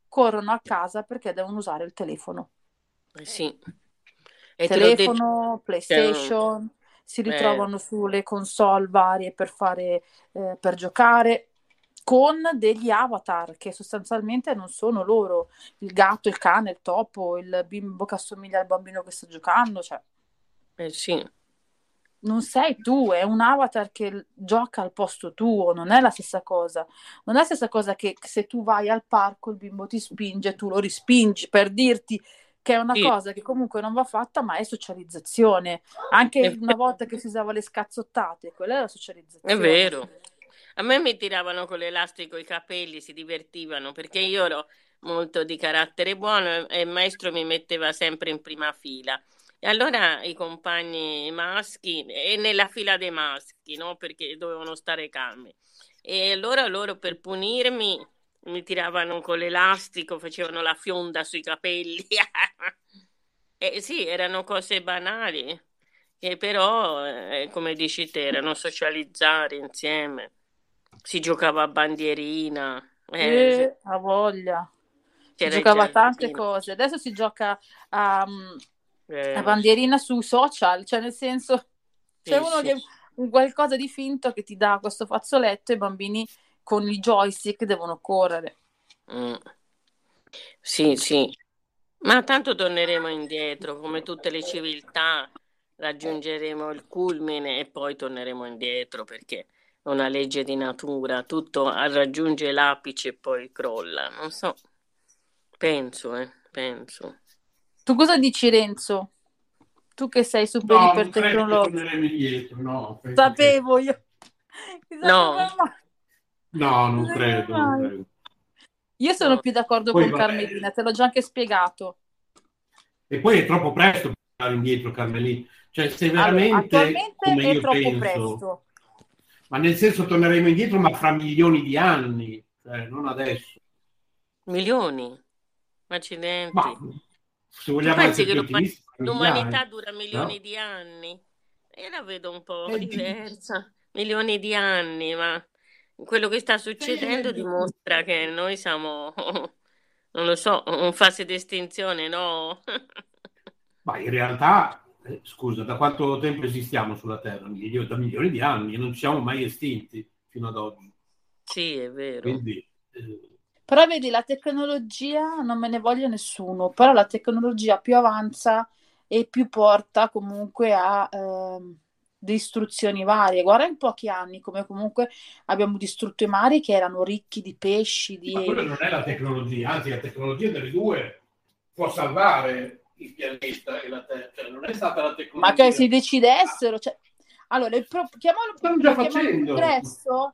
Speaker 12: corrono a casa perché devono usare il telefono.
Speaker 16: Eh sì. E te l'ho detto,
Speaker 12: Telefono, PlayStation, si
Speaker 16: eh,
Speaker 12: ritrovano sulle console varie per fare, eh, per giocare con degli avatar che sostanzialmente non sono loro, il gatto, il cane, il topo, il bimbo che assomiglia al bambino che sta giocando, cioè
Speaker 16: eh sì.
Speaker 12: non sei tu, è un avatar che l- gioca al posto tuo, non è la stessa cosa. Non è la stessa cosa che se tu vai al parco il bimbo ti spinge, tu lo respingi per dirti che è una
Speaker 16: Sì.
Speaker 12: cosa che comunque non va fatta, ma è socializzazione. Anche
Speaker 16: È
Speaker 12: una volta che si usava le scazzottate, quella è la
Speaker 16: È
Speaker 12: socializzazione.
Speaker 16: vero. A me mi tiravano con l'elastico i capelli, si divertivano perché io ero molto di carattere buono e il maestro mi metteva sempre in prima fila. E allora i compagni maschi, e nella fila dei maschi, no? Perché dovevano stare calmi. E allora loro per punirmi mi tiravano con l'elastico, facevano la fionda sui capelli. E sì, erano cose banali, che però, eh, come dici te, erano socializzare insieme. Si giocava a bandierina, eh, sì,
Speaker 12: E a voglia. Si
Speaker 16: c'era il
Speaker 12: giocava a tante
Speaker 16: giardino.
Speaker 12: cose. Adesso si gioca a,
Speaker 16: Eh,
Speaker 12: a bandierina su social, cioè nel senso c'è
Speaker 16: sì,
Speaker 12: uno
Speaker 16: sì.
Speaker 12: che un qualcosa di finto che ti dà questo fazzoletto e i bambini con i joystick devono correre.
Speaker 16: Mm. Sì, sì. Ma tanto torneremo indietro, come tutte le civiltà, raggiungeremo il culmine e poi torneremo indietro perché è una legge di natura, tutto raggiunge l'apice e poi crolla. Non so, penso, eh, penso.
Speaker 12: Tu cosa dici, Renzo? Tu che sei super
Speaker 14: No,
Speaker 12: iper
Speaker 14: non credo che
Speaker 12: tecnologico.
Speaker 14: torneremo indietro, no. penso che-
Speaker 12: Sapevo io. Chissà
Speaker 16: No.
Speaker 12: come mai.
Speaker 14: No, non
Speaker 12: Chissà
Speaker 14: credo,
Speaker 12: come
Speaker 14: non
Speaker 12: mai.
Speaker 14: credo.
Speaker 12: Io sono
Speaker 16: No.
Speaker 12: più d'accordo
Speaker 14: Poi,
Speaker 12: con
Speaker 14: vabbè.
Speaker 12: Carmelina, te l'ho già anche spiegato.
Speaker 14: E poi è troppo presto per andare indietro, Carmelina. Cioè, se
Speaker 12: Allora,
Speaker 14: veramente,
Speaker 12: attualmente
Speaker 14: come
Speaker 12: è
Speaker 14: io
Speaker 12: troppo
Speaker 14: penso,
Speaker 12: presto.
Speaker 14: ma nel senso torneremo indietro, ma fra milioni di anni, cioè, non adesso.
Speaker 16: Milioni? Accidenti.
Speaker 14: Ma se
Speaker 16: Tu
Speaker 14: vogliamo
Speaker 16: pensi
Speaker 14: essere
Speaker 16: che
Speaker 14: più
Speaker 16: l'uma-
Speaker 14: ottimisti, fra
Speaker 16: l'umanità
Speaker 14: migliaia,
Speaker 16: dura milioni
Speaker 14: no?
Speaker 16: di anni? Io la vedo un po'
Speaker 14: Eh, di-
Speaker 16: diversa. Milioni di anni, ma quello che sta succedendo
Speaker 14: eh,
Speaker 16: dimostra che noi siamo, non lo so, in fase di estinzione, no?
Speaker 14: Ma in realtà, eh, scusa, da quanto tempo esistiamo sulla Terra? Milio- da milioni di anni e non ci siamo mai estinti fino ad oggi.
Speaker 16: Sì, è vero.
Speaker 14: Quindi, eh,
Speaker 12: Però vedi, la tecnologia non me ne voglia nessuno, però la tecnologia più avanza e più porta comunque a ehm, distruzioni varie. Guarda in pochi anni come comunque abbiamo distrutto i mari che erano ricchi di pesci,
Speaker 14: ma
Speaker 12: di...
Speaker 14: quella non è la tecnologia, anzi la tecnologia delle due può salvare il pianeta e la Terra, cioè non è stata la tecnologia.
Speaker 12: Ma che si decidessero... Cioè... Allora, il pro... chiamalo,
Speaker 14: Stanno già
Speaker 12: lo chiamano
Speaker 14: facendo.
Speaker 12: progresso?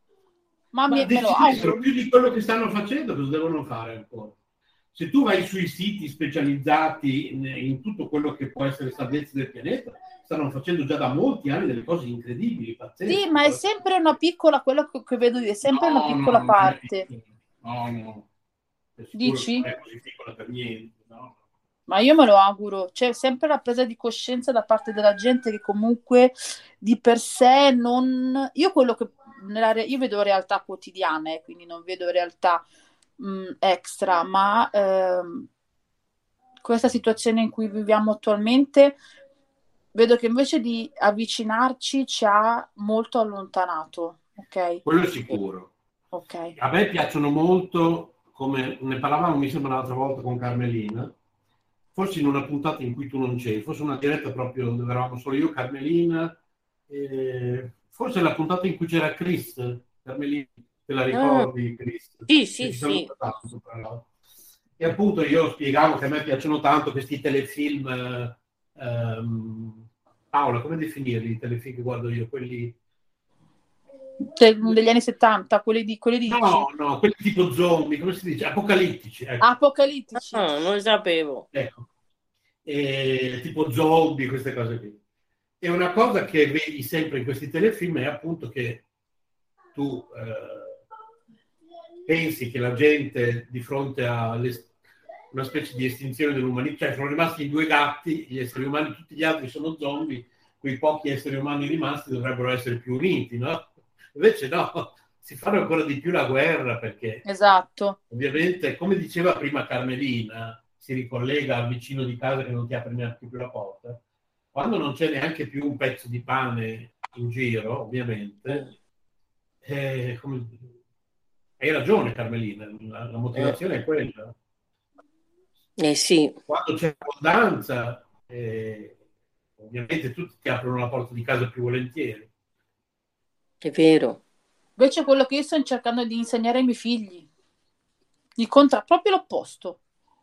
Speaker 12: Ma,
Speaker 14: Ma
Speaker 12: mi- me lo
Speaker 14: decidessero
Speaker 12: auguro.
Speaker 14: più di quello che stanno facendo, cosa devono fare ancora? Se tu vai sui siti specializzati in, in tutto quello che può essere salvezza del pianeta, stanno facendo già da molti anni delle cose incredibili, pazzesche.
Speaker 12: Sì, ma è sempre una piccola, quello che, che vedo io, è sempre
Speaker 14: No,
Speaker 12: una piccola
Speaker 14: no, non è
Speaker 12: parte.
Speaker 14: piccola. No, no. È sicuro
Speaker 12: Dici?
Speaker 14: che non è così piccola per niente, no?
Speaker 12: Ma io me lo auguro, c'è sempre la presa di coscienza da parte della gente che comunque di per sé non... Io quello che... Nella re... Io vedo realtà quotidiane, quindi non vedo realtà mh, extra, ma ehm, questa situazione in cui viviamo attualmente vedo che invece di avvicinarci ci ha molto allontanato, ok?
Speaker 14: Quello è sicuro.
Speaker 12: Ok.
Speaker 14: A me piacciono molto, come ne parlavamo mi sembra l'altra volta con Carmelina, forse in una puntata in cui tu non c'eri, forse una diretta proprio dove eravamo solo io, Carmelina, eh, forse la puntata in cui c'era Chris, Carmelina, te la ricordi, Chris?
Speaker 16: Sì,
Speaker 14: Che
Speaker 16: sì,
Speaker 14: ci
Speaker 16: sì.
Speaker 14: saluta tanto, tra l'altro. E appunto io spiegavo che a me piacciono tanto questi telefilm, eh, ehm, Paola, come definirli i telefilm che guardo io? Quelli...
Speaker 12: Cioè, degli anni settanta, quelli di quelli di
Speaker 14: No, no, quelli tipo zombie, come si dice? Apocalittici, ecco.
Speaker 12: apocalittici.
Speaker 16: No, non lo sapevo.
Speaker 14: Ecco. E, tipo zombie, queste cose qui. E una cosa che vedi sempre in questi telefilm è appunto che tu eh, pensi che la gente di fronte a le- una specie di estinzione dell'umanità, cioè sono rimasti due gatti, gli esseri umani, tutti gli altri sono zombie, quei pochi esseri umani rimasti dovrebbero essere più uniti, no? Invece no, si fanno ancora di più la guerra, perché
Speaker 12: Esatto.
Speaker 14: ovviamente, come diceva prima Carmelina, si ricollega al vicino di casa che non ti apre neanche più la porta, quando non c'è neanche più un pezzo di pane in giro, ovviamente, eh, come... hai ragione Carmelina, la, la motivazione
Speaker 16: Eh.
Speaker 14: è quella.
Speaker 16: Eh sì.
Speaker 14: Quando c'è abbondanza, eh, ovviamente tutti ti aprono la porta di casa più volentieri.
Speaker 16: È vero.
Speaker 12: Invece quello che io sto cercando di insegnare ai miei figli, incontra proprio l'opposto.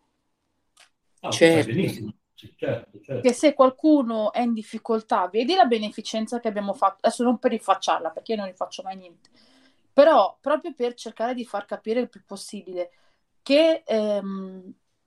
Speaker 14: Ah,
Speaker 16: Certo.
Speaker 14: benissimo. Sì, certo, certo.
Speaker 12: Che se qualcuno è in difficoltà, vedi la beneficenza che abbiamo fatto, adesso non per rifacciarla, perché io non rifaccio mai niente, però proprio per cercare di far capire il più possibile che ehm,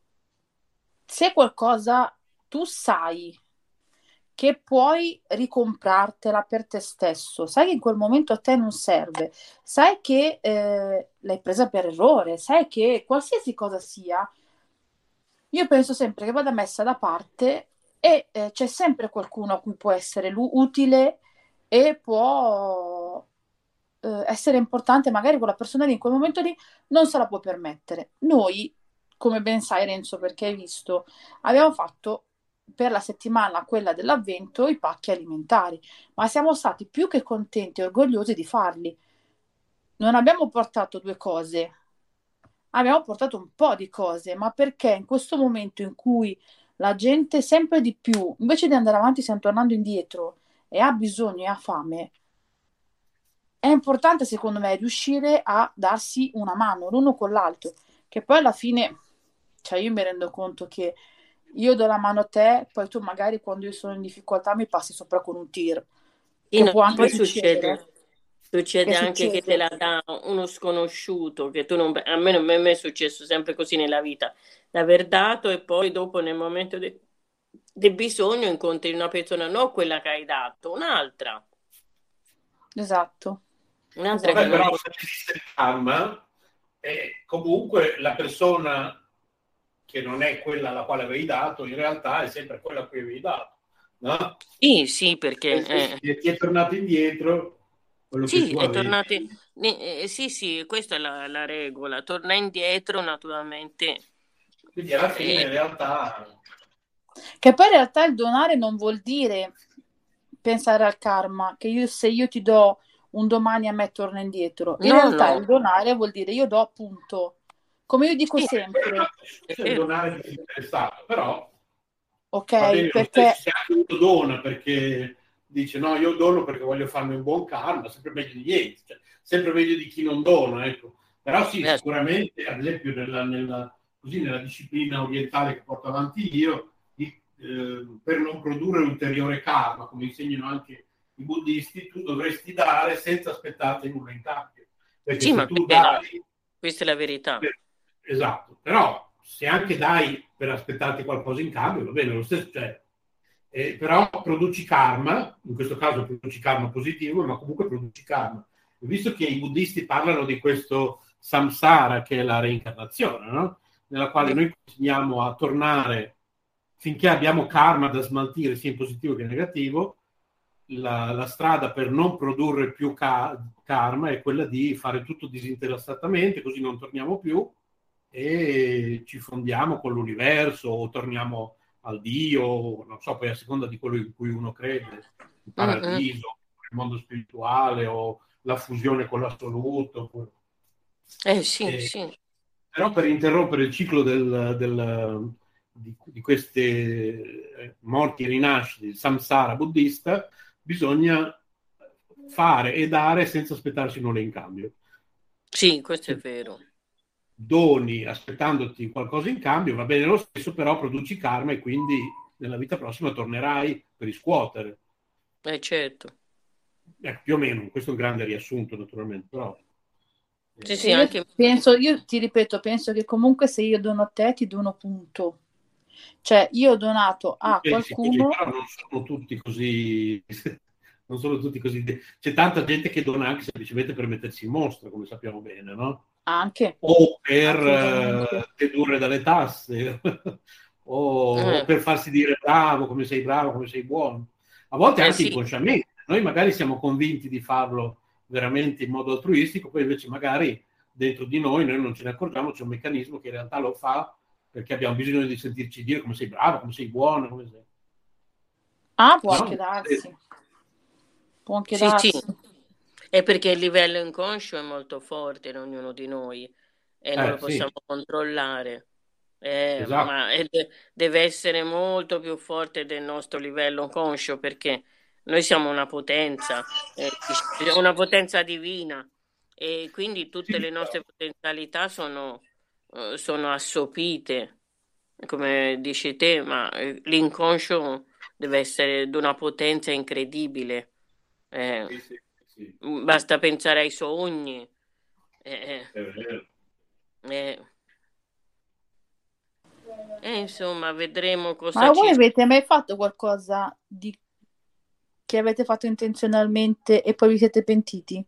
Speaker 12: se qualcosa tu sai che puoi ricomprartela per te stesso, sai che in quel momento a te non serve, sai che eh, l'hai presa per errore, sai che qualsiasi cosa sia, io penso sempre che vada messa da parte e eh, c'è sempre qualcuno a cui può essere lu- utile e può eh, essere importante, magari quella persona lì in quel momento lì non se la può permettere. Noi, come ben sai Renzo, perché hai visto, abbiamo fatto per la settimana quella dell'avvento i pacchi alimentari, ma siamo stati più che contenti e orgogliosi di farli. Non abbiamo portato due cose, abbiamo portato un po' di cose, ma perché in questo momento in cui la gente sempre di più, invece di andare avanti, stiamo tornando indietro e ha bisogno e ha fame, è importante secondo me riuscire a darsi una mano l'uno con l'altro, che poi alla fine, cioè io mi rendo conto che io do la mano a te, poi tu magari quando io sono in difficoltà mi passi sopra con un tir,
Speaker 16: Sì,
Speaker 12: che
Speaker 16: no,
Speaker 12: può anche
Speaker 16: poi
Speaker 12: succedere.
Speaker 16: succede, succede
Speaker 12: Che
Speaker 16: anche che te
Speaker 12: succede.
Speaker 16: la dà uno sconosciuto, che tu non, a me, non- a me è successo sempre così nella vita, d'aver dato e poi dopo nel momento de- del bisogno incontri una persona, non quella che hai dato, un'altra,
Speaker 12: Esatto.
Speaker 16: un'altra
Speaker 14: Vabbè,
Speaker 16: che
Speaker 14: però
Speaker 16: non...
Speaker 14: se esiste il karma, eh, comunque la persona che non è quella alla quale avevi dato, in realtà è sempre quella a cui avevi dato, no?
Speaker 16: Sì, sì, perché...
Speaker 14: E
Speaker 16: eh,
Speaker 14: se ti è tornato indietro quello che
Speaker 16: Sì,
Speaker 14: tu
Speaker 16: è
Speaker 14: avevi.
Speaker 16: tornato. eh, eh, sì, sì, questa è la, la regola. Torna indietro, naturalmente.
Speaker 14: Quindi alla fine
Speaker 16: Eh,
Speaker 14: in realtà
Speaker 12: Che poi in realtà il donare non vuol dire pensare al karma, che io, se io ti do un domani a me torna indietro. In
Speaker 16: no,
Speaker 12: realtà
Speaker 16: no.
Speaker 12: il donare vuol dire io do appunto, come io dico
Speaker 16: Sì,
Speaker 12: sempre,
Speaker 14: c'è il donare disinteressato, però
Speaker 12: ok,
Speaker 14: va bene lo
Speaker 12: perché
Speaker 14: stesso, se anche uno dona perché dice no, io dono perché voglio farmi un buon karma, sempre meglio di niente, cioè, sempre meglio di chi non dona, ecco. Però sì,
Speaker 16: Eh.
Speaker 14: sicuramente, ad esempio nella, nella, così, nella disciplina orientale che porto avanti io, di, eh, per non produrre ulteriore karma, come insegnano anche i buddisti, tu dovresti dare senza aspettarti nulla in cambio. Perché
Speaker 16: Sì,
Speaker 14: se
Speaker 16: ma
Speaker 14: tu
Speaker 16: questa è la-
Speaker 14: dai...
Speaker 16: questa è la verità.
Speaker 14: Esatto, però se anche dai per aspettarti qualcosa in cambio, va bene, lo stesso c'è. Eh, però produci karma, in questo caso produci karma positivo, ma comunque produci karma. E visto che i buddisti parlano di questo samsara, che è la reincarnazione, no? Nella quale noi continuiamo a tornare finché abbiamo karma da smaltire, sia in positivo che in negativo, la, la strada per non produrre più ca- karma è quella di fare tutto disinteressatamente, così non torniamo più e ci fondiamo con l'universo o torniamo al Dio, non so, poi a seconda di quello in cui uno crede, il paradiso, il mondo spirituale o la fusione con l'assoluto.
Speaker 16: Eh sì,
Speaker 14: Eh,
Speaker 16: sì.
Speaker 14: Però per interrompere il ciclo del, del, di, di queste morti e rinascite, il samsara buddista, bisogna fare e dare senza aspettarsi nulla in cambio.
Speaker 16: Sì, questo è vero.
Speaker 14: Doni aspettandoti qualcosa in cambio, va bene lo stesso, però produci karma e quindi nella vita prossima tornerai per riscuotere.
Speaker 16: Eh certo.
Speaker 14: Ecco, più o meno, questo è un grande riassunto naturalmente, però...
Speaker 16: Sì, sì,
Speaker 12: io
Speaker 16: anche...
Speaker 12: penso, io ti ripeto, penso che comunque se io dono a te ti dono punto. Cioè io ho donato a
Speaker 14: Eh, sì, così,
Speaker 12: qualcuno,
Speaker 14: però non sono tutti così... non sono tutti così... C'è tanta gente che dona anche semplicemente per mettersi in mostra, come sappiamo bene, no?
Speaker 12: anche,
Speaker 14: O per
Speaker 12: assolutamente.
Speaker 14: eh, dedurre dalle tasse, o,
Speaker 16: Eh.
Speaker 14: o per farsi dire bravo, come sei bravo, come sei buono. A volte
Speaker 16: Eh
Speaker 14: anche
Speaker 16: sì.
Speaker 14: inconsciamente. Noi magari siamo convinti di farlo veramente in modo altruistico, poi invece magari dentro di noi, noi non ce ne accorgiamo, c'è un meccanismo che in realtà lo fa perché abbiamo bisogno di sentirci dire come sei bravo, come sei buono, come sei...
Speaker 12: Ah, può
Speaker 14: No?
Speaker 12: anche darsi. Può anche
Speaker 16: Sì,
Speaker 12: darsi.
Speaker 16: sì, è perché il livello inconscio è molto forte in ognuno di noi e non
Speaker 14: Eh,
Speaker 16: lo
Speaker 14: sì.
Speaker 16: possiamo controllare. Eh,
Speaker 14: Esatto.
Speaker 16: ma è de- deve essere molto più forte del nostro livello conscio perché noi siamo una potenza, eh, una potenza divina e quindi tutte le nostre potenzialità sono, eh, sono assopite, come dici te, ma eh, l'inconscio deve essere di una potenza incredibile. Eh,
Speaker 14: Sì, sì, sì.
Speaker 16: basta pensare ai sogni. Eh,
Speaker 14: È vero.
Speaker 16: eh, e insomma, vedremo
Speaker 12: Ma
Speaker 16: cosa
Speaker 12: voi
Speaker 16: ci...
Speaker 12: avete mai fatto qualcosa di... che avete fatto intenzionalmente e poi vi siete pentiti?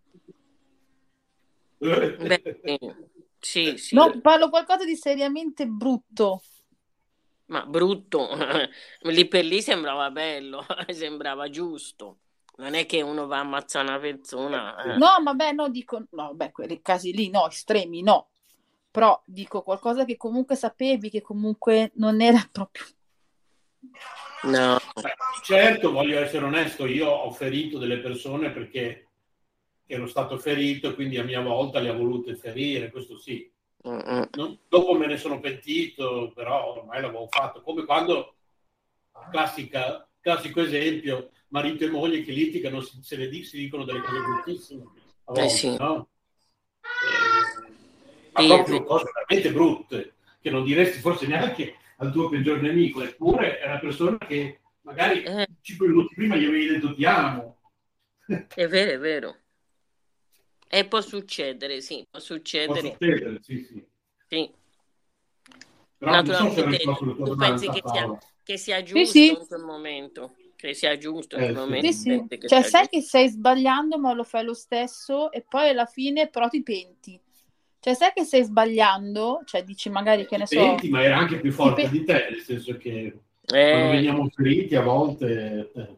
Speaker 16: Beh, sì, sì,
Speaker 12: No, parlo qualcosa di seriamente brutto.
Speaker 16: ma brutto, lì per lì sembrava bello, sembrava giusto. Non è che uno va a ammazzare una persona. eh.
Speaker 12: No, vabbè, no, dico... No, beh, quei casi lì, no, estremi, no. Però dico qualcosa che comunque sapevi che comunque non era proprio...
Speaker 16: No.
Speaker 14: Beh, certo, voglio essere onesto, io ho ferito delle persone perché ero stato ferito e quindi a mia volta le ho volute ferire, questo sì. Non- dopo me ne sono pentito, però ormai l'avevo fatto. Come quando, classica, classico esempio, marito e moglie che litigano, si, se ne di- si dicono delle cose bruttissime, a volte,
Speaker 16: Eh sì.
Speaker 14: no? Eh, ma
Speaker 16: Sì,
Speaker 14: proprio
Speaker 16: sì.
Speaker 14: cose veramente brutte, che non diresti forse neanche al tuo peggior nemico, eppure è una persona che magari cinque minuti prima gli avevi detto ti amo.
Speaker 16: È vero, è vero. E può succedere, sì, può
Speaker 14: Può
Speaker 16: succedere.
Speaker 14: succedere, sì, sì.
Speaker 16: Sì.
Speaker 14: Però non so se ho
Speaker 16: Naturalmente
Speaker 14: risposto alla tua
Speaker 16: tu pensi
Speaker 14: domanda,
Speaker 16: che sia,
Speaker 14: Paola.
Speaker 16: che sia
Speaker 12: Sì,
Speaker 16: giusto
Speaker 12: sì.
Speaker 16: in quel momento, che sia giusto in
Speaker 14: Eh,
Speaker 16: quel
Speaker 14: sì.
Speaker 16: momento.
Speaker 12: Sì, sì.
Speaker 16: pensi che
Speaker 12: Cioè,
Speaker 16: sia
Speaker 12: sai
Speaker 16: giusto.
Speaker 12: che stai sbagliando, ma lo fai lo stesso e poi alla fine però ti penti. Cioè, sai che stai sbagliando, cioè dici magari che ne so...
Speaker 14: Senti, ma era anche più
Speaker 12: ti
Speaker 14: forte
Speaker 12: pe-
Speaker 14: di te, nel senso che
Speaker 16: Eh.
Speaker 14: quando veniamo feriti a volte... eh,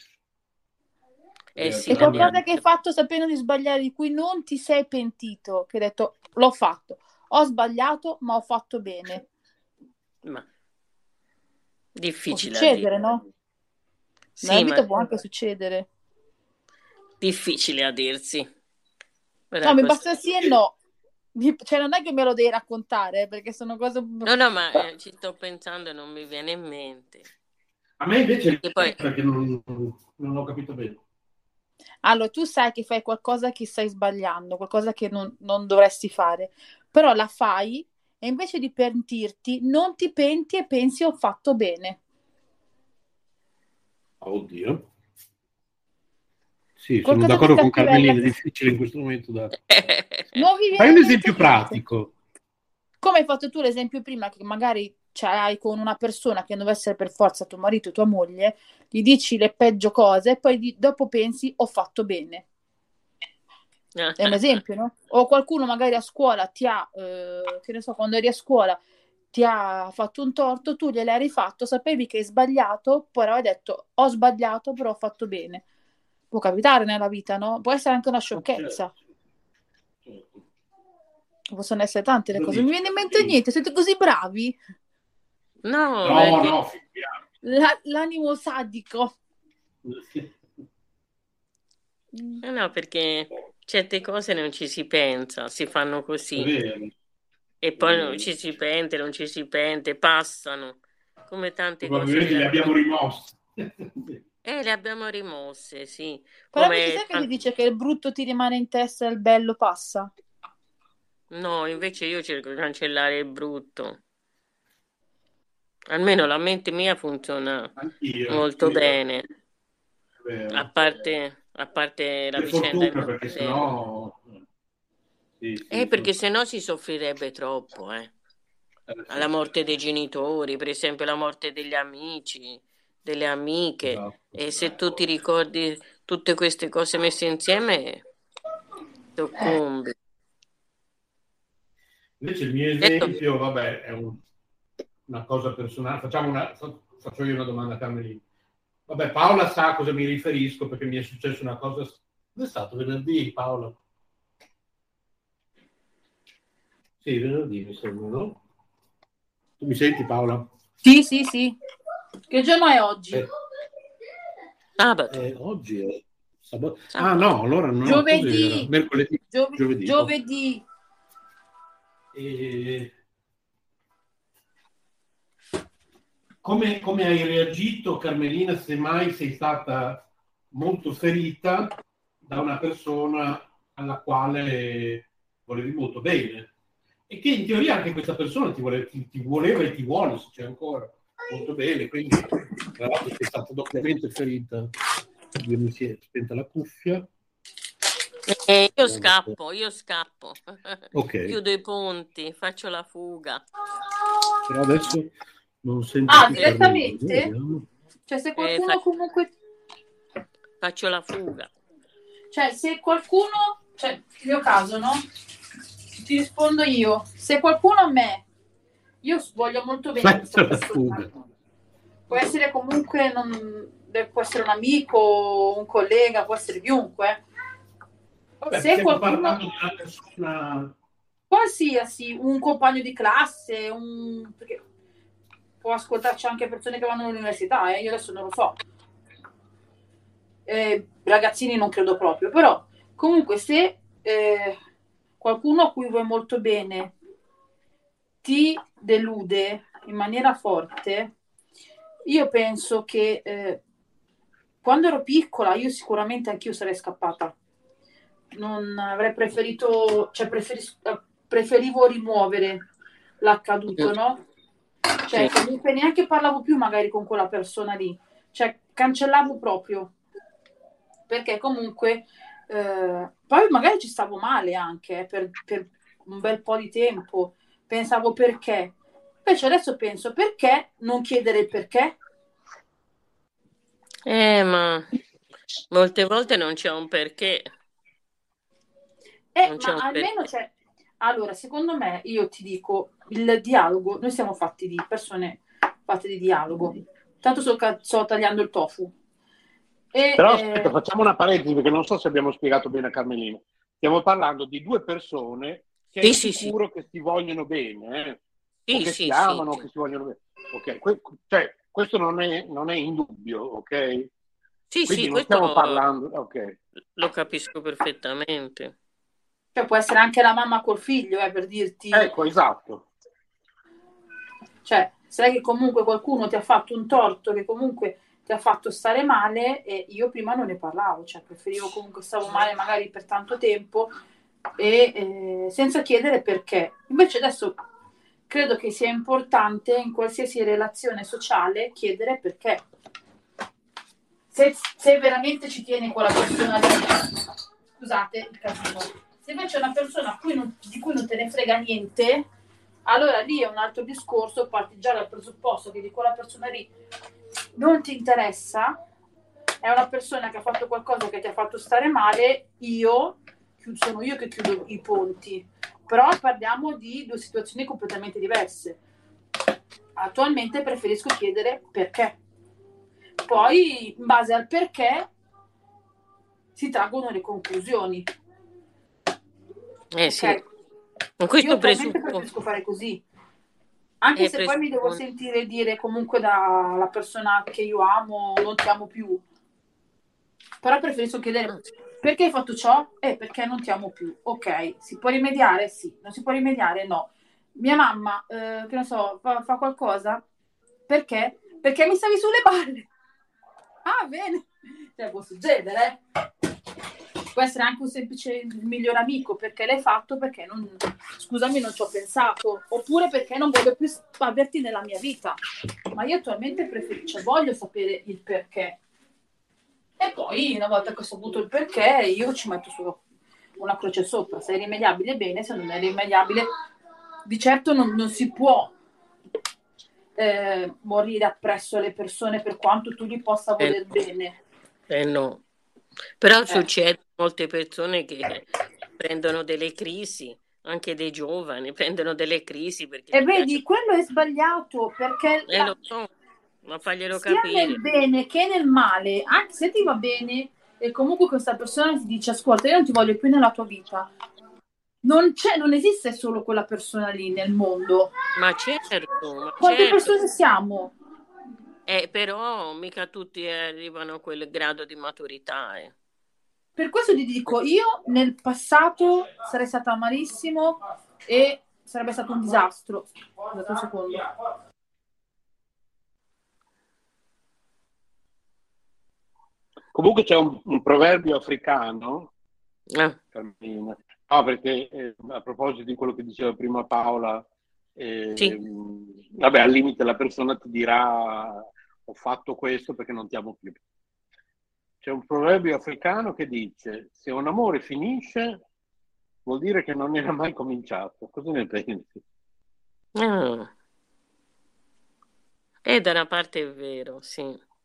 Speaker 16: Eh
Speaker 14: eh,
Speaker 16: sì,
Speaker 12: E
Speaker 14: però
Speaker 12: qualcosa
Speaker 14: non-
Speaker 12: che hai fatto sapendo di sbagliare, di cui non ti sei pentito, che hai detto, l'ho fatto, ho sbagliato, ma ho fatto bene.
Speaker 16: ma
Speaker 12: Può
Speaker 16: difficile a
Speaker 12: succedere,
Speaker 16: dire.
Speaker 12: no? Nella
Speaker 16: Sì, ma
Speaker 12: vita può anche succedere.
Speaker 16: difficile a dirsi. Però
Speaker 12: No, mi
Speaker 16: così.
Speaker 12: basta sì e no. Mi- Cioè, non è che me lo devi raccontare, eh, perché sono cose...
Speaker 16: No, no, ma eh, ci sto pensando e non mi viene in mente.
Speaker 14: A me invece
Speaker 16: Perché poi
Speaker 14: perché non, non ho capito bene.
Speaker 12: Allora, tu sai che fai qualcosa che stai sbagliando, qualcosa che non, non dovresti fare, però la fai e invece di pentirti, non ti penti e pensi ho fatto bene.
Speaker 14: Oddio. Sì, sono
Speaker 12: Qualcosa di
Speaker 14: d'accordo con
Speaker 12: cattivella
Speaker 14: Carmelina, è
Speaker 12: che-
Speaker 14: difficile in questo momento da...
Speaker 12: Non vi viene
Speaker 14: Fai
Speaker 12: in
Speaker 14: un
Speaker 12: mente
Speaker 14: esempio
Speaker 12: niente.
Speaker 14: pratico.
Speaker 12: Come hai fatto tu l'esempio prima, che magari ce l'hai con una persona che non deve essere per forza tuo marito o tua moglie, gli dici le peggio cose e poi di- dopo pensi ho fatto bene. È un esempio, no? O qualcuno magari a scuola ti ha, eh, che ne so, quando eri a scuola ti ha fatto un torto, tu gliel'hai rifatto, sapevi che hai sbagliato, poi hai detto ho sbagliato, però ho fatto bene. Può capitare nella vita, no? Può essere anche una sciocchezza. Possono essere tante le
Speaker 14: Lo
Speaker 12: cose. Non mi
Speaker 14: dici,
Speaker 12: viene in mente
Speaker 14: sì.
Speaker 12: niente, siete così bravi.
Speaker 16: no,
Speaker 14: No,
Speaker 16: perché-
Speaker 14: no, figuriamo.
Speaker 12: La- l'animo sadico.
Speaker 16: eh no, perché certe cose non ci si pensa, si fanno
Speaker 14: È
Speaker 16: così.
Speaker 14: vero.
Speaker 16: E poi
Speaker 14: vero.
Speaker 16: non ci si pente, non ci si pente, passano. Come tante cose
Speaker 14: Probabilmente le
Speaker 16: che...
Speaker 14: abbiamo rimosse.
Speaker 16: Eh, le abbiamo rimosse, sì.
Speaker 12: Però
Speaker 16: Come
Speaker 12: invece sai che
Speaker 16: tan-
Speaker 12: ti dice che il brutto ti rimane in testa e il bello passa?
Speaker 16: No, invece io cerco di cancellare il brutto. Almeno la mente mia funziona
Speaker 14: Anch'io.
Speaker 16: molto
Speaker 14: anch'io.
Speaker 16: bene.
Speaker 14: È vero.
Speaker 16: A parte, a parte la
Speaker 14: Per
Speaker 16: vicenda di
Speaker 14: fortuna,
Speaker 16: mio
Speaker 14: perché
Speaker 16: fratello.
Speaker 14: sennò... Sì, sì,
Speaker 16: Eh, perché
Speaker 14: sì.
Speaker 16: sennò si soffrirebbe troppo, eh.
Speaker 14: Eh, sì.
Speaker 16: Alla morte dei genitori, per esempio la morte degli amici, delle amiche.
Speaker 14: Esatto.
Speaker 16: E se tu ti ricordi tutte queste cose messe insieme, soccombi.
Speaker 14: Invece il mio esempio, vabbè, è un- una cosa personale. Facciamo una, fa- faccio io una domanda a Carmelina. Vabbè, Paola sa a cosa mi riferisco perché mi è successa una cosa È stato venerdì, Paola? Sì, venerdì mi sembra, no? Tu mi senti, Paola?
Speaker 12: Sì, sì, sì. Che giorno è oggi?
Speaker 14: Eh.
Speaker 16: Sabato.
Speaker 14: Eh, oggi è sabato. Ah no, allora no.
Speaker 12: Giovedì.
Speaker 14: Cos'era? Mercoledì.
Speaker 12: Giove-
Speaker 14: Giovedì.
Speaker 12: Giovedì.
Speaker 14: E... Come, come hai reagito, Carmelina, se mai sei stata molto ferita da una persona alla quale volevi molto bene? E che in teoria anche questa persona ti, vole, ti, ti voleva e ti vuole, se c'è ancora, molto bene. Quindi, tra l'altro, sei stata doppiamente ferita. Io mi si è spenta la cuffia.
Speaker 16: Eh, io scappo, io scappo.
Speaker 14: Ok.
Speaker 16: Chiudo i ponti, faccio la fuga.
Speaker 14: Però adesso non sento
Speaker 12: Ah,
Speaker 14: più
Speaker 12: direttamente?
Speaker 14: Carmelina.
Speaker 12: Cioè, se qualcuno
Speaker 16: Eh, fa-
Speaker 12: comunque...
Speaker 16: Faccio la fuga.
Speaker 12: Cioè, se qualcuno... Cioè, il mio caso, no? Ti rispondo io. Se qualcuno a me... Io voglio molto bene questa
Speaker 14: Faccio la
Speaker 12: persona.
Speaker 14: fuga.
Speaker 12: Può essere comunque... Non, può essere un amico, un collega, può essere chiunque.
Speaker 14: Vabbè,
Speaker 12: Se
Speaker 14: stiamo
Speaker 12: qualcuno...
Speaker 14: parlando di una persona...
Speaker 12: Qualsiasi, un compagno di classe, un... Perché può ascoltarci anche persone che vanno all'università, eh? Io adesso non lo so. Eh, ragazzini non credo proprio, però comunque se eh, qualcuno a cui vuoi molto bene ti delude in maniera forte, io penso che eh, quando ero piccola io sicuramente anch'io sarei scappata. Non avrei preferito, cioè preferis- preferivo rimuovere l'accaduto, no? Cioè,
Speaker 16: Sì.
Speaker 12: comunque neanche parlavo più magari con quella persona lì, cioè cancellavo proprio, perché comunque eh, poi magari ci stavo male anche eh, per, per un bel po' di tempo, pensavo perché, invece adesso penso perché non chiedere il perché.
Speaker 16: Eh, ma molte volte non c'è un perché.
Speaker 12: Eh,
Speaker 16: Non c'è
Speaker 12: ma
Speaker 16: un
Speaker 12: almeno
Speaker 16: perché.
Speaker 12: c'è. Allora, secondo me, io ti dico, il dialogo, noi siamo fatti di persone fatte di dialogo. Tanto sto, ca- sto tagliando il tofu. E,
Speaker 7: Però
Speaker 12: eh,
Speaker 7: aspetta, facciamo una parentesi perché non so se abbiamo spiegato bene a Carmelina. Stiamo parlando di due persone che
Speaker 16: Sì,
Speaker 7: è
Speaker 16: sì, sì.
Speaker 7: sicuro che si vogliono bene, eh?
Speaker 16: Sì,
Speaker 7: o che
Speaker 16: sì,
Speaker 7: si
Speaker 16: sì,
Speaker 7: amano, o
Speaker 16: sì.
Speaker 7: che si vogliono bene. Ok, que- cioè, questo non è, non è in dubbio, ok?
Speaker 16: Sì,
Speaker 7: Quindi
Speaker 16: sì,
Speaker 7: non
Speaker 16: questo
Speaker 7: stiamo parlando, ok.
Speaker 16: lo capisco perfettamente.
Speaker 12: cioè, può essere anche la mamma col figlio, eh, per dirti.
Speaker 7: Ecco, esatto.
Speaker 12: Cioè, sai che comunque qualcuno ti ha fatto un torto, che comunque ti ha fatto stare male, e io prima non ne parlavo, cioè preferivo comunque stavo male magari per tanto tempo e eh, senza chiedere perché. Invece adesso credo che sia importante in qualsiasi relazione sociale chiedere perché. Se, se veramente ci tieni quella persona lì, scusate il casino, se invece è una persona a cui non- di cui non te ne frega niente, allora lì è un altro discorso, parti già dal presupposto che di quella persona lì non ti interessa, è una persona che ha fatto qualcosa che ti ha fatto stare male, io chi- sono io che chiudo i ponti, però parliamo di due situazioni completamente diverse. Attualmente preferisco chiedere perché, poi in base al perché si traggono le conclusioni.
Speaker 16: Eh
Speaker 12: Ok?
Speaker 16: sì. Con
Speaker 12: Io
Speaker 16: questo
Speaker 12: attualmente
Speaker 16: presupposto.
Speaker 12: preferisco fare così. Anche
Speaker 16: Eh,
Speaker 12: se poi mi devo
Speaker 16: presupposto.
Speaker 12: sentire dire comunque dalla persona che io amo, non ti amo più. Però preferisco chiedere perché hai fatto ciò? Eh, perché non ti amo più. Ok, si può rimediare? Sì. Non si può rimediare? No. Mia mamma, eh, che ne so, fa, fa qualcosa? Perché? Perché mi stavi sulle balle. Ah, bene. Cioè, può succedere, eh. Può essere anche un semplice miglior amico, perché l'hai fatto, perché non, scusami, non ci ho pensato, oppure perché non voglio più averti nella mia vita. Ma io attualmente preferisco, cioè, voglio sapere il perché. E poi, una volta che ho saputo il perché, io ci metto su una croce sopra. Se è rimediabile, bene, se non è rimediabile, di certo non, non si può eh, morire appresso alle persone per quanto tu gli possa voler
Speaker 16: Eh,
Speaker 12: bene.
Speaker 16: eh no. Però
Speaker 12: Eh.
Speaker 16: succede molte persone che prendono delle crisi, anche dei giovani prendono delle crisi perché
Speaker 12: E
Speaker 16: gli
Speaker 12: vedi,
Speaker 16: piace.
Speaker 12: quello è sbagliato, perché
Speaker 16: Eh,
Speaker 12: la-
Speaker 16: lo so, ma faglielo
Speaker 12: sia
Speaker 16: capire.
Speaker 12: nel bene che nel male, anche se ti va bene, e comunque questa persona ti dice ascolta, io non ti voglio più nella tua vita, non c'è, non esiste solo quella persona lì nel mondo.
Speaker 16: Ma certo, ma
Speaker 12: Quante
Speaker 16: certo.
Speaker 12: persone siamo?
Speaker 16: Eh, però mica tutti arrivano a quel grado di maturità. Eh.
Speaker 12: Per questo ti dico, io nel passato sarei stata malissimo e sarebbe stato un disastro. Scusate un secondo.
Speaker 14: Comunque c'è un, un proverbio africano,
Speaker 16: eh.
Speaker 14: Carmina. No, perché eh, a proposito di quello che diceva prima Paola, eh,
Speaker 16: Sì.
Speaker 14: vabbè, al limite la persona ti dirà ho fatto questo perché non ti amo più. C'è un proverbio africano che dice se un amore finisce vuol dire che non era mai cominciato. Cosa ne pensi?
Speaker 16: Ah. E da una parte è vero, sì.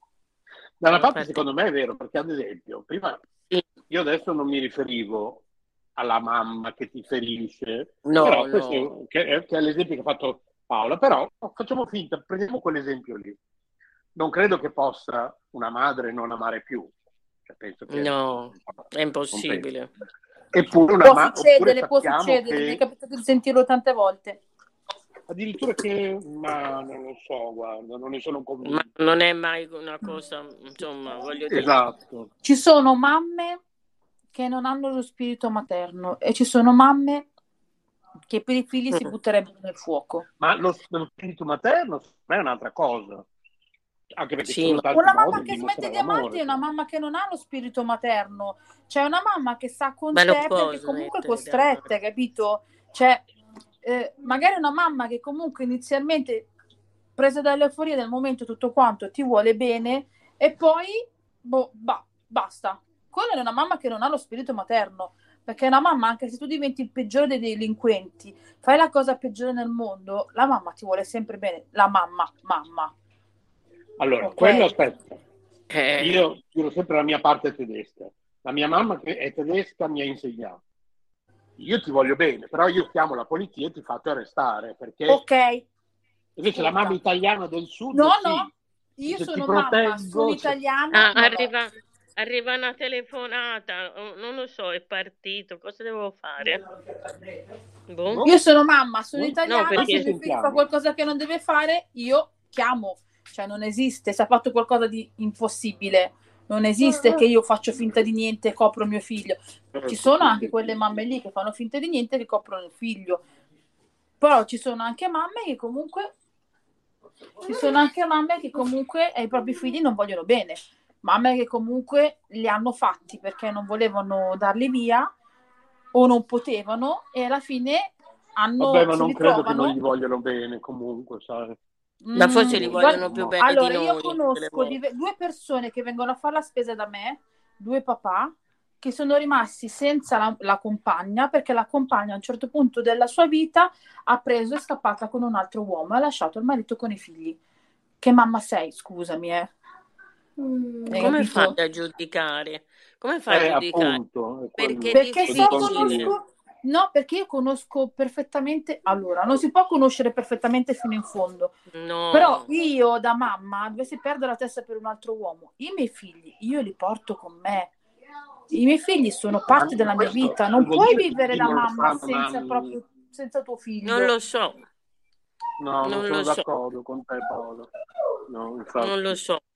Speaker 14: Da una
Speaker 16: Da
Speaker 14: parte
Speaker 16: parte-
Speaker 14: secondo me è vero, perché ad esempio, prima io adesso non mi riferivo alla mamma che ti ferisce,
Speaker 16: No,
Speaker 14: però
Speaker 16: no.
Speaker 14: questo che è, che è l'esempio che ha fatto Paola, però facciamo finta, prendiamo quell'esempio lì. Non credo che possa una madre non amare più. Cioè, penso che
Speaker 16: No, è
Speaker 14: non
Speaker 16: impossibile.
Speaker 14: penso. Eppure una
Speaker 12: Può
Speaker 14: ma-
Speaker 12: succedere,
Speaker 14: oppure
Speaker 12: può
Speaker 14: sappiamo
Speaker 12: succedere, mi è
Speaker 14: che
Speaker 12: capitato di sentirlo tante volte.
Speaker 14: addirittura che ma non lo so, guarda, non ne sono
Speaker 16: Ma
Speaker 14: convinto.
Speaker 16: non è mai una cosa, insomma, voglio dire.
Speaker 14: Esatto.
Speaker 12: Ci sono mamme che non hanno lo spirito materno e ci sono mamme che per i figli si
Speaker 16: Mm.
Speaker 12: butterebbero nel fuoco.
Speaker 14: Ma lo, lo spirito materno è un'altra cosa. Anche perché ci
Speaker 16: Sì,
Speaker 14: sono
Speaker 16: ma
Speaker 14: tanti
Speaker 12: Una
Speaker 14: modi
Speaker 12: mamma
Speaker 14: di
Speaker 12: che smette
Speaker 14: dimostrare
Speaker 12: di amarti
Speaker 14: amore.
Speaker 12: è una mamma che non ha lo spirito materno. C'è una mamma che sta con
Speaker 16: ma lo
Speaker 12: te
Speaker 16: può
Speaker 12: perché comunque è
Speaker 16: smettere di amare.
Speaker 12: costretta, capito? Cioè, eh, magari una mamma che comunque inizialmente presa dall'euforia del momento tutto quanto ti vuole bene e poi boh, ba- basta. Quella è una mamma che non ha lo spirito materno, perché una mamma, anche se tu diventi il peggiore dei delinquenti, fai la cosa peggiore nel mondo, la mamma ti vuole sempre bene. La mamma, mamma.
Speaker 14: Allora,
Speaker 12: Ok.
Speaker 14: quello aspetta.
Speaker 16: Eh,
Speaker 14: Io tiro sempre la mia parte tedesca. La mia mamma che è tedesca mi ha insegnato. Io ti voglio bene, però io chiamo la polizia e ti faccio arrestare, perché
Speaker 12: Ok.
Speaker 14: invece la mamma italiana del sud
Speaker 12: No,
Speaker 14: sì.
Speaker 12: no, io
Speaker 14: Se ti
Speaker 12: sono mamma, sono
Speaker 14: proteggo, se-
Speaker 12: italiana.
Speaker 16: ah,
Speaker 12: ma no.
Speaker 16: arriva, arriva una telefonata, oh, non lo so, è partito, cosa devo fare? Boh.
Speaker 12: Io sono mamma, sono
Speaker 14: No,
Speaker 12: italiana,
Speaker 16: perché-
Speaker 12: se mio figlio
Speaker 14: sentiamo.
Speaker 12: fa qualcosa che non deve fare, io chiamo. Cioè non esiste, se ha fatto qualcosa di impossibile, non esiste che io faccio finta di niente e copro mio figlio. Ci sono anche quelle mamme lì che fanno finta di niente e che coprono il figlio. Però ci sono anche mamme che comunque ci sono anche mamme che comunque ai propri figli non vogliono bene. Mamme che comunque li hanno fatti perché non volevano darli via o non potevano e alla fine hanno
Speaker 14: Vabbè, ma
Speaker 12: si
Speaker 14: non credo che
Speaker 12: ritrovano.
Speaker 14: non gli vogliano bene comunque, sai.
Speaker 16: Ma forse li
Speaker 12: Mm,
Speaker 16: vogliono
Speaker 12: guarda-
Speaker 16: più bene
Speaker 12: allora,
Speaker 16: di
Speaker 12: io
Speaker 16: noi. delle
Speaker 12: conosco
Speaker 16: volte.
Speaker 12: dive- due persone che vengono a fare la spesa da me, due papà, che sono rimasti senza la, la compagna perché la compagna a un certo punto della sua vita ha preso e è scappata con un altro uomo e ha lasciato il marito con i figli. Che mamma sei, scusami, eh. Hai
Speaker 16: Come
Speaker 12: capito?
Speaker 16: fai a giudicare? Come fai
Speaker 14: Eh,
Speaker 16: a giudicare?
Speaker 14: appunto, è quello.
Speaker 16: Perché è
Speaker 12: Perché so,
Speaker 16: difficile.
Speaker 12: conosco, no, perché io conosco perfettamente, allora, non si può conoscere perfettamente fino in fondo,
Speaker 16: No.
Speaker 12: però io da mamma dovessi perdere la testa per un altro uomo, i miei figli, io li porto con me, i miei figli sono parte della mia
Speaker 14: Questo
Speaker 12: vita, non
Speaker 14: vuol
Speaker 12: puoi
Speaker 14: dire che
Speaker 12: vivere
Speaker 14: i
Speaker 12: da
Speaker 14: figli non
Speaker 12: mamma
Speaker 14: saranno
Speaker 12: senza,
Speaker 14: nanni.
Speaker 12: proprio, senza tuo figlio.
Speaker 16: Non lo so,
Speaker 14: No, non,
Speaker 16: non
Speaker 14: sono
Speaker 16: lo so.
Speaker 14: d'accordo con te, Paolo. No, infatti.
Speaker 16: non lo so.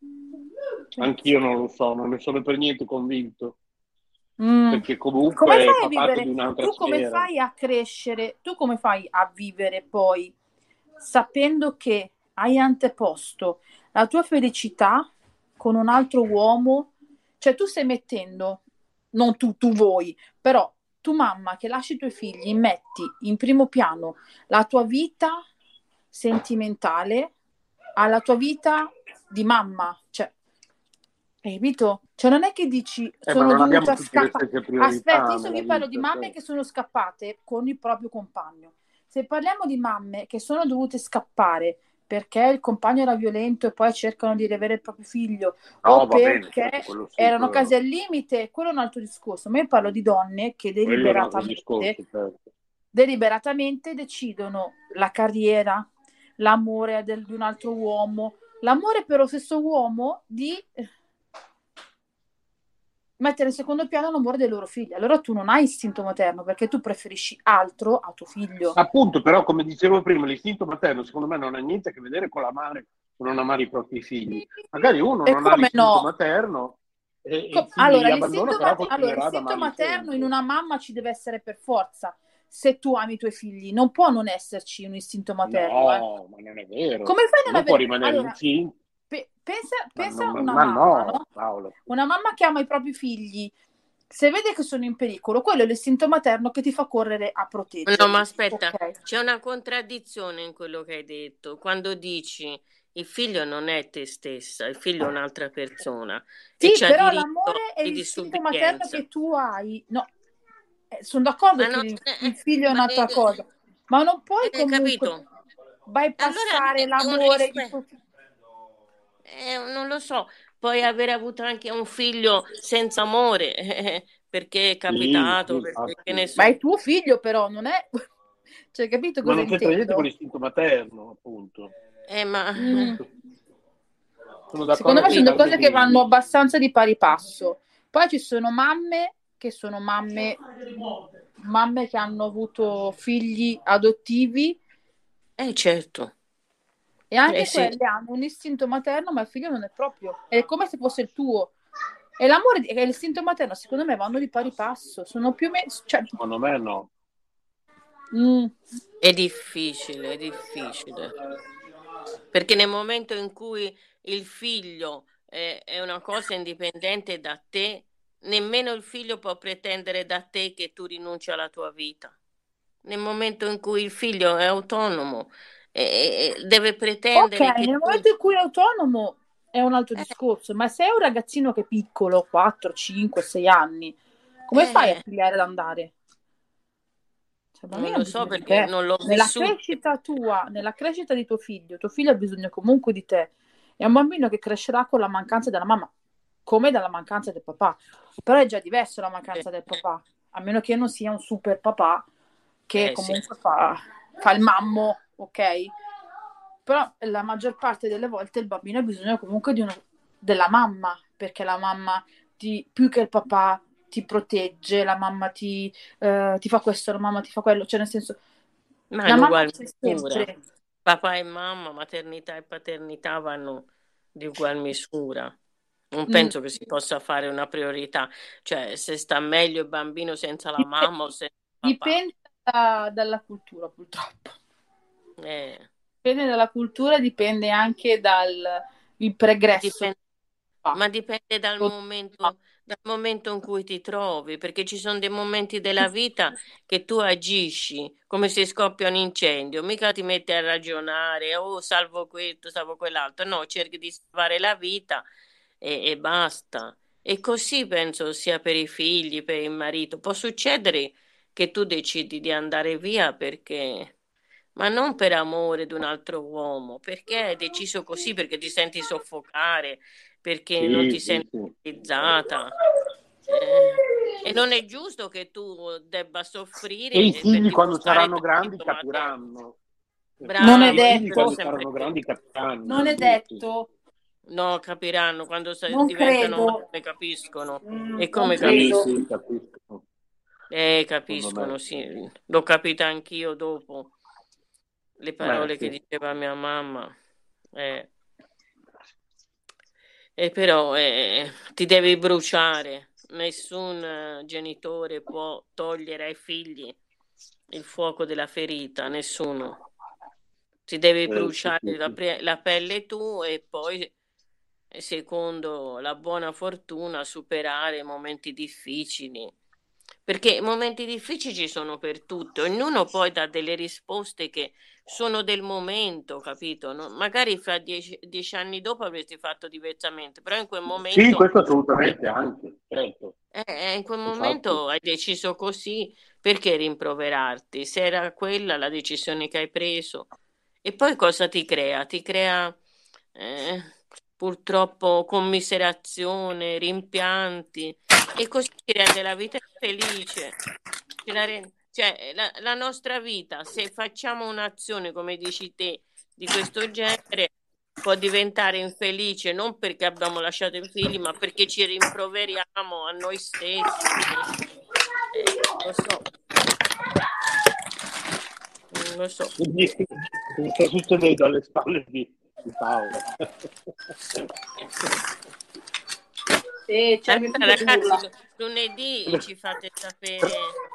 Speaker 14: Anch'io non lo so, non ne sono per niente convinto.
Speaker 12: Mm.
Speaker 14: Perché comunque
Speaker 12: Come fai a
Speaker 14: fa parte
Speaker 12: vivere?
Speaker 14: di un'altra
Speaker 12: Tu come
Speaker 14: sfera.
Speaker 12: fai a crescere? Tu come fai a vivere poi sapendo che hai anteposto la tua felicità con un altro uomo? Cioè tu stai mettendo, non tu, tu voi, però tu mamma che lasci i tuoi figli, metti in primo piano la tua vita sentimentale alla tua vita di mamma, cioè hai capito? Cioè non è che dici
Speaker 14: Eh, ma
Speaker 12: sono
Speaker 14: non abbiamo
Speaker 12: dovuta
Speaker 14: tutti le
Speaker 12: scappare.
Speaker 14: stesse priorità
Speaker 12: Aspetta, io
Speaker 14: nella
Speaker 12: vi parlo di
Speaker 14: vita,
Speaker 12: mamme
Speaker 14: cioè.
Speaker 12: che sono scappate con il proprio compagno. Se parliamo di mamme che sono dovute scappare perché il compagno era violento e poi cercano di riavere il proprio figlio
Speaker 14: No,
Speaker 12: o
Speaker 14: va bene,
Speaker 12: perché
Speaker 14: certo, quello sì,
Speaker 12: erano
Speaker 14: quello-
Speaker 12: quasi al limite, quello è un altro discorso. Ma io parlo di donne che
Speaker 14: quello è un altro
Speaker 12: deliberatamente
Speaker 14: discorso, certo.
Speaker 12: deliberatamente decidono la carriera, l'amore del- di un altro uomo, l'amore per lo stesso uomo di mettere in secondo piano l'amore dei loro figli. Allora tu non hai istinto materno perché tu preferisci altro a tuo figlio.
Speaker 7: Appunto, però, come dicevo prima, l'istinto materno secondo me non ha niente a che vedere con l'amare o non amare i propri figli. Magari uno
Speaker 12: E
Speaker 7: non ha
Speaker 12: come
Speaker 7: l'istinto
Speaker 12: no?
Speaker 7: materno e, e
Speaker 12: Com-
Speaker 7: i figli
Speaker 12: allora,
Speaker 7: li
Speaker 12: l'istinto,
Speaker 7: abbandona, però
Speaker 12: mate- allora,
Speaker 7: continuerà ad
Speaker 12: l'istinto
Speaker 7: amarli
Speaker 12: materno
Speaker 7: sempre.
Speaker 12: in una mamma ci deve essere per forza. Se tu ami i tuoi figli, non può non esserci un istinto materno. eh.
Speaker 7: No, ma non è vero.
Speaker 12: Come fai a non
Speaker 7: Uno può
Speaker 12: avere...
Speaker 7: rimanere
Speaker 12: Allora,
Speaker 7: incinta.
Speaker 12: pe- pensa,
Speaker 7: Ma,
Speaker 12: pensa
Speaker 7: non-
Speaker 12: a una
Speaker 7: ma
Speaker 12: mamma,
Speaker 7: no,
Speaker 12: no?
Speaker 7: Paolo.
Speaker 12: Una mamma che ama i propri figli, se vede che sono in pericolo, quello è l'istinto materno che ti fa correre a proteggerli.
Speaker 16: No, ma aspetta,
Speaker 12: Ok.
Speaker 16: c'è una contraddizione in quello che hai detto. Quando dici il figlio non è te stessa, il figlio è un'altra persona e
Speaker 12: Sì,
Speaker 16: c'ha
Speaker 12: però
Speaker 16: diritto
Speaker 12: l'amore è
Speaker 16: di
Speaker 12: l'istinto materno
Speaker 16: disubbidienza.
Speaker 12: che tu hai. No, eh, sono d'accordo
Speaker 16: Ma
Speaker 12: che
Speaker 16: non,
Speaker 12: il,
Speaker 16: eh,
Speaker 12: il figlio è
Speaker 16: ma
Speaker 12: un'altra
Speaker 16: eh,
Speaker 12: cosa, ma non puoi
Speaker 16: eh,
Speaker 12: comunque
Speaker 16: capito?
Speaker 12: bypassare
Speaker 16: Allora, è un-
Speaker 12: l'amore di
Speaker 16: aspetta,
Speaker 12: tuo figlio.
Speaker 16: eh, non lo so, puoi aver avuto anche un figlio senza amore, eh, perché è
Speaker 7: Sì,
Speaker 16: capitato,
Speaker 7: sì,
Speaker 16: perché che
Speaker 7: infatti.
Speaker 16: ne
Speaker 12: Ma
Speaker 16: so.
Speaker 12: è tuo figlio, però, non è... Cioè, capito
Speaker 7: Ma
Speaker 12: cosa
Speaker 7: non c'entra niente con
Speaker 12: intendo?
Speaker 7: l'istinto materno, appunto.
Speaker 16: Eh, ma
Speaker 12: Mm.
Speaker 7: Sono
Speaker 12: Secondo
Speaker 7: d'accordo
Speaker 12: me
Speaker 7: con
Speaker 12: sono due
Speaker 7: Carlo
Speaker 12: cose che vanno
Speaker 7: Bindi.
Speaker 12: abbastanza di pari passo. Poi ci sono mamme che sono mamme, mamme che hanno avuto figli adottivi
Speaker 16: Eh, certo.
Speaker 12: e anche
Speaker 16: Eh, sì.
Speaker 12: quelle hanno un istinto materno, ma il figlio non è proprio. È come se fosse il tuo. E l'amore di- e l'istinto materno, secondo me, vanno di pari passo. Sono più o meno... Cioè,
Speaker 7: Secondo me no.
Speaker 12: mm,
Speaker 16: È difficile, è difficile. Perché nel momento in cui il figlio è, è una cosa indipendente da te, nemmeno il figlio può pretendere da te che tu rinunci alla tua vita. Nel momento in cui il figlio è autonomo, eh, eh, deve
Speaker 12: ok,
Speaker 16: pretendere che
Speaker 12: nel
Speaker 16: tu...
Speaker 12: momento in cui è autonomo è un altro
Speaker 16: Eh,
Speaker 12: discorso, ma se è un ragazzino che è piccolo, quattro, cinque, sei anni, come fai a
Speaker 16: eh,
Speaker 12: pigliare ad andare? Cioè,
Speaker 16: non
Speaker 12: bambino ha
Speaker 16: lo so
Speaker 12: bisogno di
Speaker 16: perché
Speaker 12: te.
Speaker 16: non l'ho
Speaker 12: Nella
Speaker 16: vissuto.
Speaker 12: crescita tua, nella crescita di tuo figlio, tuo figlio ha bisogno comunque di te. È un bambino che crescerà con la mancanza della mamma, come dalla mancanza del papà. Però è già diverso la mancanza del papà, a meno che non sia un super papà che
Speaker 16: Eh, sì.
Speaker 12: comunque fa, fa il mammo, ok? Però la maggior parte delle volte il bambino ha bisogno comunque di uno, della mamma, perché la mamma ti, più che il papà ti protegge, la mamma ti, eh, ti fa questo, la mamma ti fa quello, cioè nel senso
Speaker 16: Ma
Speaker 12: la
Speaker 16: hanno
Speaker 12: mamma
Speaker 16: ugual
Speaker 12: c'è
Speaker 16: misura.
Speaker 12: sempre.
Speaker 16: Papà e mamma, maternità e paternità vanno di ugual misura. Non
Speaker 12: Mm.
Speaker 16: penso che si possa fare una priorità. Cioè, se sta meglio il bambino senza la mamma o senza il papà.
Speaker 12: Dipende da- dalla cultura, purtroppo.
Speaker 16: Eh,
Speaker 12: Dipende dalla cultura, dipende anche dal il pregresso.
Speaker 16: dipende, ma dipende dal momento, dal momento in cui ti trovi, perché ci sono dei momenti della vita che tu agisci come se scoppia un incendio, mica ti metti a ragionare, oh salvo questo, salvo quell'altro, no, cerchi di salvare la vita e, e basta. E così penso sia per i figli, per il marito. Può succedere che tu decidi di andare via perché, ma non per amore di un altro uomo, perché hai deciso così, perché ti senti soffocare, perché non ti
Speaker 7: Sì, sì,
Speaker 16: senti
Speaker 7: sì.
Speaker 16: utilizzata. Eh, e non è giusto che tu debba soffrire
Speaker 7: E i
Speaker 16: per
Speaker 7: figli quando
Speaker 16: dimostrare
Speaker 7: saranno
Speaker 16: il tuo
Speaker 7: grandi
Speaker 16: istinto materno.
Speaker 7: capiranno.
Speaker 16: Bravo,
Speaker 12: Non è
Speaker 7: I figli
Speaker 12: detto.
Speaker 7: quando
Speaker 16: sempre
Speaker 7: saranno grandi capiranno.
Speaker 12: Non è
Speaker 7: Sì, sì.
Speaker 12: detto.
Speaker 16: No, capiranno, quando sa-
Speaker 12: Non
Speaker 16: diventano
Speaker 12: credo.
Speaker 16: mamme capiscono.
Speaker 12: Mm,
Speaker 16: E come
Speaker 12: non credo.
Speaker 7: Sì,
Speaker 16: capiscono?
Speaker 7: sì, capisco.
Speaker 16: Eh,
Speaker 7: Secondo
Speaker 16: capiscono,
Speaker 7: me.
Speaker 16: sì. L'ho capita anch'io dopo le
Speaker 7: Eh,
Speaker 16: parole che
Speaker 7: sì.
Speaker 16: diceva mia mamma. Eh, E però eh, ti devi bruciare. Nessun eh, genitore può togliere ai figli il fuoco della ferita, nessuno. Ti devi
Speaker 7: Eh, sì,
Speaker 16: bruciare
Speaker 7: sì,
Speaker 16: la,
Speaker 7: sì.
Speaker 16: pre- la pelle tu e poi, eh, secondo la buona fortuna, superare i momenti difficili. Perché i momenti difficili ci sono per tutti, ognuno poi dà delle risposte che sono del momento, capito? No? Magari fra dieci, dieci anni dopo avresti fatto diversamente, però in quel
Speaker 7: Sì,
Speaker 16: momento,
Speaker 7: questo assolutamente anche, certo.
Speaker 16: eh, eh, in quel
Speaker 7: Infatti.
Speaker 16: momento hai deciso così, perché rimproverarti? Se era quella la decisione che hai preso. E poi cosa ti crea? Ti crea eh, purtroppo commiserazione, rimpianti e così ti rende la vita infelice. Ce la rende- Cioè, la, la nostra vita, se facciamo un'azione, come dici te, di questo genere, può diventare infelice non perché abbiamo lasciato i figli, ma perché ci rimproveriamo a noi stessi. Eh, lo so. Non lo so.
Speaker 7: Quindi sta succedendo alle spalle di, di Paola.
Speaker 12: Sì, c'è
Speaker 16: Allora, ragazzi, lunedì ci fate sapere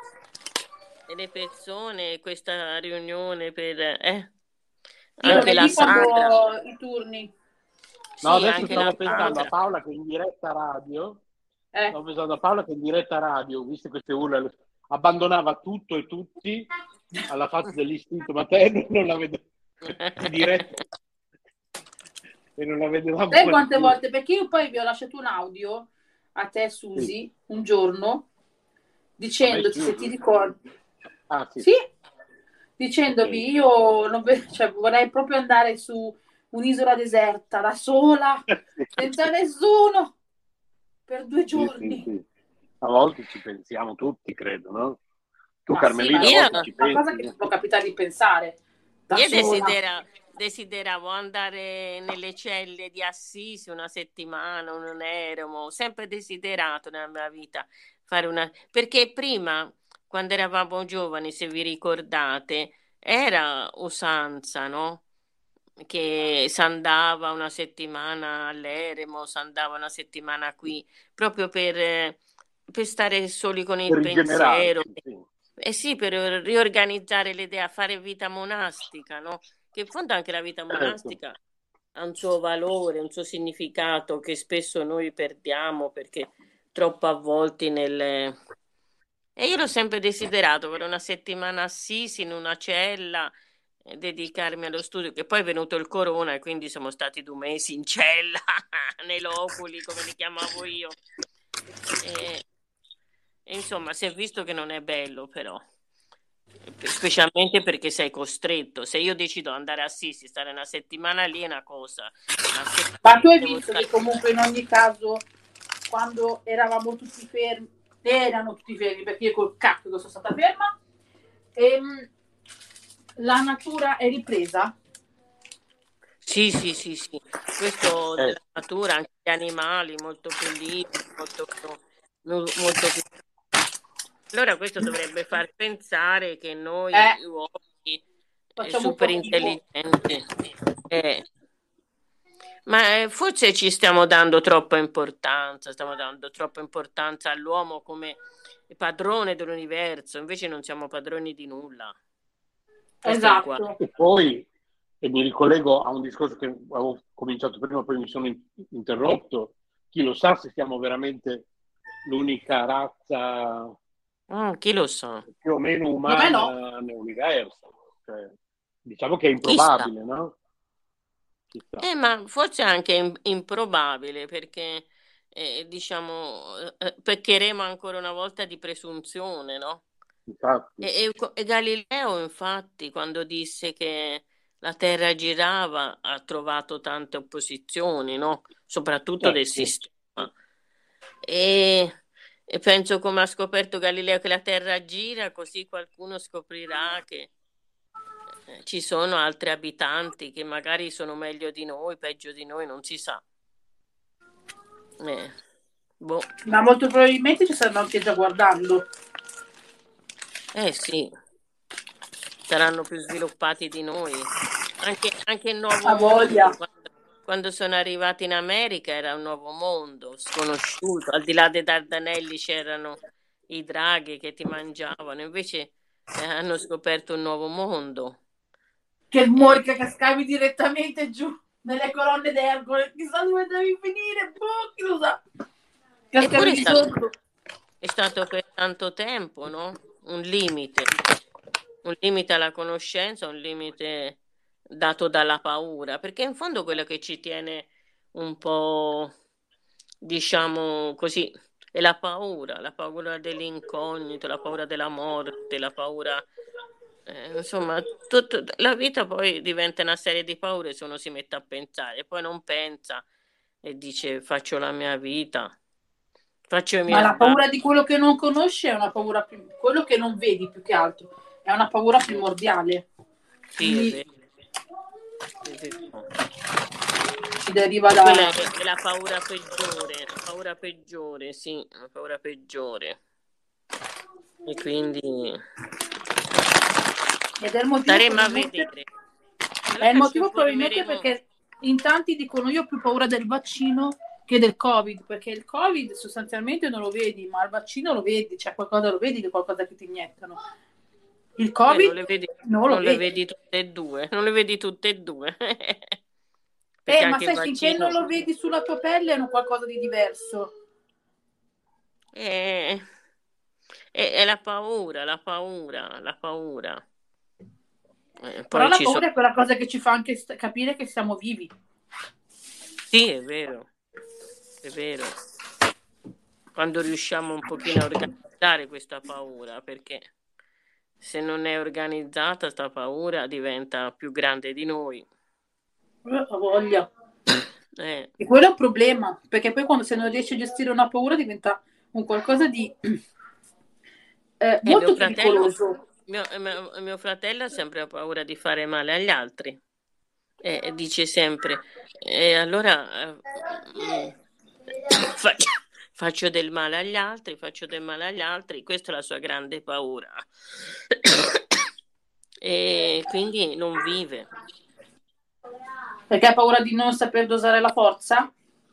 Speaker 16: le persone questa riunione per eh?
Speaker 12: Sì,
Speaker 16: anche la
Speaker 12: lunedì quando
Speaker 16: Sandra.
Speaker 12: i turni.
Speaker 7: No,
Speaker 16: Sì,
Speaker 7: adesso
Speaker 16: anche
Speaker 7: stavo
Speaker 16: la
Speaker 7: pensando
Speaker 16: Sandra.
Speaker 7: a Paola che in diretta radio,
Speaker 12: Eh.
Speaker 7: stavo pensando a Paola che in diretta radio, viste queste urla, abbandonava tutto e tutti alla faccia dell'istinto materno e non la vedevo in diretta e non la vedevamo
Speaker 12: Sai
Speaker 7: mai
Speaker 12: quante
Speaker 7: più.
Speaker 12: volte? Perché io poi vi ho lasciato un audio a te, Susi,
Speaker 7: Sì.
Speaker 12: un giorno, dicendoci
Speaker 7: A me,
Speaker 12: se
Speaker 7: Susi?
Speaker 12: ti ricordi.
Speaker 7: Ah, sì.
Speaker 12: Sì, dicendovi io non ve- cioè, vorrei proprio andare su un'isola deserta da sola, senza nessuno, per due
Speaker 7: Sì,
Speaker 12: giorni.
Speaker 7: sì, sì. A volte ci pensiamo tutti, credo, no? Tu,
Speaker 12: Ma
Speaker 7: Carmelina,
Speaker 12: sì,
Speaker 16: Io-
Speaker 7: a volte ci
Speaker 12: una cosa
Speaker 7: pensi.
Speaker 12: che ti può capitare di pensare da
Speaker 16: Io
Speaker 12: sola.
Speaker 16: desidera- desideravo andare nelle celle di Assisi una settimana, un eremo, ho sempre desiderato nella mia vita fare una... Perché prima, quando eravamo giovani, se vi ricordate, era usanza, no? Che si andava una settimana all'eremo, si andava una settimana qui, proprio per, eh, per stare soli con il
Speaker 7: Per
Speaker 16: pensiero.
Speaker 7: rigenerarsi, sì.
Speaker 16: Eh sì, per riorganizzare l'idea, fare vita monastica, no? Che in fondo anche la vita
Speaker 7: Certo.
Speaker 16: monastica ha un suo valore, un suo significato che spesso noi perdiamo perché troppo avvolti nelle... E io l'ho sempre desiderato per una settimana a Assisi, in una cella, eh, dedicarmi allo studio, che poi è venuto il corona e quindi siamo stati due mesi in cella, nei loculi, come li chiamavo io. E, e insomma, si è visto che non è bello però, specialmente perché sei costretto. Se io decido di andare a Assisi, stare una settimana lì è una cosa. Ma, se
Speaker 12: Ma tu hai
Speaker 16: devo
Speaker 12: visto
Speaker 16: stare-
Speaker 12: che comunque in ogni caso, quando eravamo tutti fermi, erano tutti fermi, perché io col cacchio che sono stata ferma, ehm, la natura è ripresa.
Speaker 16: Sì, sì, sì, sì. Questo
Speaker 7: Eh.
Speaker 16: della natura, anche gli animali molto più liberi, molto più, molto più... Allora questo dovrebbe far pensare che noi
Speaker 12: Eh.
Speaker 16: uomini eh,
Speaker 12: Facciamo
Speaker 16: super
Speaker 12: un po' schifo.
Speaker 16: intelligenti, eh, ma eh, forse ci stiamo dando troppa importanza, stiamo dando troppa importanza all'uomo come padrone dell'universo, invece non siamo padroni di nulla. Questo è il guaio.
Speaker 12: Esatto.
Speaker 7: E poi, e mi ricollego a un discorso che avevo cominciato prima, poi mi sono in- interrotto, chi lo sa se siamo veramente l'unica razza
Speaker 16: Mm, chi lo sa?
Speaker 7: più o meno
Speaker 12: me
Speaker 7: umana
Speaker 12: no.
Speaker 7: nell'universo. Cioè, diciamo che è
Speaker 16: Chissà.
Speaker 7: improbabile, no? Chissà.
Speaker 16: Eh, ma forse anche im- improbabile perché eh, diciamo eh, peccheremo ancora una volta di presunzione, no?
Speaker 7: Infatti.
Speaker 16: E, e- e Galileo, infatti, quando disse che la Terra girava, ha trovato tante opposizioni, no? Soprattutto del
Speaker 7: Certo.
Speaker 16: sistema. E, e penso, come ha scoperto Galileo, che la Terra gira, così qualcuno scoprirà che eh, ci sono altri abitanti che magari sono meglio di noi, peggio di noi, non si sa. Eh, boh.
Speaker 12: Ma molto probabilmente ci stanno anche già guardando.
Speaker 16: Eh sì, saranno più sviluppati di noi. Anche, anche il nuovo
Speaker 12: Ha voglia.
Speaker 16: mondo, quando, quando sono arrivati in America era un nuovo mondo, sconosciuto. Al di là dei Dardanelli c'erano i draghi che ti mangiavano, invece eh, hanno scoperto un nuovo mondo.
Speaker 12: Che muori che cascavi direttamente giù nelle colonne d'Ercole. Chissà dove devi finire. Boh, chi lo sa.
Speaker 16: Eppure
Speaker 12: Cascavi
Speaker 16: è
Speaker 12: di
Speaker 16: stato,
Speaker 12: sotto.
Speaker 16: è stato per tanto tempo, no? Un limite, un limite alla conoscenza, un limite dato dalla paura, perché in fondo quello che ci tiene un po', diciamo così, è la paura, la paura dell'incognito, la paura della morte, la paura, eh, insomma, tutto, la vita poi diventa una serie di paure se uno si mette a pensare, poi non pensa e dice faccio la mia vita, faccio i
Speaker 12: Ma
Speaker 16: miei
Speaker 12: la
Speaker 16: sbagli.
Speaker 12: paura di quello che non conosci è una paura più... quello che non vedi più che altro. È una paura primordiale.
Speaker 16: Sì, è
Speaker 12: Quindi
Speaker 16: vero. È vero.
Speaker 12: deriva da...
Speaker 16: Quella è, è la paura peggiore, la paura peggiore, sì, la paura peggiore. E quindi
Speaker 12: Ed è il motivo
Speaker 16: staremo a
Speaker 12: probabilmente-
Speaker 16: vedere.
Speaker 12: È il motivo
Speaker 16: ci
Speaker 12: probabilmente
Speaker 16: informeremo.
Speaker 12: perché in tanti dicono io ho più paura del vaccino che del Covid, perché il Covid sostanzialmente non lo vedi, ma il vaccino lo vedi, c'è qualcosa, lo vedi che è qualcosa che ti iniettano. Il
Speaker 16: Eh,
Speaker 12: Covid
Speaker 16: non le vedi,
Speaker 12: non lo
Speaker 16: non le
Speaker 12: vedi.
Speaker 16: vedi tutte e due, non le vedi tutte e due. Perché
Speaker 12: Eh, ma
Speaker 16: anche il
Speaker 12: sai, finché
Speaker 16: vaccino
Speaker 12: non lo vedi sulla tua pelle è un qualcosa di diverso.
Speaker 16: è, è- è la paura, la paura, la paura. Eh,
Speaker 12: Però
Speaker 16: poi
Speaker 12: la
Speaker 16: ci
Speaker 12: paura
Speaker 16: sono...
Speaker 12: è quella cosa che ci fa anche st- capire che siamo vivi.
Speaker 16: Sì, è vero, è vero. Quando riusciamo un pochino a organizzare questa paura, perché se non è organizzata, sta paura diventa più grande di noi.
Speaker 12: Eh, ho voglia.
Speaker 16: Eh,
Speaker 12: E quello è un problema, perché poi quando se non riesci a gestire una paura diventa un qualcosa di eh,
Speaker 16: eh,
Speaker 12: molto
Speaker 16: mio fratello,
Speaker 12: pericoloso.
Speaker 16: mio, mio- mio fratello ha sempre paura di fare male agli altri. E e dice sempre, e allora eh, mm, faccio, faccio del male agli altri, faccio del male agli altri, questa è la sua grande paura. E quindi non vive.
Speaker 12: Perché ha paura di non saper dosare la forza?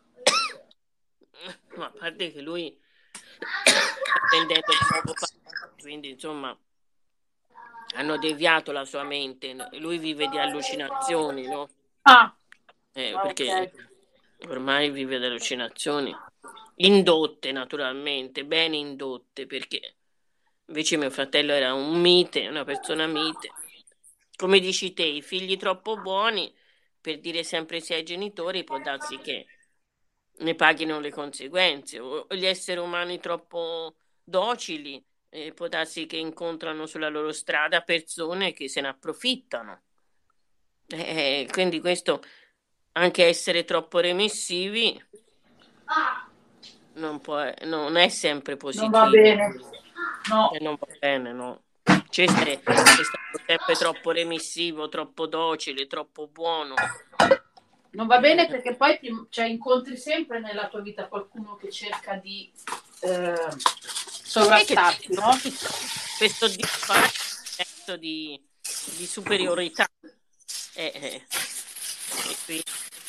Speaker 16: Ma a parte che lui sta prendendo poco pa- quindi insomma hanno deviato la sua mente. Lui vive di allucinazioni, no?
Speaker 12: Ah,
Speaker 16: Eh,
Speaker 12: ah,
Speaker 16: perché
Speaker 12: ok.
Speaker 16: ormai vive di allucinazioni. Indotte, naturalmente, ben indotte, perché invece mio fratello era un mite, una persona mite. Come dici te, i figli troppo buoni, per dire sempre sì ai genitori, può darsi che ne paghino le conseguenze, o gli esseri umani troppo docili, eh, può darsi che incontrano sulla loro strada persone che se ne approfittano. Eh, quindi questo, anche essere troppo remissivi, non può, non è sempre
Speaker 12: Non va
Speaker 16: positivo.
Speaker 12: bene. No.
Speaker 16: E non va bene, no. C'è essere, è stato sempre troppo remissivo, troppo docile, troppo buono.
Speaker 12: Non va bene perché poi prim- cioè, incontri sempre nella tua vita qualcuno che cerca di eh, sovrastarti, no?
Speaker 16: Questo disfatto di, di superiorità. Eh, eh. E qui-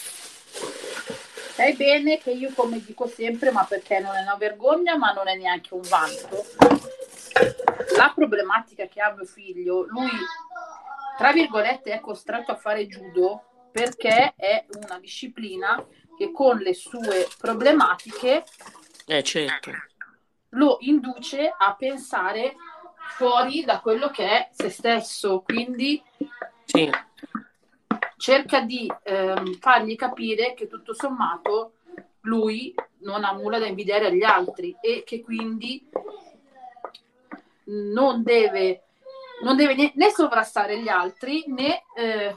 Speaker 12: Sai bene che io, come dico sempre, ma perché non è una vergogna, ma non è neanche un vanto. La problematica che ha mio figlio, lui, tra virgolette, è costretto a fare judo perché è una disciplina che con le sue problematiche
Speaker 16: eh, certo.
Speaker 12: lo induce a pensare fuori da quello che è se stesso, quindi
Speaker 16: Sì.
Speaker 12: cerca di ehm, fargli capire che tutto sommato lui non ha nulla da invidiare agli altri e che quindi non deve, non deve né, né sovrastare gli altri né eh,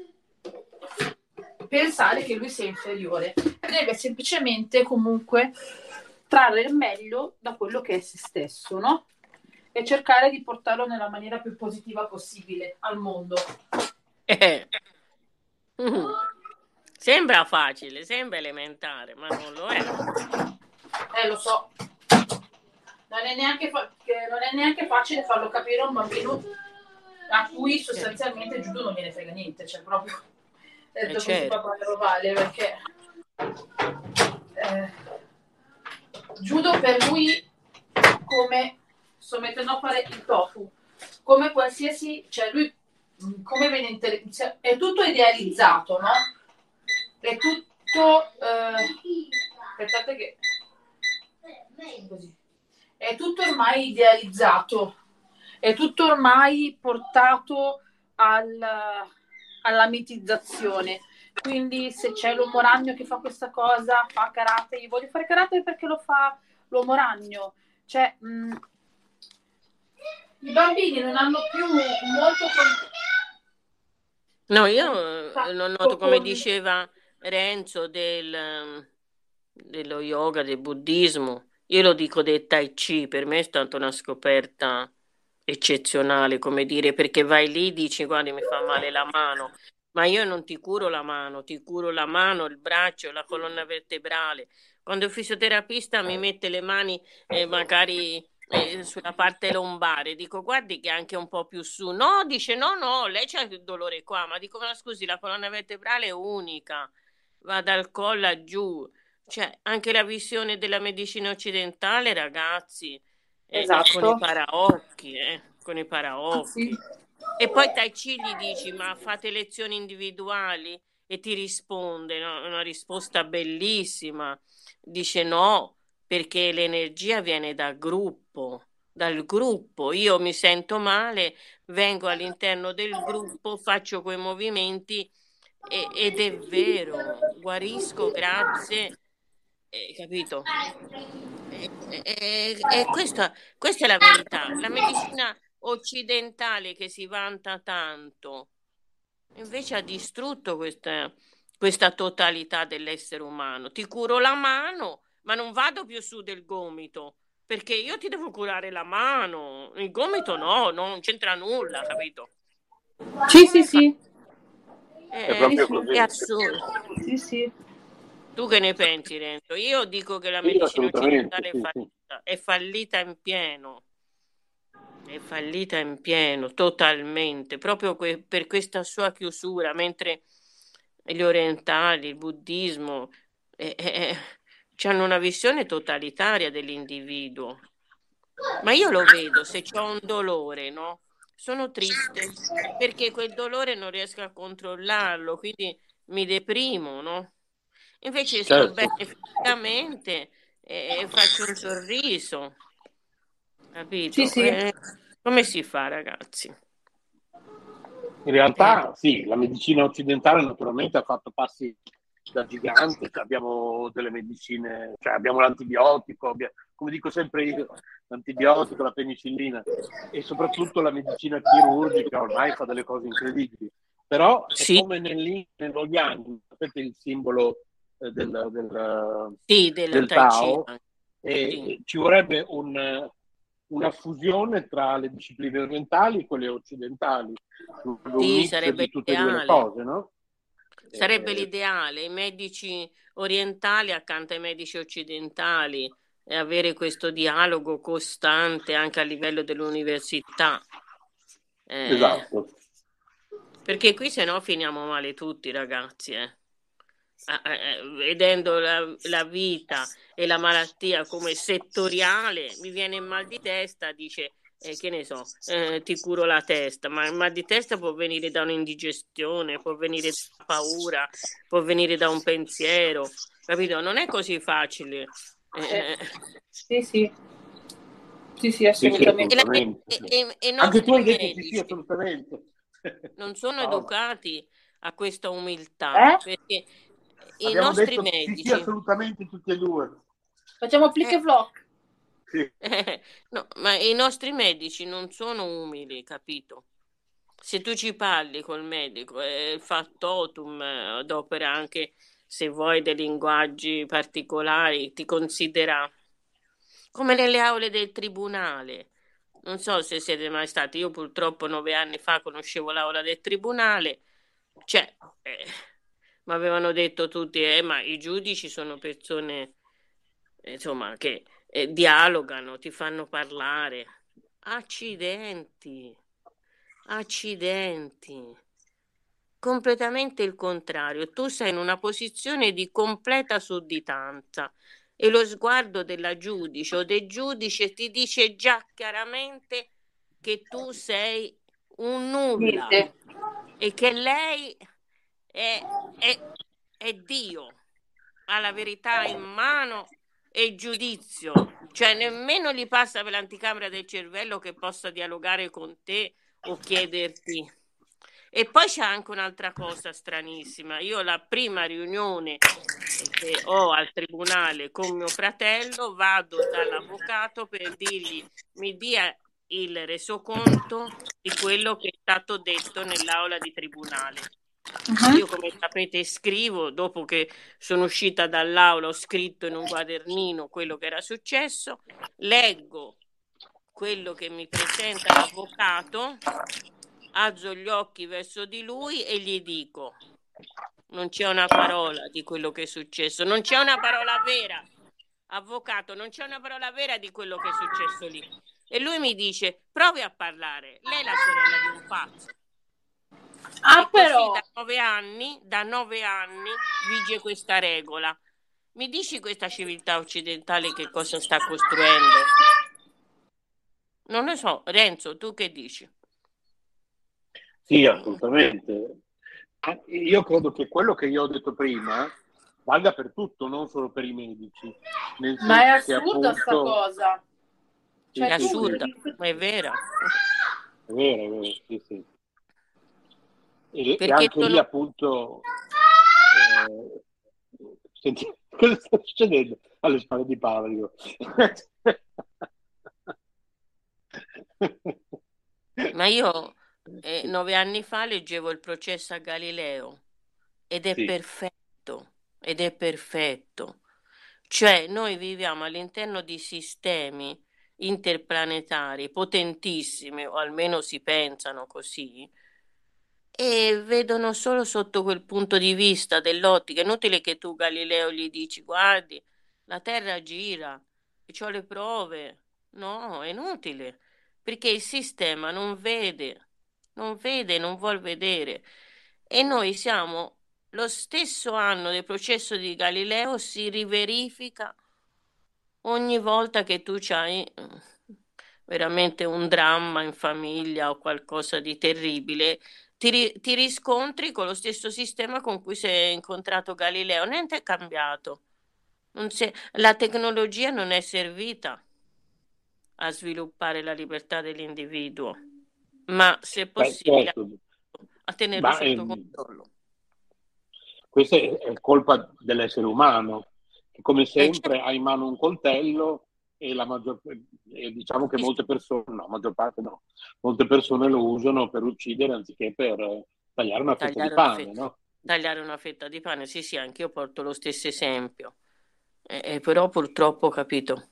Speaker 12: pensare che lui sia inferiore. Deve semplicemente comunque trarre il meglio da quello che è se stesso, no? E cercare di portarlo nella maniera più positiva possibile al mondo.
Speaker 16: Eh. Mm. Sembra facile, sembra elementare, ma non lo è.
Speaker 12: Eh, lo so. Non è neanche, fa- che non è neanche facile farlo capire a un bambino a cui sostanzialmente il judo non gliene frega niente, cioè proprio detto
Speaker 16: Eh,
Speaker 12: così
Speaker 16: certo.
Speaker 12: papà lo vale, perché eh, judo per lui come sto mettendo a fare il tofu, come qualsiasi, cioè lui mh, come viene inter- cioè, è tutto idealizzato, no? È tutto eh, aspettate che così. È tutto ormai idealizzato, è tutto ormai portato al, alla mitizzazione. Quindi se c'è l'uomo ragno che fa questa cosa, fa karate, io voglio fare karate perché lo fa l'uomo ragno. Cioè, mh, i bambini non hanno più molto...
Speaker 16: No, io eh, non noto, come
Speaker 12: con-
Speaker 16: diceva Renzo, del, ehm, dello yoga, del buddismo. Io lo dico del Tai Chi, per me è stata una scoperta eccezionale, come dire, perché vai lì, dici, guarda, mi fa male la mano, Ma io non ti curo la mano, ti curo la mano, il braccio, la colonna vertebrale. Quando il fisioterapista mi mette le mani eh, magari eh, sulla parte lombare, dico guardi che è anche un po' più su. No, dice no, no, lei c'ha il dolore qua, ma dico ma scusi, la colonna vertebrale è unica, va dal collo a giù. Cioè, anche la visione della medicina occidentale, ragazzi, è, è con i
Speaker 12: Esatto.
Speaker 16: paraocchi, eh, con i
Speaker 12: Ah,
Speaker 16: paraocchi.
Speaker 12: sì.
Speaker 16: E poi Tai Chi gli dici, ma fate lezioni individuali? E ti risponde, no? Una risposta bellissima. Dice no, perché l'energia viene dal gruppo, dal gruppo. Io mi sento male, vengo all'interno del gruppo, faccio quei movimenti e- ed è vero, guarisco grazie, eh, capito? E, e- e questa, questa è la verità. La medicina occidentale che si vanta tanto, invece ha distrutto questa, questa totalità dell'essere umano. Ti curo la mano, ma non vado più su del gomito, perché io ti devo curare la mano, il gomito no, non c'entra nulla, capito?
Speaker 12: Sì, sì, sì.
Speaker 16: È,
Speaker 14: È proprio
Speaker 12: sì,
Speaker 14: così.
Speaker 16: è assurdo.
Speaker 12: Sì, sì.
Speaker 16: Tu che ne pensi, Renzo? Io dico che la
Speaker 14: Sì,
Speaker 16: medicina
Speaker 14: assolutamente,
Speaker 16: occidentale è
Speaker 14: sì, sì.
Speaker 16: fallita, è fallita in pieno. È fallita in pieno, totalmente, proprio que- per questa sua chiusura, mentre gli orientali, il buddismo, eh, eh, hanno una visione totalitaria dell'individuo. Ma io lo vedo, se ho un dolore, no? Sono triste perché quel dolore non riesco a controllarlo, quindi mi deprimo, no? Invece sto
Speaker 14: Certo.
Speaker 16: bene fisicamente e e faccio un sorriso, capito?
Speaker 12: Sì, sì.
Speaker 16: Eh, come si fa, ragazzi?
Speaker 14: In realtà sì, la medicina occidentale naturalmente ha fatto passi da gigante, cioè abbiamo delle medicine, cioè abbiamo l'antibiotico, abbia- come dico sempre io, l'antibiotico, la penicillina e soprattutto la medicina chirurgica ormai fa delle cose incredibili. Però è
Speaker 16: Sì,
Speaker 14: come nel, nello yang, sapete il simbolo eh, del, del,
Speaker 16: sì, del
Speaker 14: del
Speaker 16: Tai Chi.
Speaker 14: Tao,
Speaker 16: anche,
Speaker 14: e
Speaker 16: sì.
Speaker 14: ci vorrebbe un, una fusione tra le discipline orientali e quelle occidentali, un
Speaker 16: Sì,
Speaker 14: mix
Speaker 16: sarebbe
Speaker 14: di tutte e due le
Speaker 16: l'ideale.
Speaker 14: cose, no?
Speaker 16: Sarebbe
Speaker 14: Eh,
Speaker 16: l'ideale, i medici orientali accanto ai medici occidentali e avere questo dialogo costante anche a livello dell'università. Eh,
Speaker 14: esatto.
Speaker 16: perché qui se no finiamo male tutti, ragazzi, eh. Ah, eh, vedendo la, la vita e la malattia come settoriale, mi viene il mal di testa, dice, eh, che ne so, eh, ti curo la testa, ma il mal di testa può venire da un'indigestione, può venire da paura, può venire da un pensiero, capito? Non è così facile. Eh,
Speaker 12: Sì, sì. Sì, sì,
Speaker 14: Sì, sì,
Speaker 12: assolutamente.
Speaker 16: e, la-
Speaker 14: assolutamente.
Speaker 16: e- e- e i
Speaker 14: Anche tu
Speaker 16: nostri
Speaker 14: hai detto sì, sì,
Speaker 16: medici
Speaker 14: assolutamente.
Speaker 16: non sono
Speaker 14: Paola,
Speaker 16: educati a questa umiltà,
Speaker 12: Eh?
Speaker 16: perché i
Speaker 14: abbiamo
Speaker 16: nostri
Speaker 14: detto sì, sì,
Speaker 16: medici...
Speaker 14: assolutamente tutti e due.
Speaker 12: Facciamo flick
Speaker 16: Eh,
Speaker 12: e flock.
Speaker 14: Sì.
Speaker 16: Eh, no, ma i nostri medici non sono umili, capito? Se tu ci parli col medico, e il factotum eh, adopera anche, se vuoi, dei linguaggi particolari, ti considera come nelle aule del tribunale. Non so se siete mai stati, io purtroppo nove anni fa conoscevo l'aula del tribunale, cioè, eh, mi avevano detto tutti, eh, ma i giudici sono persone, eh, insomma, che eh, dialogano, ti fanno parlare. Accidenti, accidenti. Completamente il contrario. Tu sei in una posizione di completa sudditanza e lo sguardo della giudice o del giudice ti dice già chiaramente che tu sei un nulla
Speaker 12: Niente.
Speaker 16: e che lei è, è, è Dio, ha la verità in mano e il giudizio, cioè nemmeno gli passa per l'anticamera del cervello che possa dialogare con te o chiederti. E poi c'è anche un'altra cosa stranissima. Io la prima riunione che ho al tribunale con mio fratello vado dall'avvocato per dirgli mi dia il resoconto di quello che è stato detto nell'aula di tribunale.
Speaker 12: Uh-huh.
Speaker 16: Io, come sapete, scrivo, dopo che sono uscita dall'aula, ho scritto in un quadernino quello che era successo, leggo quello che mi presenta l'avvocato alzo gli occhi verso di lui e gli dico: non c'è una parola di quello che è successo, non c'è una parola vera, avvocato, non c'è una parola vera di quello che è successo lì. E lui mi dice: provi a parlare, lei è la sorella di un pazzo.
Speaker 12: Ah,
Speaker 16: e
Speaker 12: però
Speaker 16: così da nove anni, da nove anni vige questa regola. Mi dici questa civiltà occidentale che cosa sta costruendo? Non lo so, Renzo, tu che dici?
Speaker 14: Sì, assolutamente. Io credo che quello che io ho detto prima valga per tutto, non solo per i medici. Nel
Speaker 12: ma è
Speaker 14: senso che,
Speaker 12: assurda sta
Speaker 14: appunto,
Speaker 12: cosa. Cioè,
Speaker 16: È
Speaker 14: sì, sì,
Speaker 12: tu
Speaker 16: assurda,
Speaker 14: sì,
Speaker 16: ma è vera.
Speaker 14: è vero, è vero, sì, sì. E, e
Speaker 16: Perché
Speaker 14: anche lì
Speaker 16: sono...
Speaker 14: appunto eh, senti, cosa sta succedendo alle spalle di Paolo?
Speaker 16: Ma io eh, nove anni fa leggevo il processo a Galileo ed è
Speaker 14: Sì.
Speaker 16: perfetto, ed è perfetto. Cioè noi viviamo all'interno di sistemi interplanetari potentissimi, o almeno si pensano così, e vedono solo sotto quel punto di vista dell'ottica. È inutile che tu, Galileo, gli dici: guardi, la Terra gira, e c'ho le prove. No, è inutile, perché il sistema non vede, non vede, non vuol vedere. E noi siamo, lo stesso anno del processo di Galileo si riverifica ogni volta che tu c'hai eh, veramente un dramma in famiglia o qualcosa di terribile, ti, ri- ti riscontri con lo stesso sistema con cui si è incontrato Galileo. Niente è cambiato. Non si è- la tecnologia non è servita a sviluppare la libertà dell'individuo, ma se
Speaker 14: Beh,
Speaker 16: possibile
Speaker 14: certo.
Speaker 16: a tenerlo
Speaker 14: Ma
Speaker 16: sotto
Speaker 14: ehm,
Speaker 16: controllo.
Speaker 14: questa è, è colpa dell'essere umano, che come
Speaker 16: E
Speaker 14: sempre ha in mano un coltello e, la maggior, e diciamo che molte persone, no, maggior parte no, molte persone lo usano per uccidere anziché per eh, tagliare una fetta di
Speaker 16: tagliare una
Speaker 14: pane,
Speaker 16: fetta,
Speaker 14: no?
Speaker 16: tagliare una fetta di pane, sì, sì, anche io porto lo stesso esempio. Eh, eh, però purtroppo, capito,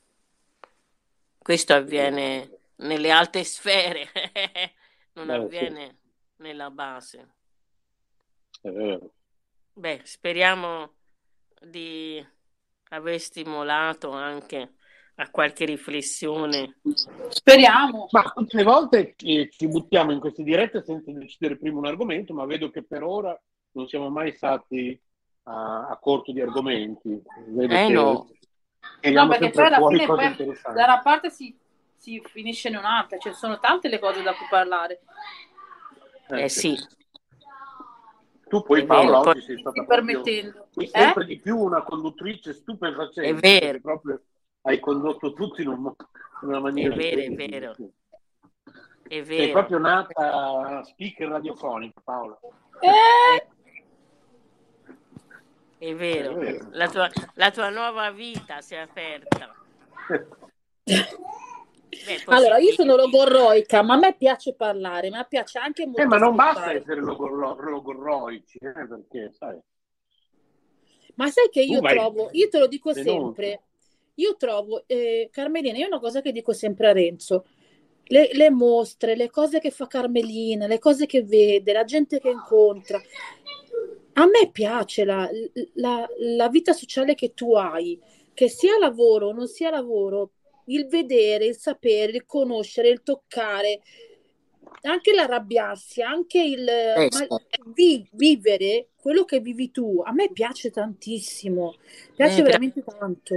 Speaker 16: questo avviene nelle alte sfere, non
Speaker 14: Beh, sì,
Speaker 16: avviene nella base.
Speaker 14: è vero.
Speaker 16: Beh, speriamo di aver stimolato anche a qualche riflessione.
Speaker 12: Speriamo.
Speaker 14: Ma tutte le volte che ci buttiamo in queste dirette senza decidere prima un argomento, ma vedo che per ora non siamo mai stati a, a corto di argomenti. Vedo
Speaker 16: Eh
Speaker 14: che
Speaker 16: no,
Speaker 12: No,
Speaker 14: tiriamo
Speaker 12: perché
Speaker 14: sempre
Speaker 12: poi alla
Speaker 14: fuori
Speaker 12: fine
Speaker 14: cose
Speaker 12: poi
Speaker 14: interessanti.
Speaker 12: da una parte si, si finisce in un'altra, ci sono tante le cose da cui parlare.
Speaker 16: eh sì,
Speaker 14: Tu poi
Speaker 16: è
Speaker 14: Paola
Speaker 16: vero, poi
Speaker 14: oggi sei stata
Speaker 12: Si
Speaker 14: proprio
Speaker 12: permettendo.
Speaker 14: sei
Speaker 12: Eh?
Speaker 14: sempre di più una conduttrice
Speaker 16: è
Speaker 14: stupefacente,
Speaker 16: vero,
Speaker 14: perché proprio hai condotto tutti in, un mo- in una
Speaker 16: è
Speaker 14: maniera
Speaker 16: vero, è
Speaker 14: incredibile.
Speaker 16: vero, è
Speaker 14: Sei
Speaker 16: vero.
Speaker 14: proprio nata speaker radiofonica, Paola.
Speaker 12: Eh,
Speaker 16: È
Speaker 14: È
Speaker 16: vero,
Speaker 14: vero.
Speaker 16: la tua, la tua nuova vita si è aperta. Beh,
Speaker 12: allora, io
Speaker 16: positivo.
Speaker 12: sono logorroica, ma a me piace parlare, ma piace anche molto
Speaker 14: Eh, ma non basta
Speaker 12: ascoltare.
Speaker 14: essere logorro- logorroici, eh, perché sai,
Speaker 12: Ma sai che
Speaker 14: tu
Speaker 12: io
Speaker 14: vai
Speaker 12: trovo, io te lo dico
Speaker 14: ben oltre.
Speaker 12: sempre, io trovo, eh, Carmelina, io una cosa che dico sempre a Renzo, le, le mostre, le cose che fa Carmelina, le cose che vede, la gente che incontra, a me piace la, la- la vita sociale che tu hai, che sia lavoro o non sia lavoro, il vedere, il sapere, il conoscere, il toccare, anche l'arrabbiarsi, anche il
Speaker 16: Eh,
Speaker 12: ma-
Speaker 16: sì.
Speaker 12: vi- vivere quello che vivi tu, a me piace tantissimo, piace
Speaker 16: Eh, gra-
Speaker 12: veramente tanto.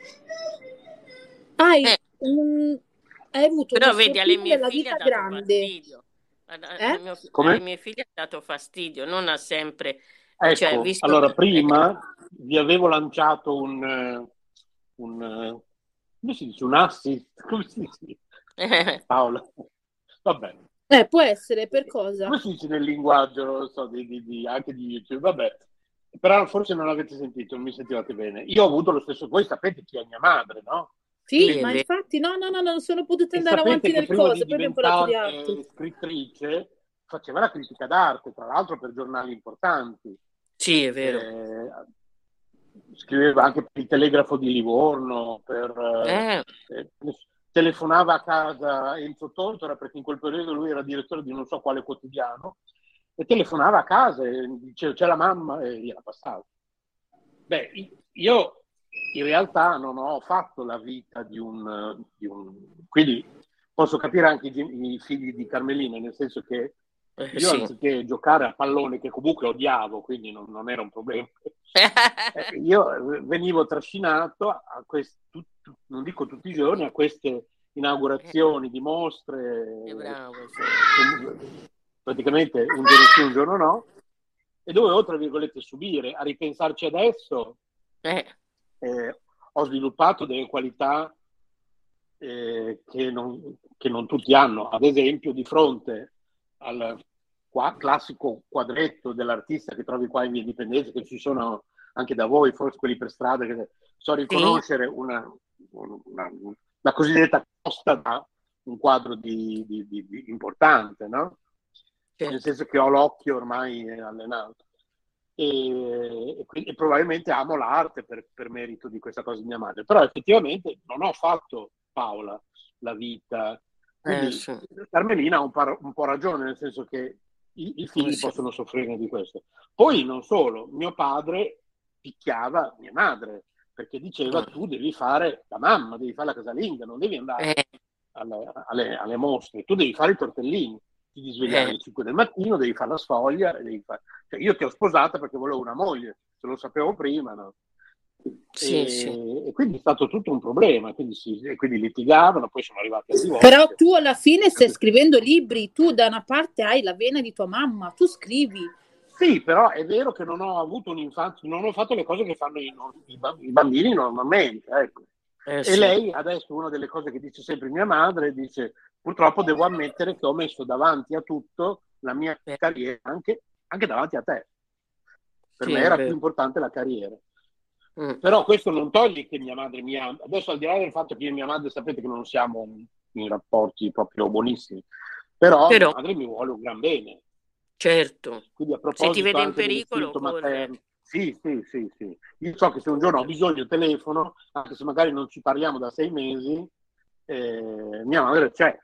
Speaker 12: Hai,
Speaker 16: eh,
Speaker 12: un- hai avuto una
Speaker 16: però vedi, alle
Speaker 12: sfortuna
Speaker 16: mie
Speaker 12: nella
Speaker 16: figlie ha
Speaker 12: vita
Speaker 16: dato
Speaker 12: grande,
Speaker 16: fastidio. A- a-
Speaker 12: eh?
Speaker 16: a mio fi-
Speaker 14: Come?
Speaker 16: alle mie figlie ha dato fastidio, non ha sempre, cioè,
Speaker 14: Ecco,
Speaker 16: visto
Speaker 14: allora
Speaker 16: che... eh,
Speaker 14: prima vi avevo lanciato un, eh, un eh, come si dice, un assist, come si dice? Paola, vabbè,
Speaker 12: Eh, può essere, per cosa?
Speaker 14: come si dice nel linguaggio, non so, di, di- di- anche di YouTube, vabbè, però forse non l'avete sentito, non mi sentivate bene. Io ho avuto lo stesso, voi sapete chi è mia madre, no?
Speaker 12: Sì,
Speaker 16: sì, è
Speaker 12: ma
Speaker 16: vero.
Speaker 12: infatti no, no, no, non sono potuta
Speaker 14: E
Speaker 12: andare
Speaker 14: sapete
Speaker 12: avanti
Speaker 14: che
Speaker 12: nel
Speaker 14: prima
Speaker 12: coso,
Speaker 14: di
Speaker 12: poi abbiamo parlato di altro.
Speaker 14: diventare scrittrice faceva la critica d'arte, tra l'altro per giornali importanti.
Speaker 16: Sì, è vero.
Speaker 14: Eh, scriveva anche per il Telegrafo di Livorno, per,
Speaker 16: Eh,
Speaker 14: eh, telefonava a casa Enzo Tortora, perché in quel periodo lui era direttore di non so quale quotidiano, e telefonava a casa e diceva c'è la mamma e gliela passava. Beh, io in realtà non ho fatto la vita di un... Di un quindi posso capire anche i, i figli di Carmelina, nel senso che
Speaker 16: Eh,
Speaker 14: io
Speaker 16: sì.
Speaker 14: anziché giocare a pallone, che comunque odiavo, quindi non, non era un problema, eh, io venivo trascinato a questi, tu- tu- non dico tutti i giorni, a queste inaugurazioni di mostre,
Speaker 16: Che bravo, sì.
Speaker 14: eh, praticamente un giorno sì, un giorno no, e dovevo, tra virgolette, subire. A ripensarci adesso,
Speaker 16: Eh,
Speaker 14: eh, ho sviluppato delle qualità eh, che, non, che non tutti hanno. Ad esempio, di fronte al qua, classico quadretto dell'artista che trovi qua in Via Indipendenza, che ci sono anche da voi, forse quelli per strada, che so riconoscere una, una, una cosiddetta costa da un quadro di, di, di, di importante, no? Nel senso che ho l'occhio ormai allenato. E, e, quindi, e probabilmente amo l'arte per, per merito di questa cosa di mia madre, però effettivamente non ho fatto, Paola, la vita. Quindi
Speaker 16: eh, sì.
Speaker 14: Carmelina ha un, par- un po' ragione, nel senso che i, i figli
Speaker 16: Eh, sì.
Speaker 14: possono soffrire di questo. Poi non solo, mio padre picchiava mia madre perché diceva
Speaker 16: Mm.
Speaker 14: tu devi fare la mamma, devi fare la casalinga, non devi andare
Speaker 16: Eh,
Speaker 14: alle, alle- alle mostre, tu devi fare i tortellini, ti devi svegliare
Speaker 16: Eh.
Speaker 14: alle cinque del mattino, devi fare la sfoglia, e devi fare... cioè, io ti ho sposata perché volevo una moglie, se lo sapevo prima, no?
Speaker 16: Sì,
Speaker 14: e,
Speaker 16: sì.
Speaker 14: e quindi è stato tutto un problema, quindi, si, e quindi litigavano, poi sono arrivati al divorzio.
Speaker 12: Però tu alla fine stai scrivendo libri, tu da una parte hai la vena di tua mamma, tu scrivi.
Speaker 14: Sì, però è vero che non ho avuto un'infanzia, non ho fatto le cose che fanno i, i bamb- i bambini normalmente, ecco.
Speaker 16: Eh,
Speaker 14: E
Speaker 16: sì.
Speaker 14: lei adesso, una delle cose che dice sempre mia madre, dice purtroppo devo ammettere che ho messo davanti a tutto la mia carriera, anche, anche davanti a te. Per
Speaker 16: Sì,
Speaker 14: me
Speaker 16: è
Speaker 14: era
Speaker 16: vero.
Speaker 14: più importante la carriera.
Speaker 16: Mm.
Speaker 14: Però questo non toglie che mia madre mi ama. Adesso, al di là del fatto che io e mia madre sapete che non siamo in rapporti proprio buonissimi, però,
Speaker 16: Però-
Speaker 14: mia madre mi vuole un gran bene.
Speaker 16: Certo.
Speaker 14: Quindi a
Speaker 16: Se
Speaker 14: proposito
Speaker 16: ti vede in
Speaker 14: anche
Speaker 16: pericolo,
Speaker 14: dell'istinto
Speaker 16: corre.
Speaker 14: materno, sì, sì, sì, sì. Io so che se un giorno ho bisogno telefono, anche se magari non ci parliamo da sei mesi, eh, mia madre c'è.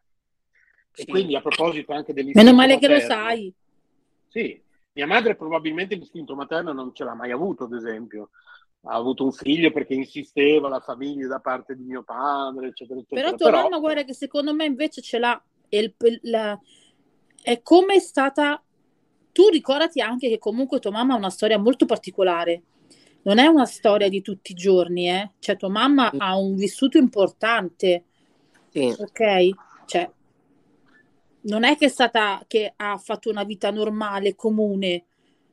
Speaker 14: E quindi a proposito anche dell'istinto
Speaker 12: Meno male che lo
Speaker 14: materno,
Speaker 12: sai.
Speaker 14: sì, mia madre probabilmente l'istinto materno non ce l'ha mai avuto, ad esempio. Ha avuto un figlio perché insisteva la famiglia da parte di mio padre, eccetera, eccetera.
Speaker 12: Però tua
Speaker 14: Però,
Speaker 12: mamma, guarda che secondo me invece ce l'ha. E il- la- è come è stata. Tu ricordati anche che comunque tua mamma ha una storia molto particolare. Non è una storia di tutti i giorni, eh? Cioè, tua mamma ha un vissuto importante.
Speaker 16: Sì.
Speaker 12: Ok? Cioè, non è che è stata che ha fatto una vita normale, comune.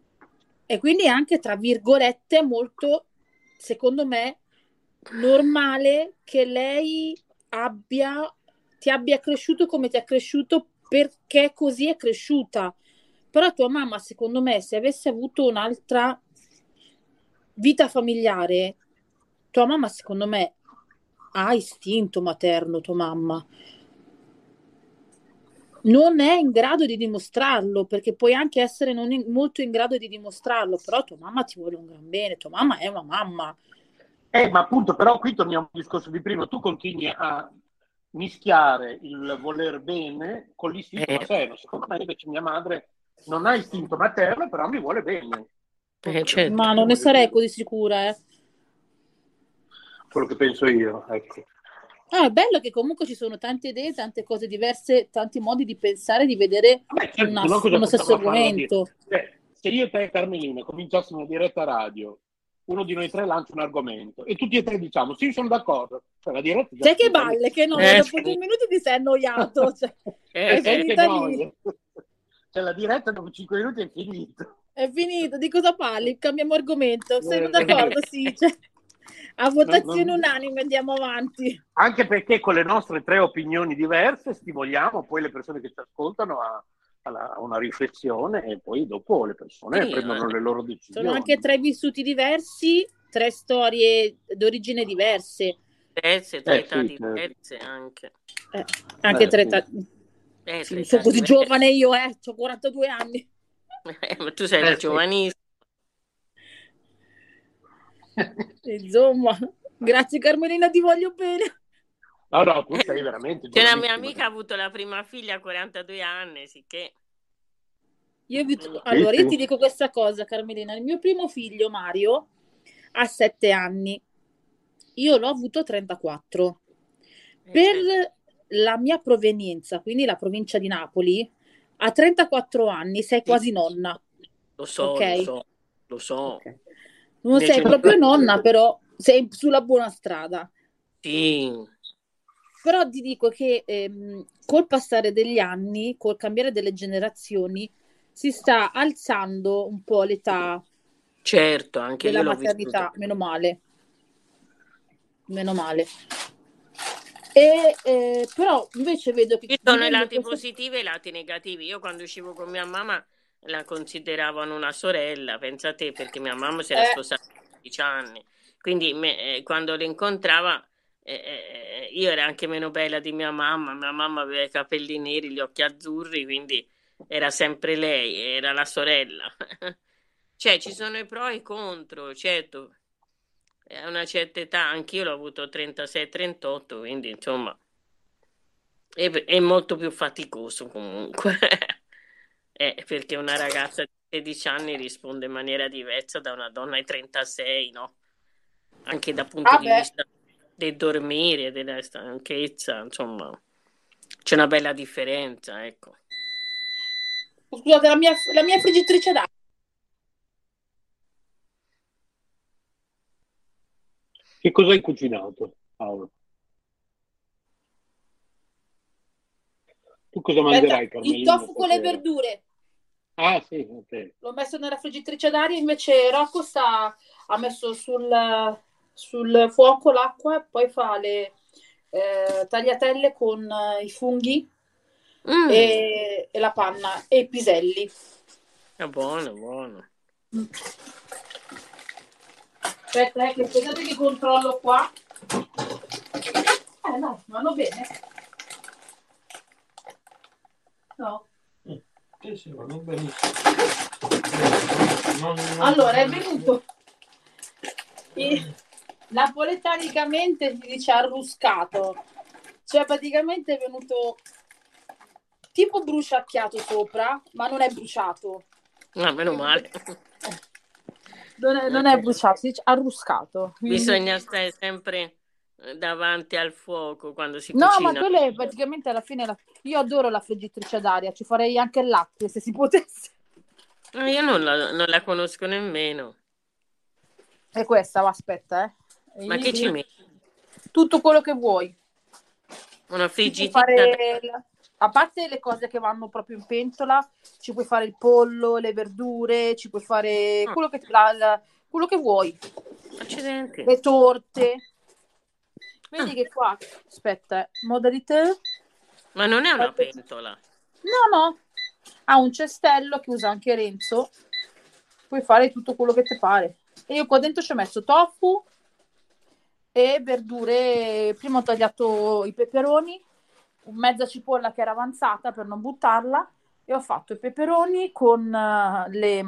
Speaker 12: E quindi è anche, tra virgolette, molto, secondo me, normale che lei abbia, ti abbia cresciuto come ti ha cresciuto perché così è cresciuta. Però tua mamma, secondo me, se avesse avuto un'altra vita familiare, tua mamma, secondo me, ha istinto materno, tua mamma. Non è in grado di dimostrarlo, perché puoi anche essere non in- molto in grado di dimostrarlo, però tua mamma ti vuole un gran bene, tua mamma è una mamma.
Speaker 14: eh, ma appunto, però qui torniamo al discorso di prima, tu continui a mischiare il voler bene con l'istinto
Speaker 16: Eh.
Speaker 14: materno. Secondo me invece mia madre non ha istinto materno, però mi vuole bene.
Speaker 16: Eh, certo.
Speaker 12: Ma non ne sarei così sicura, eh.
Speaker 14: Quello che penso io, ecco.
Speaker 12: Ah, è bello che comunque ci sono tante idee, tante cose diverse, tanti modi di pensare, di vedere
Speaker 14: Beh, certo,
Speaker 12: una-
Speaker 14: se no cosa
Speaker 12: uno stesso
Speaker 14: possiamo farla dire?
Speaker 12: argomento.
Speaker 14: Cioè, se io e te e Carmelina cominciassimo una diretta radio, uno di noi tre lancia un argomento e tutti e tre diciamo sì, sono d'accordo. Cioè, la diretta è già
Speaker 12: Sai che
Speaker 14: finita
Speaker 12: balle,
Speaker 14: lì.
Speaker 12: che no,
Speaker 16: Eh,
Speaker 12: dopo
Speaker 16: sì.
Speaker 12: due minuti ti sei annoiato, cioè,
Speaker 14: E
Speaker 12: è
Speaker 14: sai che
Speaker 12: finita lì,
Speaker 14: noia. Cioè, la diretta dopo cinque minuti è finita.
Speaker 12: è finito, di cosa parli? Cambiamo argomento, sei
Speaker 14: Eh,
Speaker 12: d'accordo? Sì, cioè, a votazione
Speaker 14: non-
Speaker 12: unanime andiamo avanti.
Speaker 14: Anche perché con le nostre tre opinioni diverse stimoliamo poi le persone che ci ascoltano a, alla- a una riflessione e poi dopo le persone
Speaker 16: Sì,
Speaker 14: prendono
Speaker 16: eh.
Speaker 14: le loro decisioni.
Speaker 12: Sono anche tre vissuti diversi, tre storie d'origine diverse,
Speaker 16: Diverse, tre
Speaker 14: Eh,
Speaker 16: età
Speaker 14: sì, certo.
Speaker 16: diverse anche.
Speaker 12: eh, anche
Speaker 14: Eh,
Speaker 12: tre
Speaker 14: sì.
Speaker 12: età.
Speaker 16: Eh,
Speaker 12: Sì,
Speaker 16: tre
Speaker 12: non sono
Speaker 16: età
Speaker 12: così
Speaker 16: diverse.
Speaker 12: giovane io, eh, ho quarantadue anni.
Speaker 16: Eh, ma tu sei
Speaker 14: Eh,
Speaker 16: la
Speaker 14: sì.
Speaker 16: giovanissima.
Speaker 12: Insomma, grazie Carmelina, ti voglio bene.
Speaker 14: No, no, tu sei veramente
Speaker 16: C'è una mia
Speaker 14: giovanissima.
Speaker 16: amica ha avuto la prima figlia a quarantadue anni, sicché...
Speaker 12: Io vi-
Speaker 14: Sì,
Speaker 12: allora, io
Speaker 14: sì.
Speaker 12: ti dico questa cosa, Carmelina. Il mio primo figlio, Mario, ha sette anni. Io l'ho avuto a trentaquattro.
Speaker 16: Eh,
Speaker 12: Per
Speaker 16: certo.
Speaker 12: la mia provenienza, quindi la provincia di Napoli, a trentaquattro anni sei
Speaker 16: Sì,
Speaker 12: quasi nonna,
Speaker 16: lo so,
Speaker 12: ok?
Speaker 16: lo so, lo so.
Speaker 12: Ok.
Speaker 16: I
Speaker 12: Non
Speaker 16: miei
Speaker 12: sei
Speaker 16: genitori...
Speaker 12: proprio nonna, però sei sulla buona strada.
Speaker 16: Sì,
Speaker 12: Però ti dico che ehm, col passare degli anni, col cambiare delle generazioni, si sta alzando un po' l'età
Speaker 16: certo, anche
Speaker 12: della
Speaker 16: io l'ho vissuto.
Speaker 12: maternità, meno male, meno male. E, eh, però invece vedo che
Speaker 16: Ci sono i
Speaker 12: vivendo
Speaker 16: lati
Speaker 12: questo...
Speaker 16: positivi e i lati negativi. Io quando uscivo con mia mamma la consideravano una sorella, pensa te, perché mia mamma si era
Speaker 12: Eh,
Speaker 16: sposata a quindici anni. Quindi me- eh, quando le incontrava eh, eh, io ero anche meno bella di mia mamma. Mia mamma aveva i capelli neri, gli occhi azzurri, quindi era sempre lei, era la sorella. Cioè, ci sono i pro e i contro, certo. A una certa età, anch'io l'ho avuto trentasei trentotto, quindi insomma è, è molto più faticoso comunque. Eh, perché una ragazza di sedici anni risponde in maniera diversa da una donna di trentasei, no? Anche dal punto di
Speaker 12: vabbè,
Speaker 16: vista del dormire, della stanchezza, insomma, c'è una bella differenza, ecco.
Speaker 12: scusate, la mia, la mia friggitrice d'acqua.
Speaker 14: Che cosa hai cucinato, Paolo? Tu cosa
Speaker 12: Aspetta,
Speaker 14: mangerai,
Speaker 12: il
Speaker 14: Carmelina,
Speaker 12: tofu con le
Speaker 14: stasera?
Speaker 12: verdure.
Speaker 14: Ah, sì, ok.
Speaker 12: L'ho messo nella friggitrice d'aria, invece Rocco sta, ha messo sul, sul fuoco l'acqua e poi fa le eh, tagliatelle con eh, i funghi
Speaker 16: Mm,
Speaker 12: e, e la panna e i piselli.
Speaker 16: è buono, buono.
Speaker 12: Aspetta, eh, che aspettate che controllo qua. Eh no, vanno bene. No.
Speaker 14: Sì, sì, vanno benissimo. Non- non-
Speaker 12: Allora, è venuto il- napoletanicamente si dice arruscato, cioè praticamente è venuto tipo bruciacchiato sopra, ma non è bruciato.
Speaker 16: Ah, meno male.
Speaker 12: Non è, non è bruciato, si dice arruscato. Quindi...
Speaker 16: Bisogna stare sempre eh, davanti al fuoco quando si
Speaker 12: No, ma
Speaker 16: cucina.
Speaker 12: quello è praticamente alla fine... La... Io adoro la friggitrice d'aria, ci farei anche il latte se si potesse.
Speaker 16: Ah, io non la, non la conosco nemmeno.
Speaker 12: E questa, va, aspetta, eh.
Speaker 16: Ma che ci metti?
Speaker 12: Tutto quello che vuoi.
Speaker 16: Una
Speaker 12: Ci puoi
Speaker 16: friggitrice
Speaker 12: fare, a parte le cose che vanno proprio in pentola, ci puoi fare il pollo, le verdure, ci puoi fare
Speaker 16: Ah.
Speaker 12: quello che, la- la- quello che vuoi,
Speaker 16: Accidenti.
Speaker 12: le torte. Vedi che qua, aspetta, eh, modalità.
Speaker 16: Ma non è una pentola.
Speaker 12: No, no, ha un cestello che usa anche Renzo. Puoi fare tutto quello che ti pare. E io qua dentro ci ho messo tofu e verdure. Prima ho tagliato i peperoni, mezza cipolla che era avanzata per non buttarla, e ho fatto i peperoni con eh, le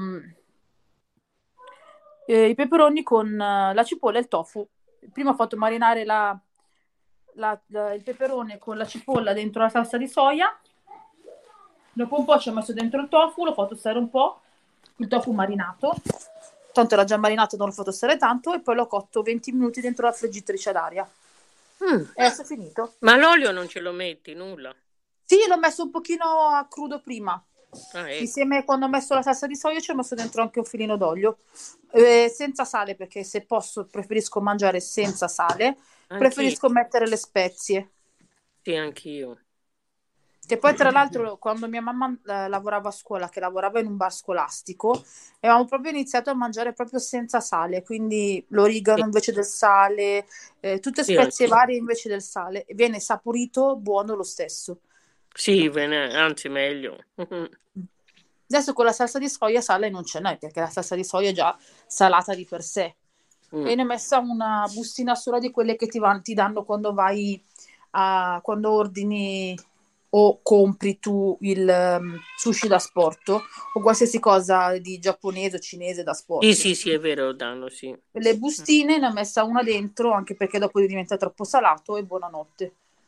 Speaker 12: eh, i peperoni con eh, la cipolla e il tofu. Prima ho fatto marinare la, la- la- il peperone con la cipolla dentro la salsa di soia. Dopo un po' ci ho messo dentro il tofu, l'ho fatto stare un po', il tofu marinato, tanto era già marinato, non l'ho fatto stare tanto, e poi l'ho cotto venti minuti dentro la friggitrice d'aria.
Speaker 16: Mm.
Speaker 12: E adesso è finito.
Speaker 16: Ma l'olio non ce lo metti, nulla.
Speaker 12: Sì, l'ho messo un pochino a crudo prima.
Speaker 16: Ah, ecco.
Speaker 12: Insieme, quando ho messo la salsa di soia, ci ho messo dentro anche un filino d'olio, eh, senza sale, perché se posso preferisco mangiare senza sale.
Speaker 16: Anch'io.
Speaker 12: Preferisco mettere le spezie.
Speaker 16: Sì, anch'io.
Speaker 12: Che poi, tra l'altro, quando mia mamma eh, lavorava a scuola, che lavorava in un bar scolastico, avevamo proprio iniziato a mangiare proprio senza sale, quindi l'origano invece del sale, eh, tutte
Speaker 16: Sì,
Speaker 12: spezie
Speaker 16: anch'io.
Speaker 12: varie invece del sale, e viene saporito, buono lo stesso.
Speaker 16: Sì, bene, anzi meglio.
Speaker 12: Adesso con la salsa di soia sale non ce n'è, perché la salsa di soia è già salata di per sé.
Speaker 16: Mm.
Speaker 12: E ne ho messa una bustina sola di quelle che ti, van- ti danno quando vai a quando ordini o compri tu il um, sushi da sporto o qualsiasi cosa di giapponese o cinese da sport.
Speaker 16: Sì, sì, sì, è vero, danno, sì.
Speaker 12: Le bustine ne ho messa una dentro, anche perché dopo diventa troppo salato, e buonanotte.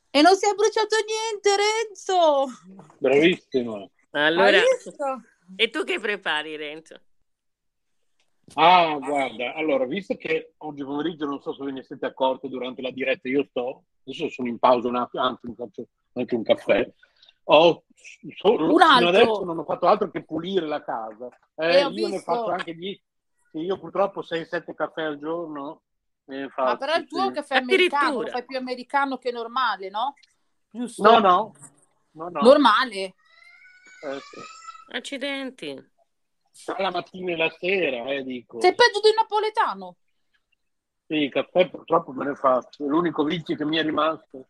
Speaker 12: E non si è bruciato niente, Renzo!
Speaker 14: Bravissimo.
Speaker 16: Allora,
Speaker 12: Hai visto?
Speaker 16: e tu che prepari, Renzo?
Speaker 14: Ah, guarda, allora, visto che oggi pomeriggio non so se ve ne siete accorti durante la diretta, io sto, adesso sono in pausa un attimo, anzi mi faccio anche un caffè. Ho, solo,
Speaker 12: Un
Speaker 14: fino
Speaker 12: altro.
Speaker 14: adesso non ho fatto altro che pulire la casa. Eh,
Speaker 12: E ho
Speaker 14: io ne
Speaker 12: visto.
Speaker 14: faccio anche dieci, io purtroppo sei sette caffè al giorno. Ne
Speaker 12: Ma
Speaker 14: faccio,
Speaker 12: però il tuo
Speaker 14: sì.
Speaker 12: caffè americano, lo
Speaker 16: Addirittura.
Speaker 12: fai più americano che normale, no? Giusto?
Speaker 14: No, no, no, no.
Speaker 12: Normale.
Speaker 14: Eh, sì.
Speaker 16: Accidenti.
Speaker 14: Tra la mattina e la sera, eh, dico.
Speaker 12: Sei peggio di napoletano.
Speaker 14: Sì, il caffè purtroppo me ne faccio, è l'unico vizio che mi è rimasto.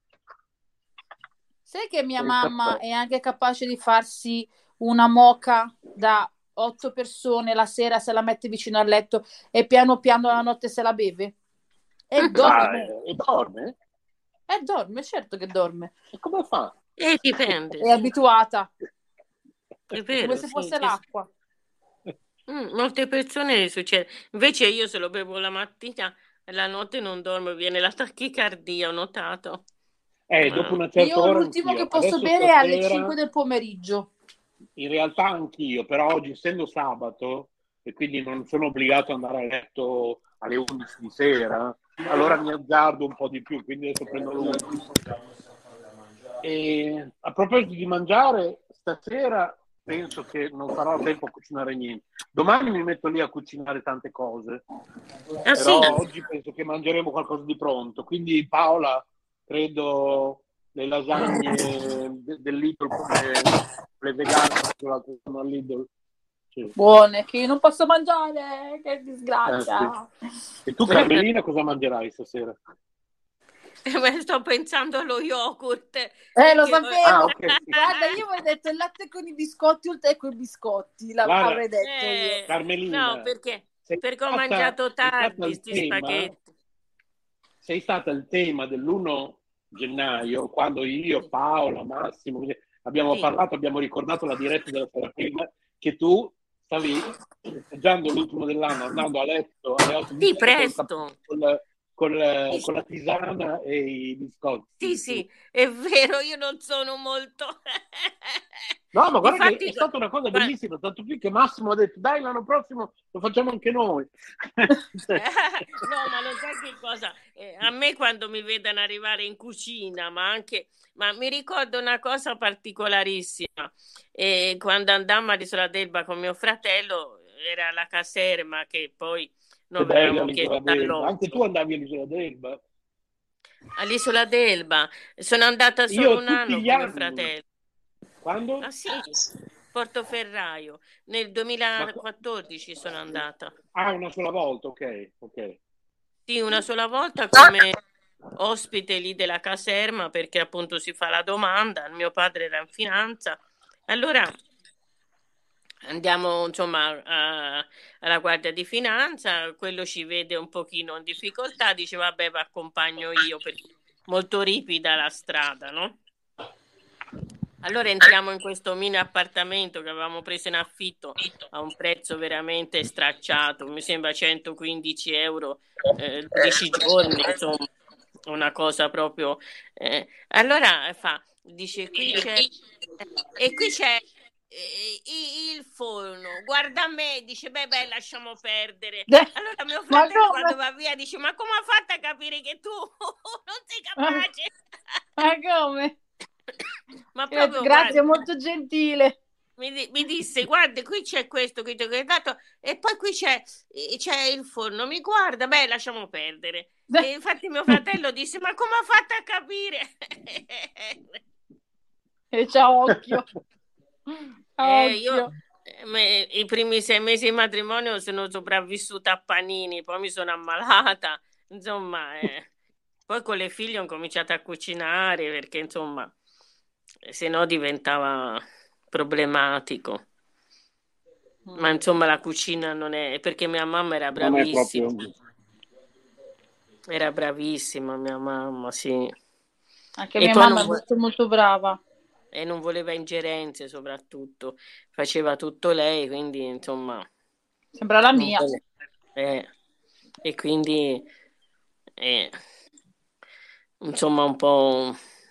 Speaker 12: Sai che mia
Speaker 14: Il
Speaker 12: mamma
Speaker 14: caffè.
Speaker 12: è anche capace di farsi una moka da otto persone la sera, se la mette vicino al letto e piano piano la notte se la beve? E
Speaker 14: Ah,
Speaker 12: dorme.
Speaker 14: e, e dorme?
Speaker 12: E dorme, certo che dorme.
Speaker 14: E come fa?
Speaker 16: E dipende.
Speaker 12: È abituata.
Speaker 16: È vero,
Speaker 12: Come se
Speaker 16: sì,
Speaker 12: fosse
Speaker 16: ci-
Speaker 12: l'acqua.
Speaker 16: Mm, molte persone succede. Invece io se lo bevo la mattina e la notte non dormo, viene la tachicardia, ho notato.
Speaker 14: Eh,
Speaker 16: Ah.
Speaker 14: dopo una certa
Speaker 12: Io
Speaker 14: ora
Speaker 12: l'ultimo che
Speaker 14: anch'io.
Speaker 12: posso
Speaker 14: Adesso
Speaker 12: bere è alle
Speaker 14: stasera,
Speaker 12: cinque del pomeriggio.
Speaker 14: in realtà anch'io, però oggi essendo sabato e quindi non sono obbligato ad andare a letto alle undici di sera, allora mi azzardo un po' di più, quindi adesso prendo l'undici. E a proposito di mangiare, stasera penso che non farò tempo a cucinare niente. Domani mi metto lì a cucinare tante cose,
Speaker 16: Ah,
Speaker 14: però
Speaker 16: sì?
Speaker 14: oggi penso che mangeremo qualcosa di pronto. Quindi Paola, credo le lasagne de- del Lidl, quelle, le vegane, quelle al Lidl. Sì.
Speaker 12: Buone, che io non posso mangiare, che
Speaker 14: Eh,
Speaker 12: disgrazia.
Speaker 14: sì. E tu Carmelina cosa mangerai stasera?
Speaker 16: Eh, beh, sto pensando allo yogurt.
Speaker 12: Eh, lo
Speaker 16: perché-
Speaker 12: sapevo.
Speaker 14: Ah, ok, sì.
Speaker 12: Guarda, io avrei detto il latte con i biscotti o il tè con i biscotti, la-
Speaker 14: Guarda,
Speaker 12: avrei detto io.
Speaker 16: Eh,
Speaker 14: Carmelina,
Speaker 16: no, perché,
Speaker 14: sei
Speaker 16: perché ho
Speaker 14: stata-
Speaker 16: mangiato
Speaker 14: sei stata
Speaker 16: tardi
Speaker 14: il
Speaker 16: sti
Speaker 14: tema-
Speaker 16: spaghetti.
Speaker 14: sei stata il tema dell'primo gennaio, quando io, Paola, Massimo, abbiamo
Speaker 16: Sì.
Speaker 14: parlato, abbiamo ricordato la diretta della sera prima, che tu stavi festeggiando l'ultimo dell'anno, andando a letto alle otto di
Speaker 16: Sì,
Speaker 14: sera
Speaker 16: presto.
Speaker 14: con, con, con la tisana e i biscotti.
Speaker 16: Sì, sì, è vero, io non sono molto...
Speaker 14: No, ma guarda
Speaker 16: Infatti,
Speaker 14: che è stata una cosa
Speaker 16: guarda-
Speaker 14: bellissima, tanto più che Massimo ha detto dai l'anno prossimo lo facciamo anche noi.
Speaker 16: No, ma lo sai che cosa? Eh, a me quando mi vedono arrivare in cucina, ma anche, ma mi ricordo una cosa particolarissima. Eh, quando andammo all'Isola d'Elba con mio fratello, era la caserma che poi noi
Speaker 14: Che bella
Speaker 16: avevamo
Speaker 14: l'Isola
Speaker 16: chiesto
Speaker 14: d'Elba. Anche
Speaker 16: alloggio.
Speaker 14: tu andavi all'Isola d'Elba?
Speaker 16: All'Isola d'Elba. Sono andata solo
Speaker 14: Io
Speaker 16: un
Speaker 14: tutti
Speaker 16: anno
Speaker 14: gli
Speaker 16: con mio
Speaker 14: anni.
Speaker 16: fratello.
Speaker 14: Quando?
Speaker 16: Ah sì, Portoferraio. Nel duemilaquattordici sono andata.
Speaker 14: Ah, una sola volta, ok, ok.
Speaker 16: Sì, una sola volta come ospite lì della caserma perché appunto si fa la domanda, il mio padre era in finanza, allora andiamo insomma a- alla guardia di finanza, quello ci vede un pochino in difficoltà, dice vabbè vi accompagno io perché è molto ripida la strada, no? Allora entriamo in questo mini appartamento che avevamo preso in affitto a un prezzo veramente stracciato, mi sembra centoquindici euro, eh, dodici giorni, insomma, una cosa proprio... eh. Allora fa, dice qui c'è... e qui c'è eh, i- il forno, guarda me, dice beh beh lasciamo perdere. Allora mio
Speaker 12: Ma
Speaker 16: fratello
Speaker 12: come?
Speaker 16: quando va via dice ma come ha fatto a capire che tu non sei capace?
Speaker 12: Ma come?
Speaker 16: Ma
Speaker 12: Eh,
Speaker 16: proprio
Speaker 12: Grazie,
Speaker 16: guarda,
Speaker 12: molto gentile.
Speaker 16: mi, di- mi disse guarda qui c'è questo, qui c'è quell'altro e poi qui c'è, eh, c'è il forno, mi guarda, beh lasciamo perdere. E infatti mio fratello disse ma come ha fatto a capire?
Speaker 12: E c'ha occhio. Ha
Speaker 16: Eh, io
Speaker 12: occhio.
Speaker 16: eh, me- i primi sei mesi di matrimonio sono sopravvissuta a panini, poi mi sono ammalata, insomma, eh. Poi con le figlie ho cominciato a cucinare perché insomma, eh, se no diventava problematico. Ma insomma la cucina non è, perché mia mamma era
Speaker 14: Non è
Speaker 16: bravissima,
Speaker 14: proprio...
Speaker 16: era bravissima mia mamma, sì.
Speaker 12: Anche
Speaker 16: E
Speaker 12: mia
Speaker 16: poi
Speaker 12: mamma
Speaker 16: non
Speaker 12: è
Speaker 16: vo-
Speaker 12: molto molto brava.
Speaker 16: e non voleva ingerenze soprattutto, faceva tutto lei, quindi insomma...
Speaker 12: Sembra la
Speaker 16: non
Speaker 12: mia.
Speaker 16: vole- eh, e quindi eh, insomma un po'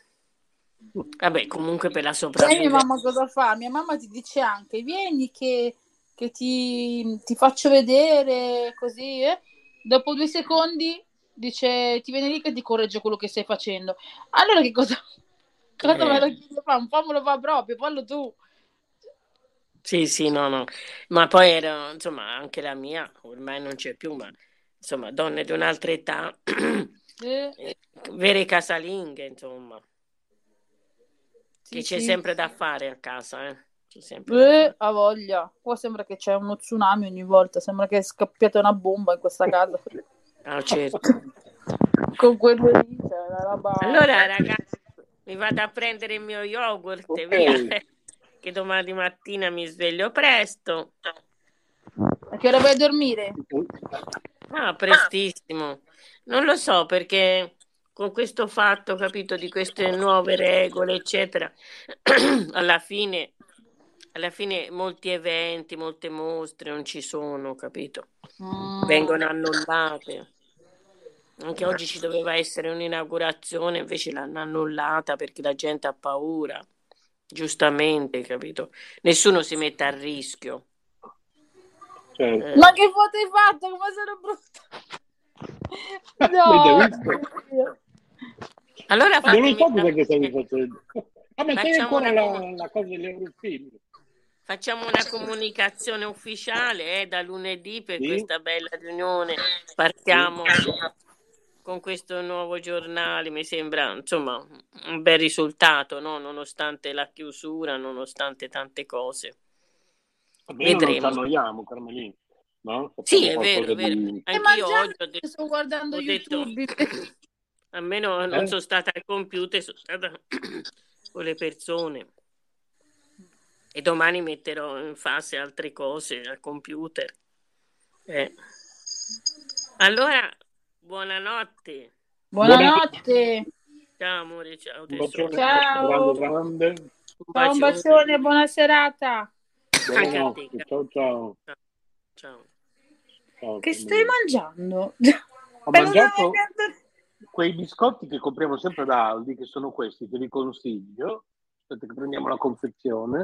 Speaker 16: Vabbè, comunque per la
Speaker 12: Sai mia
Speaker 16: sopravvivenza.
Speaker 12: mamma cosa fa? Mia mamma ti dice anche, vieni che, che ti, ti faccio vedere, così, eh? Dopo due secondi dice, ti viene lì che ti corregge quello che stai facendo. Allora che cosa, cosa me lo
Speaker 16: Eh,
Speaker 12: chiedo fa? Un po' me lo fa proprio, fallo tu.
Speaker 16: sì, sì, no, no. Ma poi era, insomma, anche la mia, ormai non c'è più, ma insomma, donne di un'altra età,
Speaker 12: Eh,
Speaker 16: eh, vere casalinghe, insomma,
Speaker 12: sì,
Speaker 16: che c'è
Speaker 12: sì.
Speaker 16: sempre da fare a casa, eh. C'è sempre da fare.
Speaker 12: Eh, ha voglia. Qua sembra che c'è uno tsunami ogni volta, sembra che è scoppiata una bomba in questa casa.
Speaker 16: Ah, certo.
Speaker 12: Con quello lì c'è una roba...
Speaker 16: Allora, ragazzi, mi vado a prendere il mio yogurt,
Speaker 14: Ok.
Speaker 16: via, che domani mattina mi sveglio presto.
Speaker 12: A che ora vai a dormire?
Speaker 16: Ah, prestissimo. Non lo so perché con questo fatto, capito, di queste nuove regole, eccetera, alla fine, alla fine molti eventi, molte mostre non ci sono, capito?
Speaker 12: Mm.
Speaker 16: Vengono annullate. Anche oggi ci doveva essere un'inaugurazione, invece l'hanno annullata perché la gente ha paura. Giustamente, capito? Nessuno si mette a rischio.
Speaker 14: Certo.
Speaker 16: Eh,
Speaker 12: Ma che foto hai fatto? Come sono brutta! No!
Speaker 14: L'hai già visto?
Speaker 16: Allora
Speaker 14: Non lo
Speaker 16: fatemi,
Speaker 14: so cosa che stavi facendo. Ah, ma c'è
Speaker 16: facciamo
Speaker 14: ancora
Speaker 16: una,
Speaker 14: la,
Speaker 16: comu-
Speaker 14: la cosa dell'Eurofilm.
Speaker 16: facciamo una comunicazione ufficiale eh, da lunedì per
Speaker 14: Sì?
Speaker 16: questa bella riunione.
Speaker 14: Sì?
Speaker 16: Partiamo con questo nuovo giornale, mi sembra insomma un bel risultato, no? Nonostante la chiusura, nonostante tante cose.
Speaker 14: Almeno non ci
Speaker 16: Vedremo.
Speaker 14: annoiamo, Carmelina. No?
Speaker 16: Sì,
Speaker 14: Facciamo
Speaker 16: è vero,
Speaker 14: qualcosa
Speaker 16: è vero.
Speaker 14: di...
Speaker 12: Stai
Speaker 16: Anch'io oggi
Speaker 12: mangiando?
Speaker 16: ho detto,
Speaker 12: Sto guardando
Speaker 16: ho detto
Speaker 12: YouTube.
Speaker 16: almeno non
Speaker 14: Eh?
Speaker 16: sono stata al computer, sono stata con le persone. E domani metterò in fase altre cose al computer. Eh. Allora, buonanotte.
Speaker 12: Buonanotte.
Speaker 16: Ciao amore, ciao
Speaker 14: Un
Speaker 16: tesoro.
Speaker 14: bacione
Speaker 12: Ciao.
Speaker 14: grande, grande.
Speaker 16: Un
Speaker 12: Ciao, un
Speaker 16: bacione.
Speaker 12: bacione, buona serata.
Speaker 16: Anche a te.
Speaker 14: Buonanotte. Ciao, ciao.
Speaker 16: Ciao.
Speaker 14: Ciao,
Speaker 12: Che stai
Speaker 14: Carmelina.
Speaker 12: mangiando?
Speaker 14: Ho
Speaker 12: Beh, non
Speaker 14: mangiato
Speaker 12: avevo mangiato-
Speaker 14: quei biscotti che compriamo sempre da Aldi, che sono questi, te li consiglio. Aspetta che prendiamo la confezione.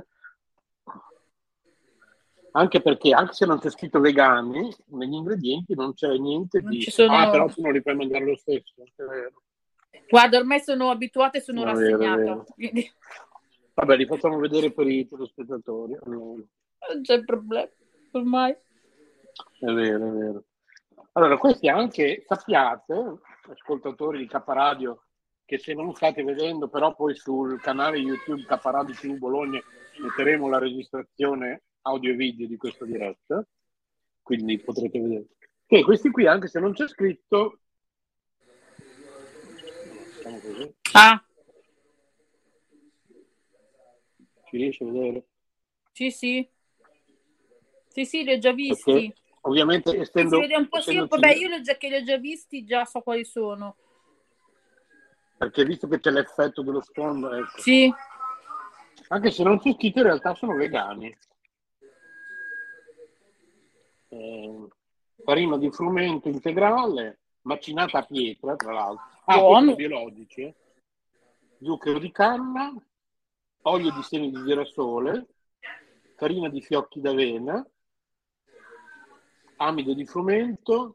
Speaker 14: Anche perché, anche se non c'è scritto vegani, negli ingredienti non c'è niente
Speaker 12: Non
Speaker 14: di...
Speaker 12: ci sono...
Speaker 14: Ah, però tu non li puoi mangiare lo stesso, è vero.
Speaker 12: Guarda, ormai sono abituata e sono
Speaker 14: È vero, è
Speaker 12: rassegnata.
Speaker 14: vero.
Speaker 12: Quindi
Speaker 14: Vabbè, li facciamo vedere per i telespettatori. Allora.
Speaker 12: non c'è problema. Ormai.
Speaker 14: È vero, è vero. Allora, questi anche, sappiate, ascoltatori di K Radio, che se non state vedendo, però poi sul canale YouTube K Radio T V Bologna metteremo la registrazione audio e video di questa diretta, quindi potrete vedere. E questi qui, anche se non c'è scritto, facciamo così,
Speaker 12: Ah,
Speaker 14: ci riesce a vedere?
Speaker 12: sì, sì. Sì, sì, li ho già visti.
Speaker 14: Perché ovviamente
Speaker 12: Sì, si
Speaker 14: essendo,
Speaker 12: vede un po' sì,
Speaker 14: essendoci-
Speaker 12: vabbè, io li ho già, che li ho già visti, già so quali sono.
Speaker 14: perché visto che c'è l'effetto dello sfondo, ecco.
Speaker 12: Sì.
Speaker 14: Anche se non c'è scritto, in realtà sono vegani. Eh, farina di frumento integrale, macinata a pietra, tra l'altro. Ah,
Speaker 12: Buono.
Speaker 14: poi sono biologici. eh. Zucchero di canna, olio di semi di girasole, farina di fiocchi d'avena, amido di frumento,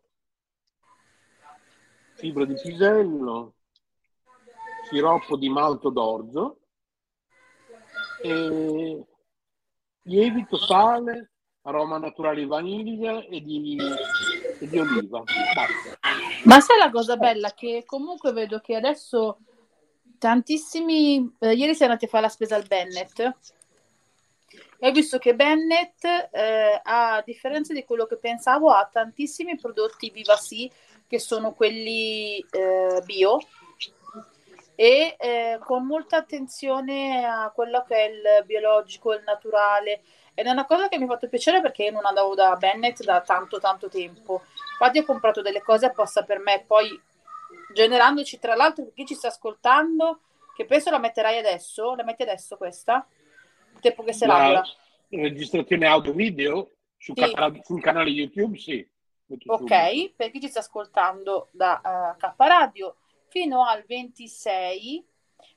Speaker 14: fibra di pisello, siroppo di malto d'orzo, e lievito, sale, aroma naturale di vaniglia e di, e di oliva. Basta.
Speaker 12: Ma sai la cosa bella? Che comunque vedo che adesso tantissimi... eh, ieri siamo andati a fare la spesa al Bennett e ho visto che Bennett, eh, a differenza di quello che pensavo, ha tantissimi prodotti Vivacy, che sono quelli eh, bio, e eh, con molta attenzione a quello che è il biologico, il naturale. Ed è una cosa che mi ha fatto piacere perché io non andavo da Bennett da tanto tanto tempo. Infatti ho comprato delle cose apposta per me, poi generandoci, tra l'altro, per chi ci sta ascoltando, che penso la metterai adesso, la metti adesso questa? Il tempo che si elabora.
Speaker 14: La registrazione audio video su
Speaker 12: Sì.
Speaker 14: K- sul canale YouTube, sì. Metto subito.
Speaker 12: Ok, per chi ci sta ascoltando da uh, K Radio, fino al ventisei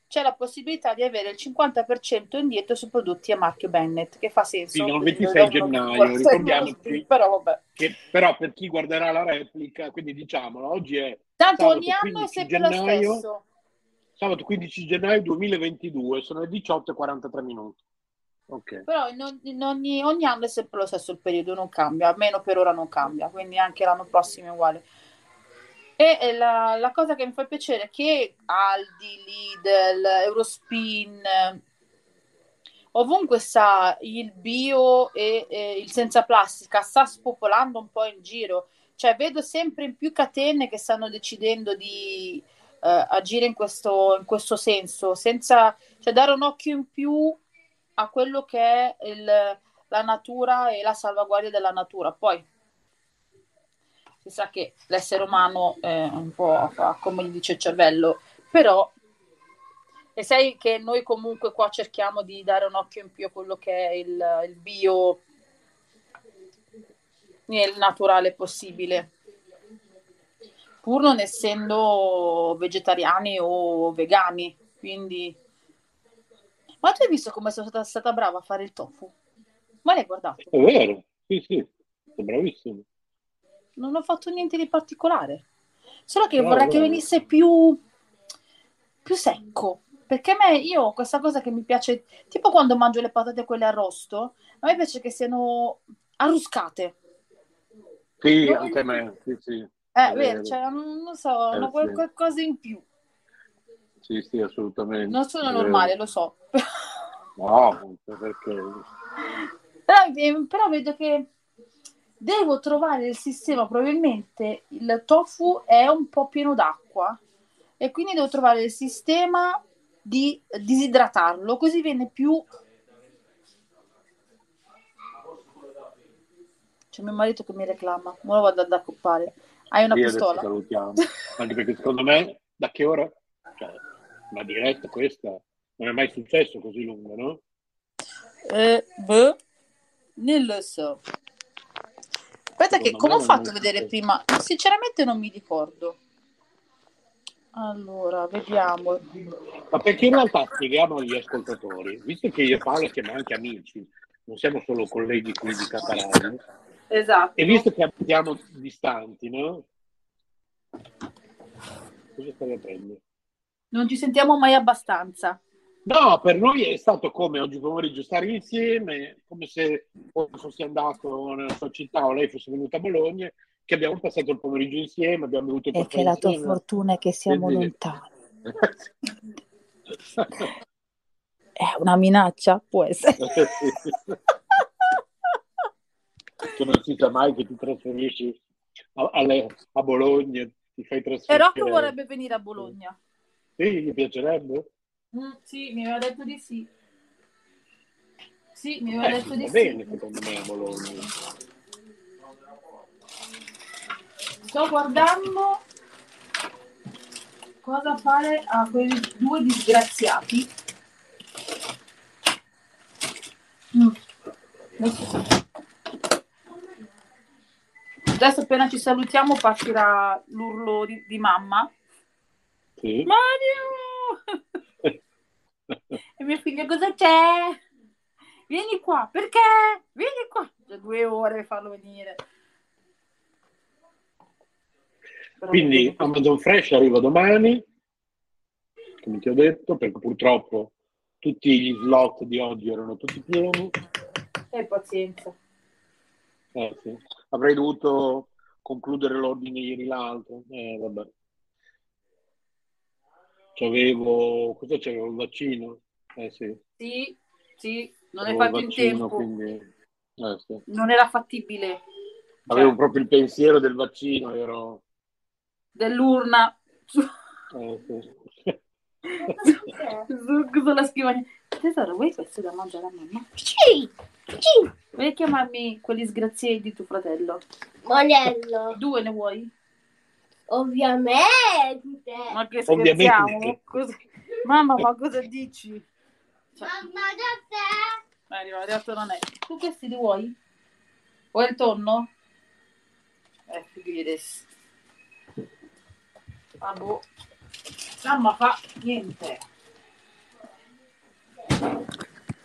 Speaker 12: c'è la possibilità di avere il cinquanta per cento indietro su prodotti a marchio Bennett, che fa senso.
Speaker 14: Fino al
Speaker 12: quindi
Speaker 14: ventisei
Speaker 12: da uno-
Speaker 14: gennaio, ricordiamoci
Speaker 12: Però vabbè.
Speaker 14: che però per chi guarderà la replica, quindi diciamolo, oggi è
Speaker 12: Tanto
Speaker 14: sabato
Speaker 12: ogni anno è
Speaker 14: quindici
Speaker 12: sempre lo
Speaker 14: gennaio,
Speaker 12: stesso.
Speaker 14: sabato quindici gennaio duemilaventidue, sono le diciotto e quarantatré minuti. Ok.
Speaker 12: Però in ogni, in ogni, ogni anno è sempre lo stesso il periodo, non cambia, almeno per ora non cambia, quindi anche l'anno prossimo è uguale. E e la, la cosa che mi fa piacere è che Aldi, Lidl, Eurospin, eh, ovunque sta il bio e, e il senza plastica, sta spopolando un po' in giro. Cioè vedo sempre in più catene che stanno decidendo di eh, agire in questo, in questo senso, senza, cioè dare un occhio in più a quello che è il, la natura e la salvaguardia della natura. Poi si sa che l'essere umano è un po' fa come gli dice il cervello, però e sai che noi comunque qua cerchiamo di dare un occhio in più a quello che è il, il bio e il naturale possibile, pur non essendo vegetariani o vegani. Quindi, ma tu hai visto come sono stata, stata brava a fare il tofu? Ma l'hai guardato?
Speaker 14: È vero, sì, sì, sei bravissimo.
Speaker 12: Non ho fatto niente di particolare, solo che
Speaker 14: Bravo,
Speaker 12: vorrei che
Speaker 14: bravo.
Speaker 12: venisse più, più secco, perché a me, io ho questa cosa che mi piace, tipo quando mangio le patate quelle arrosto, a me piace che siano arruscate.
Speaker 14: Sì,
Speaker 12: Non-
Speaker 14: anche a me, sì, sì.
Speaker 12: Eh,
Speaker 14: è
Speaker 12: vero,
Speaker 14: vero.
Speaker 12: cioè, non non so,
Speaker 14: Eh,
Speaker 12: hanno quel-
Speaker 14: sì.
Speaker 12: qualcosa in più.
Speaker 14: Sì, sì, assolutamente.
Speaker 12: Non sono
Speaker 14: è vero.
Speaker 12: normale, lo so.
Speaker 14: No, perché...
Speaker 12: Però, però vedo che devo trovare il sistema, probabilmente il tofu è un po' pieno d'acqua e quindi devo trovare il sistema di disidratarlo, così viene più... C'è mio marito che mi reclama, ora lo vado ad accoppare. Hai una
Speaker 14: Sì, adesso
Speaker 12: pistola?
Speaker 14: salutiamo. Anche perché secondo me, da che ora? Cioè, una diretta questa non è mai successo così lunga, no?
Speaker 12: Eh, boh, non lo so. Aspetta che
Speaker 14: Secondo
Speaker 12: come
Speaker 14: me
Speaker 12: ho
Speaker 14: non è
Speaker 12: fatto a
Speaker 14: mai
Speaker 12: vedere
Speaker 14: successo.
Speaker 12: prima? Sinceramente non mi ricordo. Allora, vediamo.
Speaker 14: Ma perché in realtà spieghiamo agli ascoltatori, visto che io e Paolo siamo anche amici, non siamo solo colleghi qui di Caparadio,
Speaker 12: Esatto.
Speaker 14: e visto che abitiamo distanti, no? Cosa stai aprendo?
Speaker 12: Non ci sentiamo mai abbastanza.
Speaker 14: No, per noi è stato come oggi pomeriggio stare insieme, come se fossi andato nella sua città o lei fosse venuta a Bologna, che abbiamo passato il pomeriggio insieme, abbiamo bevuto il
Speaker 12: E
Speaker 14: caffè
Speaker 12: che la tua
Speaker 14: insieme.
Speaker 12: fortuna è che siamo
Speaker 14: Quindi-
Speaker 12: lontani. È una minaccia? Può essere.
Speaker 14: Che non si sa mai che ti trasferisci a, alle- a Bologna, ti fai
Speaker 12: E
Speaker 14: trasferire.
Speaker 12: Rocco vorrebbe venire a Bologna.
Speaker 14: Sì, mi piacerebbe.
Speaker 12: Mm, sì, mi aveva detto di sì. Sì, mi aveva
Speaker 14: Eh,
Speaker 12: detto
Speaker 14: va
Speaker 12: di
Speaker 14: bene
Speaker 12: sì.
Speaker 14: secondo me a Bologna.
Speaker 12: Sto guardando cosa fare a quei due disgraziati. Mm. Adesso... Adesso appena ci salutiamo partirà l'urlo di, di mamma.
Speaker 14: Sì.
Speaker 12: Mario! E mio figlio, cosa c'è? Vieni qua, perché? Vieni qua. Già due ore per farlo venire. Però
Speaker 14: Quindi Amazon Fresh arriva domani, come ti ho detto, perché purtroppo tutti gli slot di oggi erano tutti pieni.
Speaker 12: E pazienza.
Speaker 14: Eh, sì. Avrei dovuto concludere l'ordine ieri l'altro. Eh, vabbè. C'avevo, cosa c'avevo? Il vaccino? Eh sì.
Speaker 12: Sì, sì, non hai
Speaker 14: Avevo il
Speaker 12: fatto in
Speaker 14: vaccino,
Speaker 12: tempo.
Speaker 14: quindi... eh, sì.
Speaker 12: Non era fattibile.
Speaker 14: Avevo proprio il pensiero del vaccino, ero...
Speaker 12: Dell'urna.
Speaker 14: Eh, sì.
Speaker 12: Su, sulla scrivania. Tesoro, vuoi questo da mangiare a mamma? Sì, sì. Vuoi chiamarmi quelli sgraziati di tuo fratello?
Speaker 13: Monello.
Speaker 12: Due ne vuoi?
Speaker 13: Ovviamente.
Speaker 12: Ma che
Speaker 14: Ovviamente.
Speaker 12: scherziamo? Cosa- Mamma, ma cosa dici? Cioè,
Speaker 13: Mamma, da te.
Speaker 12: eh, arriva, adesso non è. Tu questi li vuoi? Vuoi il tonno? Eh, figurati. Ah, boh. Mamma fa niente.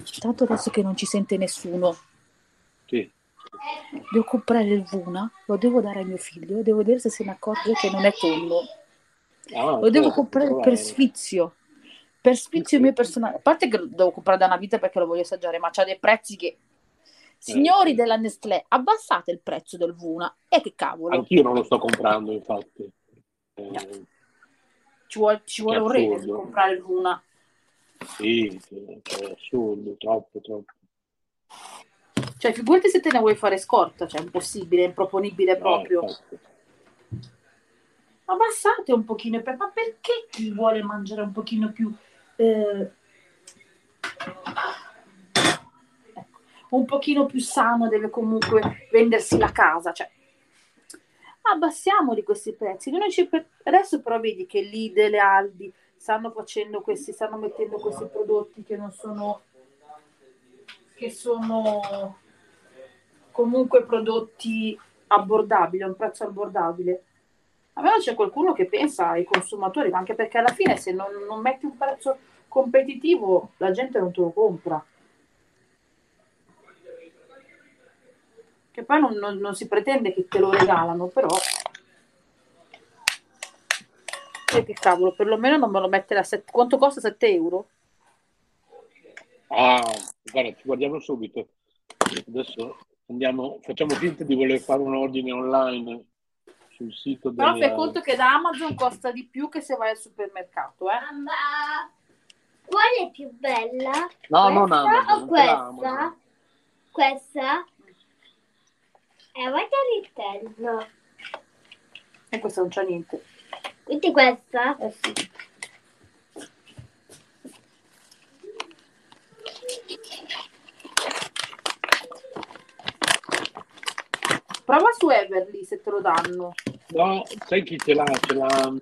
Speaker 12: tanto adesso che non ci sente nessuno,
Speaker 14: Sì.
Speaker 12: devo comprare il Vuna, lo devo dare a mio figlio, devo vedere se se ne accorge che non è tonno.
Speaker 14: Ah,
Speaker 12: Lo devo
Speaker 14: certo,
Speaker 12: comprare per
Speaker 14: provare.
Speaker 12: sfizio, per sfizio mio personale. A parte che lo devo comprare da una vita perché lo voglio assaggiare, ma c'ha dei prezzi che... Signori della Nestlé, abbassate il prezzo del Vuna. E che cavolo.
Speaker 14: Anch'io non lo sto comprando, infatti. Eh,
Speaker 12: Ci vuole, ci vuole
Speaker 14: È
Speaker 12: un rene per
Speaker 14: assurdo.
Speaker 12: comprare il Vuna.
Speaker 14: Sì, sì, è assurdo, troppo, troppo.
Speaker 12: Cioè, figurati se te ne vuoi fare scorta, cioè è impossibile, è improponibile proprio.
Speaker 14: infatti.
Speaker 12: Abbassate un pochino, per- ma perché chi vuole mangiare un pochino più eh, ecco, un pochino più sano deve comunque vendersi la casa, cioè abbassiamoli questi prezzi. Noi ci per- adesso però vedi che Lidl e Aldi stanno facendo questi, stanno mettendo questi prodotti che non sono che sono comunque prodotti abbordabili, a un prezzo abbordabile. Almeno c'è qualcuno che pensa ai consumatori, ma anche perché alla fine se non, non metti un prezzo competitivo la gente non te lo compra. Che poi non, non- non si pretende che te lo regalano, però e che cavolo, perlomeno non me lo mettere a sette. Quanto costa? sette euro?
Speaker 14: Ah, guarda, ci guardiamo subito. Adesso andiamo, facciamo finta di voler fare un ordine online sul sito
Speaker 12: Però
Speaker 14: del...
Speaker 12: fai conto che da Amazon costa di più che se vai al supermercato, eh?
Speaker 13: Mamma, quale è più bella?
Speaker 14: No, non
Speaker 13: Questa
Speaker 14: Amazon,
Speaker 13: o
Speaker 14: non
Speaker 13: questa?
Speaker 14: Amazon.
Speaker 13: Questa? E guarda all'interno.
Speaker 12: E questo non c'è niente.
Speaker 13: Vedi questa?
Speaker 12: Eh sì. Prova su Everly se te lo danno.
Speaker 14: No, sai chi ce l'ha? Ce l'ha...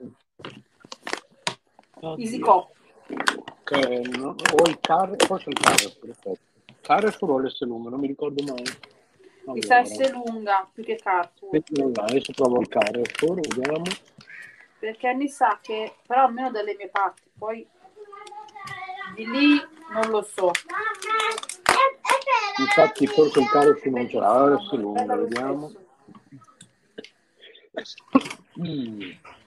Speaker 12: Easy Cop.
Speaker 14: Che no, o il Carrefour, forse il Carrefour, aspetta. Carrefour o l'S lunga, non mi ricordo mai.
Speaker 12: Mi sa
Speaker 14: Allora,
Speaker 12: essere lunga più che Carrefour.
Speaker 14: vediamo là, adesso provo il Carrefour, vediamo.
Speaker 12: Perché mi sa che, però almeno dalle mie parti, poi di lì non lo so.
Speaker 14: Infatti forse il Carrefour non ce l'ha, allora l'S lunga, vediamo. Mm.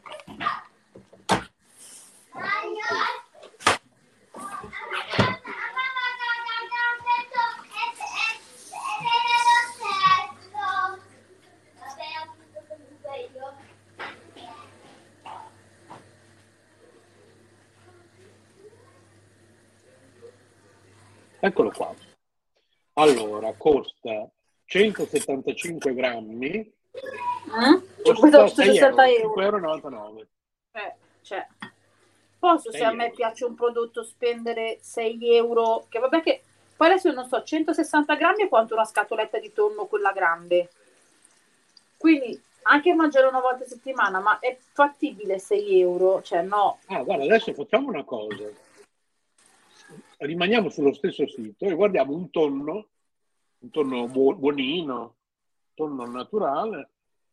Speaker 14: Eccolo qua. Allora, costa centosettantacinque grammi,
Speaker 12: Mm?
Speaker 14: costa sei
Speaker 12: centosessanta
Speaker 14: euro,
Speaker 12: euro.
Speaker 14: cinque e novantanove.
Speaker 12: Eh, cioè, posso se
Speaker 14: sei
Speaker 12: a me
Speaker 14: euro.
Speaker 12: piace un prodotto spendere sei euro, che vabbè che poi adesso non so, centosessanta grammi è quanto una scatoletta di tonno quella grande. Quindi anche mangiare una volta a settimana, ma è fattibile sei euro? Cioè no.
Speaker 14: Ah, guarda, adesso facciamo una cosa. Rimaniamo sullo stesso sito e guardiamo un tonno, un tonno buo- buonino, tonno naturale.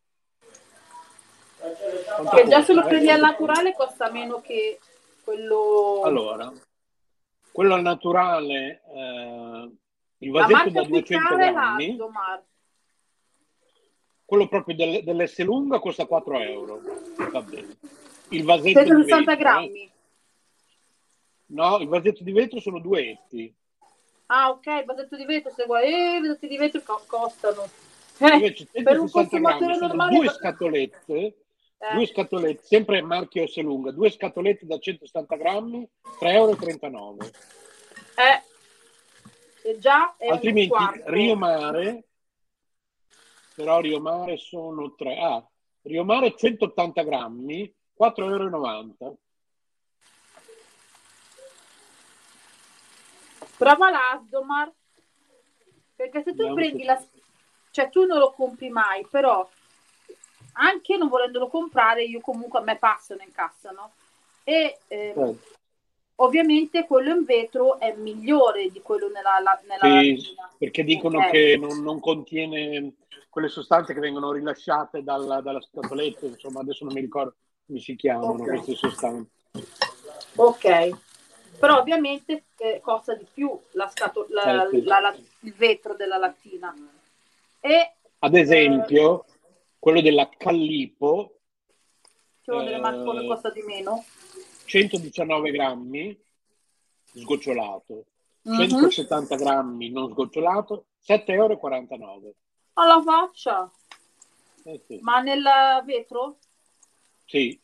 Speaker 14: Quanto
Speaker 12: Che già
Speaker 14: costa?
Speaker 12: se lo
Speaker 14: Eh,
Speaker 12: prendi al
Speaker 14: quanto-
Speaker 12: naturale costa meno che quello...
Speaker 14: Allora, quello al naturale, eh, il
Speaker 12: la
Speaker 14: vasetto
Speaker 12: marca
Speaker 14: da
Speaker 12: più
Speaker 14: duecento
Speaker 12: cara è
Speaker 14: grammi,
Speaker 12: l'Aldomar.
Speaker 14: quello proprio del- dell'S lunga costa quattro euro. Va bene. Il vasetto di
Speaker 12: centosessanta
Speaker 14: vetro, eh.
Speaker 12: grammi.
Speaker 14: No, il vasetto di vetro sono due etti.
Speaker 12: Ah, ok, il vasetto di vetro, se vuoi, eh, i vasetti di vetro co- costano. Eh,
Speaker 14: Invece
Speaker 12: per un
Speaker 14: centosessanta
Speaker 12: consumatore
Speaker 14: grammi sono
Speaker 12: normale...
Speaker 14: due scatolette,
Speaker 12: Eh.
Speaker 14: due scatolette, sempre marchio S lunga, due scatolette da centosettanta grammi, tre euro e trentanove.
Speaker 12: Eh, e già è un
Speaker 14: Altrimenti
Speaker 12: quarto.
Speaker 14: Rio Mare, però Rio Mare sono tre. Ah, Rio Mare centottanta grammi, quattro euro e novanta.
Speaker 12: Prova l'Asdomar, perché se tu
Speaker 14: Vediamo
Speaker 12: prendi
Speaker 14: se-
Speaker 12: la... cioè tu non lo compri mai, però anche non volendolo comprare, io comunque a me passano in cassa, no? E ehm,
Speaker 14: Certo.
Speaker 12: ovviamente quello in vetro è migliore di quello nella, la- nella
Speaker 14: Sì,
Speaker 12: lattina.
Speaker 14: perché dicono
Speaker 12: Ok.
Speaker 14: che non, non contiene quelle sostanze che vengono rilasciate dalla, dalla scatoletta, insomma adesso non mi ricordo come si chiamano
Speaker 12: Ok.
Speaker 14: queste sostanze.
Speaker 12: Ok, però ovviamente eh, costa di più la scato- la-
Speaker 14: Eh, sì.
Speaker 12: la- la- il vetro della lattina. E
Speaker 14: Ad esempio, quello della Callipo,
Speaker 12: c'è una delle marche come
Speaker 14: eh,
Speaker 12: costa di meno.
Speaker 14: centodiciannove grammi sgocciolato,
Speaker 12: Mhm.
Speaker 14: centosettanta grammi non sgocciolato, sette euro e quarantanove.
Speaker 12: Alla faccia,
Speaker 14: Eh sì.
Speaker 12: ma nel vetro?
Speaker 14: Sì.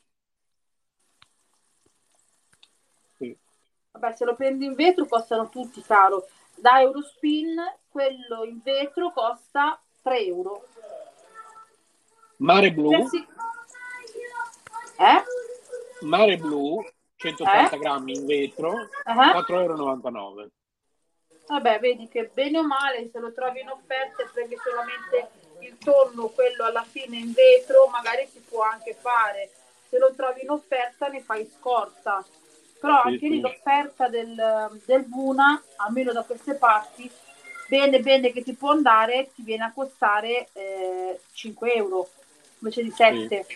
Speaker 14: Sì.
Speaker 12: Vabbè, se lo prendi in vetro costano tutti caro. Da Eurospin quello in vetro costa tre euro.
Speaker 14: Mare Blu,
Speaker 12: Cioè, sì. Eh?
Speaker 14: Mare Blu, centottanta
Speaker 12: Eh?
Speaker 14: grammi in vetro,
Speaker 12: Ah.
Speaker 14: quattro euro e novantanove.
Speaker 12: Vabbè, vedi che bene o male se lo trovi in offerta e prendi solamente il tonno, quello alla fine in vetro, magari si può anche fare. Se lo trovi in offerta ne fai scorta. Però
Speaker 14: Sì,
Speaker 12: anche
Speaker 14: sì.
Speaker 12: lì l'offerta del, del Vuna, almeno da queste parti, bene bene che ti può andare, ti viene a costare eh, cinque euro invece di sette.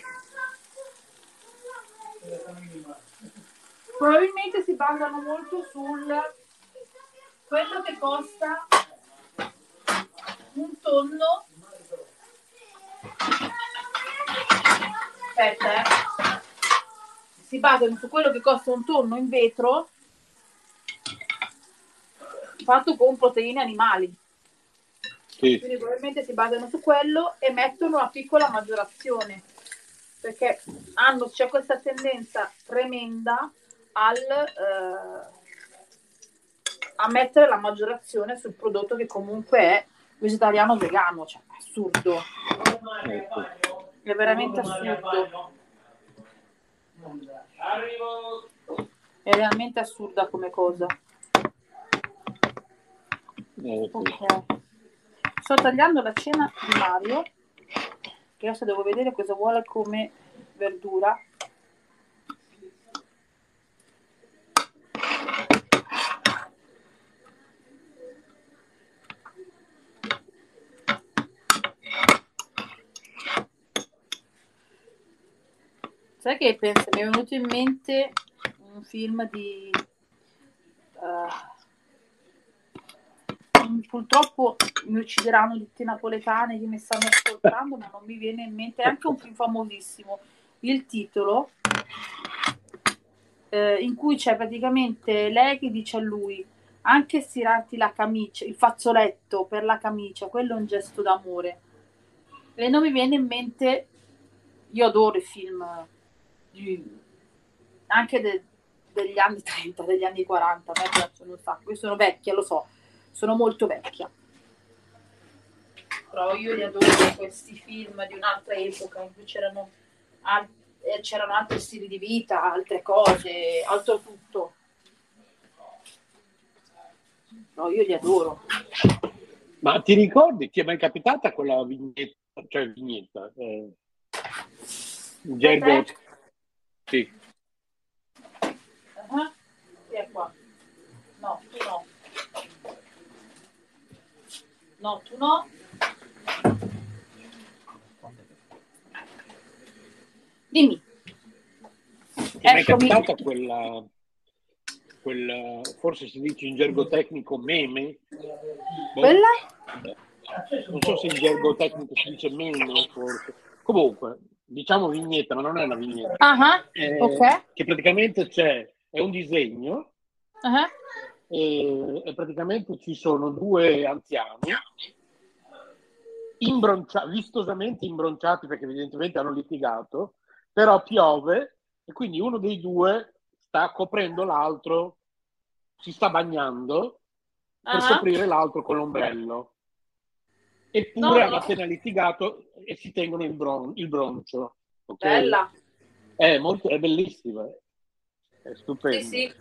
Speaker 12: Probabilmente si basano molto sul quello che costa un tonno. Aspetta, eh. Si basano su quello che costa un tonno in vetro fatto con proteine animali.
Speaker 14: Sì.
Speaker 12: Quindi probabilmente si basano su quello e mettono una piccola maggiorazione, perché hanno, c'è questa tendenza tremenda al eh, a mettere la maggiorazione sul prodotto che comunque è vegetariano o vegano, cioè è assurdo, è veramente assurdo, è realmente assurda come cosa.
Speaker 14: Eh, sì.
Speaker 12: Ok. Sto tagliando la cena di Mario, che adesso devo vedere cosa vuole come verdura. Sai che penso, mi è venuto in mente un film di uh, purtroppo mi uccideranno tutti i napoletani che mi stanno ascoltando, ma non mi viene in mente, è anche un film famosissimo, il titolo eh, in cui c'è praticamente lei che dice a lui: anche stirarti la camicia, il fazzoletto per la camicia, quello è un gesto d'amore. E non mi viene in mente, io adoro i film di, anche de, degli anni trenta, degli anni quaranta, a me piacciono un sacco, io sono vecchia, lo so, sono molto vecchia, però io li adoro questi film di un'altra epoca in cui c'erano, al- eh, c'erano altri stili di vita, altre cose, altro tutto. No, io li adoro.
Speaker 14: Ma ti ricordi, ti è mai capitata quella vignetta, cioè vignetta, eh, in gergo? Sì.
Speaker 12: Uh-huh. Chi è qua? No, tu no. No, tu no. Dimmi.
Speaker 14: Ti è mai
Speaker 12: Eccomi.
Speaker 14: capitata quella, quella, forse si dice in gergo tecnico, meme? Boh.
Speaker 12: Quella?
Speaker 14: Non so se in gergo tecnico si dice meme, forse. Comunque, diciamo vignetta, ma non è una vignetta.
Speaker 12: Ah,
Speaker 14: Eh,
Speaker 12: ok.
Speaker 14: Che praticamente c'è, è un disegno,
Speaker 12: Ah,
Speaker 14: e, e praticamente ci sono due anziani imbroncia- vistosamente imbronciati, perché evidentemente hanno litigato, però piove e quindi uno dei due sta coprendo l'altro, si sta bagnando per
Speaker 12: Ah.
Speaker 14: coprire l'altro con l'ombrello. Eppure
Speaker 12: No, no.
Speaker 14: hanno appena litigato e si tengono il, bron- il broncio. Ok?
Speaker 12: Bella.
Speaker 14: È, molto, è bellissima, è stupenda.
Speaker 12: Sì, sì.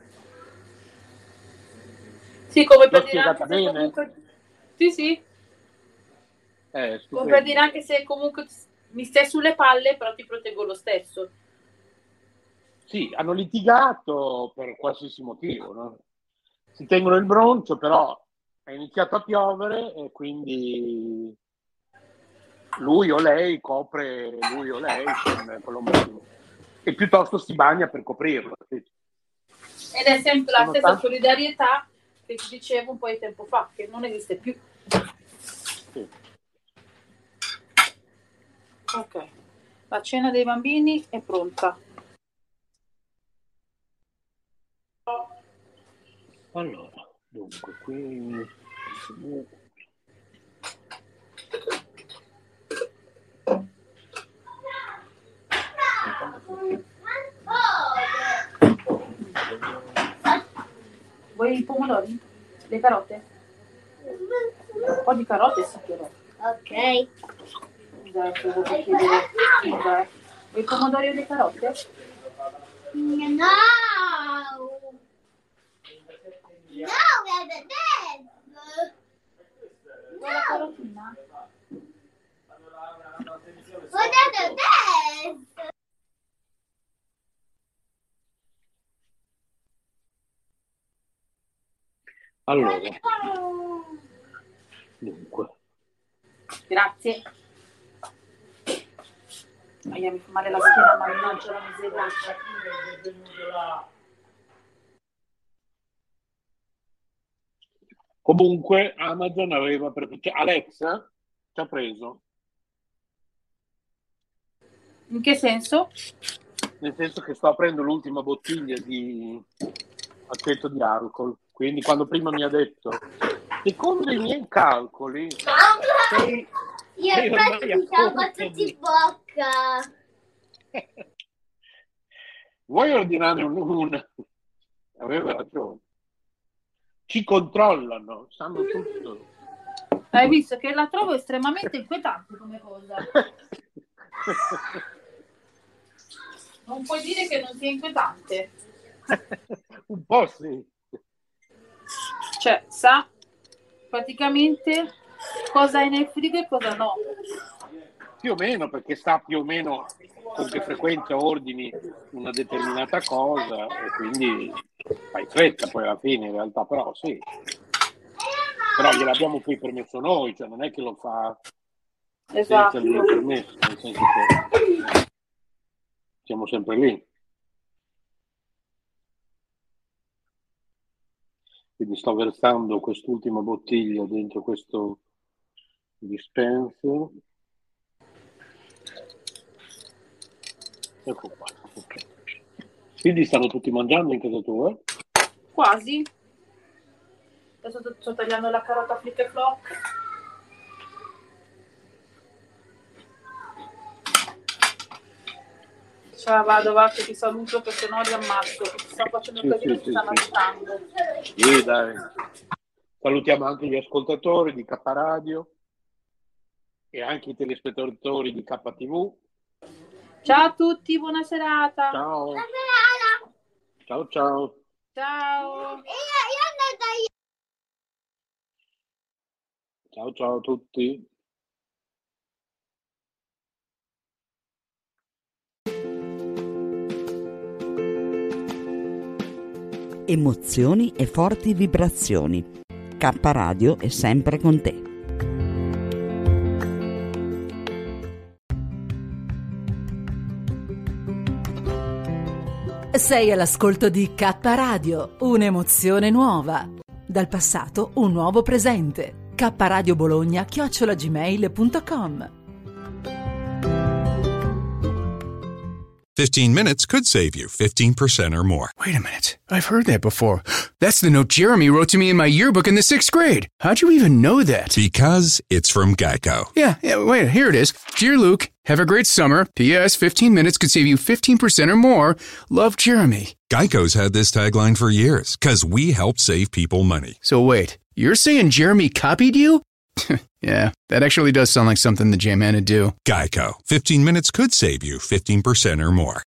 Speaker 12: Sì, come per
Speaker 14: L'ho
Speaker 12: dire anche
Speaker 14: spiegata
Speaker 12: se
Speaker 14: bene?
Speaker 12: comunque... Sì, sì.
Speaker 14: È
Speaker 12: Come
Speaker 14: stupenda.
Speaker 12: per dire anche se comunque mi stai sulle palle, però ti proteggo lo stesso.
Speaker 14: Sì, hanno litigato per qualsiasi motivo, no? Si tengono il broncio, però è iniziato a piovere e quindi lui o lei copre lui o lei con, con l'ombrello e piuttosto si bagna per coprirlo. Sì.
Speaker 12: Ed è sempre la
Speaker 14: Sono
Speaker 12: stessa
Speaker 14: tanti-
Speaker 12: solidarietà che ti dicevo un po' di tempo fa, che non esiste più.
Speaker 14: Sì.
Speaker 12: Ok, la cena dei bambini è pronta.
Speaker 14: Allora, dunque, qui...
Speaker 12: Vuoi i pomodori? Le carote? Un po' di carote sì però.
Speaker 13: Ok.
Speaker 12: Dai, che devo chiedere. Dai. Vuoi i pomodori o le carote?
Speaker 13: No! No, guarda adesso!
Speaker 12: Vuoi la carotina?
Speaker 13: Guardate adesso!
Speaker 14: Allora, dunque,
Speaker 12: Grazie. Aia, mi fa male la schiena, ma mi mangio la miseria.
Speaker 14: comunque Amazon aveva pre- cioè, Alexa ci ha preso,
Speaker 12: In che senso?
Speaker 14: nel senso che sto aprendo l'ultima bottiglia di aceto di alcol, quindi quando prima mi ha detto secondo i miei calcoli sei,
Speaker 13: Io
Speaker 14: sei ormai
Speaker 13: infatti
Speaker 14: a
Speaker 13: mi siamo
Speaker 14: punto
Speaker 13: battuti
Speaker 14: di-
Speaker 13: in bocca.
Speaker 14: vuoi ordinare un, un... aveva ragione, ci controllano, sanno tutto.
Speaker 12: Hai visto che la trovo estremamente inquietante come cosa. Non puoi dire che non sia inquietante.
Speaker 14: Un po' sì.
Speaker 12: Cioè, sa praticamente cosa è nel frigo e cosa no.
Speaker 14: Più o meno, perché sa più o meno con che frequenza ordini una determinata cosa e quindi fai fretta poi alla fine in realtà, però sì. Però gliel'abbiamo qui permesso noi, cioè non è che lo fa
Speaker 12: Esatto.
Speaker 14: senza il mio permesso, nel senso che siamo sempre lì. Quindi sto versando quest'ultima bottiglia dentro questo dispenser. Ecco qua. Okay. Quindi stanno tutti mangiando in casa tua?
Speaker 12: Quasi. Adesso sto, sto tagliando la carota flick e flock. Ciao, vado, va, che ti saluto, che se no li ammazzo, che ti stanno facendo
Speaker 14: Sì,
Speaker 12: casino e
Speaker 14: sì,
Speaker 12: ti
Speaker 14: sì,
Speaker 12: stanno
Speaker 14: sì.
Speaker 12: aiutando.
Speaker 14: Sì, dai. Salutiamo anche gli ascoltatori di K Radio e anche i telespettatori di K T V.
Speaker 12: Ciao a tutti, buona serata.
Speaker 14: Ciao. Ciao ciao.
Speaker 12: Ciao.
Speaker 13: Io, io andata io.
Speaker 14: Ciao ciao a tutti.
Speaker 6: Emozioni e forti vibrazioni. K Radio è sempre con te.
Speaker 8: Sei all'ascolto di K Radio, un'emozione nuova. Dal passato un nuovo presente. K Radio Bologna chiocciola gmail punto com.
Speaker 18: fifteen minutes could save you fifteen percent or more.
Speaker 19: Wait a minute. I've heard that before. That's the note Jeremy wrote to me in my yearbook in the sixth grade. How'd you even know that?
Speaker 18: Because it's from Geico.
Speaker 19: Yeah, yeah, wait, here it is. Dear Luke, have a great summer. P S fifteen minutes could save you fifteen percent or more. Love, Jeremy.
Speaker 18: Geico's had this tagline for years, because we help save people money.
Speaker 19: So wait, you're saying Jeremy copied you? Yeah, that actually does sound like something the J-Man would do.
Speaker 18: Geico. fifteen minutes could save you fifteen percent or more.